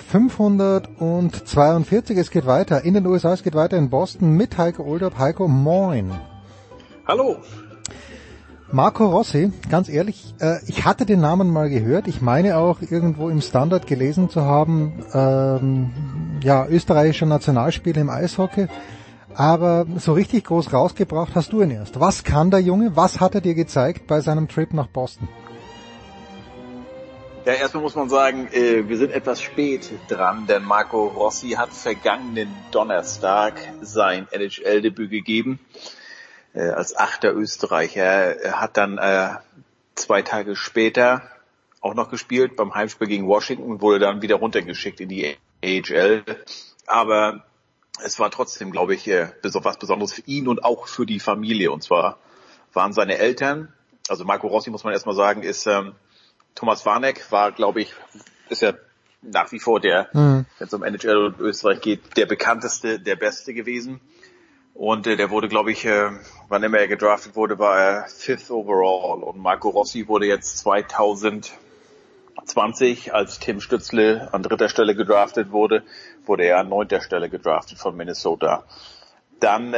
542, es geht weiter in den USA, es geht weiter in Boston mit Heiko Olderb. Heiko, moin. Hallo. Marco Rossi, ganz ehrlich, ich hatte den Namen mal gehört, ich meine auch irgendwo im Standard gelesen zu haben, österreichischer Nationalspieler im Eishockey. Aber so richtig groß rausgebracht hast du ihn erst. Was kann der Junge? Was hat er dir gezeigt bei seinem Trip nach Boston? Ja, erstmal muss man sagen, wir sind etwas spät dran, denn Marco Rossi hat vergangenen Donnerstag sein NHL-Debüt gegeben als 8. Österreicher. Er hat dann 2 Tage später auch noch gespielt beim Heimspiel gegen Washington, wurde dann wieder runtergeschickt in die AHL. Aber es war trotzdem, glaube ich, was Besonderes für ihn und auch für die Familie. Und zwar waren seine Eltern, also Marco Rossi, muss man erstmal sagen, ist Thomas Warneck, war, glaube ich, ist ja nach wie vor wenn es um NHL und Österreich geht, der bekannteste, der Beste gewesen. Und der wurde, glaube ich, wann immer er gedraftet wurde, war er 5th overall. Und Marco Rossi wurde jetzt 2020, als Tim Stützle an 3. Stelle gedraftet wurde er an 9. Stelle gedraftet von Minnesota. Dann,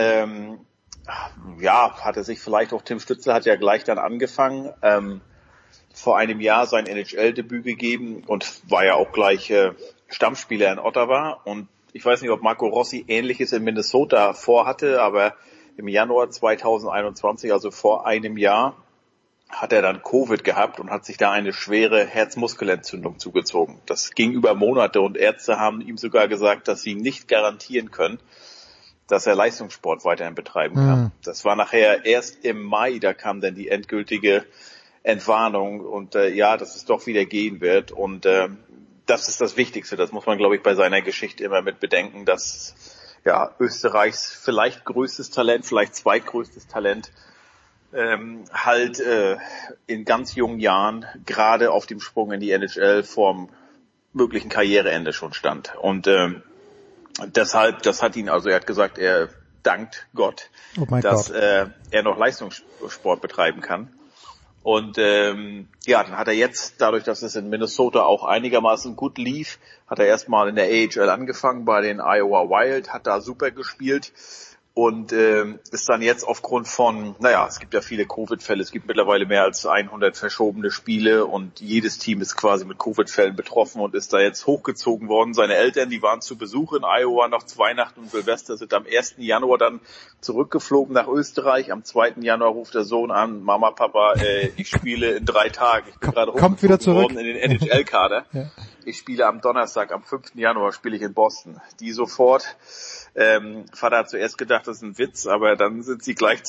hat er sich vielleicht auch, Tim Stützle hat ja gleich dann angefangen, vor einem Jahr sein NHL-Debüt gegeben und war ja auch gleich Stammspieler in Ottawa. Und ich weiß nicht, ob Marco Rossi Ähnliches in Minnesota vorhatte, aber im Januar 2021, also vor einem Jahr, hat er dann Covid gehabt und hat sich da eine schwere Herzmuskelentzündung zugezogen. Das ging über Monate und Ärzte haben ihm sogar gesagt, dass sie nicht garantieren können, dass er Leistungssport weiterhin betreiben kann. Das war nachher erst im Mai, da kam dann die endgültige Entwarnung und dass es doch wieder gehen wird. Und das ist das Wichtigste. Das muss man, glaube ich, bei seiner Geschichte immer mit bedenken, dass Österreichs vielleicht größtes Talent, vielleicht zweitgrößtes Talent in ganz jungen Jahren gerade auf dem Sprung in die NHL vorm möglichen Karriereende schon stand. Und deshalb, das hat ihn, also er hat gesagt, er dankt Gott, dass er noch Leistungssport betreiben kann. Und dann hat er jetzt, dadurch, dass es in Minnesota auch einigermaßen gut lief, hat er erstmal in der AHL angefangen bei den Iowa Wild, hat da super gespielt und ist dann jetzt aufgrund von, es gibt ja viele Covid-Fälle, es gibt mittlerweile mehr als 100 verschobene Spiele und jedes Team ist quasi mit Covid-Fällen betroffen und ist da jetzt hochgezogen worden. Seine Eltern, die waren zu Besuch in Iowa noch zu Weihnachten und Silvester, sind am 1. Januar dann zurückgeflogen nach Österreich. Am 2. Januar ruft der Sohn an, Mama, Papa, ich spiele in 3 Tagen. Ich bin gerade hochgezogen worden in den NHL-Kader. Ja. Ich spiele am Donnerstag, am 5. Januar spiele ich in Boston. Die sofort, Vater hat zuerst gedacht, das ist ein Witz, aber dann sind sie gleich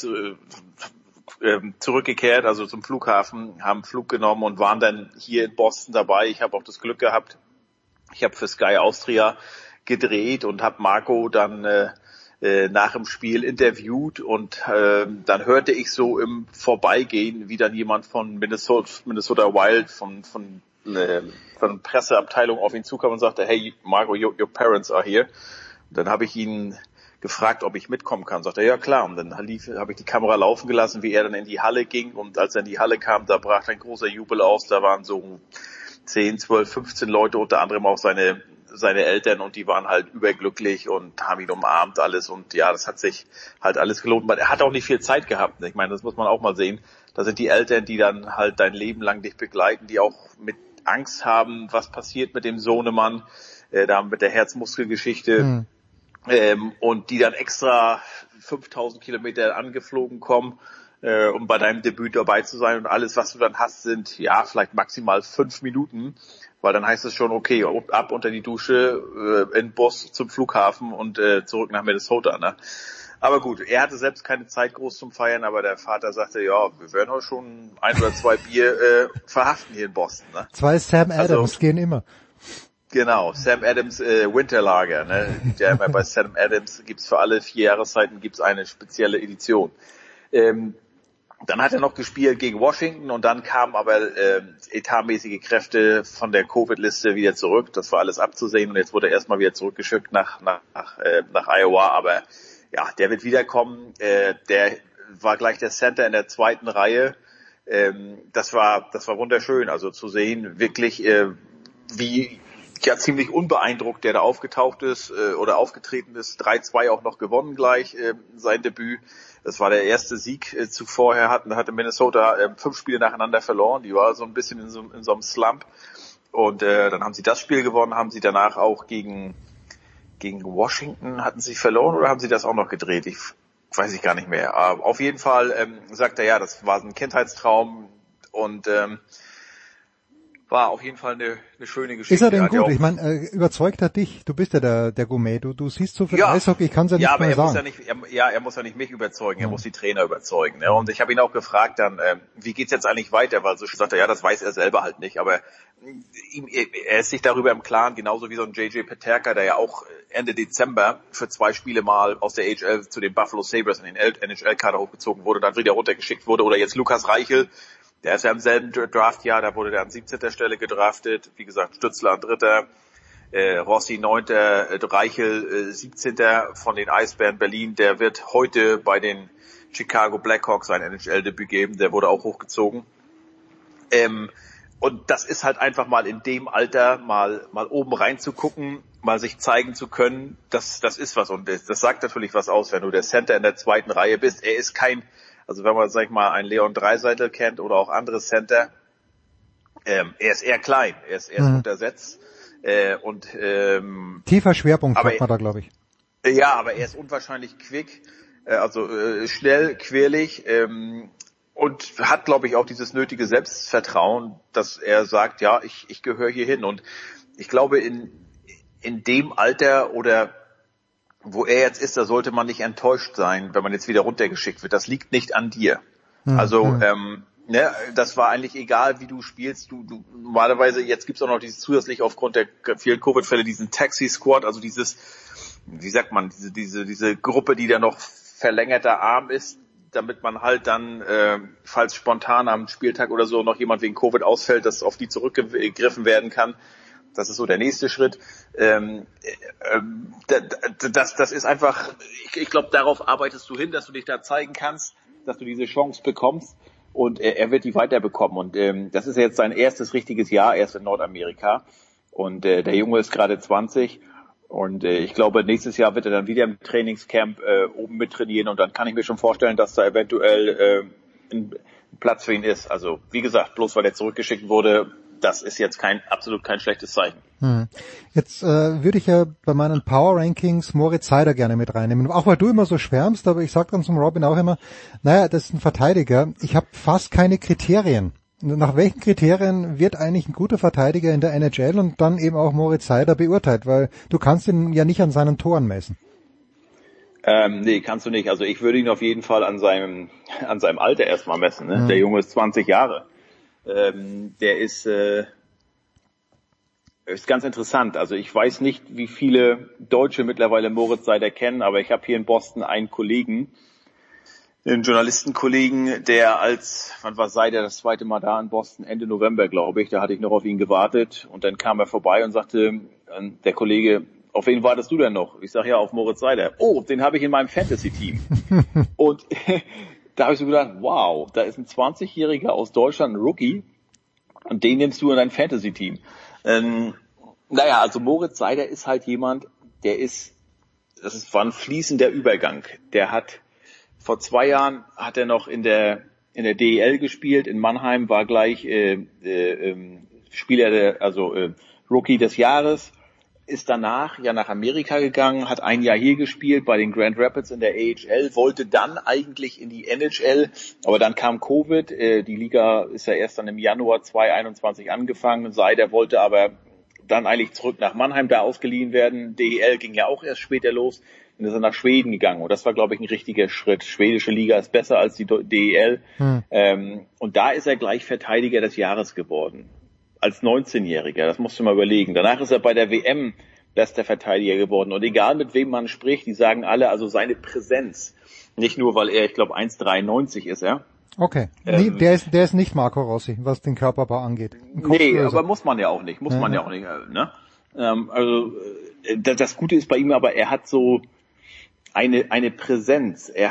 zurückgekehrt, also zum Flughafen, haben Flug genommen und waren dann hier in Boston dabei. Ich habe auch das Glück gehabt, ich habe für Sky Austria gedreht und habe Marco dann nach dem Spiel interviewt und dann hörte ich so im Vorbeigehen, wie dann jemand von Minnesota Wild von Presseabteilung auf ihn zukam und sagte, hey Marco, your parents are here. Und dann habe ich ihn gefragt, ob ich mitkommen kann. Sagt er, ja klar. Und dann habe ich die Kamera laufen gelassen, wie er dann in die Halle ging. Und als er in die Halle kam, da brach ein großer Jubel aus. Da waren so 10, 12, 15 Leute, unter anderem auch seine Eltern. Und die waren halt überglücklich und haben ihn umarmt alles. Und ja, das hat sich halt alles gelohnt. Er hat auch nicht viel Zeit gehabt. Ich meine, das muss man auch mal sehen. Da sind die Eltern, die dann halt dein Leben lang dich begleiten, die auch mit Angst haben, was passiert mit dem Sohnemann, da mit der Herzmuskelgeschichte. Und die dann extra 5000 Kilometer angeflogen kommen, um bei deinem Debüt dabei zu sein. Und alles, was du dann hast, sind vielleicht maximal 5 Minuten, weil dann heißt es schon, okay, ab unter die Dusche, in Bus zum Flughafen und zurück nach Minnesota. Ne? Aber gut, er hatte selbst keine Zeit groß zum Feiern, aber der Vater sagte, ja, wir werden heute schon 1 oder 2 Bier verhaften hier in Boston. Ne? 2 Sam Adams gehen immer. Genau, Sam Adams Winterlager. Ne? Bei Sam Adams gibt's für alle 4 Jahreszeiten gibt's eine spezielle Edition. Dann hat er noch gespielt gegen Washington und dann kamen aber etatmäßige Kräfte von der Covid-Liste wieder zurück. Das war alles abzusehen und jetzt wurde er erstmal wieder zurückgeschickt nach Iowa. Aber ja, der wird wiederkommen. Der war gleich der Center in der 2. Reihe. Das war wunderschön, also zu sehen, wirklich wie ziemlich unbeeindruckt, der da aufgetaucht ist oder aufgetreten ist. 3-2 auch noch gewonnen gleich, sein Debüt. Das war der erste Sieg zuvor. Hatte Minnesota 5 Spiele nacheinander verloren. Die war so ein bisschen in so einem Slump. Und dann haben sie das Spiel gewonnen, haben sie danach auch gegen Washington, hatten sie verloren oder haben sie das auch noch gedreht? Weiß ich gar nicht mehr. Aber auf jeden Fall sagt er, ja, das war ein Kindheitstraum und war auf jeden Fall eine schöne Geschichte. Ist er denn gut? Ich meine, überzeugt er dich? Du bist ja der Gourmet. Du siehst so viel Eishockey, ich kann es ja nicht mehr sagen. Er muss ja nicht mich überzeugen, er muss die Trainer überzeugen. Ne? Und ich habe ihn auch gefragt dann, wie geht's jetzt eigentlich weiter? Weil so sagt er, ja, das weiß er selber halt nicht. Aber er ist sich darüber im Klaren, genauso wie so ein JJ Peterka, der ja auch Ende Dezember für 2 Spiele mal aus der AHL zu den Buffalo Sabres in den NHL-Kader hochgezogen wurde, dann wieder runtergeschickt wurde. Oder jetzt Lukas Reichel, der ist ja im selben Draftjahr, da wurde der an 17. Stelle gedraftet. Wie gesagt, Stützler an 3., Rossi 9., Reichel 17. von den Eisbären Berlin. Der wird heute bei den Chicago Blackhawks sein NHL-Debüt geben. Der wurde auch hochgezogen. Und das ist halt einfach mal in dem Alter mal oben reinzugucken, mal sich zeigen zu können, das ist was. Und das sagt natürlich was aus, wenn du der Center in der 2. Reihe bist. Er ist kein, also wenn man, sag ich mal, einen Leon Draisaitl kennt oder auch andere Center, er ist eher klein, er ist untersetzt. Tiefer Schwerpunkt hat man da, glaube ich. Ja, aber er ist unwahrscheinlich quick, schnell, quirlig, und hat, glaube ich, auch dieses nötige Selbstvertrauen, dass er sagt, ja, ich gehöre hier hin. Und ich glaube, in dem Alter oder wo er jetzt ist, da sollte man nicht enttäuscht sein, wenn man jetzt wieder runtergeschickt wird. Das liegt nicht an dir. Also, das war eigentlich egal, wie du spielst. Du normalerweise, jetzt gibt's auch noch dieses zusätzlich aufgrund der vielen Covid-Fälle, diesen Taxi-Squad, also dieses, wie sagt man, diese Gruppe, die da noch verlängerter Arm ist, damit man halt dann, falls spontan am Spieltag oder so noch jemand wegen Covid ausfällt, dass auf die zurückgegriffen werden kann. Das ist so der nächste Schritt. Das ist einfach, ich glaube, darauf arbeitest du hin, dass du dich da zeigen kannst, dass du diese Chance bekommst und er wird die weiterbekommen. Und das ist jetzt sein erstes richtiges Jahr erst in Nordamerika und der Junge ist gerade 20 und ich glaube, nächstes Jahr wird er dann wieder im Trainingscamp oben mittrainieren und dann kann ich mir schon vorstellen, dass da eventuell ein Platz für ihn ist. Also wie gesagt, bloß weil er zurückgeschickt wurde, das ist jetzt absolut kein schlechtes Zeichen. Jetzt würde ich ja bei meinen Power Rankings Moritz Seider gerne mit reinnehmen. Auch weil du immer so schwärmst, aber ich sag dann zum Robin auch immer, naja, das ist ein Verteidiger. Ich habe fast keine Kriterien. Nach welchen Kriterien wird eigentlich ein guter Verteidiger in der NHL und dann eben auch Moritz Seider beurteilt? Weil du kannst ihn ja nicht an seinen Toren messen. Nee, kannst du nicht. Also ich würde ihn auf jeden Fall an seinem Alter erstmal messen. Ne? Der Junge ist 20 Jahre. Der ist ganz interessant. Also ich weiß nicht, wie viele Deutsche mittlerweile Moritz Seider kennen, aber ich habe hier in Boston einen Kollegen, einen Journalistenkollegen, der wann war Seider das zweite Mal da in Boston? Ende November, glaube ich. Da hatte ich noch auf ihn gewartet und dann kam er vorbei und sagte, der Kollege, auf wen wartest du denn noch? Ich sage, ja, auf Moritz Seider. Oh, den habe ich in meinem Fantasy-Team. Und da habe ich so gedacht, wow, da ist ein 20-Jähriger aus Deutschland, ein Rookie, und den nimmst du in dein Fantasy-Team. Naja, also Moritz Seider ist halt jemand, war ein fließender Übergang. Der hat, vor 2 Jahren hat er noch in der DEL gespielt, in Mannheim, war gleich Spieler Rookie des Jahres, ist danach ja nach Amerika gegangen, hat 1 Jahr hier gespielt bei den Grand Rapids in der AHL, wollte dann eigentlich in die NHL, aber dann kam Covid, die Liga ist ja erst dann im Januar 2021 angefangen, Seider wollte aber dann eigentlich zurück nach Mannheim da ausgeliehen werden, DEL ging ja auch erst später los, und ist er nach Schweden gegangen und das war, glaube ich, ein richtiger Schritt. Schwedische Liga ist besser als die DEL und da ist er gleich Verteidiger des Jahres geworden. Als 19-Jähriger, das musst du mal überlegen. Danach ist er bei der WM bester Verteidiger geworden. Und egal mit wem man spricht, die sagen alle, also seine Präsenz, nicht nur, weil er, ich glaube, 1,93 ist er. Okay, nee, der ist nicht Marco Rossi, was den Körperbau angeht. Nee, aber muss man ja auch nicht, ne? Das Gute ist bei ihm aber, er hat so eine Präsenz. Er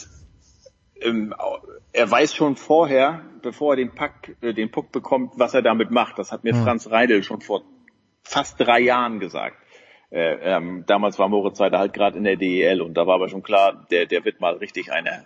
weiß schon vorher, bevor er den Puck bekommt, was er damit macht. Das hat mir Franz Reidel schon vor fast 3 Jahren gesagt. Damals war Moritz Seider halt gerade in der DEL und da war aber schon klar, der wird mal richtig einer.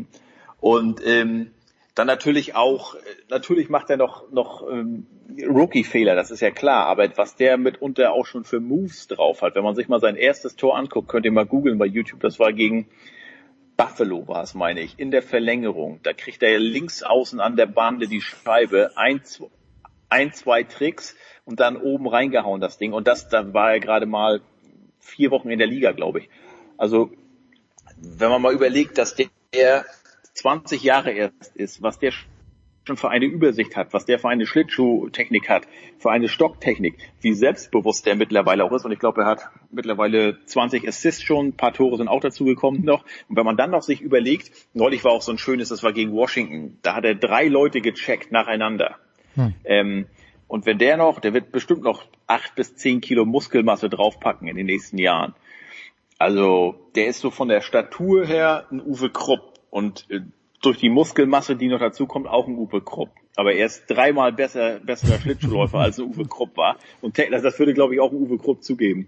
Dann natürlich macht er noch Rookie-Fehler, das ist ja klar, aber was der mitunter auch schon für Moves drauf hat, wenn man sich mal sein erstes Tor anguckt, könnt ihr mal googeln bei YouTube, das war gegen Buffalo war es, meine ich, in der Verlängerung. Da kriegt er links außen an der Bande die Scheibe, 2 Tricks und dann oben reingehauen das Ding. Und da war er gerade mal 4 Wochen in der Liga, glaube ich. Also, wenn man mal überlegt, dass der 20 Jahre erst ist, was der schon für eine Übersicht hat, was der für eine Schlittschuhtechnik hat, für eine Stocktechnik, wie selbstbewusst der mittlerweile auch ist. Und ich glaube, er hat mittlerweile 20 Assists schon, ein paar Tore sind auch dazugekommen noch. Und wenn man dann noch sich überlegt, neulich war auch so ein schönes, das war gegen Washington, da hat er 3 Leute gecheckt nacheinander. Und wenn der wird bestimmt noch 8 bis 10 Kilo Muskelmasse draufpacken in den nächsten Jahren. Also, der ist so von der Statur her ein Uwe Krupp und durch die Muskelmasse, die noch dazu kommt, auch ein Uwe Krupp. Aber er ist 3-mal besserer Schlittschuhläufer als ein Uwe Krupp war. Und das würde, glaube ich, auch ein Uwe Krupp zugeben.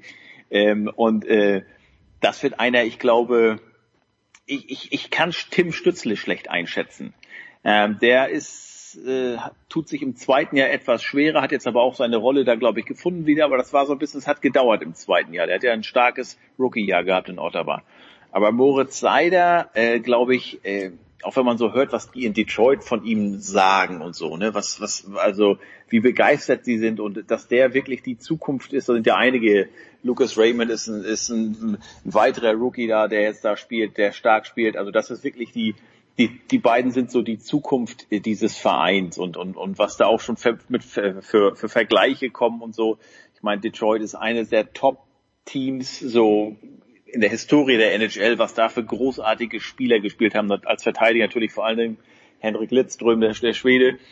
Das wird einer, ich glaube, ich kann Tim Stützle schlecht einschätzen. Der tut sich im 2. Jahr etwas schwerer, hat jetzt aber auch seine Rolle da, glaube ich, gefunden wieder. Aber das war so ein bisschen, es hat gedauert im 2. Jahr. Der hat ja ein starkes Rookie-Jahr gehabt in Ottawa. Aber Moritz Seider, glaube ich, auch wenn man so hört, was die in Detroit von ihm sagen und so, ne, also wie begeistert sie sind und dass der wirklich die Zukunft ist, da sind ja einige. Lucas Raymond ist ein weiterer Rookie da, der jetzt da spielt, der stark spielt. Also das ist wirklich die beiden sind so die Zukunft dieses Vereins und was da auch schon für Vergleiche kommen und so. Ich meine, Detroit ist eines der Top-Teams so in der Historie der NHL, was da für großartige Spieler gespielt haben, als Verteidiger natürlich vor allen Dingen Henrik Lidström, der Schwede.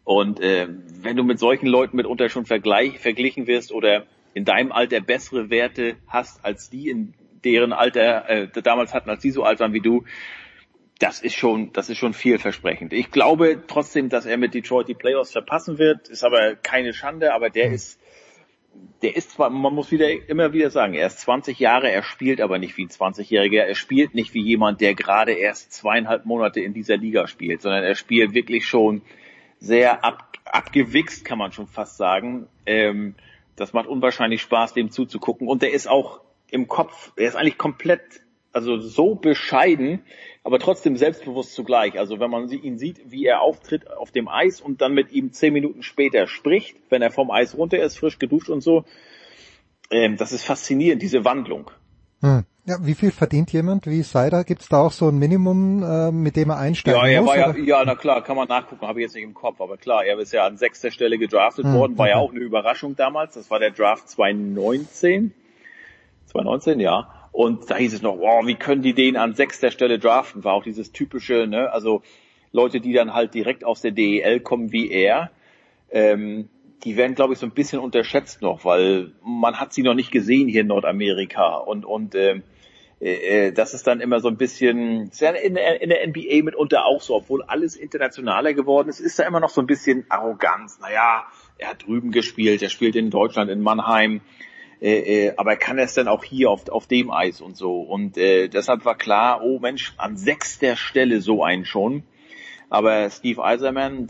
Und wenn du mit solchen Leuten mitunter schon verglichen wirst oder in deinem Alter bessere Werte hast als die in deren Alter damals hatten, als die so alt waren wie du, das ist schon vielversprechend. Ich glaube trotzdem, dass er mit Detroit die Playoffs verpassen wird, ist aber keine Schande, aber der ist zwar, man muss immer wieder sagen, er ist 20 Jahre, er spielt aber nicht wie ein 20-Jähriger, er spielt nicht wie jemand, der gerade erst 2,5 Monate in dieser Liga spielt, sondern er spielt wirklich schon sehr abgewichst, kann man schon fast sagen. Das macht unwahrscheinlich Spaß, dem zuzugucken. Und der ist auch im Kopf, er ist eigentlich komplett, also so bescheiden, aber trotzdem selbstbewusst zugleich. Also wenn man ihn sieht, wie er auftritt auf dem Eis und dann mit ihm 10 Minuten später spricht, wenn er vom Eis runter ist, frisch geduscht und so, das ist faszinierend, diese Wandlung. Ja, wie viel verdient jemand wie Seider? Gibt's da auch so ein Minimum, mit dem er einsteigen muss? Ja, na klar, kann man nachgucken, habe ich jetzt nicht im Kopf, aber klar, er ist ja an 6. Stelle gedraftet worden, war ja auch eine Überraschung damals, das war der Draft 2019, ja. Und da hieß es noch, wow, wie können die den an 6. Stelle draften? War auch dieses typische, ne, also Leute, die dann halt direkt aus der DEL kommen wie er, die werden, glaube ich, so ein bisschen unterschätzt noch, weil man hat sie noch nicht gesehen hier in Nordamerika und das ist dann immer so ein bisschen, ist ja in der NBA mitunter auch so, obwohl alles internationaler geworden ist da immer noch so ein bisschen Arroganz. Naja, er hat drüben gespielt, er spielt in Deutschland, in Mannheim, aber kann er es denn auch hier auf dem Eis und so? Und deshalb war klar, oh Mensch, an 6. Stelle so einen schon. Aber Steve Yzerman,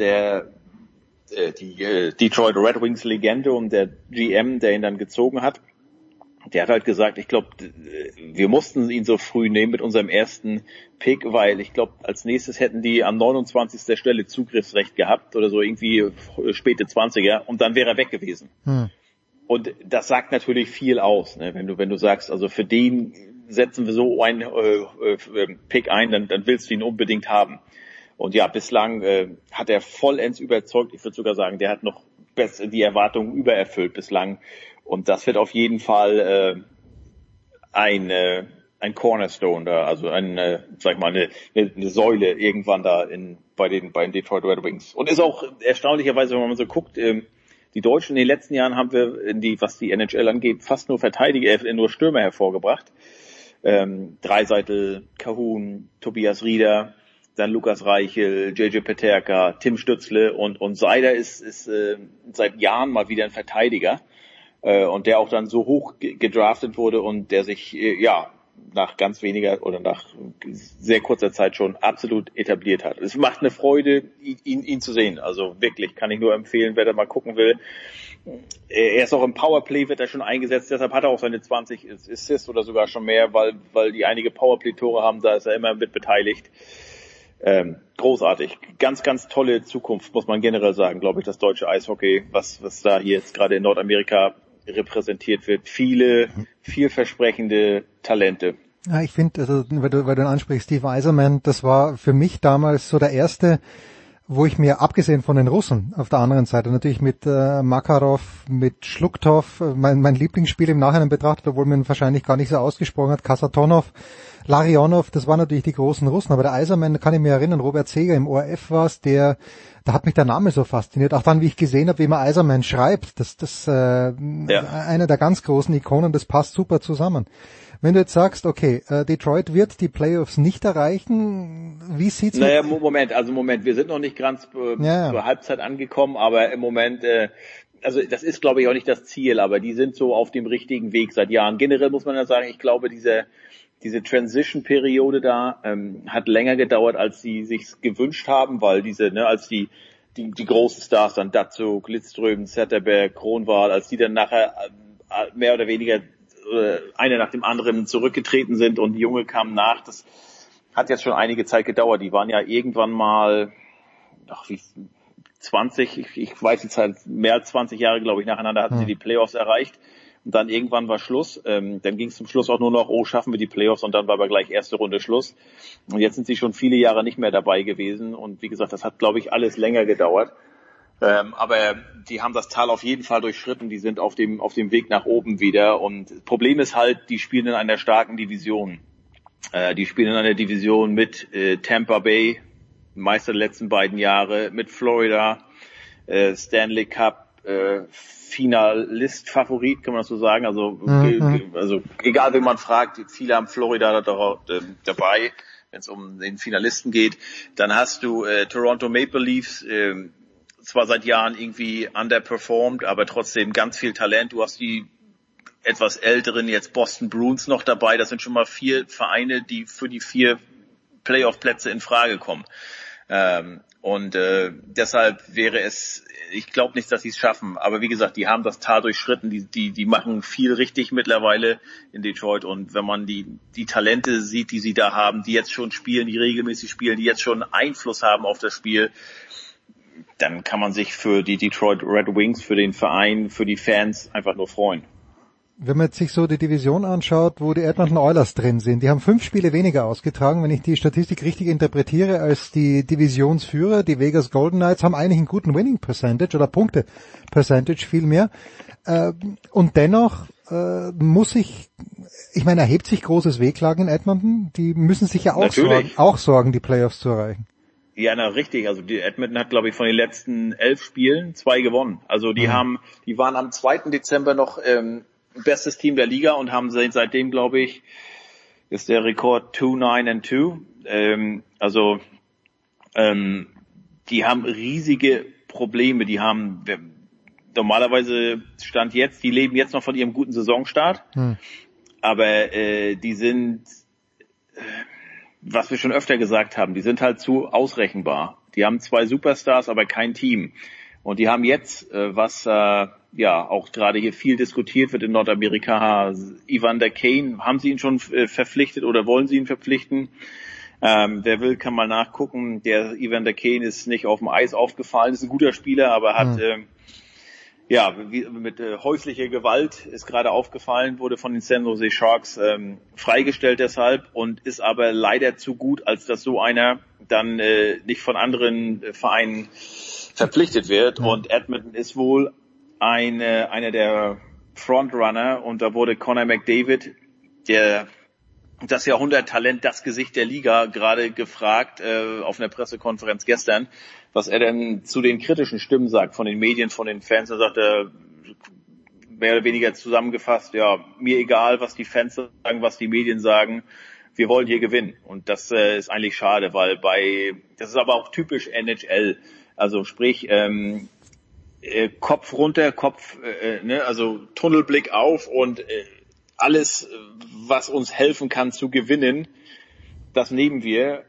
die Detroit Red Wings Legende und der GM, der ihn dann gezogen hat, der hat halt gesagt, ich glaube, wir mussten ihn so früh nehmen mit unserem ersten Pick, weil ich glaube, als nächstes hätten die an 29. Stelle Zugriffsrecht gehabt oder so irgendwie späte 20er und dann wäre er weg gewesen. Und das sagt natürlich viel aus, ne? Wenn du sagst, also für den setzen wir so einen Pick ein, dann willst du ihn unbedingt haben. Und ja, bislang hat er vollends überzeugt. Ich würde sogar sagen, der hat noch die Erwartungen übererfüllt bislang. Und das wird auf jeden Fall ein Cornerstone da, also eine Säule irgendwann da bei den Detroit Red Wings. Und ist auch erstaunlicherweise, wenn man so guckt, die Deutschen in den letzten Jahren haben wir was die NHL angeht, fast nur nur Stürmer hervorgebracht. Dreiseitel, Kahun, Tobias Rieder, dann Lukas Reichel, JJ Peterka, Tim Stützle und Seider ist seit Jahren mal wieder ein Verteidiger und der auch dann so hoch gedraftet wurde und der sich nach ganz weniger oder nach sehr kurzer Zeit schon absolut etabliert hat. Es macht eine Freude, ihn zu sehen. Also wirklich, kann ich nur empfehlen, wer da mal gucken will. Er ist auch im Powerplay, wird er schon eingesetzt, deshalb hat er auch seine 20 Assists oder sogar schon mehr, weil die einige Powerplay-Tore haben, da ist er immer mit beteiligt. Großartig. Ganz, ganz tolle Zukunft, muss man generell sagen, glaube ich, das deutsche Eishockey, was da hier jetzt gerade in Nordamerika repräsentiert wird. Viele, vielversprechende Talente. Ja, ich finde, also, weil du ansprichst, Steve Yzerman, das war für mich damals so der erste, wo ich mir, abgesehen von den Russen, auf der anderen Seite natürlich mit Makarov, mit Schluktov, mein Lieblingsspiel im Nachhinein betrachtet, obwohl man wahrscheinlich gar nicht so ausgesprochen hat, Kasatonov, Larionov, das waren natürlich die großen Russen, aber der Yzerman, kann ich mir erinnern, Robert Seger im ORF war es, da hat mich der Name so fasziniert, auch dann, wie ich gesehen habe, wie man Yzerman schreibt, einer der ganz großen Ikonen, das passt super zusammen. Wenn du jetzt sagst, okay, Detroit wird die Playoffs nicht erreichen, wie sieht's aus? Naja, Moment, wir sind noch nicht ganz zur Halbzeit angekommen, aber im Moment, also das ist, glaube ich, auch nicht das Ziel, aber die sind so auf dem richtigen Weg seit Jahren. Generell muss man ja sagen, ich glaube, diese Transition-Periode da hat länger gedauert, als sie sich gewünscht haben, weil als die großen Stars dann Datsuk, Lidström, Zetterberg, Kronwall, als die dann nachher mehr oder weniger einer nach dem anderen zurückgetreten sind und die Junge kamen nach, das hat jetzt schon einige Zeit gedauert. Die waren ja irgendwann mal 20, ich weiß jetzt halt mehr als 20 Jahre, glaube ich, nacheinander hatten sie die Playoffs erreicht. Und dann irgendwann war Schluss. Dann ging es zum Schluss auch nur noch, schaffen wir die Playoffs, und dann war aber gleich erste Runde Schluss. Und jetzt sind sie schon viele Jahre nicht mehr dabei gewesen. Und wie gesagt, das hat, glaube ich, alles länger gedauert. Aber die haben das Tal auf jeden Fall durchschritten. Die sind auf dem Weg nach oben wieder. Und das Problem ist halt, die spielen in einer starken Division. Die spielen in einer Division mit Tampa Bay, Meister der letzten beiden Jahre, mit Florida, Stanley Cup Finalist-Favorit, kann man das so sagen. Also egal, wen man fragt, viele haben Florida dabei, wenn es um den Finalisten geht. Dann hast du Toronto Maple Leafs, zwar seit Jahren irgendwie underperformed, aber trotzdem ganz viel Talent. Du hast die etwas älteren jetzt Boston Bruins noch dabei. Das sind schon mal 4 Vereine, die für die 4 Playoff-Plätze in Frage kommen. Deshalb wäre es, ich glaube nicht, dass sie es schaffen. Aber wie gesagt, die haben das Tal durchschritten. Die machen viel richtig mittlerweile in Detroit. Und wenn man die Talente sieht, die sie da haben, die jetzt schon spielen, die regelmäßig spielen, die jetzt schon Einfluss haben auf das Spiel, dann kann man sich für die Detroit Red Wings, für den Verein, für die Fans einfach nur freuen. Wenn man sich so die Division anschaut, wo die Edmonton Oilers drin sind, die haben 5 Spiele weniger ausgetragen, wenn ich die Statistik richtig interpretiere, als die Divisionsführer. Die Vegas Golden Knights haben eigentlich einen guten Winning Percentage oder Punkte Percentage vielmehr. Und dennoch ich meine, erhebt sich großes Wehklagen in Edmonton. Die müssen sich ja auch sorgen, die Playoffs zu erreichen. Ja, na richtig. Also die Edmonton hat, glaube ich, von den letzten 11 Spielen 2 gewonnen. Also die waren am 2. Dezember noch bestes Team der Liga und haben seitdem, glaube ich, ist der Rekord 2-9-2. Die haben riesige Probleme. Die haben normalerweise Stand jetzt, die leben jetzt noch von ihrem guten Saisonstart, aber die sind, was wir schon öfter gesagt haben, die sind halt zu ausrechenbar. Die haben 2 Superstars, aber kein Team. Und die haben jetzt, was auch gerade hier viel diskutiert wird in Nordamerika, Evander Kane, haben sie ihn schon verpflichtet oder wollen sie ihn verpflichten? Wer will, kann mal nachgucken. Der Evander Kane ist nicht auf dem Eis aufgefallen, ist ein guter Spieler, aber hat mit häuslicher Gewalt ist gerade aufgefallen, wurde von den San Jose Sharks freigestellt deshalb und ist aber leider zu gut, als dass so einer dann nicht von anderen Vereinen verpflichtet wird. Und Edmonton ist wohl einer der Frontrunner und da wurde Connor McDavid, das Jahrhunderttalent, das Gesicht der Liga, gerade gefragt auf einer Pressekonferenz gestern, was er denn zu den kritischen Stimmen sagt von den Medien, von den Fans. Da sagt er mehr oder weniger zusammengefasst, ja, mir egal, was die Fans sagen, was die Medien sagen, wir wollen hier gewinnen. Und das ist eigentlich schade, weil das ist aber auch typisch NHL. Also sprich, Kopf runter, also Tunnelblick auf und alles, was uns helfen kann zu gewinnen, das nehmen wir.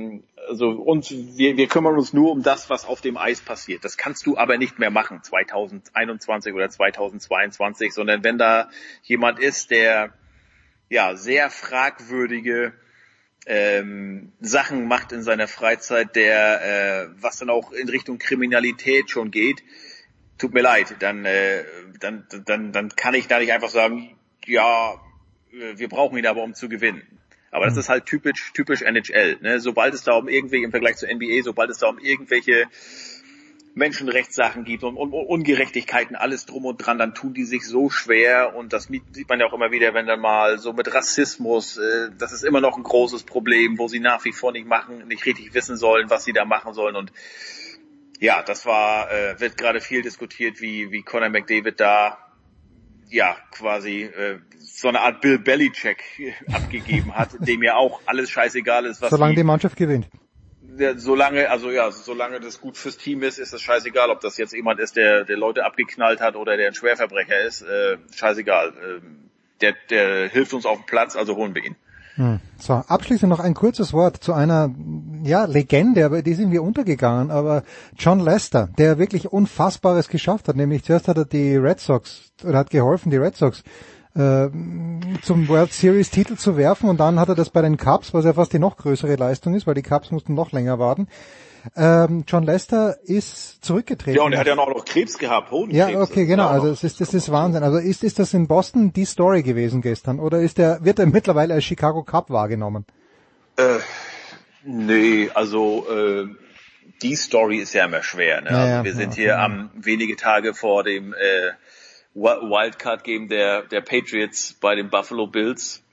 Wir kümmern uns nur um das, was auf dem Eis passiert. Das kannst du aber nicht mehr machen, 2021 oder 2022, sondern wenn da jemand ist, der sehr fragwürdige Sachen macht in seiner Freizeit, was dann auch in Richtung Kriminalität schon geht, tut mir leid, dann kann ich da nicht einfach sagen, ja, wir brauchen ihn aber, um zu gewinnen. Aber das ist halt typisch NHL, ne? Sobald es da um irgendwelche, im Vergleich zur NBA, sobald es da um irgendwelche Menschenrechtssachen gibt und Ungerechtigkeiten, alles drum und dran, dann tun die sich so schwer und das sieht man ja auch immer wieder, wenn dann mal so mit Rassismus, das ist immer noch ein großes Problem, wo sie nach wie vor nicht richtig wissen sollen, was sie da machen sollen und ja, das wird gerade viel diskutiert, wie Connor McDavid da quasi so eine Art Bill Belichick abgegeben hat, dem ja auch alles scheißegal ist, solange die Mannschaft gewinnt. Solange das gut fürs Team ist es scheißegal, ob das jetzt jemand ist, der Leute abgeknallt hat oder der ein Schwerverbrecher ist, scheißegal. Der hilft uns auf dem Platz, also holen wir ihn. So, abschließend noch ein kurzes Wort zu einer Legende, aber die ist irgendwie untergegangen, aber John Lester, der wirklich Unfassbares geschafft hat, nämlich zuerst hat er die Red Sox, oder hat geholfen, die Red Sox zum World Series Titel zu werfen und dann hat er das bei den Cubs, was ja fast die noch größere Leistung ist, weil die Cubs mussten noch länger warten. John Lester ist zurückgetreten. Ja, und er hat ja noch Krebs gehabt, Hodenkrebs. Ja, okay, genau, also das ist Wahnsinn. Also ist das in Boston die Story gewesen gestern oder wird er mittlerweile als Chicago Cub wahrgenommen? Nee, also die Story ist ja immer schwer. Ne? Also wir sind hier wenige Tage vor dem Wildcard-Game der Patriots bei den Buffalo Bills.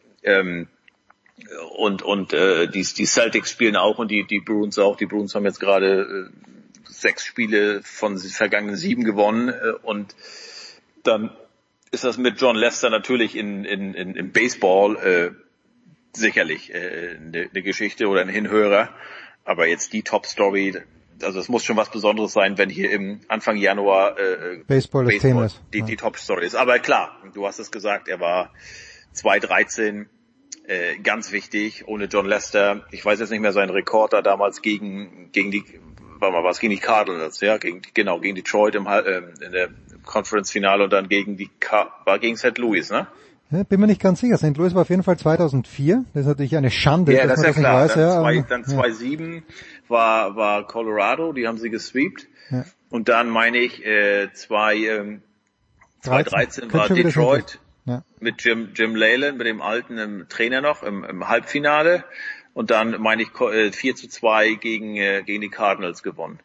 Und die Celtics spielen auch und die Bruins auch. Die Bruins haben jetzt gerade 6 Spiele von vergangenen 7 gewonnen und dann ist das mit Jon Lester natürlich im Baseball sicherlich eine Geschichte oder ein Hinhörer, aber jetzt die Top-Story, also es muss schon was Besonderes sein, wenn hier im Anfang Januar Baseball das Thema ist. Die Top-Story ist. Aber klar, du hast es gesagt, er war 2013 ganz wichtig, ohne Jon Lester. Ich weiß jetzt nicht mehr seinen Rekord da damals gegen die Cardinals, ja, gegen Detroit in der Conference-Finale und dann gegen St. Louis, ne? Ja, bin mir nicht ganz sicher. St. Louis war auf jeden Fall 2004. Das ist natürlich eine Schande, ja, dass das man das klar. nicht weiß. Dann 2007 war Colorado, die haben sie gesweept. Ja. Und dann meine ich 2013 war Detroit mit Jim Leyland, mit dem alten Trainer noch im Halbfinale. Und dann meine ich 4-2 gegen die Cardinals gewonnen.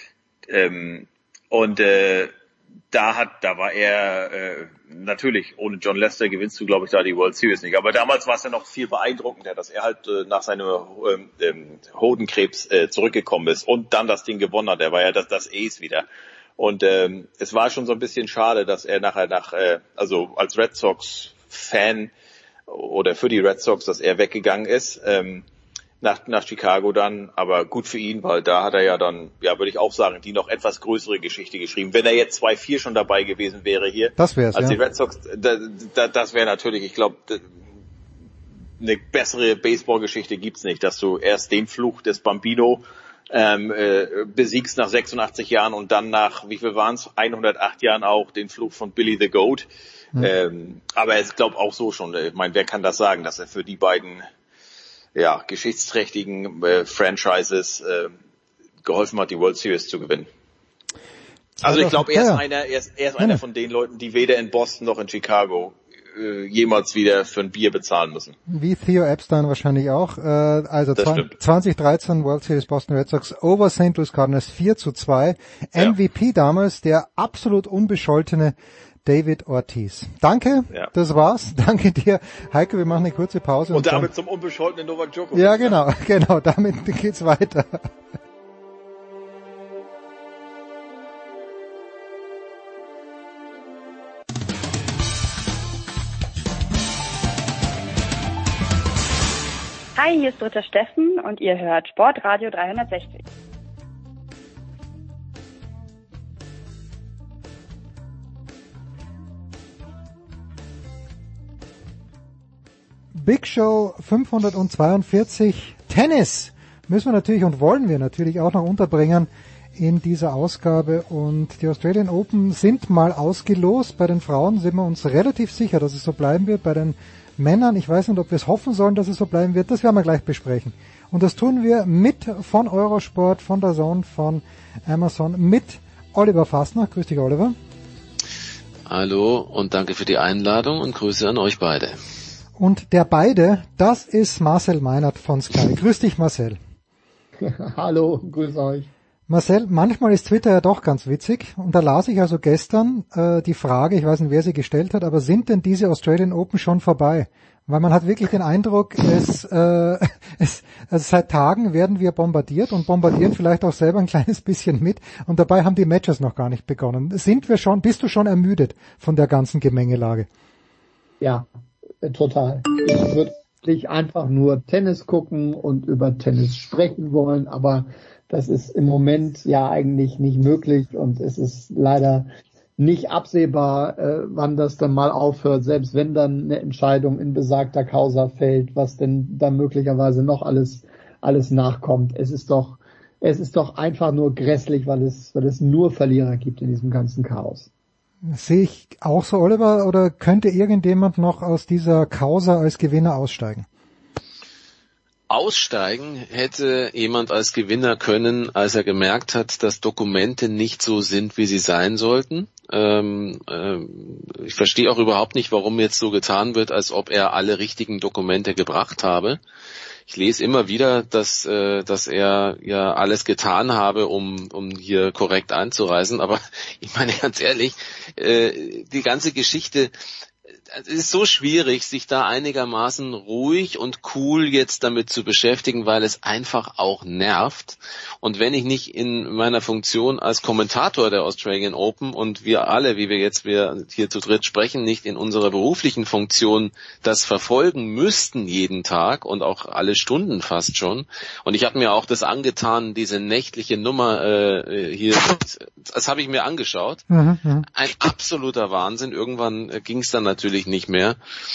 Da war er natürlich, ohne Jon Lester gewinnst du, glaube ich, da die World Series nicht. Aber damals war es ja noch viel beeindruckender, dass er halt nach seinem Hodenkrebs zurückgekommen ist und dann das Ding gewonnen hat. Er war ja das Ace wieder. Und es war schon so ein bisschen schade, dass er nachher also als Red Sox-Fan oder für die Red Sox, dass er weggegangen ist. Nach Chicago dann, aber gut für ihn, weil da hat er ja dann, ja, würde ich auch sagen, die noch etwas größere Geschichte geschrieben. Wenn er jetzt 2-4 schon dabei gewesen wäre hier, das wär's, als die Red Sox, das wäre natürlich, ich glaube, eine bessere Baseballgeschichte gibt's nicht, dass du erst den Fluch des Bambino besiegst nach 86 Jahren und dann nach, wie viel waren's, 108 Jahren auch den Fluch von Billy the Goat. Aber ich glaube auch so schon, ich meine, wer kann das sagen, dass er für die beiden geschichtsträchtigen Franchises geholfen hat, die World Series zu gewinnen. Also ich glaube, er ist einer von den Leuten, die weder in Boston noch in Chicago jemals wieder für ein Bier bezahlen müssen. Wie Theo Epstein wahrscheinlich auch. Also 2013 World Series Boston Red Sox over St. Louis Cardinals 4-2. MVP damals, der absolut unbescholtene David Ortiz. Danke, das war's. Danke dir, Heiko, wir machen eine kurze Pause. Und damit zum unbescholtenen Novak Djokovic. Ja, genau, damit geht's weiter. Hi, hier ist Dritter Steffen und ihr hört Sportradio 360. Big Show 542 Tennis müssen wir natürlich und wollen wir natürlich auch noch unterbringen in dieser Ausgabe und die Australian Open sind mal ausgelost. Bei den Frauen sind wir uns relativ sicher, dass es so bleiben wird. Bei den Männern, ich weiß nicht, ob wir es hoffen sollen, dass es so bleiben wird, das werden wir gleich besprechen. Und das tun wir mit von Eurosport, von DAZN, von Amazon, mit Oliver Fassner. Grüß dich, Oliver. Hallo und danke für die Einladung und Grüße an euch beide. Und der beide, das ist Marcel Meinert von Sky. Grüß dich, Marcel. Hallo, grüß euch. Marcel, manchmal ist Twitter ja doch ganz witzig. Und da las ich also gestern die Frage, ich weiß nicht, wer sie gestellt hat, aber sind denn diese Australian Open schon vorbei? Weil man hat wirklich den Eindruck, also seit Tagen werden wir bombardiert und bombardieren vielleicht auch selber ein kleines bisschen mit. Und dabei haben die Matches noch gar nicht begonnen. Bist du schon ermüdet von der ganzen Gemengelage? Ja. Total. Ich würde nicht einfach nur Tennis gucken und über Tennis sprechen wollen, aber das ist im Moment ja eigentlich nicht möglich und es ist leider nicht absehbar, wann das dann mal aufhört, selbst wenn dann eine Entscheidung in besagter Causa fällt, was denn da möglicherweise noch alles nachkommt. Es ist doch einfach nur grässlich, weil es nur Verlierer gibt in diesem ganzen Chaos. Sehe ich auch so, Oliver, oder könnte irgendjemand noch aus dieser Causa als Gewinner aussteigen? Aussteigen hätte jemand als Gewinner können, als er gemerkt hat, dass Dokumente nicht so sind, wie sie sein sollten. Ich verstehe auch überhaupt nicht, warum jetzt so getan wird, als ob er alle richtigen Dokumente gebracht habe. Ich lese immer wieder, dass er ja alles getan habe, um hier korrekt einzureisen. Aber ich meine ganz ehrlich, die ganze Geschichte, es ist so schwierig, sich da einigermaßen ruhig und cool jetzt damit zu beschäftigen, weil es einfach auch nervt. Und wenn ich nicht in meiner Funktion als Kommentator der Australian Open und wir alle, wie wir hier zu dritt sprechen, nicht in unserer beruflichen Funktion das verfolgen müssten jeden Tag und auch alle Stunden fast schon. Und ich habe mir auch das angetan, diese nächtliche Nummer hier, das habe ich mir angeschaut. Ein absoluter Wahnsinn. Irgendwann ging es dann natürlich nicht mehr.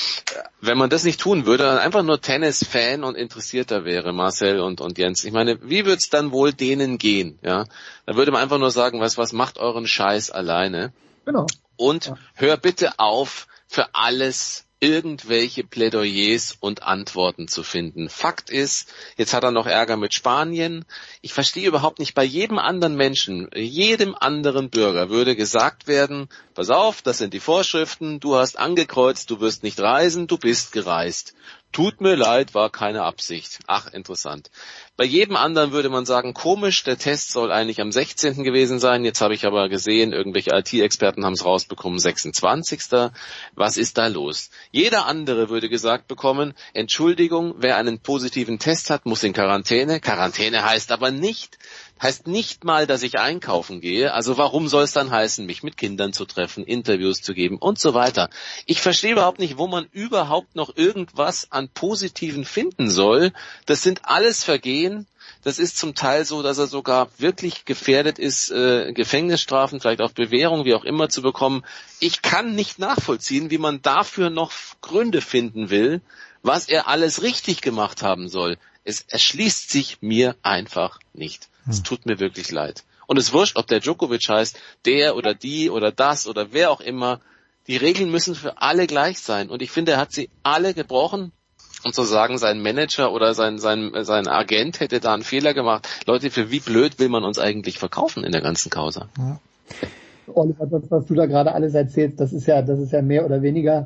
Wenn man das nicht tun würde, dann einfach nur Tennis-Fan und Interessierter wäre, Marcel und Jens. Ich meine, wie wird's dann wohl denen gehen? Ja, da würde man einfach nur sagen, was macht euren Scheiß alleine? Genau. Und hör bitte auf, für alles irgendwelche Plädoyers und Antworten zu finden. Fakt ist, jetzt hat er noch Ärger mit Spanien. Ich verstehe überhaupt nicht, bei jedem anderen Menschen, jedem anderen Bürger würde gesagt werden, pass auf, das sind die Vorschriften, du hast angekreuzt, du wirst nicht reisen, du bist gereist. Tut mir leid, war keine Absicht. Ach, interessant. Bei jedem anderen würde man sagen, komisch, der Test soll eigentlich am 16. gewesen sein. Jetzt habe ich aber gesehen, irgendwelche IT-Experten haben es rausbekommen, 26. Was ist da los? Jeder andere würde gesagt bekommen, Entschuldigung, wer einen positiven Test hat, muss in Quarantäne. Quarantäne heißt aber nicht mal, dass ich einkaufen gehe. Also warum soll es dann heißen, mich mit Kindern zu treffen, Interviews zu geben und so weiter? Ich verstehe überhaupt nicht, wo man überhaupt noch irgendwas an Positiven finden soll. Das sind alles Vergehen. Das ist zum Teil so, dass er sogar wirklich gefährdet ist, Gefängnisstrafen, vielleicht auch Bewährung, wie auch immer zu bekommen. Ich kann nicht nachvollziehen, wie man dafür noch Gründe finden will, was er alles richtig gemacht haben soll. Es erschließt sich mir einfach nicht. Es tut mir wirklich leid. Und es ist wurscht, ob der Djokovic heißt, der oder die oder das oder wer auch immer. Die Regeln müssen für alle gleich sein. Und ich finde, er hat sie alle gebrochen. Und zu sagen, sein Manager oder sein Agent hätte da einen Fehler gemacht. Leute, für wie blöd will man uns eigentlich verkaufen in der ganzen Causa? Ja. Oliver, das, was du da gerade alles erzählst, das ist ja mehr oder weniger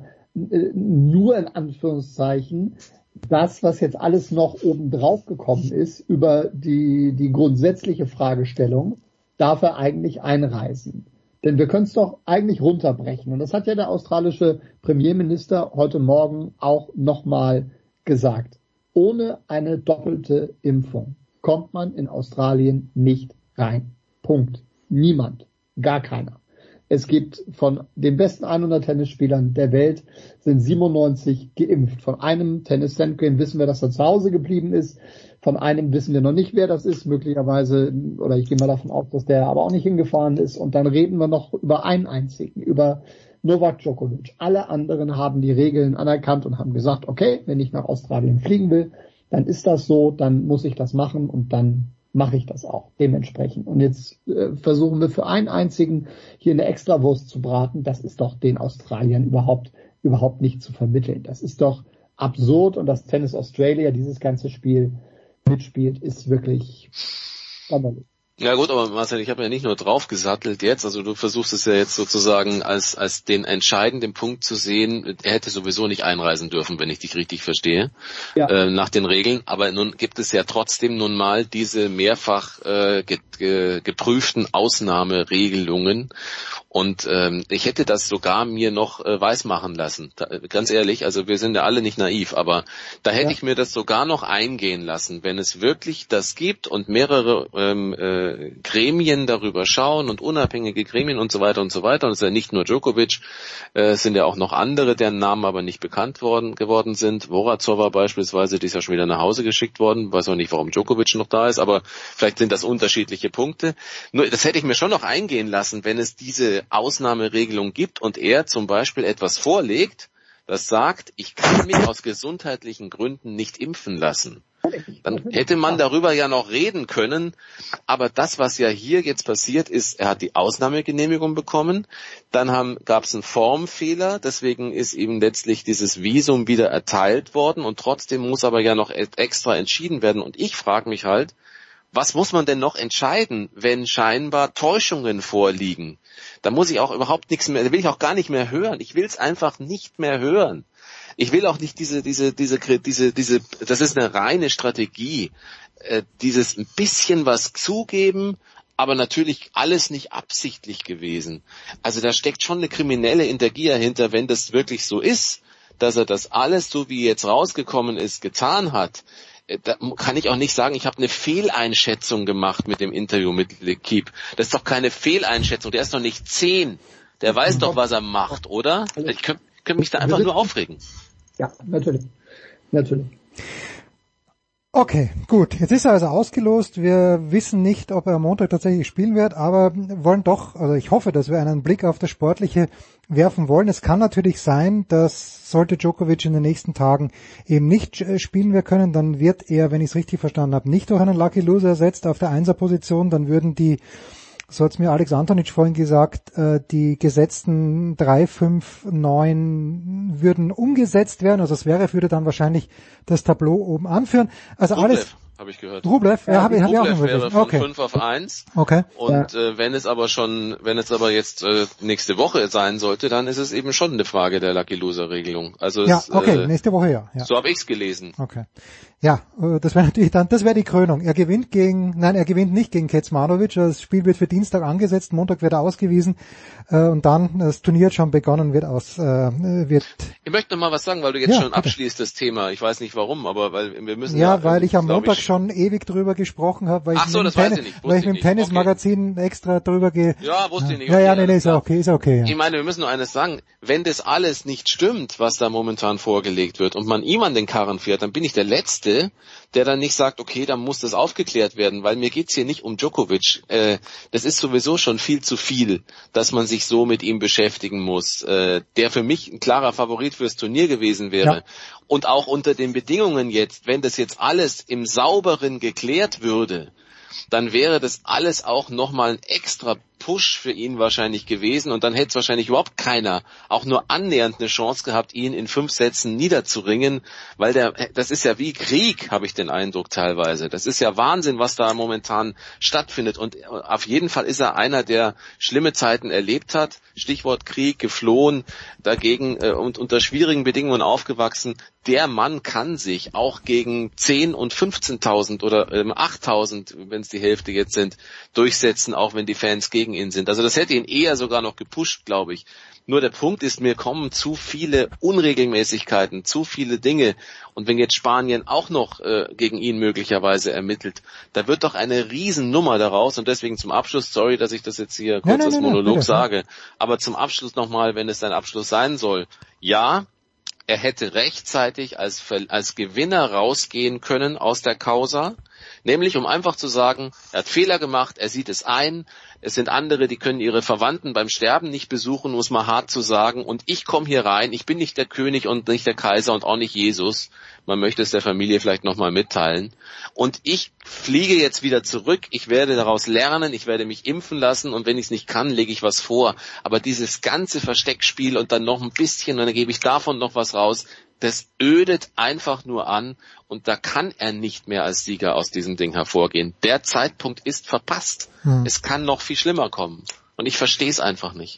nur in Anführungszeichen das, was jetzt alles noch obendrauf gekommen ist, über die grundsätzliche Fragestellung, darf er eigentlich einreisen? Denn wir können es doch eigentlich runterbrechen. Und das hat ja der australische Premierminister heute Morgen auch nochmal gesagt. Ohne eine doppelte Impfung kommt man in Australien nicht rein. Punkt. Niemand. Gar keiner. Es gibt von den besten 100 Tennisspielern der Welt sind 97 geimpft. Von einem Tennis Sandgren wissen wir, dass er zu Hause geblieben ist. Von einem wissen wir noch nicht, wer das ist. Möglicherweise, oder ich gehe mal davon aus, dass der aber auch nicht hingefahren ist. Und dann reden wir noch über einen einzigen, über Novak Djokovic. Alle anderen haben die Regeln anerkannt und haben gesagt, okay, wenn ich nach Australien fliegen will, dann ist das so, dann muss ich das machen und dann mache ich das auch dementsprechend. Und jetzt versuchen wir für einen einzigen hier eine Extrawurst zu braten. Das ist doch den Australiern überhaupt nicht zu vermitteln. Das ist doch absurd. Und dass Tennis Australia dieses ganze Spiel mitspielt, ist wirklich skandalös. Ja gut, aber Marcel, ich habe ja nicht nur draufgesattelt jetzt, also du versuchst es ja jetzt sozusagen als den entscheidenden Punkt zu sehen, er hätte sowieso nicht einreisen dürfen, wenn ich dich richtig verstehe, nach den Regeln, aber nun gibt es ja trotzdem nun mal diese mehrfach geprüften Ausnahmeregelungen und ich hätte das sogar mir noch weismachen lassen, ganz ehrlich, also wir sind ja alle nicht naiv, aber da hätte ich mir das sogar noch eingehen lassen, wenn es wirklich das gibt und mehrere Gremien darüber schauen und unabhängige Gremien und so weiter und so weiter. Und es ist ja nicht nur Djokovic, es sind ja auch noch andere, deren Namen aber nicht bekannt geworden sind. Worazova beispielsweise, die ist ja schon wieder nach Hause geschickt worden. Weiß auch nicht, warum Djokovic noch da ist, aber vielleicht sind das unterschiedliche Punkte. Nur, das hätte ich mir schon noch eingehen lassen, wenn es diese Ausnahmeregelung gibt und er zum Beispiel etwas vorlegt, das sagt, ich kann mich aus gesundheitlichen Gründen nicht impfen lassen. Dann hätte man darüber ja noch reden können, aber das, was ja hier jetzt passiert ist, er hat die Ausnahmegenehmigung bekommen, dann gab es einen Formfehler, deswegen ist ihm letztlich dieses Visum wieder erteilt worden und trotzdem muss aber ja noch extra entschieden werden und ich frage mich halt, was muss man denn noch entscheiden, wenn scheinbar Täuschungen vorliegen? Da muss ich auch überhaupt nichts mehr, da will ich auch gar nicht mehr hören, ich will es einfach nicht mehr hören. Ich will auch nicht diese, das ist eine reine Strategie, dieses ein bisschen was zugeben, aber natürlich alles nicht absichtlich gewesen. Also da steckt schon eine kriminelle Energie dahinter, wenn das wirklich so ist, dass er das alles, so wie jetzt rausgekommen ist, getan hat. Da kann ich auch nicht sagen, ich habe eine Fehleinschätzung gemacht mit dem Interview mit L'Équipe. Das ist doch keine Fehleinschätzung, der ist doch nicht 10. Der weiß doch, was er macht, oder? Ich könnte mich da einfach nur aufregen. Ja, natürlich. Natürlich. Okay, gut. Jetzt ist er also ausgelost. Wir wissen nicht, ob er am Montag tatsächlich spielen wird, aber wollen doch, also ich hoffe, dass wir einen Blick auf das Sportliche werfen wollen. Es kann natürlich sein, dass sollte Djokovic in den nächsten Tagen eben nicht spielen wir können, dann wird er, wenn ich es richtig verstanden habe, nicht durch einen Lucky Loser ersetzt auf der Einserposition. Dann würden die, so hat es mir Alex Antonic vorhin gesagt, die gesetzten 3, 5, 9 würden umgesetzt werden. Also Zverev würde dann wahrscheinlich das Tableau oben anführen. Also Rublev, alles. Habe ich gehört. Rublev, ja, habe ich auch noch wäre von okay. 5 auf 1. Okay. Und wenn es aber jetzt nächste Woche sein sollte, dann ist es eben schon eine Frage der Lucky Loser Regelung. Also ja, okay, nächste Woche ja. So habe ich's gelesen. Okay. Ja, das wäre natürlich dann, das wäre die Krönung. Er gewinnt nicht gegen Kecmanovic. Das Spiel wird für Dienstag angesetzt, Montag wird er ausgewiesen und dann das Turnier hat schon begonnen, Ich möchte noch mal was sagen, weil du jetzt schon abschließt das Thema. Ich weiß nicht warum, aber weil wir müssen weil ich am Montag schon ewig drüber gesprochen habe, weil ich mit dem Tennismagazin extra drüber wusste ich nicht. Nee, ist okay. Ja. Ich meine, wir müssen nur eines sagen, wenn das alles nicht stimmt, was da momentan vorgelegt wird und man ihm an den Karren fährt, dann bin ich der Letzte, der dann nicht sagt, okay, dann muss das aufgeklärt werden, weil mir geht's hier nicht um Djokovic. Das ist sowieso schon viel zu viel, dass man sich so mit ihm beschäftigen muss, der für mich ein klarer Favorit fürs Turnier gewesen wäre. Ja. Und auch unter den Bedingungen jetzt, wenn das jetzt alles im Sauberen geklärt würde, dann wäre das alles auch nochmal ein extra Push für ihn wahrscheinlich gewesen und dann hätte es wahrscheinlich überhaupt keiner auch nur annähernd eine Chance gehabt, ihn in 5 Sätzen niederzuringen, weil das ist ja wie Krieg, habe ich den Eindruck teilweise. Das ist ja Wahnsinn, was da momentan stattfindet und auf jeden Fall ist er einer, der schlimme Zeiten erlebt hat, Stichwort Krieg, geflohen, dagegen und unter schwierigen Bedingungen aufgewachsen. Der Mann kann sich auch gegen 10 und 15.000 oder 8.000, wenn es die Hälfte jetzt sind, durchsetzen, auch wenn die Fans gegen ihn sind. Also das hätte ihn eher sogar noch gepusht, glaube ich. Nur der Punkt ist, mir kommen zu viele Unregelmäßigkeiten, zu viele Dinge. Und wenn jetzt Spanien auch noch gegen ihn möglicherweise ermittelt, da wird doch eine Riesennummer daraus. Und deswegen zum Abschluss, sorry, dass ich das jetzt hier kurz als Monolog sage, aber zum Abschluss nochmal, wenn es ein Abschluss sein soll. Ja, er hätte rechtzeitig als Gewinner rausgehen können aus der Causa, nämlich um einfach zu sagen, er hat Fehler gemacht, er sieht es ein, es sind andere, die können ihre Verwandten beim Sterben nicht besuchen, um es mal hart zu sagen, und ich komme hier rein, ich bin nicht der König und nicht der Kaiser und auch nicht Jesus, man möchte es der Familie vielleicht nochmal mitteilen, und ich fliege jetzt wieder zurück, ich werde daraus lernen, ich werde mich impfen lassen und wenn ich es nicht kann, lege ich was vor, aber dieses ganze Versteckspiel und dann noch ein bisschen und dann gebe ich davon noch was raus, das ödet einfach nur an und da kann er nicht mehr als Sieger aus diesem Ding hervorgehen. Der Zeitpunkt ist verpasst. Es kann noch viel schlimmer kommen. Und ich verstehe es einfach nicht.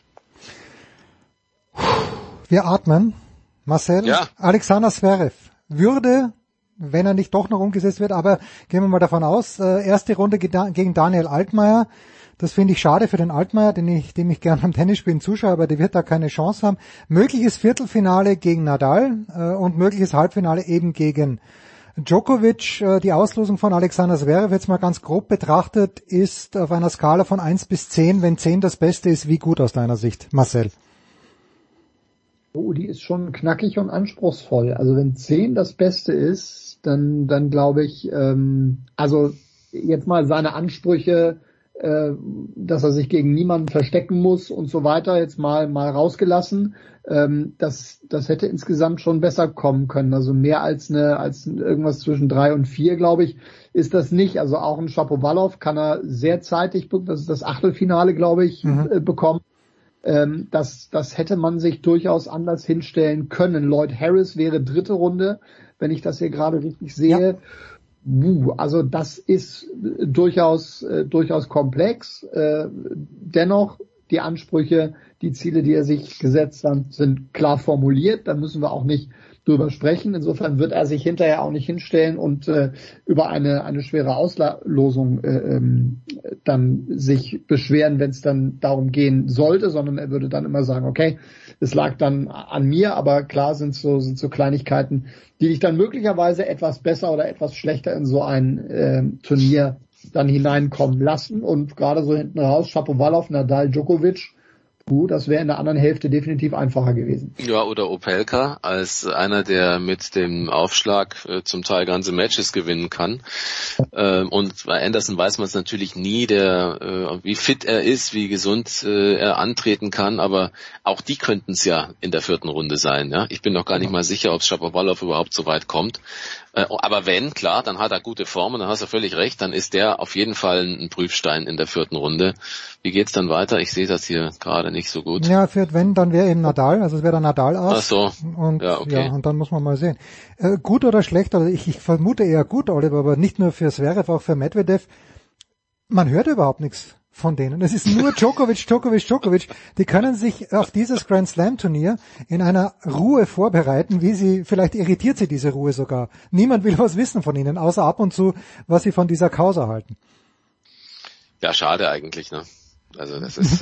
Wir atmen. Marcel, ja. Alexander Zverev würde, wenn er nicht doch noch umgesetzt wird, aber gehen wir mal davon aus, erste Runde gegen Daniel Altmaier. Das finde ich schade für den Altmaier, dem ich gerne am Tennisspielen zuschaue, aber der wird da keine Chance haben. Mögliches Viertelfinale gegen Nadal und mögliches Halbfinale eben gegen Djokovic. Die Auslosung von Alexander Zverev jetzt mal ganz grob betrachtet ist auf einer Skala von 1 bis 10, wenn 10 das Beste ist, wie gut aus deiner Sicht, Marcel? Oh, die ist schon knackig und anspruchsvoll. Also wenn 10 das Beste ist, dann glaube ich, also jetzt mal seine Ansprüche, dass er sich gegen niemanden verstecken muss und so weiter, jetzt mal rausgelassen. Das hätte insgesamt schon besser kommen können. Also mehr als irgendwas zwischen 3 und 4, glaube ich, ist das nicht. Also auch ein Shapovalov kann er sehr zeitig, das ist das Achtelfinale, glaube ich, bekommen. Das hätte man sich durchaus anders hinstellen können. Lloyd Harris wäre 3. Runde, wenn ich das hier gerade richtig sehe. Ja. Also das ist durchaus komplex. Dennoch die Ansprüche, die Ziele, die er sich gesetzt hat, sind klar formuliert. Da müssen wir auch nicht drüber sprechen. Insofern wird er sich hinterher auch nicht hinstellen und über eine schwere Auslosung dann sich beschweren, wenn es dann darum gehen sollte, sondern er würde dann immer sagen, okay, es lag dann an mir, aber klar sind so Kleinigkeiten, die dich dann möglicherweise etwas besser oder etwas schlechter in so ein Turnier dann hineinkommen lassen. Und gerade so hinten raus, Shapovalov, Nadal, Djokovic, das wäre in der anderen Hälfte definitiv einfacher gewesen. Ja, oder Opelka als einer, der mit dem Aufschlag zum Teil ganze Matches gewinnen kann. Und bei Anderson weiß man es natürlich nie, wie fit er ist, wie gesund er antreten kann, aber auch die könnten es ja in der 4. Runde sein. Ja? Ich bin noch gar nicht mal sicher, ob Shapovalov überhaupt so weit kommt. Aber wenn, klar, dann hat er gute Form und dann hast du völlig recht, dann ist der auf jeden Fall ein Prüfstein in der 4. Runde. Wie geht's dann weiter? Ich sehe das hier gerade nicht so gut. Ja, wenn, dann wäre eben Nadal, also es wäre dann Nadal aus. Ach so. Und, ja, okay. Ja, und dann muss man mal sehen. Gut oder schlecht, also ich vermute eher gut, Oliver, aber nicht nur für Zverev, auch für Medvedev. Man hört überhaupt nichts von denen. Es ist nur Djokovic. Die können sich auf dieses Grand Slam Turnier in einer Ruhe vorbereiten, vielleicht irritiert sie diese Ruhe sogar. Niemand will was wissen von ihnen, außer ab und zu, was sie von dieser Causa halten. Ja, schade eigentlich, ne? Also das ist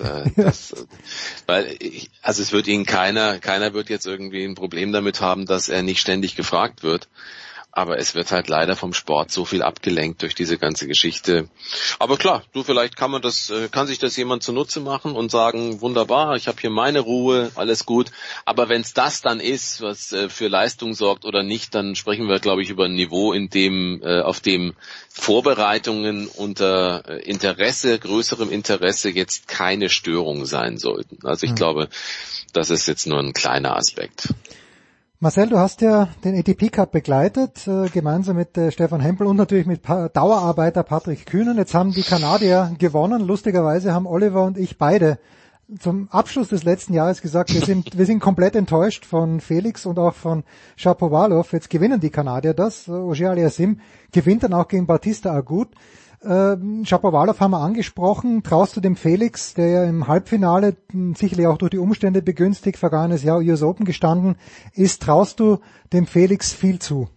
es wird ihn keiner wird jetzt irgendwie ein Problem damit haben, dass er nicht ständig gefragt wird. Aber es wird halt leider vom Sport so viel abgelenkt durch diese ganze Geschichte. Aber klar, vielleicht kann sich das jemand zunutze machen und sagen, wunderbar, ich habe hier meine Ruhe, alles gut. Aber wenn es das dann ist, was für Leistung sorgt oder nicht, dann sprechen wir, glaube ich, über ein Niveau, auf dem Vorbereitungen unter größerem Interesse jetzt keine Störung sein sollten. Also ich glaube, das ist jetzt nur ein kleiner Aspekt. Marcel, du hast ja den ATP Cup begleitet, gemeinsam mit Stefan Hempel und natürlich mit Dauerarbeiter Patrick Kühnen. Jetzt haben die Kanadier gewonnen. Lustigerweise haben Oliver und ich beide zum Abschluss des letzten Jahres gesagt, wir sind komplett enttäuscht von Felix und auch von Shapovalov. Jetzt gewinnen die Kanadier das. Auger-Aliassime gewinnt dann auch gegen Bautista Agut. Shapovalov haben wir angesprochen. Traust du dem Felix, der ja im Halbfinale sicherlich auch durch die Umstände begünstigt vergangenes Jahr US Open gestanden ist, traust du dem Felix viel zu?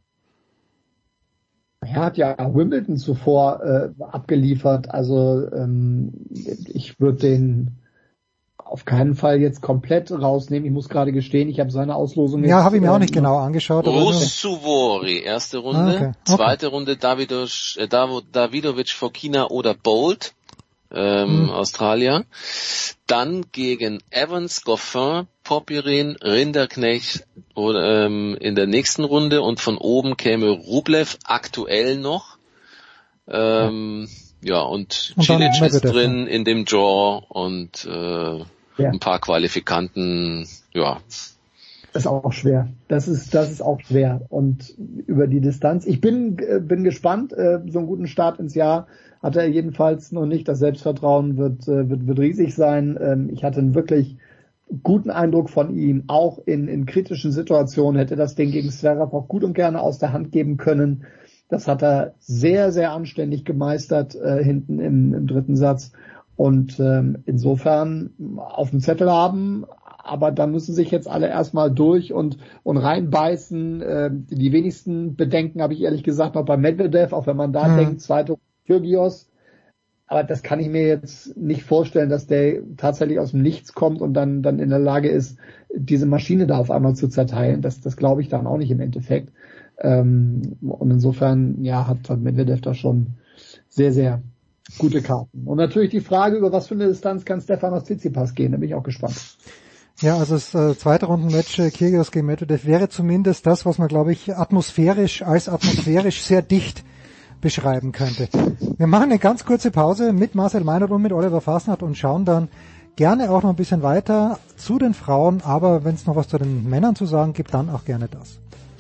Er hat ja Wimbledon zuvor abgeliefert. Also ich würde den auf keinen Fall jetzt komplett rausnehmen. Ich muss gerade gestehen, ich habe seine Auslosung jetzt... Ja, habe ich mir auch nicht genau angeschaut. Ruusuvuori, erste Runde. Okay. Zweite Runde Davidovic, Fokina oder Bolt, Australier. Dann gegen Evans, Goffin, Popyrin, Rinderknecht in der nächsten Runde und von oben käme Rublev aktuell noch. Und Cilic ist drin in dem Draw und ein paar Qualifikanten, ja. Das ist auch schwer. Das ist auch schwer. Und über die Distanz. Ich bin gespannt. So einen guten Start ins Jahr hat er jedenfalls noch nicht. Das Selbstvertrauen wird riesig sein. Ich hatte einen wirklich guten Eindruck von ihm. Auch in kritischen Situationen hätte das Ding gegen Zverev auch gut und gerne aus der Hand geben können. Das hat er sehr, sehr anständig gemeistert hinten im dritten Satz. Und insofern auf dem Zettel haben, aber da müssen sich jetzt alle erstmal durch und reinbeißen. Die wenigsten Bedenken habe ich ehrlich gesagt noch bei Medvedev, auch wenn man da denkt, zweite Kyrgios. Aber das kann ich mir jetzt nicht vorstellen, dass der tatsächlich aus dem Nichts kommt und dann in der Lage ist, diese Maschine da auf einmal zu zerteilen. Das glaube ich dann auch nicht im Endeffekt. Und insofern, ja, hat Medvedev da schon sehr, sehr gute Karten. Und natürlich die Frage, über was für eine Distanz kann Stefanos Tsitsipas gehen, da bin ich auch gespannt. Ja, also das zweite Rundenmatch Kyrgios gegen Medvedev wäre zumindest das, was man, glaube ich, atmosphärisch sehr dicht beschreiben könnte. Wir machen eine ganz kurze Pause mit Marcel Meinert und mit Oliver Fasnacht und schauen dann gerne auch noch ein bisschen weiter zu den Frauen, aber wenn es noch was zu den Männern zu sagen gibt, dann auch gerne das.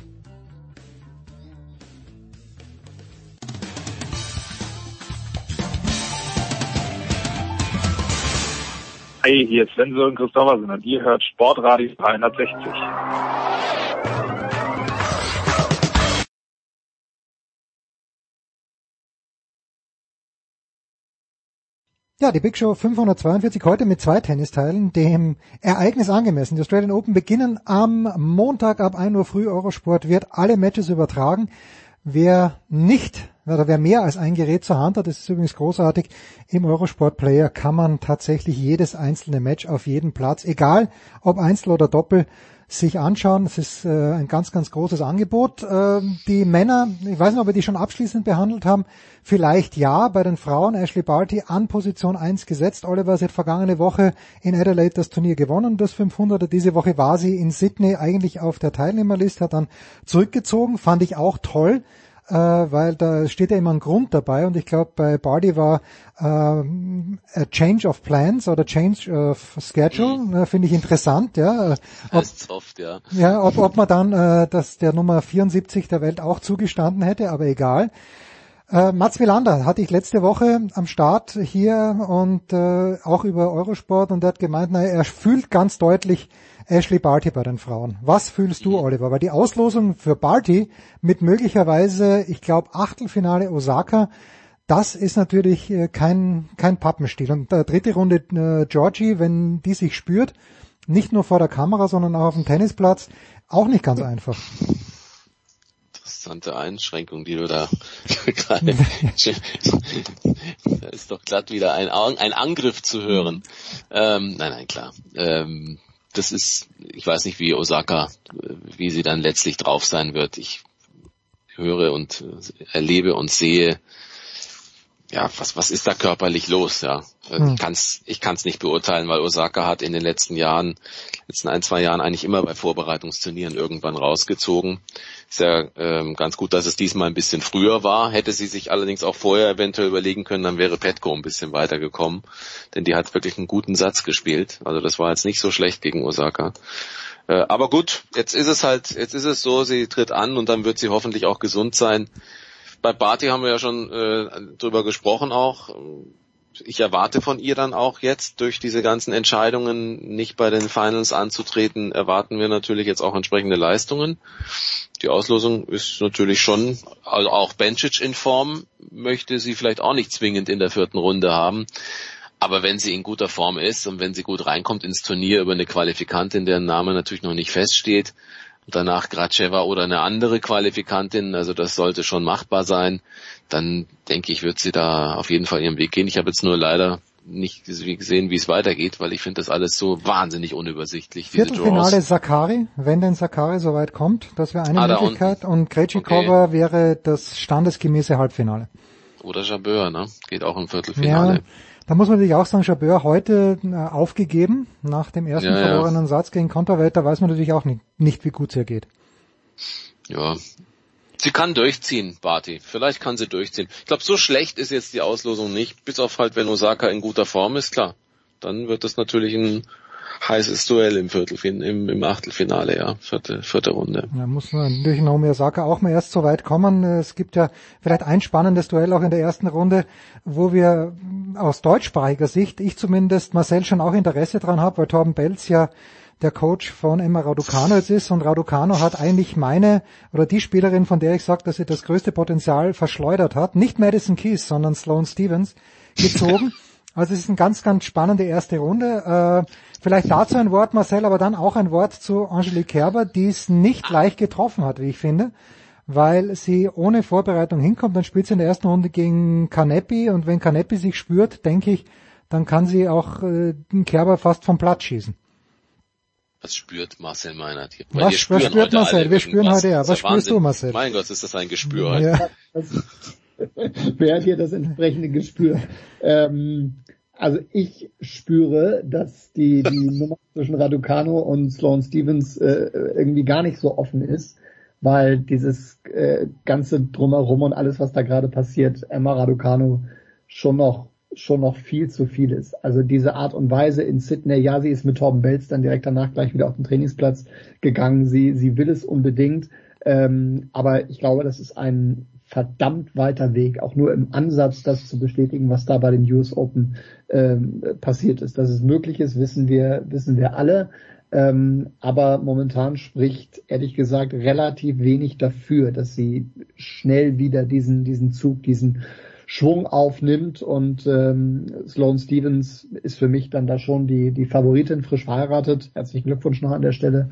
Hey, hier ist Sven-Sören Christoffersen und ihr hört Sportradio 360. Ja, die Big Show 542 heute mit 2 Tennisteilen, dem Ereignis angemessen. Die Australian Open beginnen am Montag ab 1 Uhr früh. Eurosport wird alle Matches übertragen. Wer mehr als ein Gerät zur Hand hat, das ist übrigens großartig, im Eurosport Player kann man tatsächlich jedes einzelne Match auf jedem Platz, egal ob Einzel oder Doppel, sich anschauen. Es ist ein ganz, ganz großes Angebot. Die Männer, ich weiß nicht, ob wir die schon abschließend behandelt haben, vielleicht ja. Bei den Frauen Ashley Barty an Position 1 gesetzt. Oliver, sie hat vergangene Woche in Adelaide das Turnier gewonnen, das 500er. Diese Woche war sie in Sydney eigentlich auf der Teilnehmerliste, hat dann zurückgezogen. Fand ich auch toll, weil da steht ja immer ein Grund dabei, und ich glaube, bei Barty war a Change of Plans oder Change of Schedule, finde ich interessant, ja. Ob man dann das der Nummer 74 der Welt auch zugestanden hätte, aber egal. Mats Wilander hatte ich letzte Woche am Start hier und auch über Eurosport, und er hat gemeint, er fühlt ganz deutlich Ashley Barty bei den Frauen. Was fühlst du, Oliver? Weil die Auslosung für Barty mit möglicherweise, ich glaube, Achtelfinale Osaka, das ist natürlich kein Pappenstiel. Und dritte Runde Georgie, wenn die sich spürt, nicht nur vor der Kamera, sondern auch auf dem Tennisplatz, auch nicht ganz einfach. Interessante Einschränkung, die du da gerade... Da ist doch glatt wieder ein Angriff zu hören. Nein, klar. Das ist, ich weiß nicht, wie Osaka, wie sie dann letztlich drauf sein wird. Ich höre und erlebe und sehe, ja, was ist da körperlich los, ja. Ich kann's nicht beurteilen, weil Osaka hat in den letzten 1, 2 Jahren eigentlich immer bei Vorbereitungsturnieren irgendwann rausgezogen. Ist ja ganz gut, dass es diesmal ein bisschen früher war. Hätte sie sich allerdings auch vorher eventuell überlegen können, dann wäre Petko ein bisschen weitergekommen. Denn die hat wirklich einen guten Satz gespielt. Also das war jetzt nicht so schlecht gegen Osaka. Aber gut, jetzt ist es so, sie tritt an und dann wird sie hoffentlich auch gesund sein. Bei Barty haben wir ja schon drüber gesprochen auch. Ich erwarte von ihr dann auch jetzt durch diese ganzen Entscheidungen, nicht bei den Finals anzutreten, erwarten wir natürlich jetzt auch entsprechende Leistungen. Die Auslosung ist natürlich schon, also auch Bencic in Form möchte sie vielleicht auch nicht zwingend in der 4. Runde haben. Aber wenn sie in guter Form ist und wenn sie gut reinkommt ins Turnier über eine Qualifikantin, deren Name natürlich noch nicht feststeht, danach Gracheva oder eine andere Qualifikantin, also das sollte schon machbar sein, dann denke ich, wird sie da auf jeden Fall ihren Weg gehen. Ich habe jetzt nur leider nicht gesehen, wie es weitergeht, weil ich finde das alles so wahnsinnig unübersichtlich. Viertelfinale Sakari, wenn denn Sakari soweit kommt, das wäre eine Möglichkeit, und Krejcikova wäre das standesgemäße Halbfinale. Oder Jabeur, ne? Geht auch im Viertelfinale. Ja. Da muss man natürlich auch sagen, Jabeur heute aufgegeben nach dem ersten verlorenen Satz gegen Konterweit. Da weiß man natürlich auch nicht, wie gut es ihr geht. Ja, sie kann durchziehen, Barty. Vielleicht kann sie durchziehen. Ich glaube, so schlecht ist jetzt die Auslosung nicht. Bis auf halt, wenn Osaka in guter Form ist, klar. Dann wird das natürlich ein heißes Duell im Achtelfinale, ja. Vierte Runde. Da muss man natürlich Naomi Osaka auch mal erst so weit kommen. Es gibt ja vielleicht ein spannendes Duell auch in der ersten Runde, wo wir aus deutschsprachiger Sicht, ich zumindest, Marcel, schon auch Interesse dran habe, weil Torben Belz ja der Coach von Emma Raducanu jetzt ist, und Raducanu hat eigentlich die Spielerin, von der ich sage, dass sie das größte Potenzial verschleudert hat, nicht Madison Keys, sondern Sloane Stephens, gezogen. Also es ist eine ganz, ganz spannende erste Runde. Vielleicht dazu ein Wort, Marcel, aber dann auch ein Wort zu Angelique Kerber, die es nicht leicht getroffen hat, wie ich finde, weil sie ohne Vorbereitung hinkommt. Dann spielt sie in der ersten Runde gegen Kanepi, und wenn Kanepi sich spürt, denke ich, dann kann sie auch den Kerber fast vom Platz schießen. Was spürt Marcel Meinert hier? Was spürt Marcel? Wir spüren heute ja. Was spürst du, Marcel? Mein Gott, ist das ein Gespür heute. Ja. Wer hat hier das entsprechende Gespür? Also ich spüre, dass die Nummer zwischen Raducanu und Sloane Stephens irgendwie gar nicht so offen ist, weil dieses ganze Drumherum und alles, was da gerade passiert, Emma Raducanu schon noch viel zu viel ist. Also diese Art und Weise in Sydney, ja, sie ist mit Torben Belz dann direkt danach gleich wieder auf den Trainingsplatz gegangen. Sie will es unbedingt, aber ich glaube, das ist ein verdammt weiter Weg, auch nur im Ansatz das zu bestätigen, was da bei den US Open passiert ist. Dass es möglich ist, wissen wir alle. Aber momentan spricht, ehrlich gesagt, relativ wenig dafür, dass sie schnell wieder diesen Zug, diesen Schwung aufnimmt und Sloane Stephens ist für mich dann da schon die Favoritin, frisch verheiratet. Herzlichen Glückwunsch noch an der Stelle.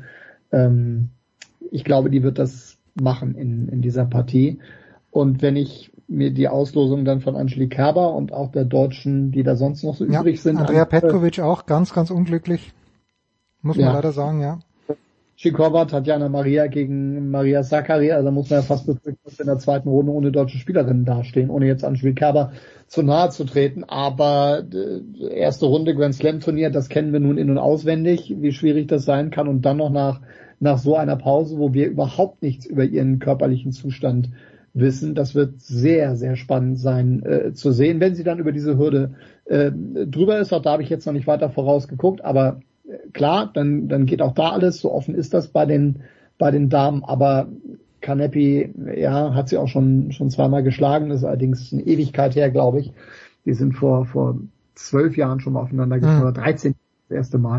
Ich glaube, die wird das machen in dieser Partie. Und wenn ich mir die Auslosung dann von Angelique Kerber und auch der Deutschen, die da sonst noch so übrig sind. Andrea Petkovic auch ganz, ganz unglücklich. Muss man leider sagen, ja. Schikova, Tatjana Maria gegen Maria Sakkari, also muss man ja fast befürchten, dass wir in der zweiten Runde ohne deutsche Spielerinnen dastehen, ohne jetzt Angelique Kerber zu nahe zu treten. Aber erste Runde Grand Slam Turnier, das kennen wir nun in- und auswendig, wie schwierig das sein kann. Und dann noch nach so einer Pause, wo wir überhaupt nichts über ihren körperlichen Zustand wissen. Das wird sehr, sehr spannend sein zu sehen, wenn sie dann über diese Hürde drüber ist. Auch da habe ich jetzt noch nicht weiter vorausgeguckt, aber klar, dann geht auch da alles. So offen ist das bei den Damen. Aber Kanepi, ja, hat sie auch schon zweimal geschlagen. Das ist allerdings eine Ewigkeit her, glaube ich. Die sind vor 12 Jahren schon mal aufeinander getroffen, oder 13 das erste Mal.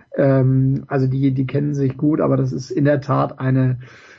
Also die kennen sich gut, aber das ist in der Tat eine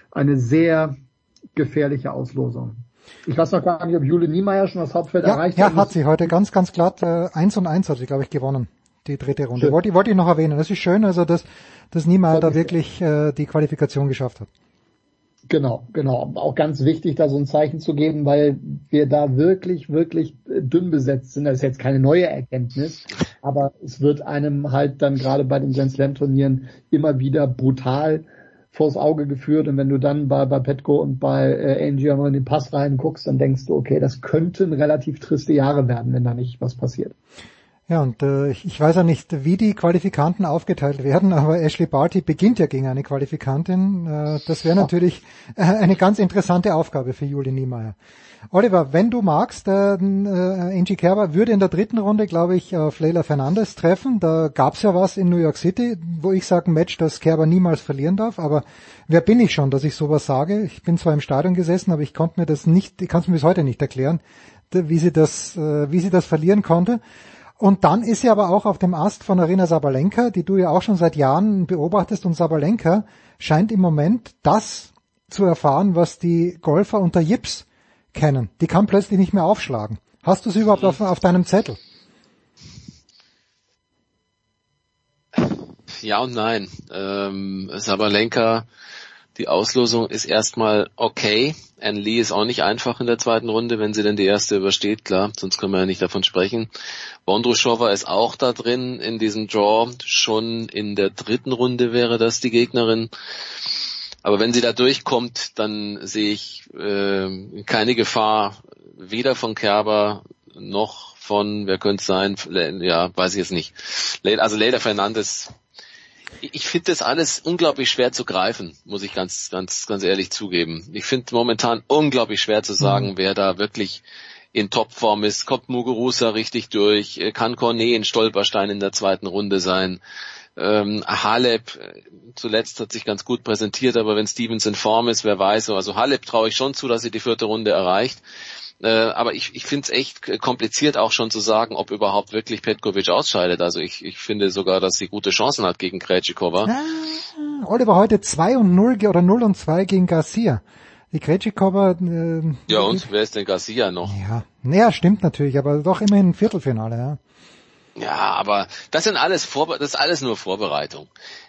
sehr gefährliche Auslosung. Ich weiß noch gar nicht, ob Jule Niemeyer schon das Hauptfeld erreicht hat. Ja, hat sie heute ganz, ganz glatt 1:1 hat sie, glaube ich, gewonnen, die dritte Runde. Wollte ich noch erwähnen. Das ist schön, also dass Niemeyer da wirklich die Qualifikation geschafft hat. Genau. Auch ganz wichtig, da so ein Zeichen zu geben, weil wir da wirklich, wirklich dünn besetzt sind. Das ist jetzt keine neue Erkenntnis, aber es wird einem halt dann gerade bei den Grand Slam Turnieren immer wieder brutal vors Auge geführt. Und wenn du dann bei Petko und bei Angie in den Pass reinguckst, dann denkst du, okay, das könnten relativ triste Jahre werden, wenn da nicht was passiert. Ja, und ich weiß ja nicht, wie die Qualifikanten aufgeteilt werden, aber Ashley Barty beginnt ja gegen eine Qualifikantin. Das wäre natürlich eine ganz interessante Aufgabe für Jule Niemeyer. Oliver, wenn du magst, Angie Kerber würde in der dritten Runde, glaube ich, auf Leylah Fernandez treffen. Da gab's ja was in New York City, wo ich sage, ein Match, das Kerber niemals verlieren darf. Aber wer bin ich schon, dass ich sowas sage? Ich bin zwar im Stadion gesessen, aber ich kann es mir bis heute nicht erklären, wie sie das verlieren konnte. Und dann ist sie aber auch auf dem Ast von Aryna Sabalenka, die du ja auch schon seit Jahren beobachtest. Und Sabalenka scheint im Moment das zu erfahren, was die Golfer unter Jips kennen. Die kann plötzlich nicht mehr aufschlagen. Hast du sie überhaupt auf deinem Zettel? Ja und nein. Sabalenka, die Auslosung ist erstmal okay. Ann Lee ist auch nicht einfach in der zweiten Runde, wenn sie denn die erste übersteht, klar, sonst können wir ja nicht davon sprechen. Vondrousova ist auch da drin in diesem Draw, schon in der dritten Runde wäre das die Gegnerin. Aber wenn sie da durchkommt, dann sehe ich keine Gefahr, weder von Kerber noch von, wer könnte es sein, ja, weiß ich jetzt nicht. Also Leylah Fernandez, ich finde das alles unglaublich schwer zu greifen, muss ich ganz ehrlich zugeben. Ich finde momentan unglaublich schwer zu sagen, wer da wirklich in Topform ist. Kommt Muguruza richtig durch? Kann Cornet ein Stolperstein in der zweiten Runde sein? Halep zuletzt hat sich ganz gut präsentiert, aber wenn Stephens in Form ist, wer weiß. Also Halep traue ich schon zu, dass sie die vierte Runde erreicht. Aber ich finde es echt kompliziert auch schon zu sagen, ob überhaupt wirklich Petkovic ausscheidet. Also ich finde sogar, dass sie gute Chancen hat gegen Krejcikova. Oliver heute 2-0 oder 0-2 gegen Garcia. Die Krejcikova... ja und, wer ist denn Garcia noch? Ja, stimmt natürlich, aber doch immerhin ein Viertelfinale, ja. Ja, aber das ist alles nur Vorbereitung.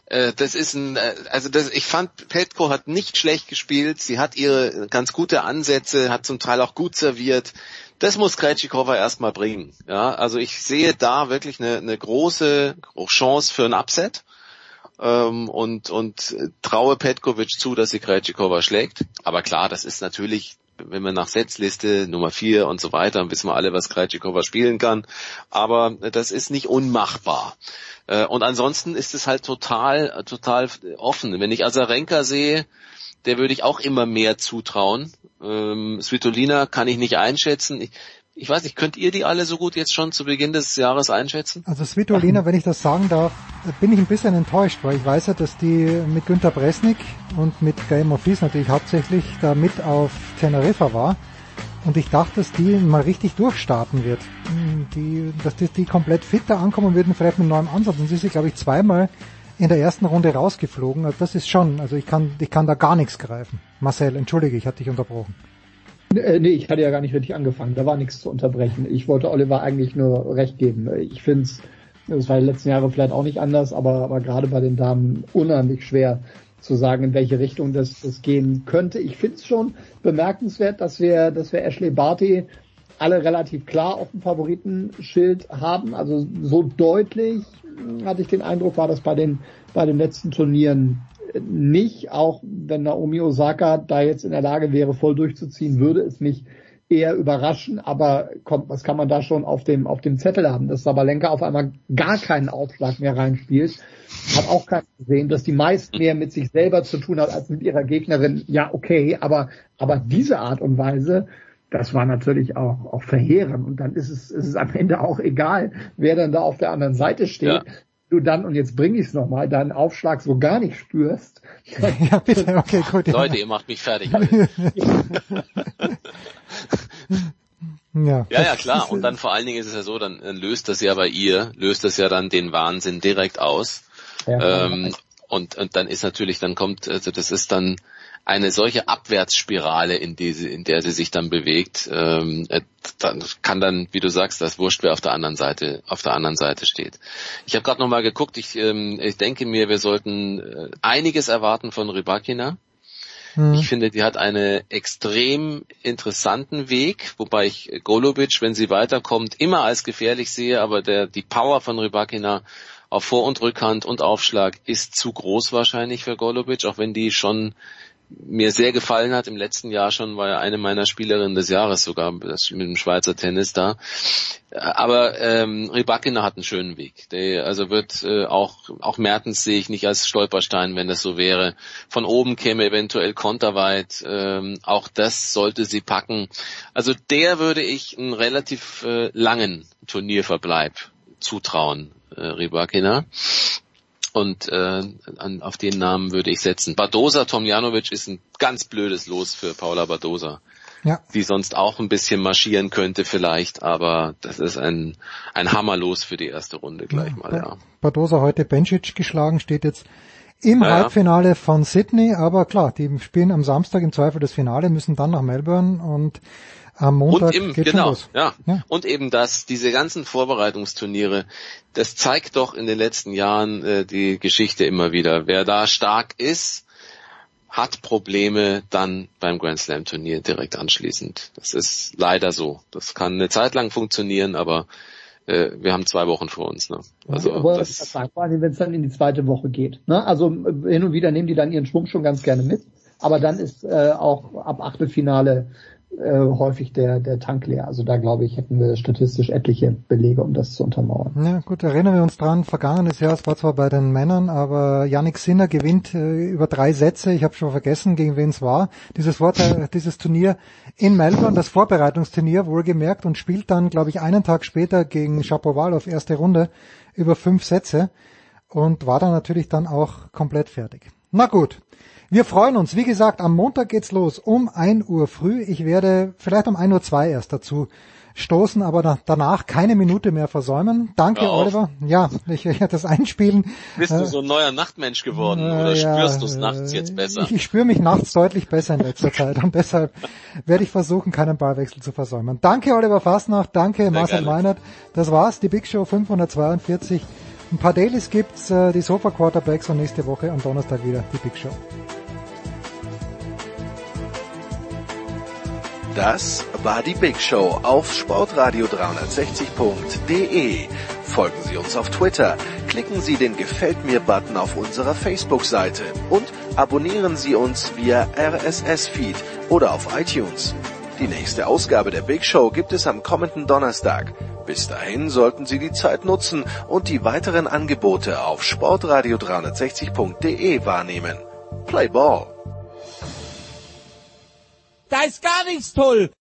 Ich fand, Petko hat nicht schlecht gespielt, sie hat ihre ganz gute Ansätze, hat zum Teil auch gut serviert. Das muss Krejcikova erstmal bringen. Ja, also ich sehe da wirklich eine große Chance für ein Upset. Und traue Petkovic zu, dass sie Krejcikova schlägt. Aber klar, das ist natürlich, wenn wir nach Setzliste Nummer 4 und so weiter, dann wissen wir alle, was Krejcikova spielen kann. Aber das ist nicht unmachbar. Und ansonsten ist es halt total offen. Wenn ich Azarenka sehe, der würde ich auch immer mehr zutrauen. Svitolina kann ich nicht einschätzen. Ich weiß nicht, könnt ihr die alle so gut jetzt schon zu Beginn des Jahres einschätzen? Also Svitolina, wenn ich das sagen darf, bin ich ein bisschen enttäuscht, weil ich weiß ja, dass die mit Günter Bresnik und mit Gael Monfils natürlich hauptsächlich da mit auf Teneriffa war. Und ich dachte, dass die mal richtig durchstarten wird. Dass die komplett fit da ankommen würden, vielleicht mit neuem Ansatz. Und sie ist, glaube ich, zweimal in der ersten Runde rausgeflogen. Also das ist schon, also ich kann da gar nichts greifen. Marcel, entschuldige, ich hatte dich unterbrochen. Nee, ich hatte ja gar nicht richtig angefangen. Da war nichts zu unterbrechen. Ich wollte Oliver eigentlich nur recht geben. Ich finde es, das war die letzten Jahre vielleicht auch nicht anders, aber gerade bei den Damen unheimlich schwer zu sagen, in welche Richtung das gehen könnte. Ich finde es schon bemerkenswert, dass wir Ashley Barty alle relativ klar auf dem Favoritenschild haben. Also so deutlich hatte ich den Eindruck, war das bei den letzten Turnieren nicht. Auch wenn Naomi Osaka da jetzt in der Lage wäre, voll durchzuziehen, würde es mich eher überraschen. Aber was kann man da schon auf dem Zettel haben? Dass Sabalenka auf einmal gar keinen Aufschlag mehr reinspielt. Hat auch keiner gesehen, dass die meist mehr mit sich selber zu tun hat als mit ihrer Gegnerin. Ja, okay, aber diese Art und Weise, das war natürlich auch verheerend. Und dann ist es am Ende auch egal, wer dann da auf der anderen Seite steht. Ja. Du dann, und jetzt bringe ich es nochmal, deinen Aufschlag so gar nicht spürst. Ja, bitte, okay, gut. Leute, ihr macht mich fertig. Ja, klar. Und dann vor allen Dingen ist es ja so, dann löst das ja dann den Wahnsinn direkt aus. Ja. Und dann ist natürlich, das ist dann eine solche Abwärtsspirale, in der sie sich dann bewegt, dann kann dann, wie du sagst, das wurscht, wer auf der anderen Seite steht. Ich habe gerade nochmal geguckt, ich denke mir, wir sollten einiges erwarten von Rybakina. Ich finde, die hat einen extrem interessanten Weg, wobei ich Golubic, wenn sie weiterkommt, immer als gefährlich sehe, aber die Power von Rybakina auf Vor- und Rückhand und Aufschlag ist zu groß wahrscheinlich für Golubic, auch wenn die schon mir sehr gefallen hat. Im letzten Jahr schon war ja eine meiner Spielerinnen des Jahres sogar mit dem Schweizer Tennis da. Aber Rybakina hat einen schönen Weg. Also wird auch Mertens sehe ich nicht als Stolperstein, wenn das so wäre. Von oben käme eventuell Konterweit. Auch das sollte sie packen. Also der würde ich einen relativ langen Turnierverbleib zutrauen, Rybakina. Und auf den Namen würde ich setzen. Badosa Tomljanovic ist ein ganz blödes Los für Paula Badosa. Ja. Die sonst auch ein bisschen marschieren könnte vielleicht, aber das ist ein Hammerlos für die erste Runde gleich mal, ja. Badosa heute Bencic geschlagen, steht jetzt im Halbfinale von Sydney, aber klar, die spielen am Samstag im Zweifel das Finale, müssen dann nach Melbourne und am Montag geht schon los. Ja. Und eben diese ganzen Vorbereitungsturniere, das zeigt doch in den letzten Jahren die Geschichte immer wieder. Wer da stark ist, hat Probleme dann beim Grand Slam Turnier direkt anschließend. Das ist leider so. Das kann eine Zeit lang funktionieren, aber wir haben 2 Wochen vor uns. Ne? Also aber das ist vor allem, wenn es dann in die zweite Woche geht. Ne? Also hin und wieder nehmen die dann ihren Schwung schon ganz gerne mit, aber dann ist auch ab Achtelfinale häufig der Tank leer. Also da, glaube ich, hätten wir statistisch etliche Belege, um das zu untermauern. Ja, gut, erinnern wir uns dran, vergangenes Jahr, es war zwar bei den Männern, aber Jannik Sinner gewinnt über 3 Sätze, ich habe schon vergessen, gegen wen es war, dieses Turnier in Melbourne, das Vorbereitungsturnier, wohlgemerkt, und spielt dann, glaube ich, einen Tag später gegen Shapovalov erste Runde über 5 Sätze und war dann natürlich dann auch komplett fertig. Na gut. Wir freuen uns. Wie gesagt, am Montag geht's los um 1 Uhr früh. Ich werde vielleicht um 1:02 Uhr erst dazu stoßen, aber danach keine Minute mehr versäumen. Danke, Oliver. Ja, ich werde das einspielen. Bist du so ein neuer Nachtmensch geworden oder spürst du es nachts jetzt besser? Ich spüre mich nachts deutlich besser in letzter Zeit und deshalb werde ich versuchen, keinen Ballwechsel zu versäumen. Danke, Oliver Fasnacht. Danke, Marcel Meinert. Das war's, die Big Show 542. Ein paar Dailies gibt's, die Sofa Quarterbacks, und nächste Woche am Donnerstag wieder die Big Show. Das war die Big Show auf sportradio360.de. Folgen Sie uns auf Twitter, klicken Sie den Gefällt mir-Button auf unserer Facebook-Seite und abonnieren Sie uns via RSS-Feed oder auf iTunes. Die nächste Ausgabe der Big Show gibt es am kommenden Donnerstag. Bis dahin sollten Sie die Zeit nutzen und die weiteren Angebote auf sportradio360.de wahrnehmen. Play Ball! Da ist gar nichts toll!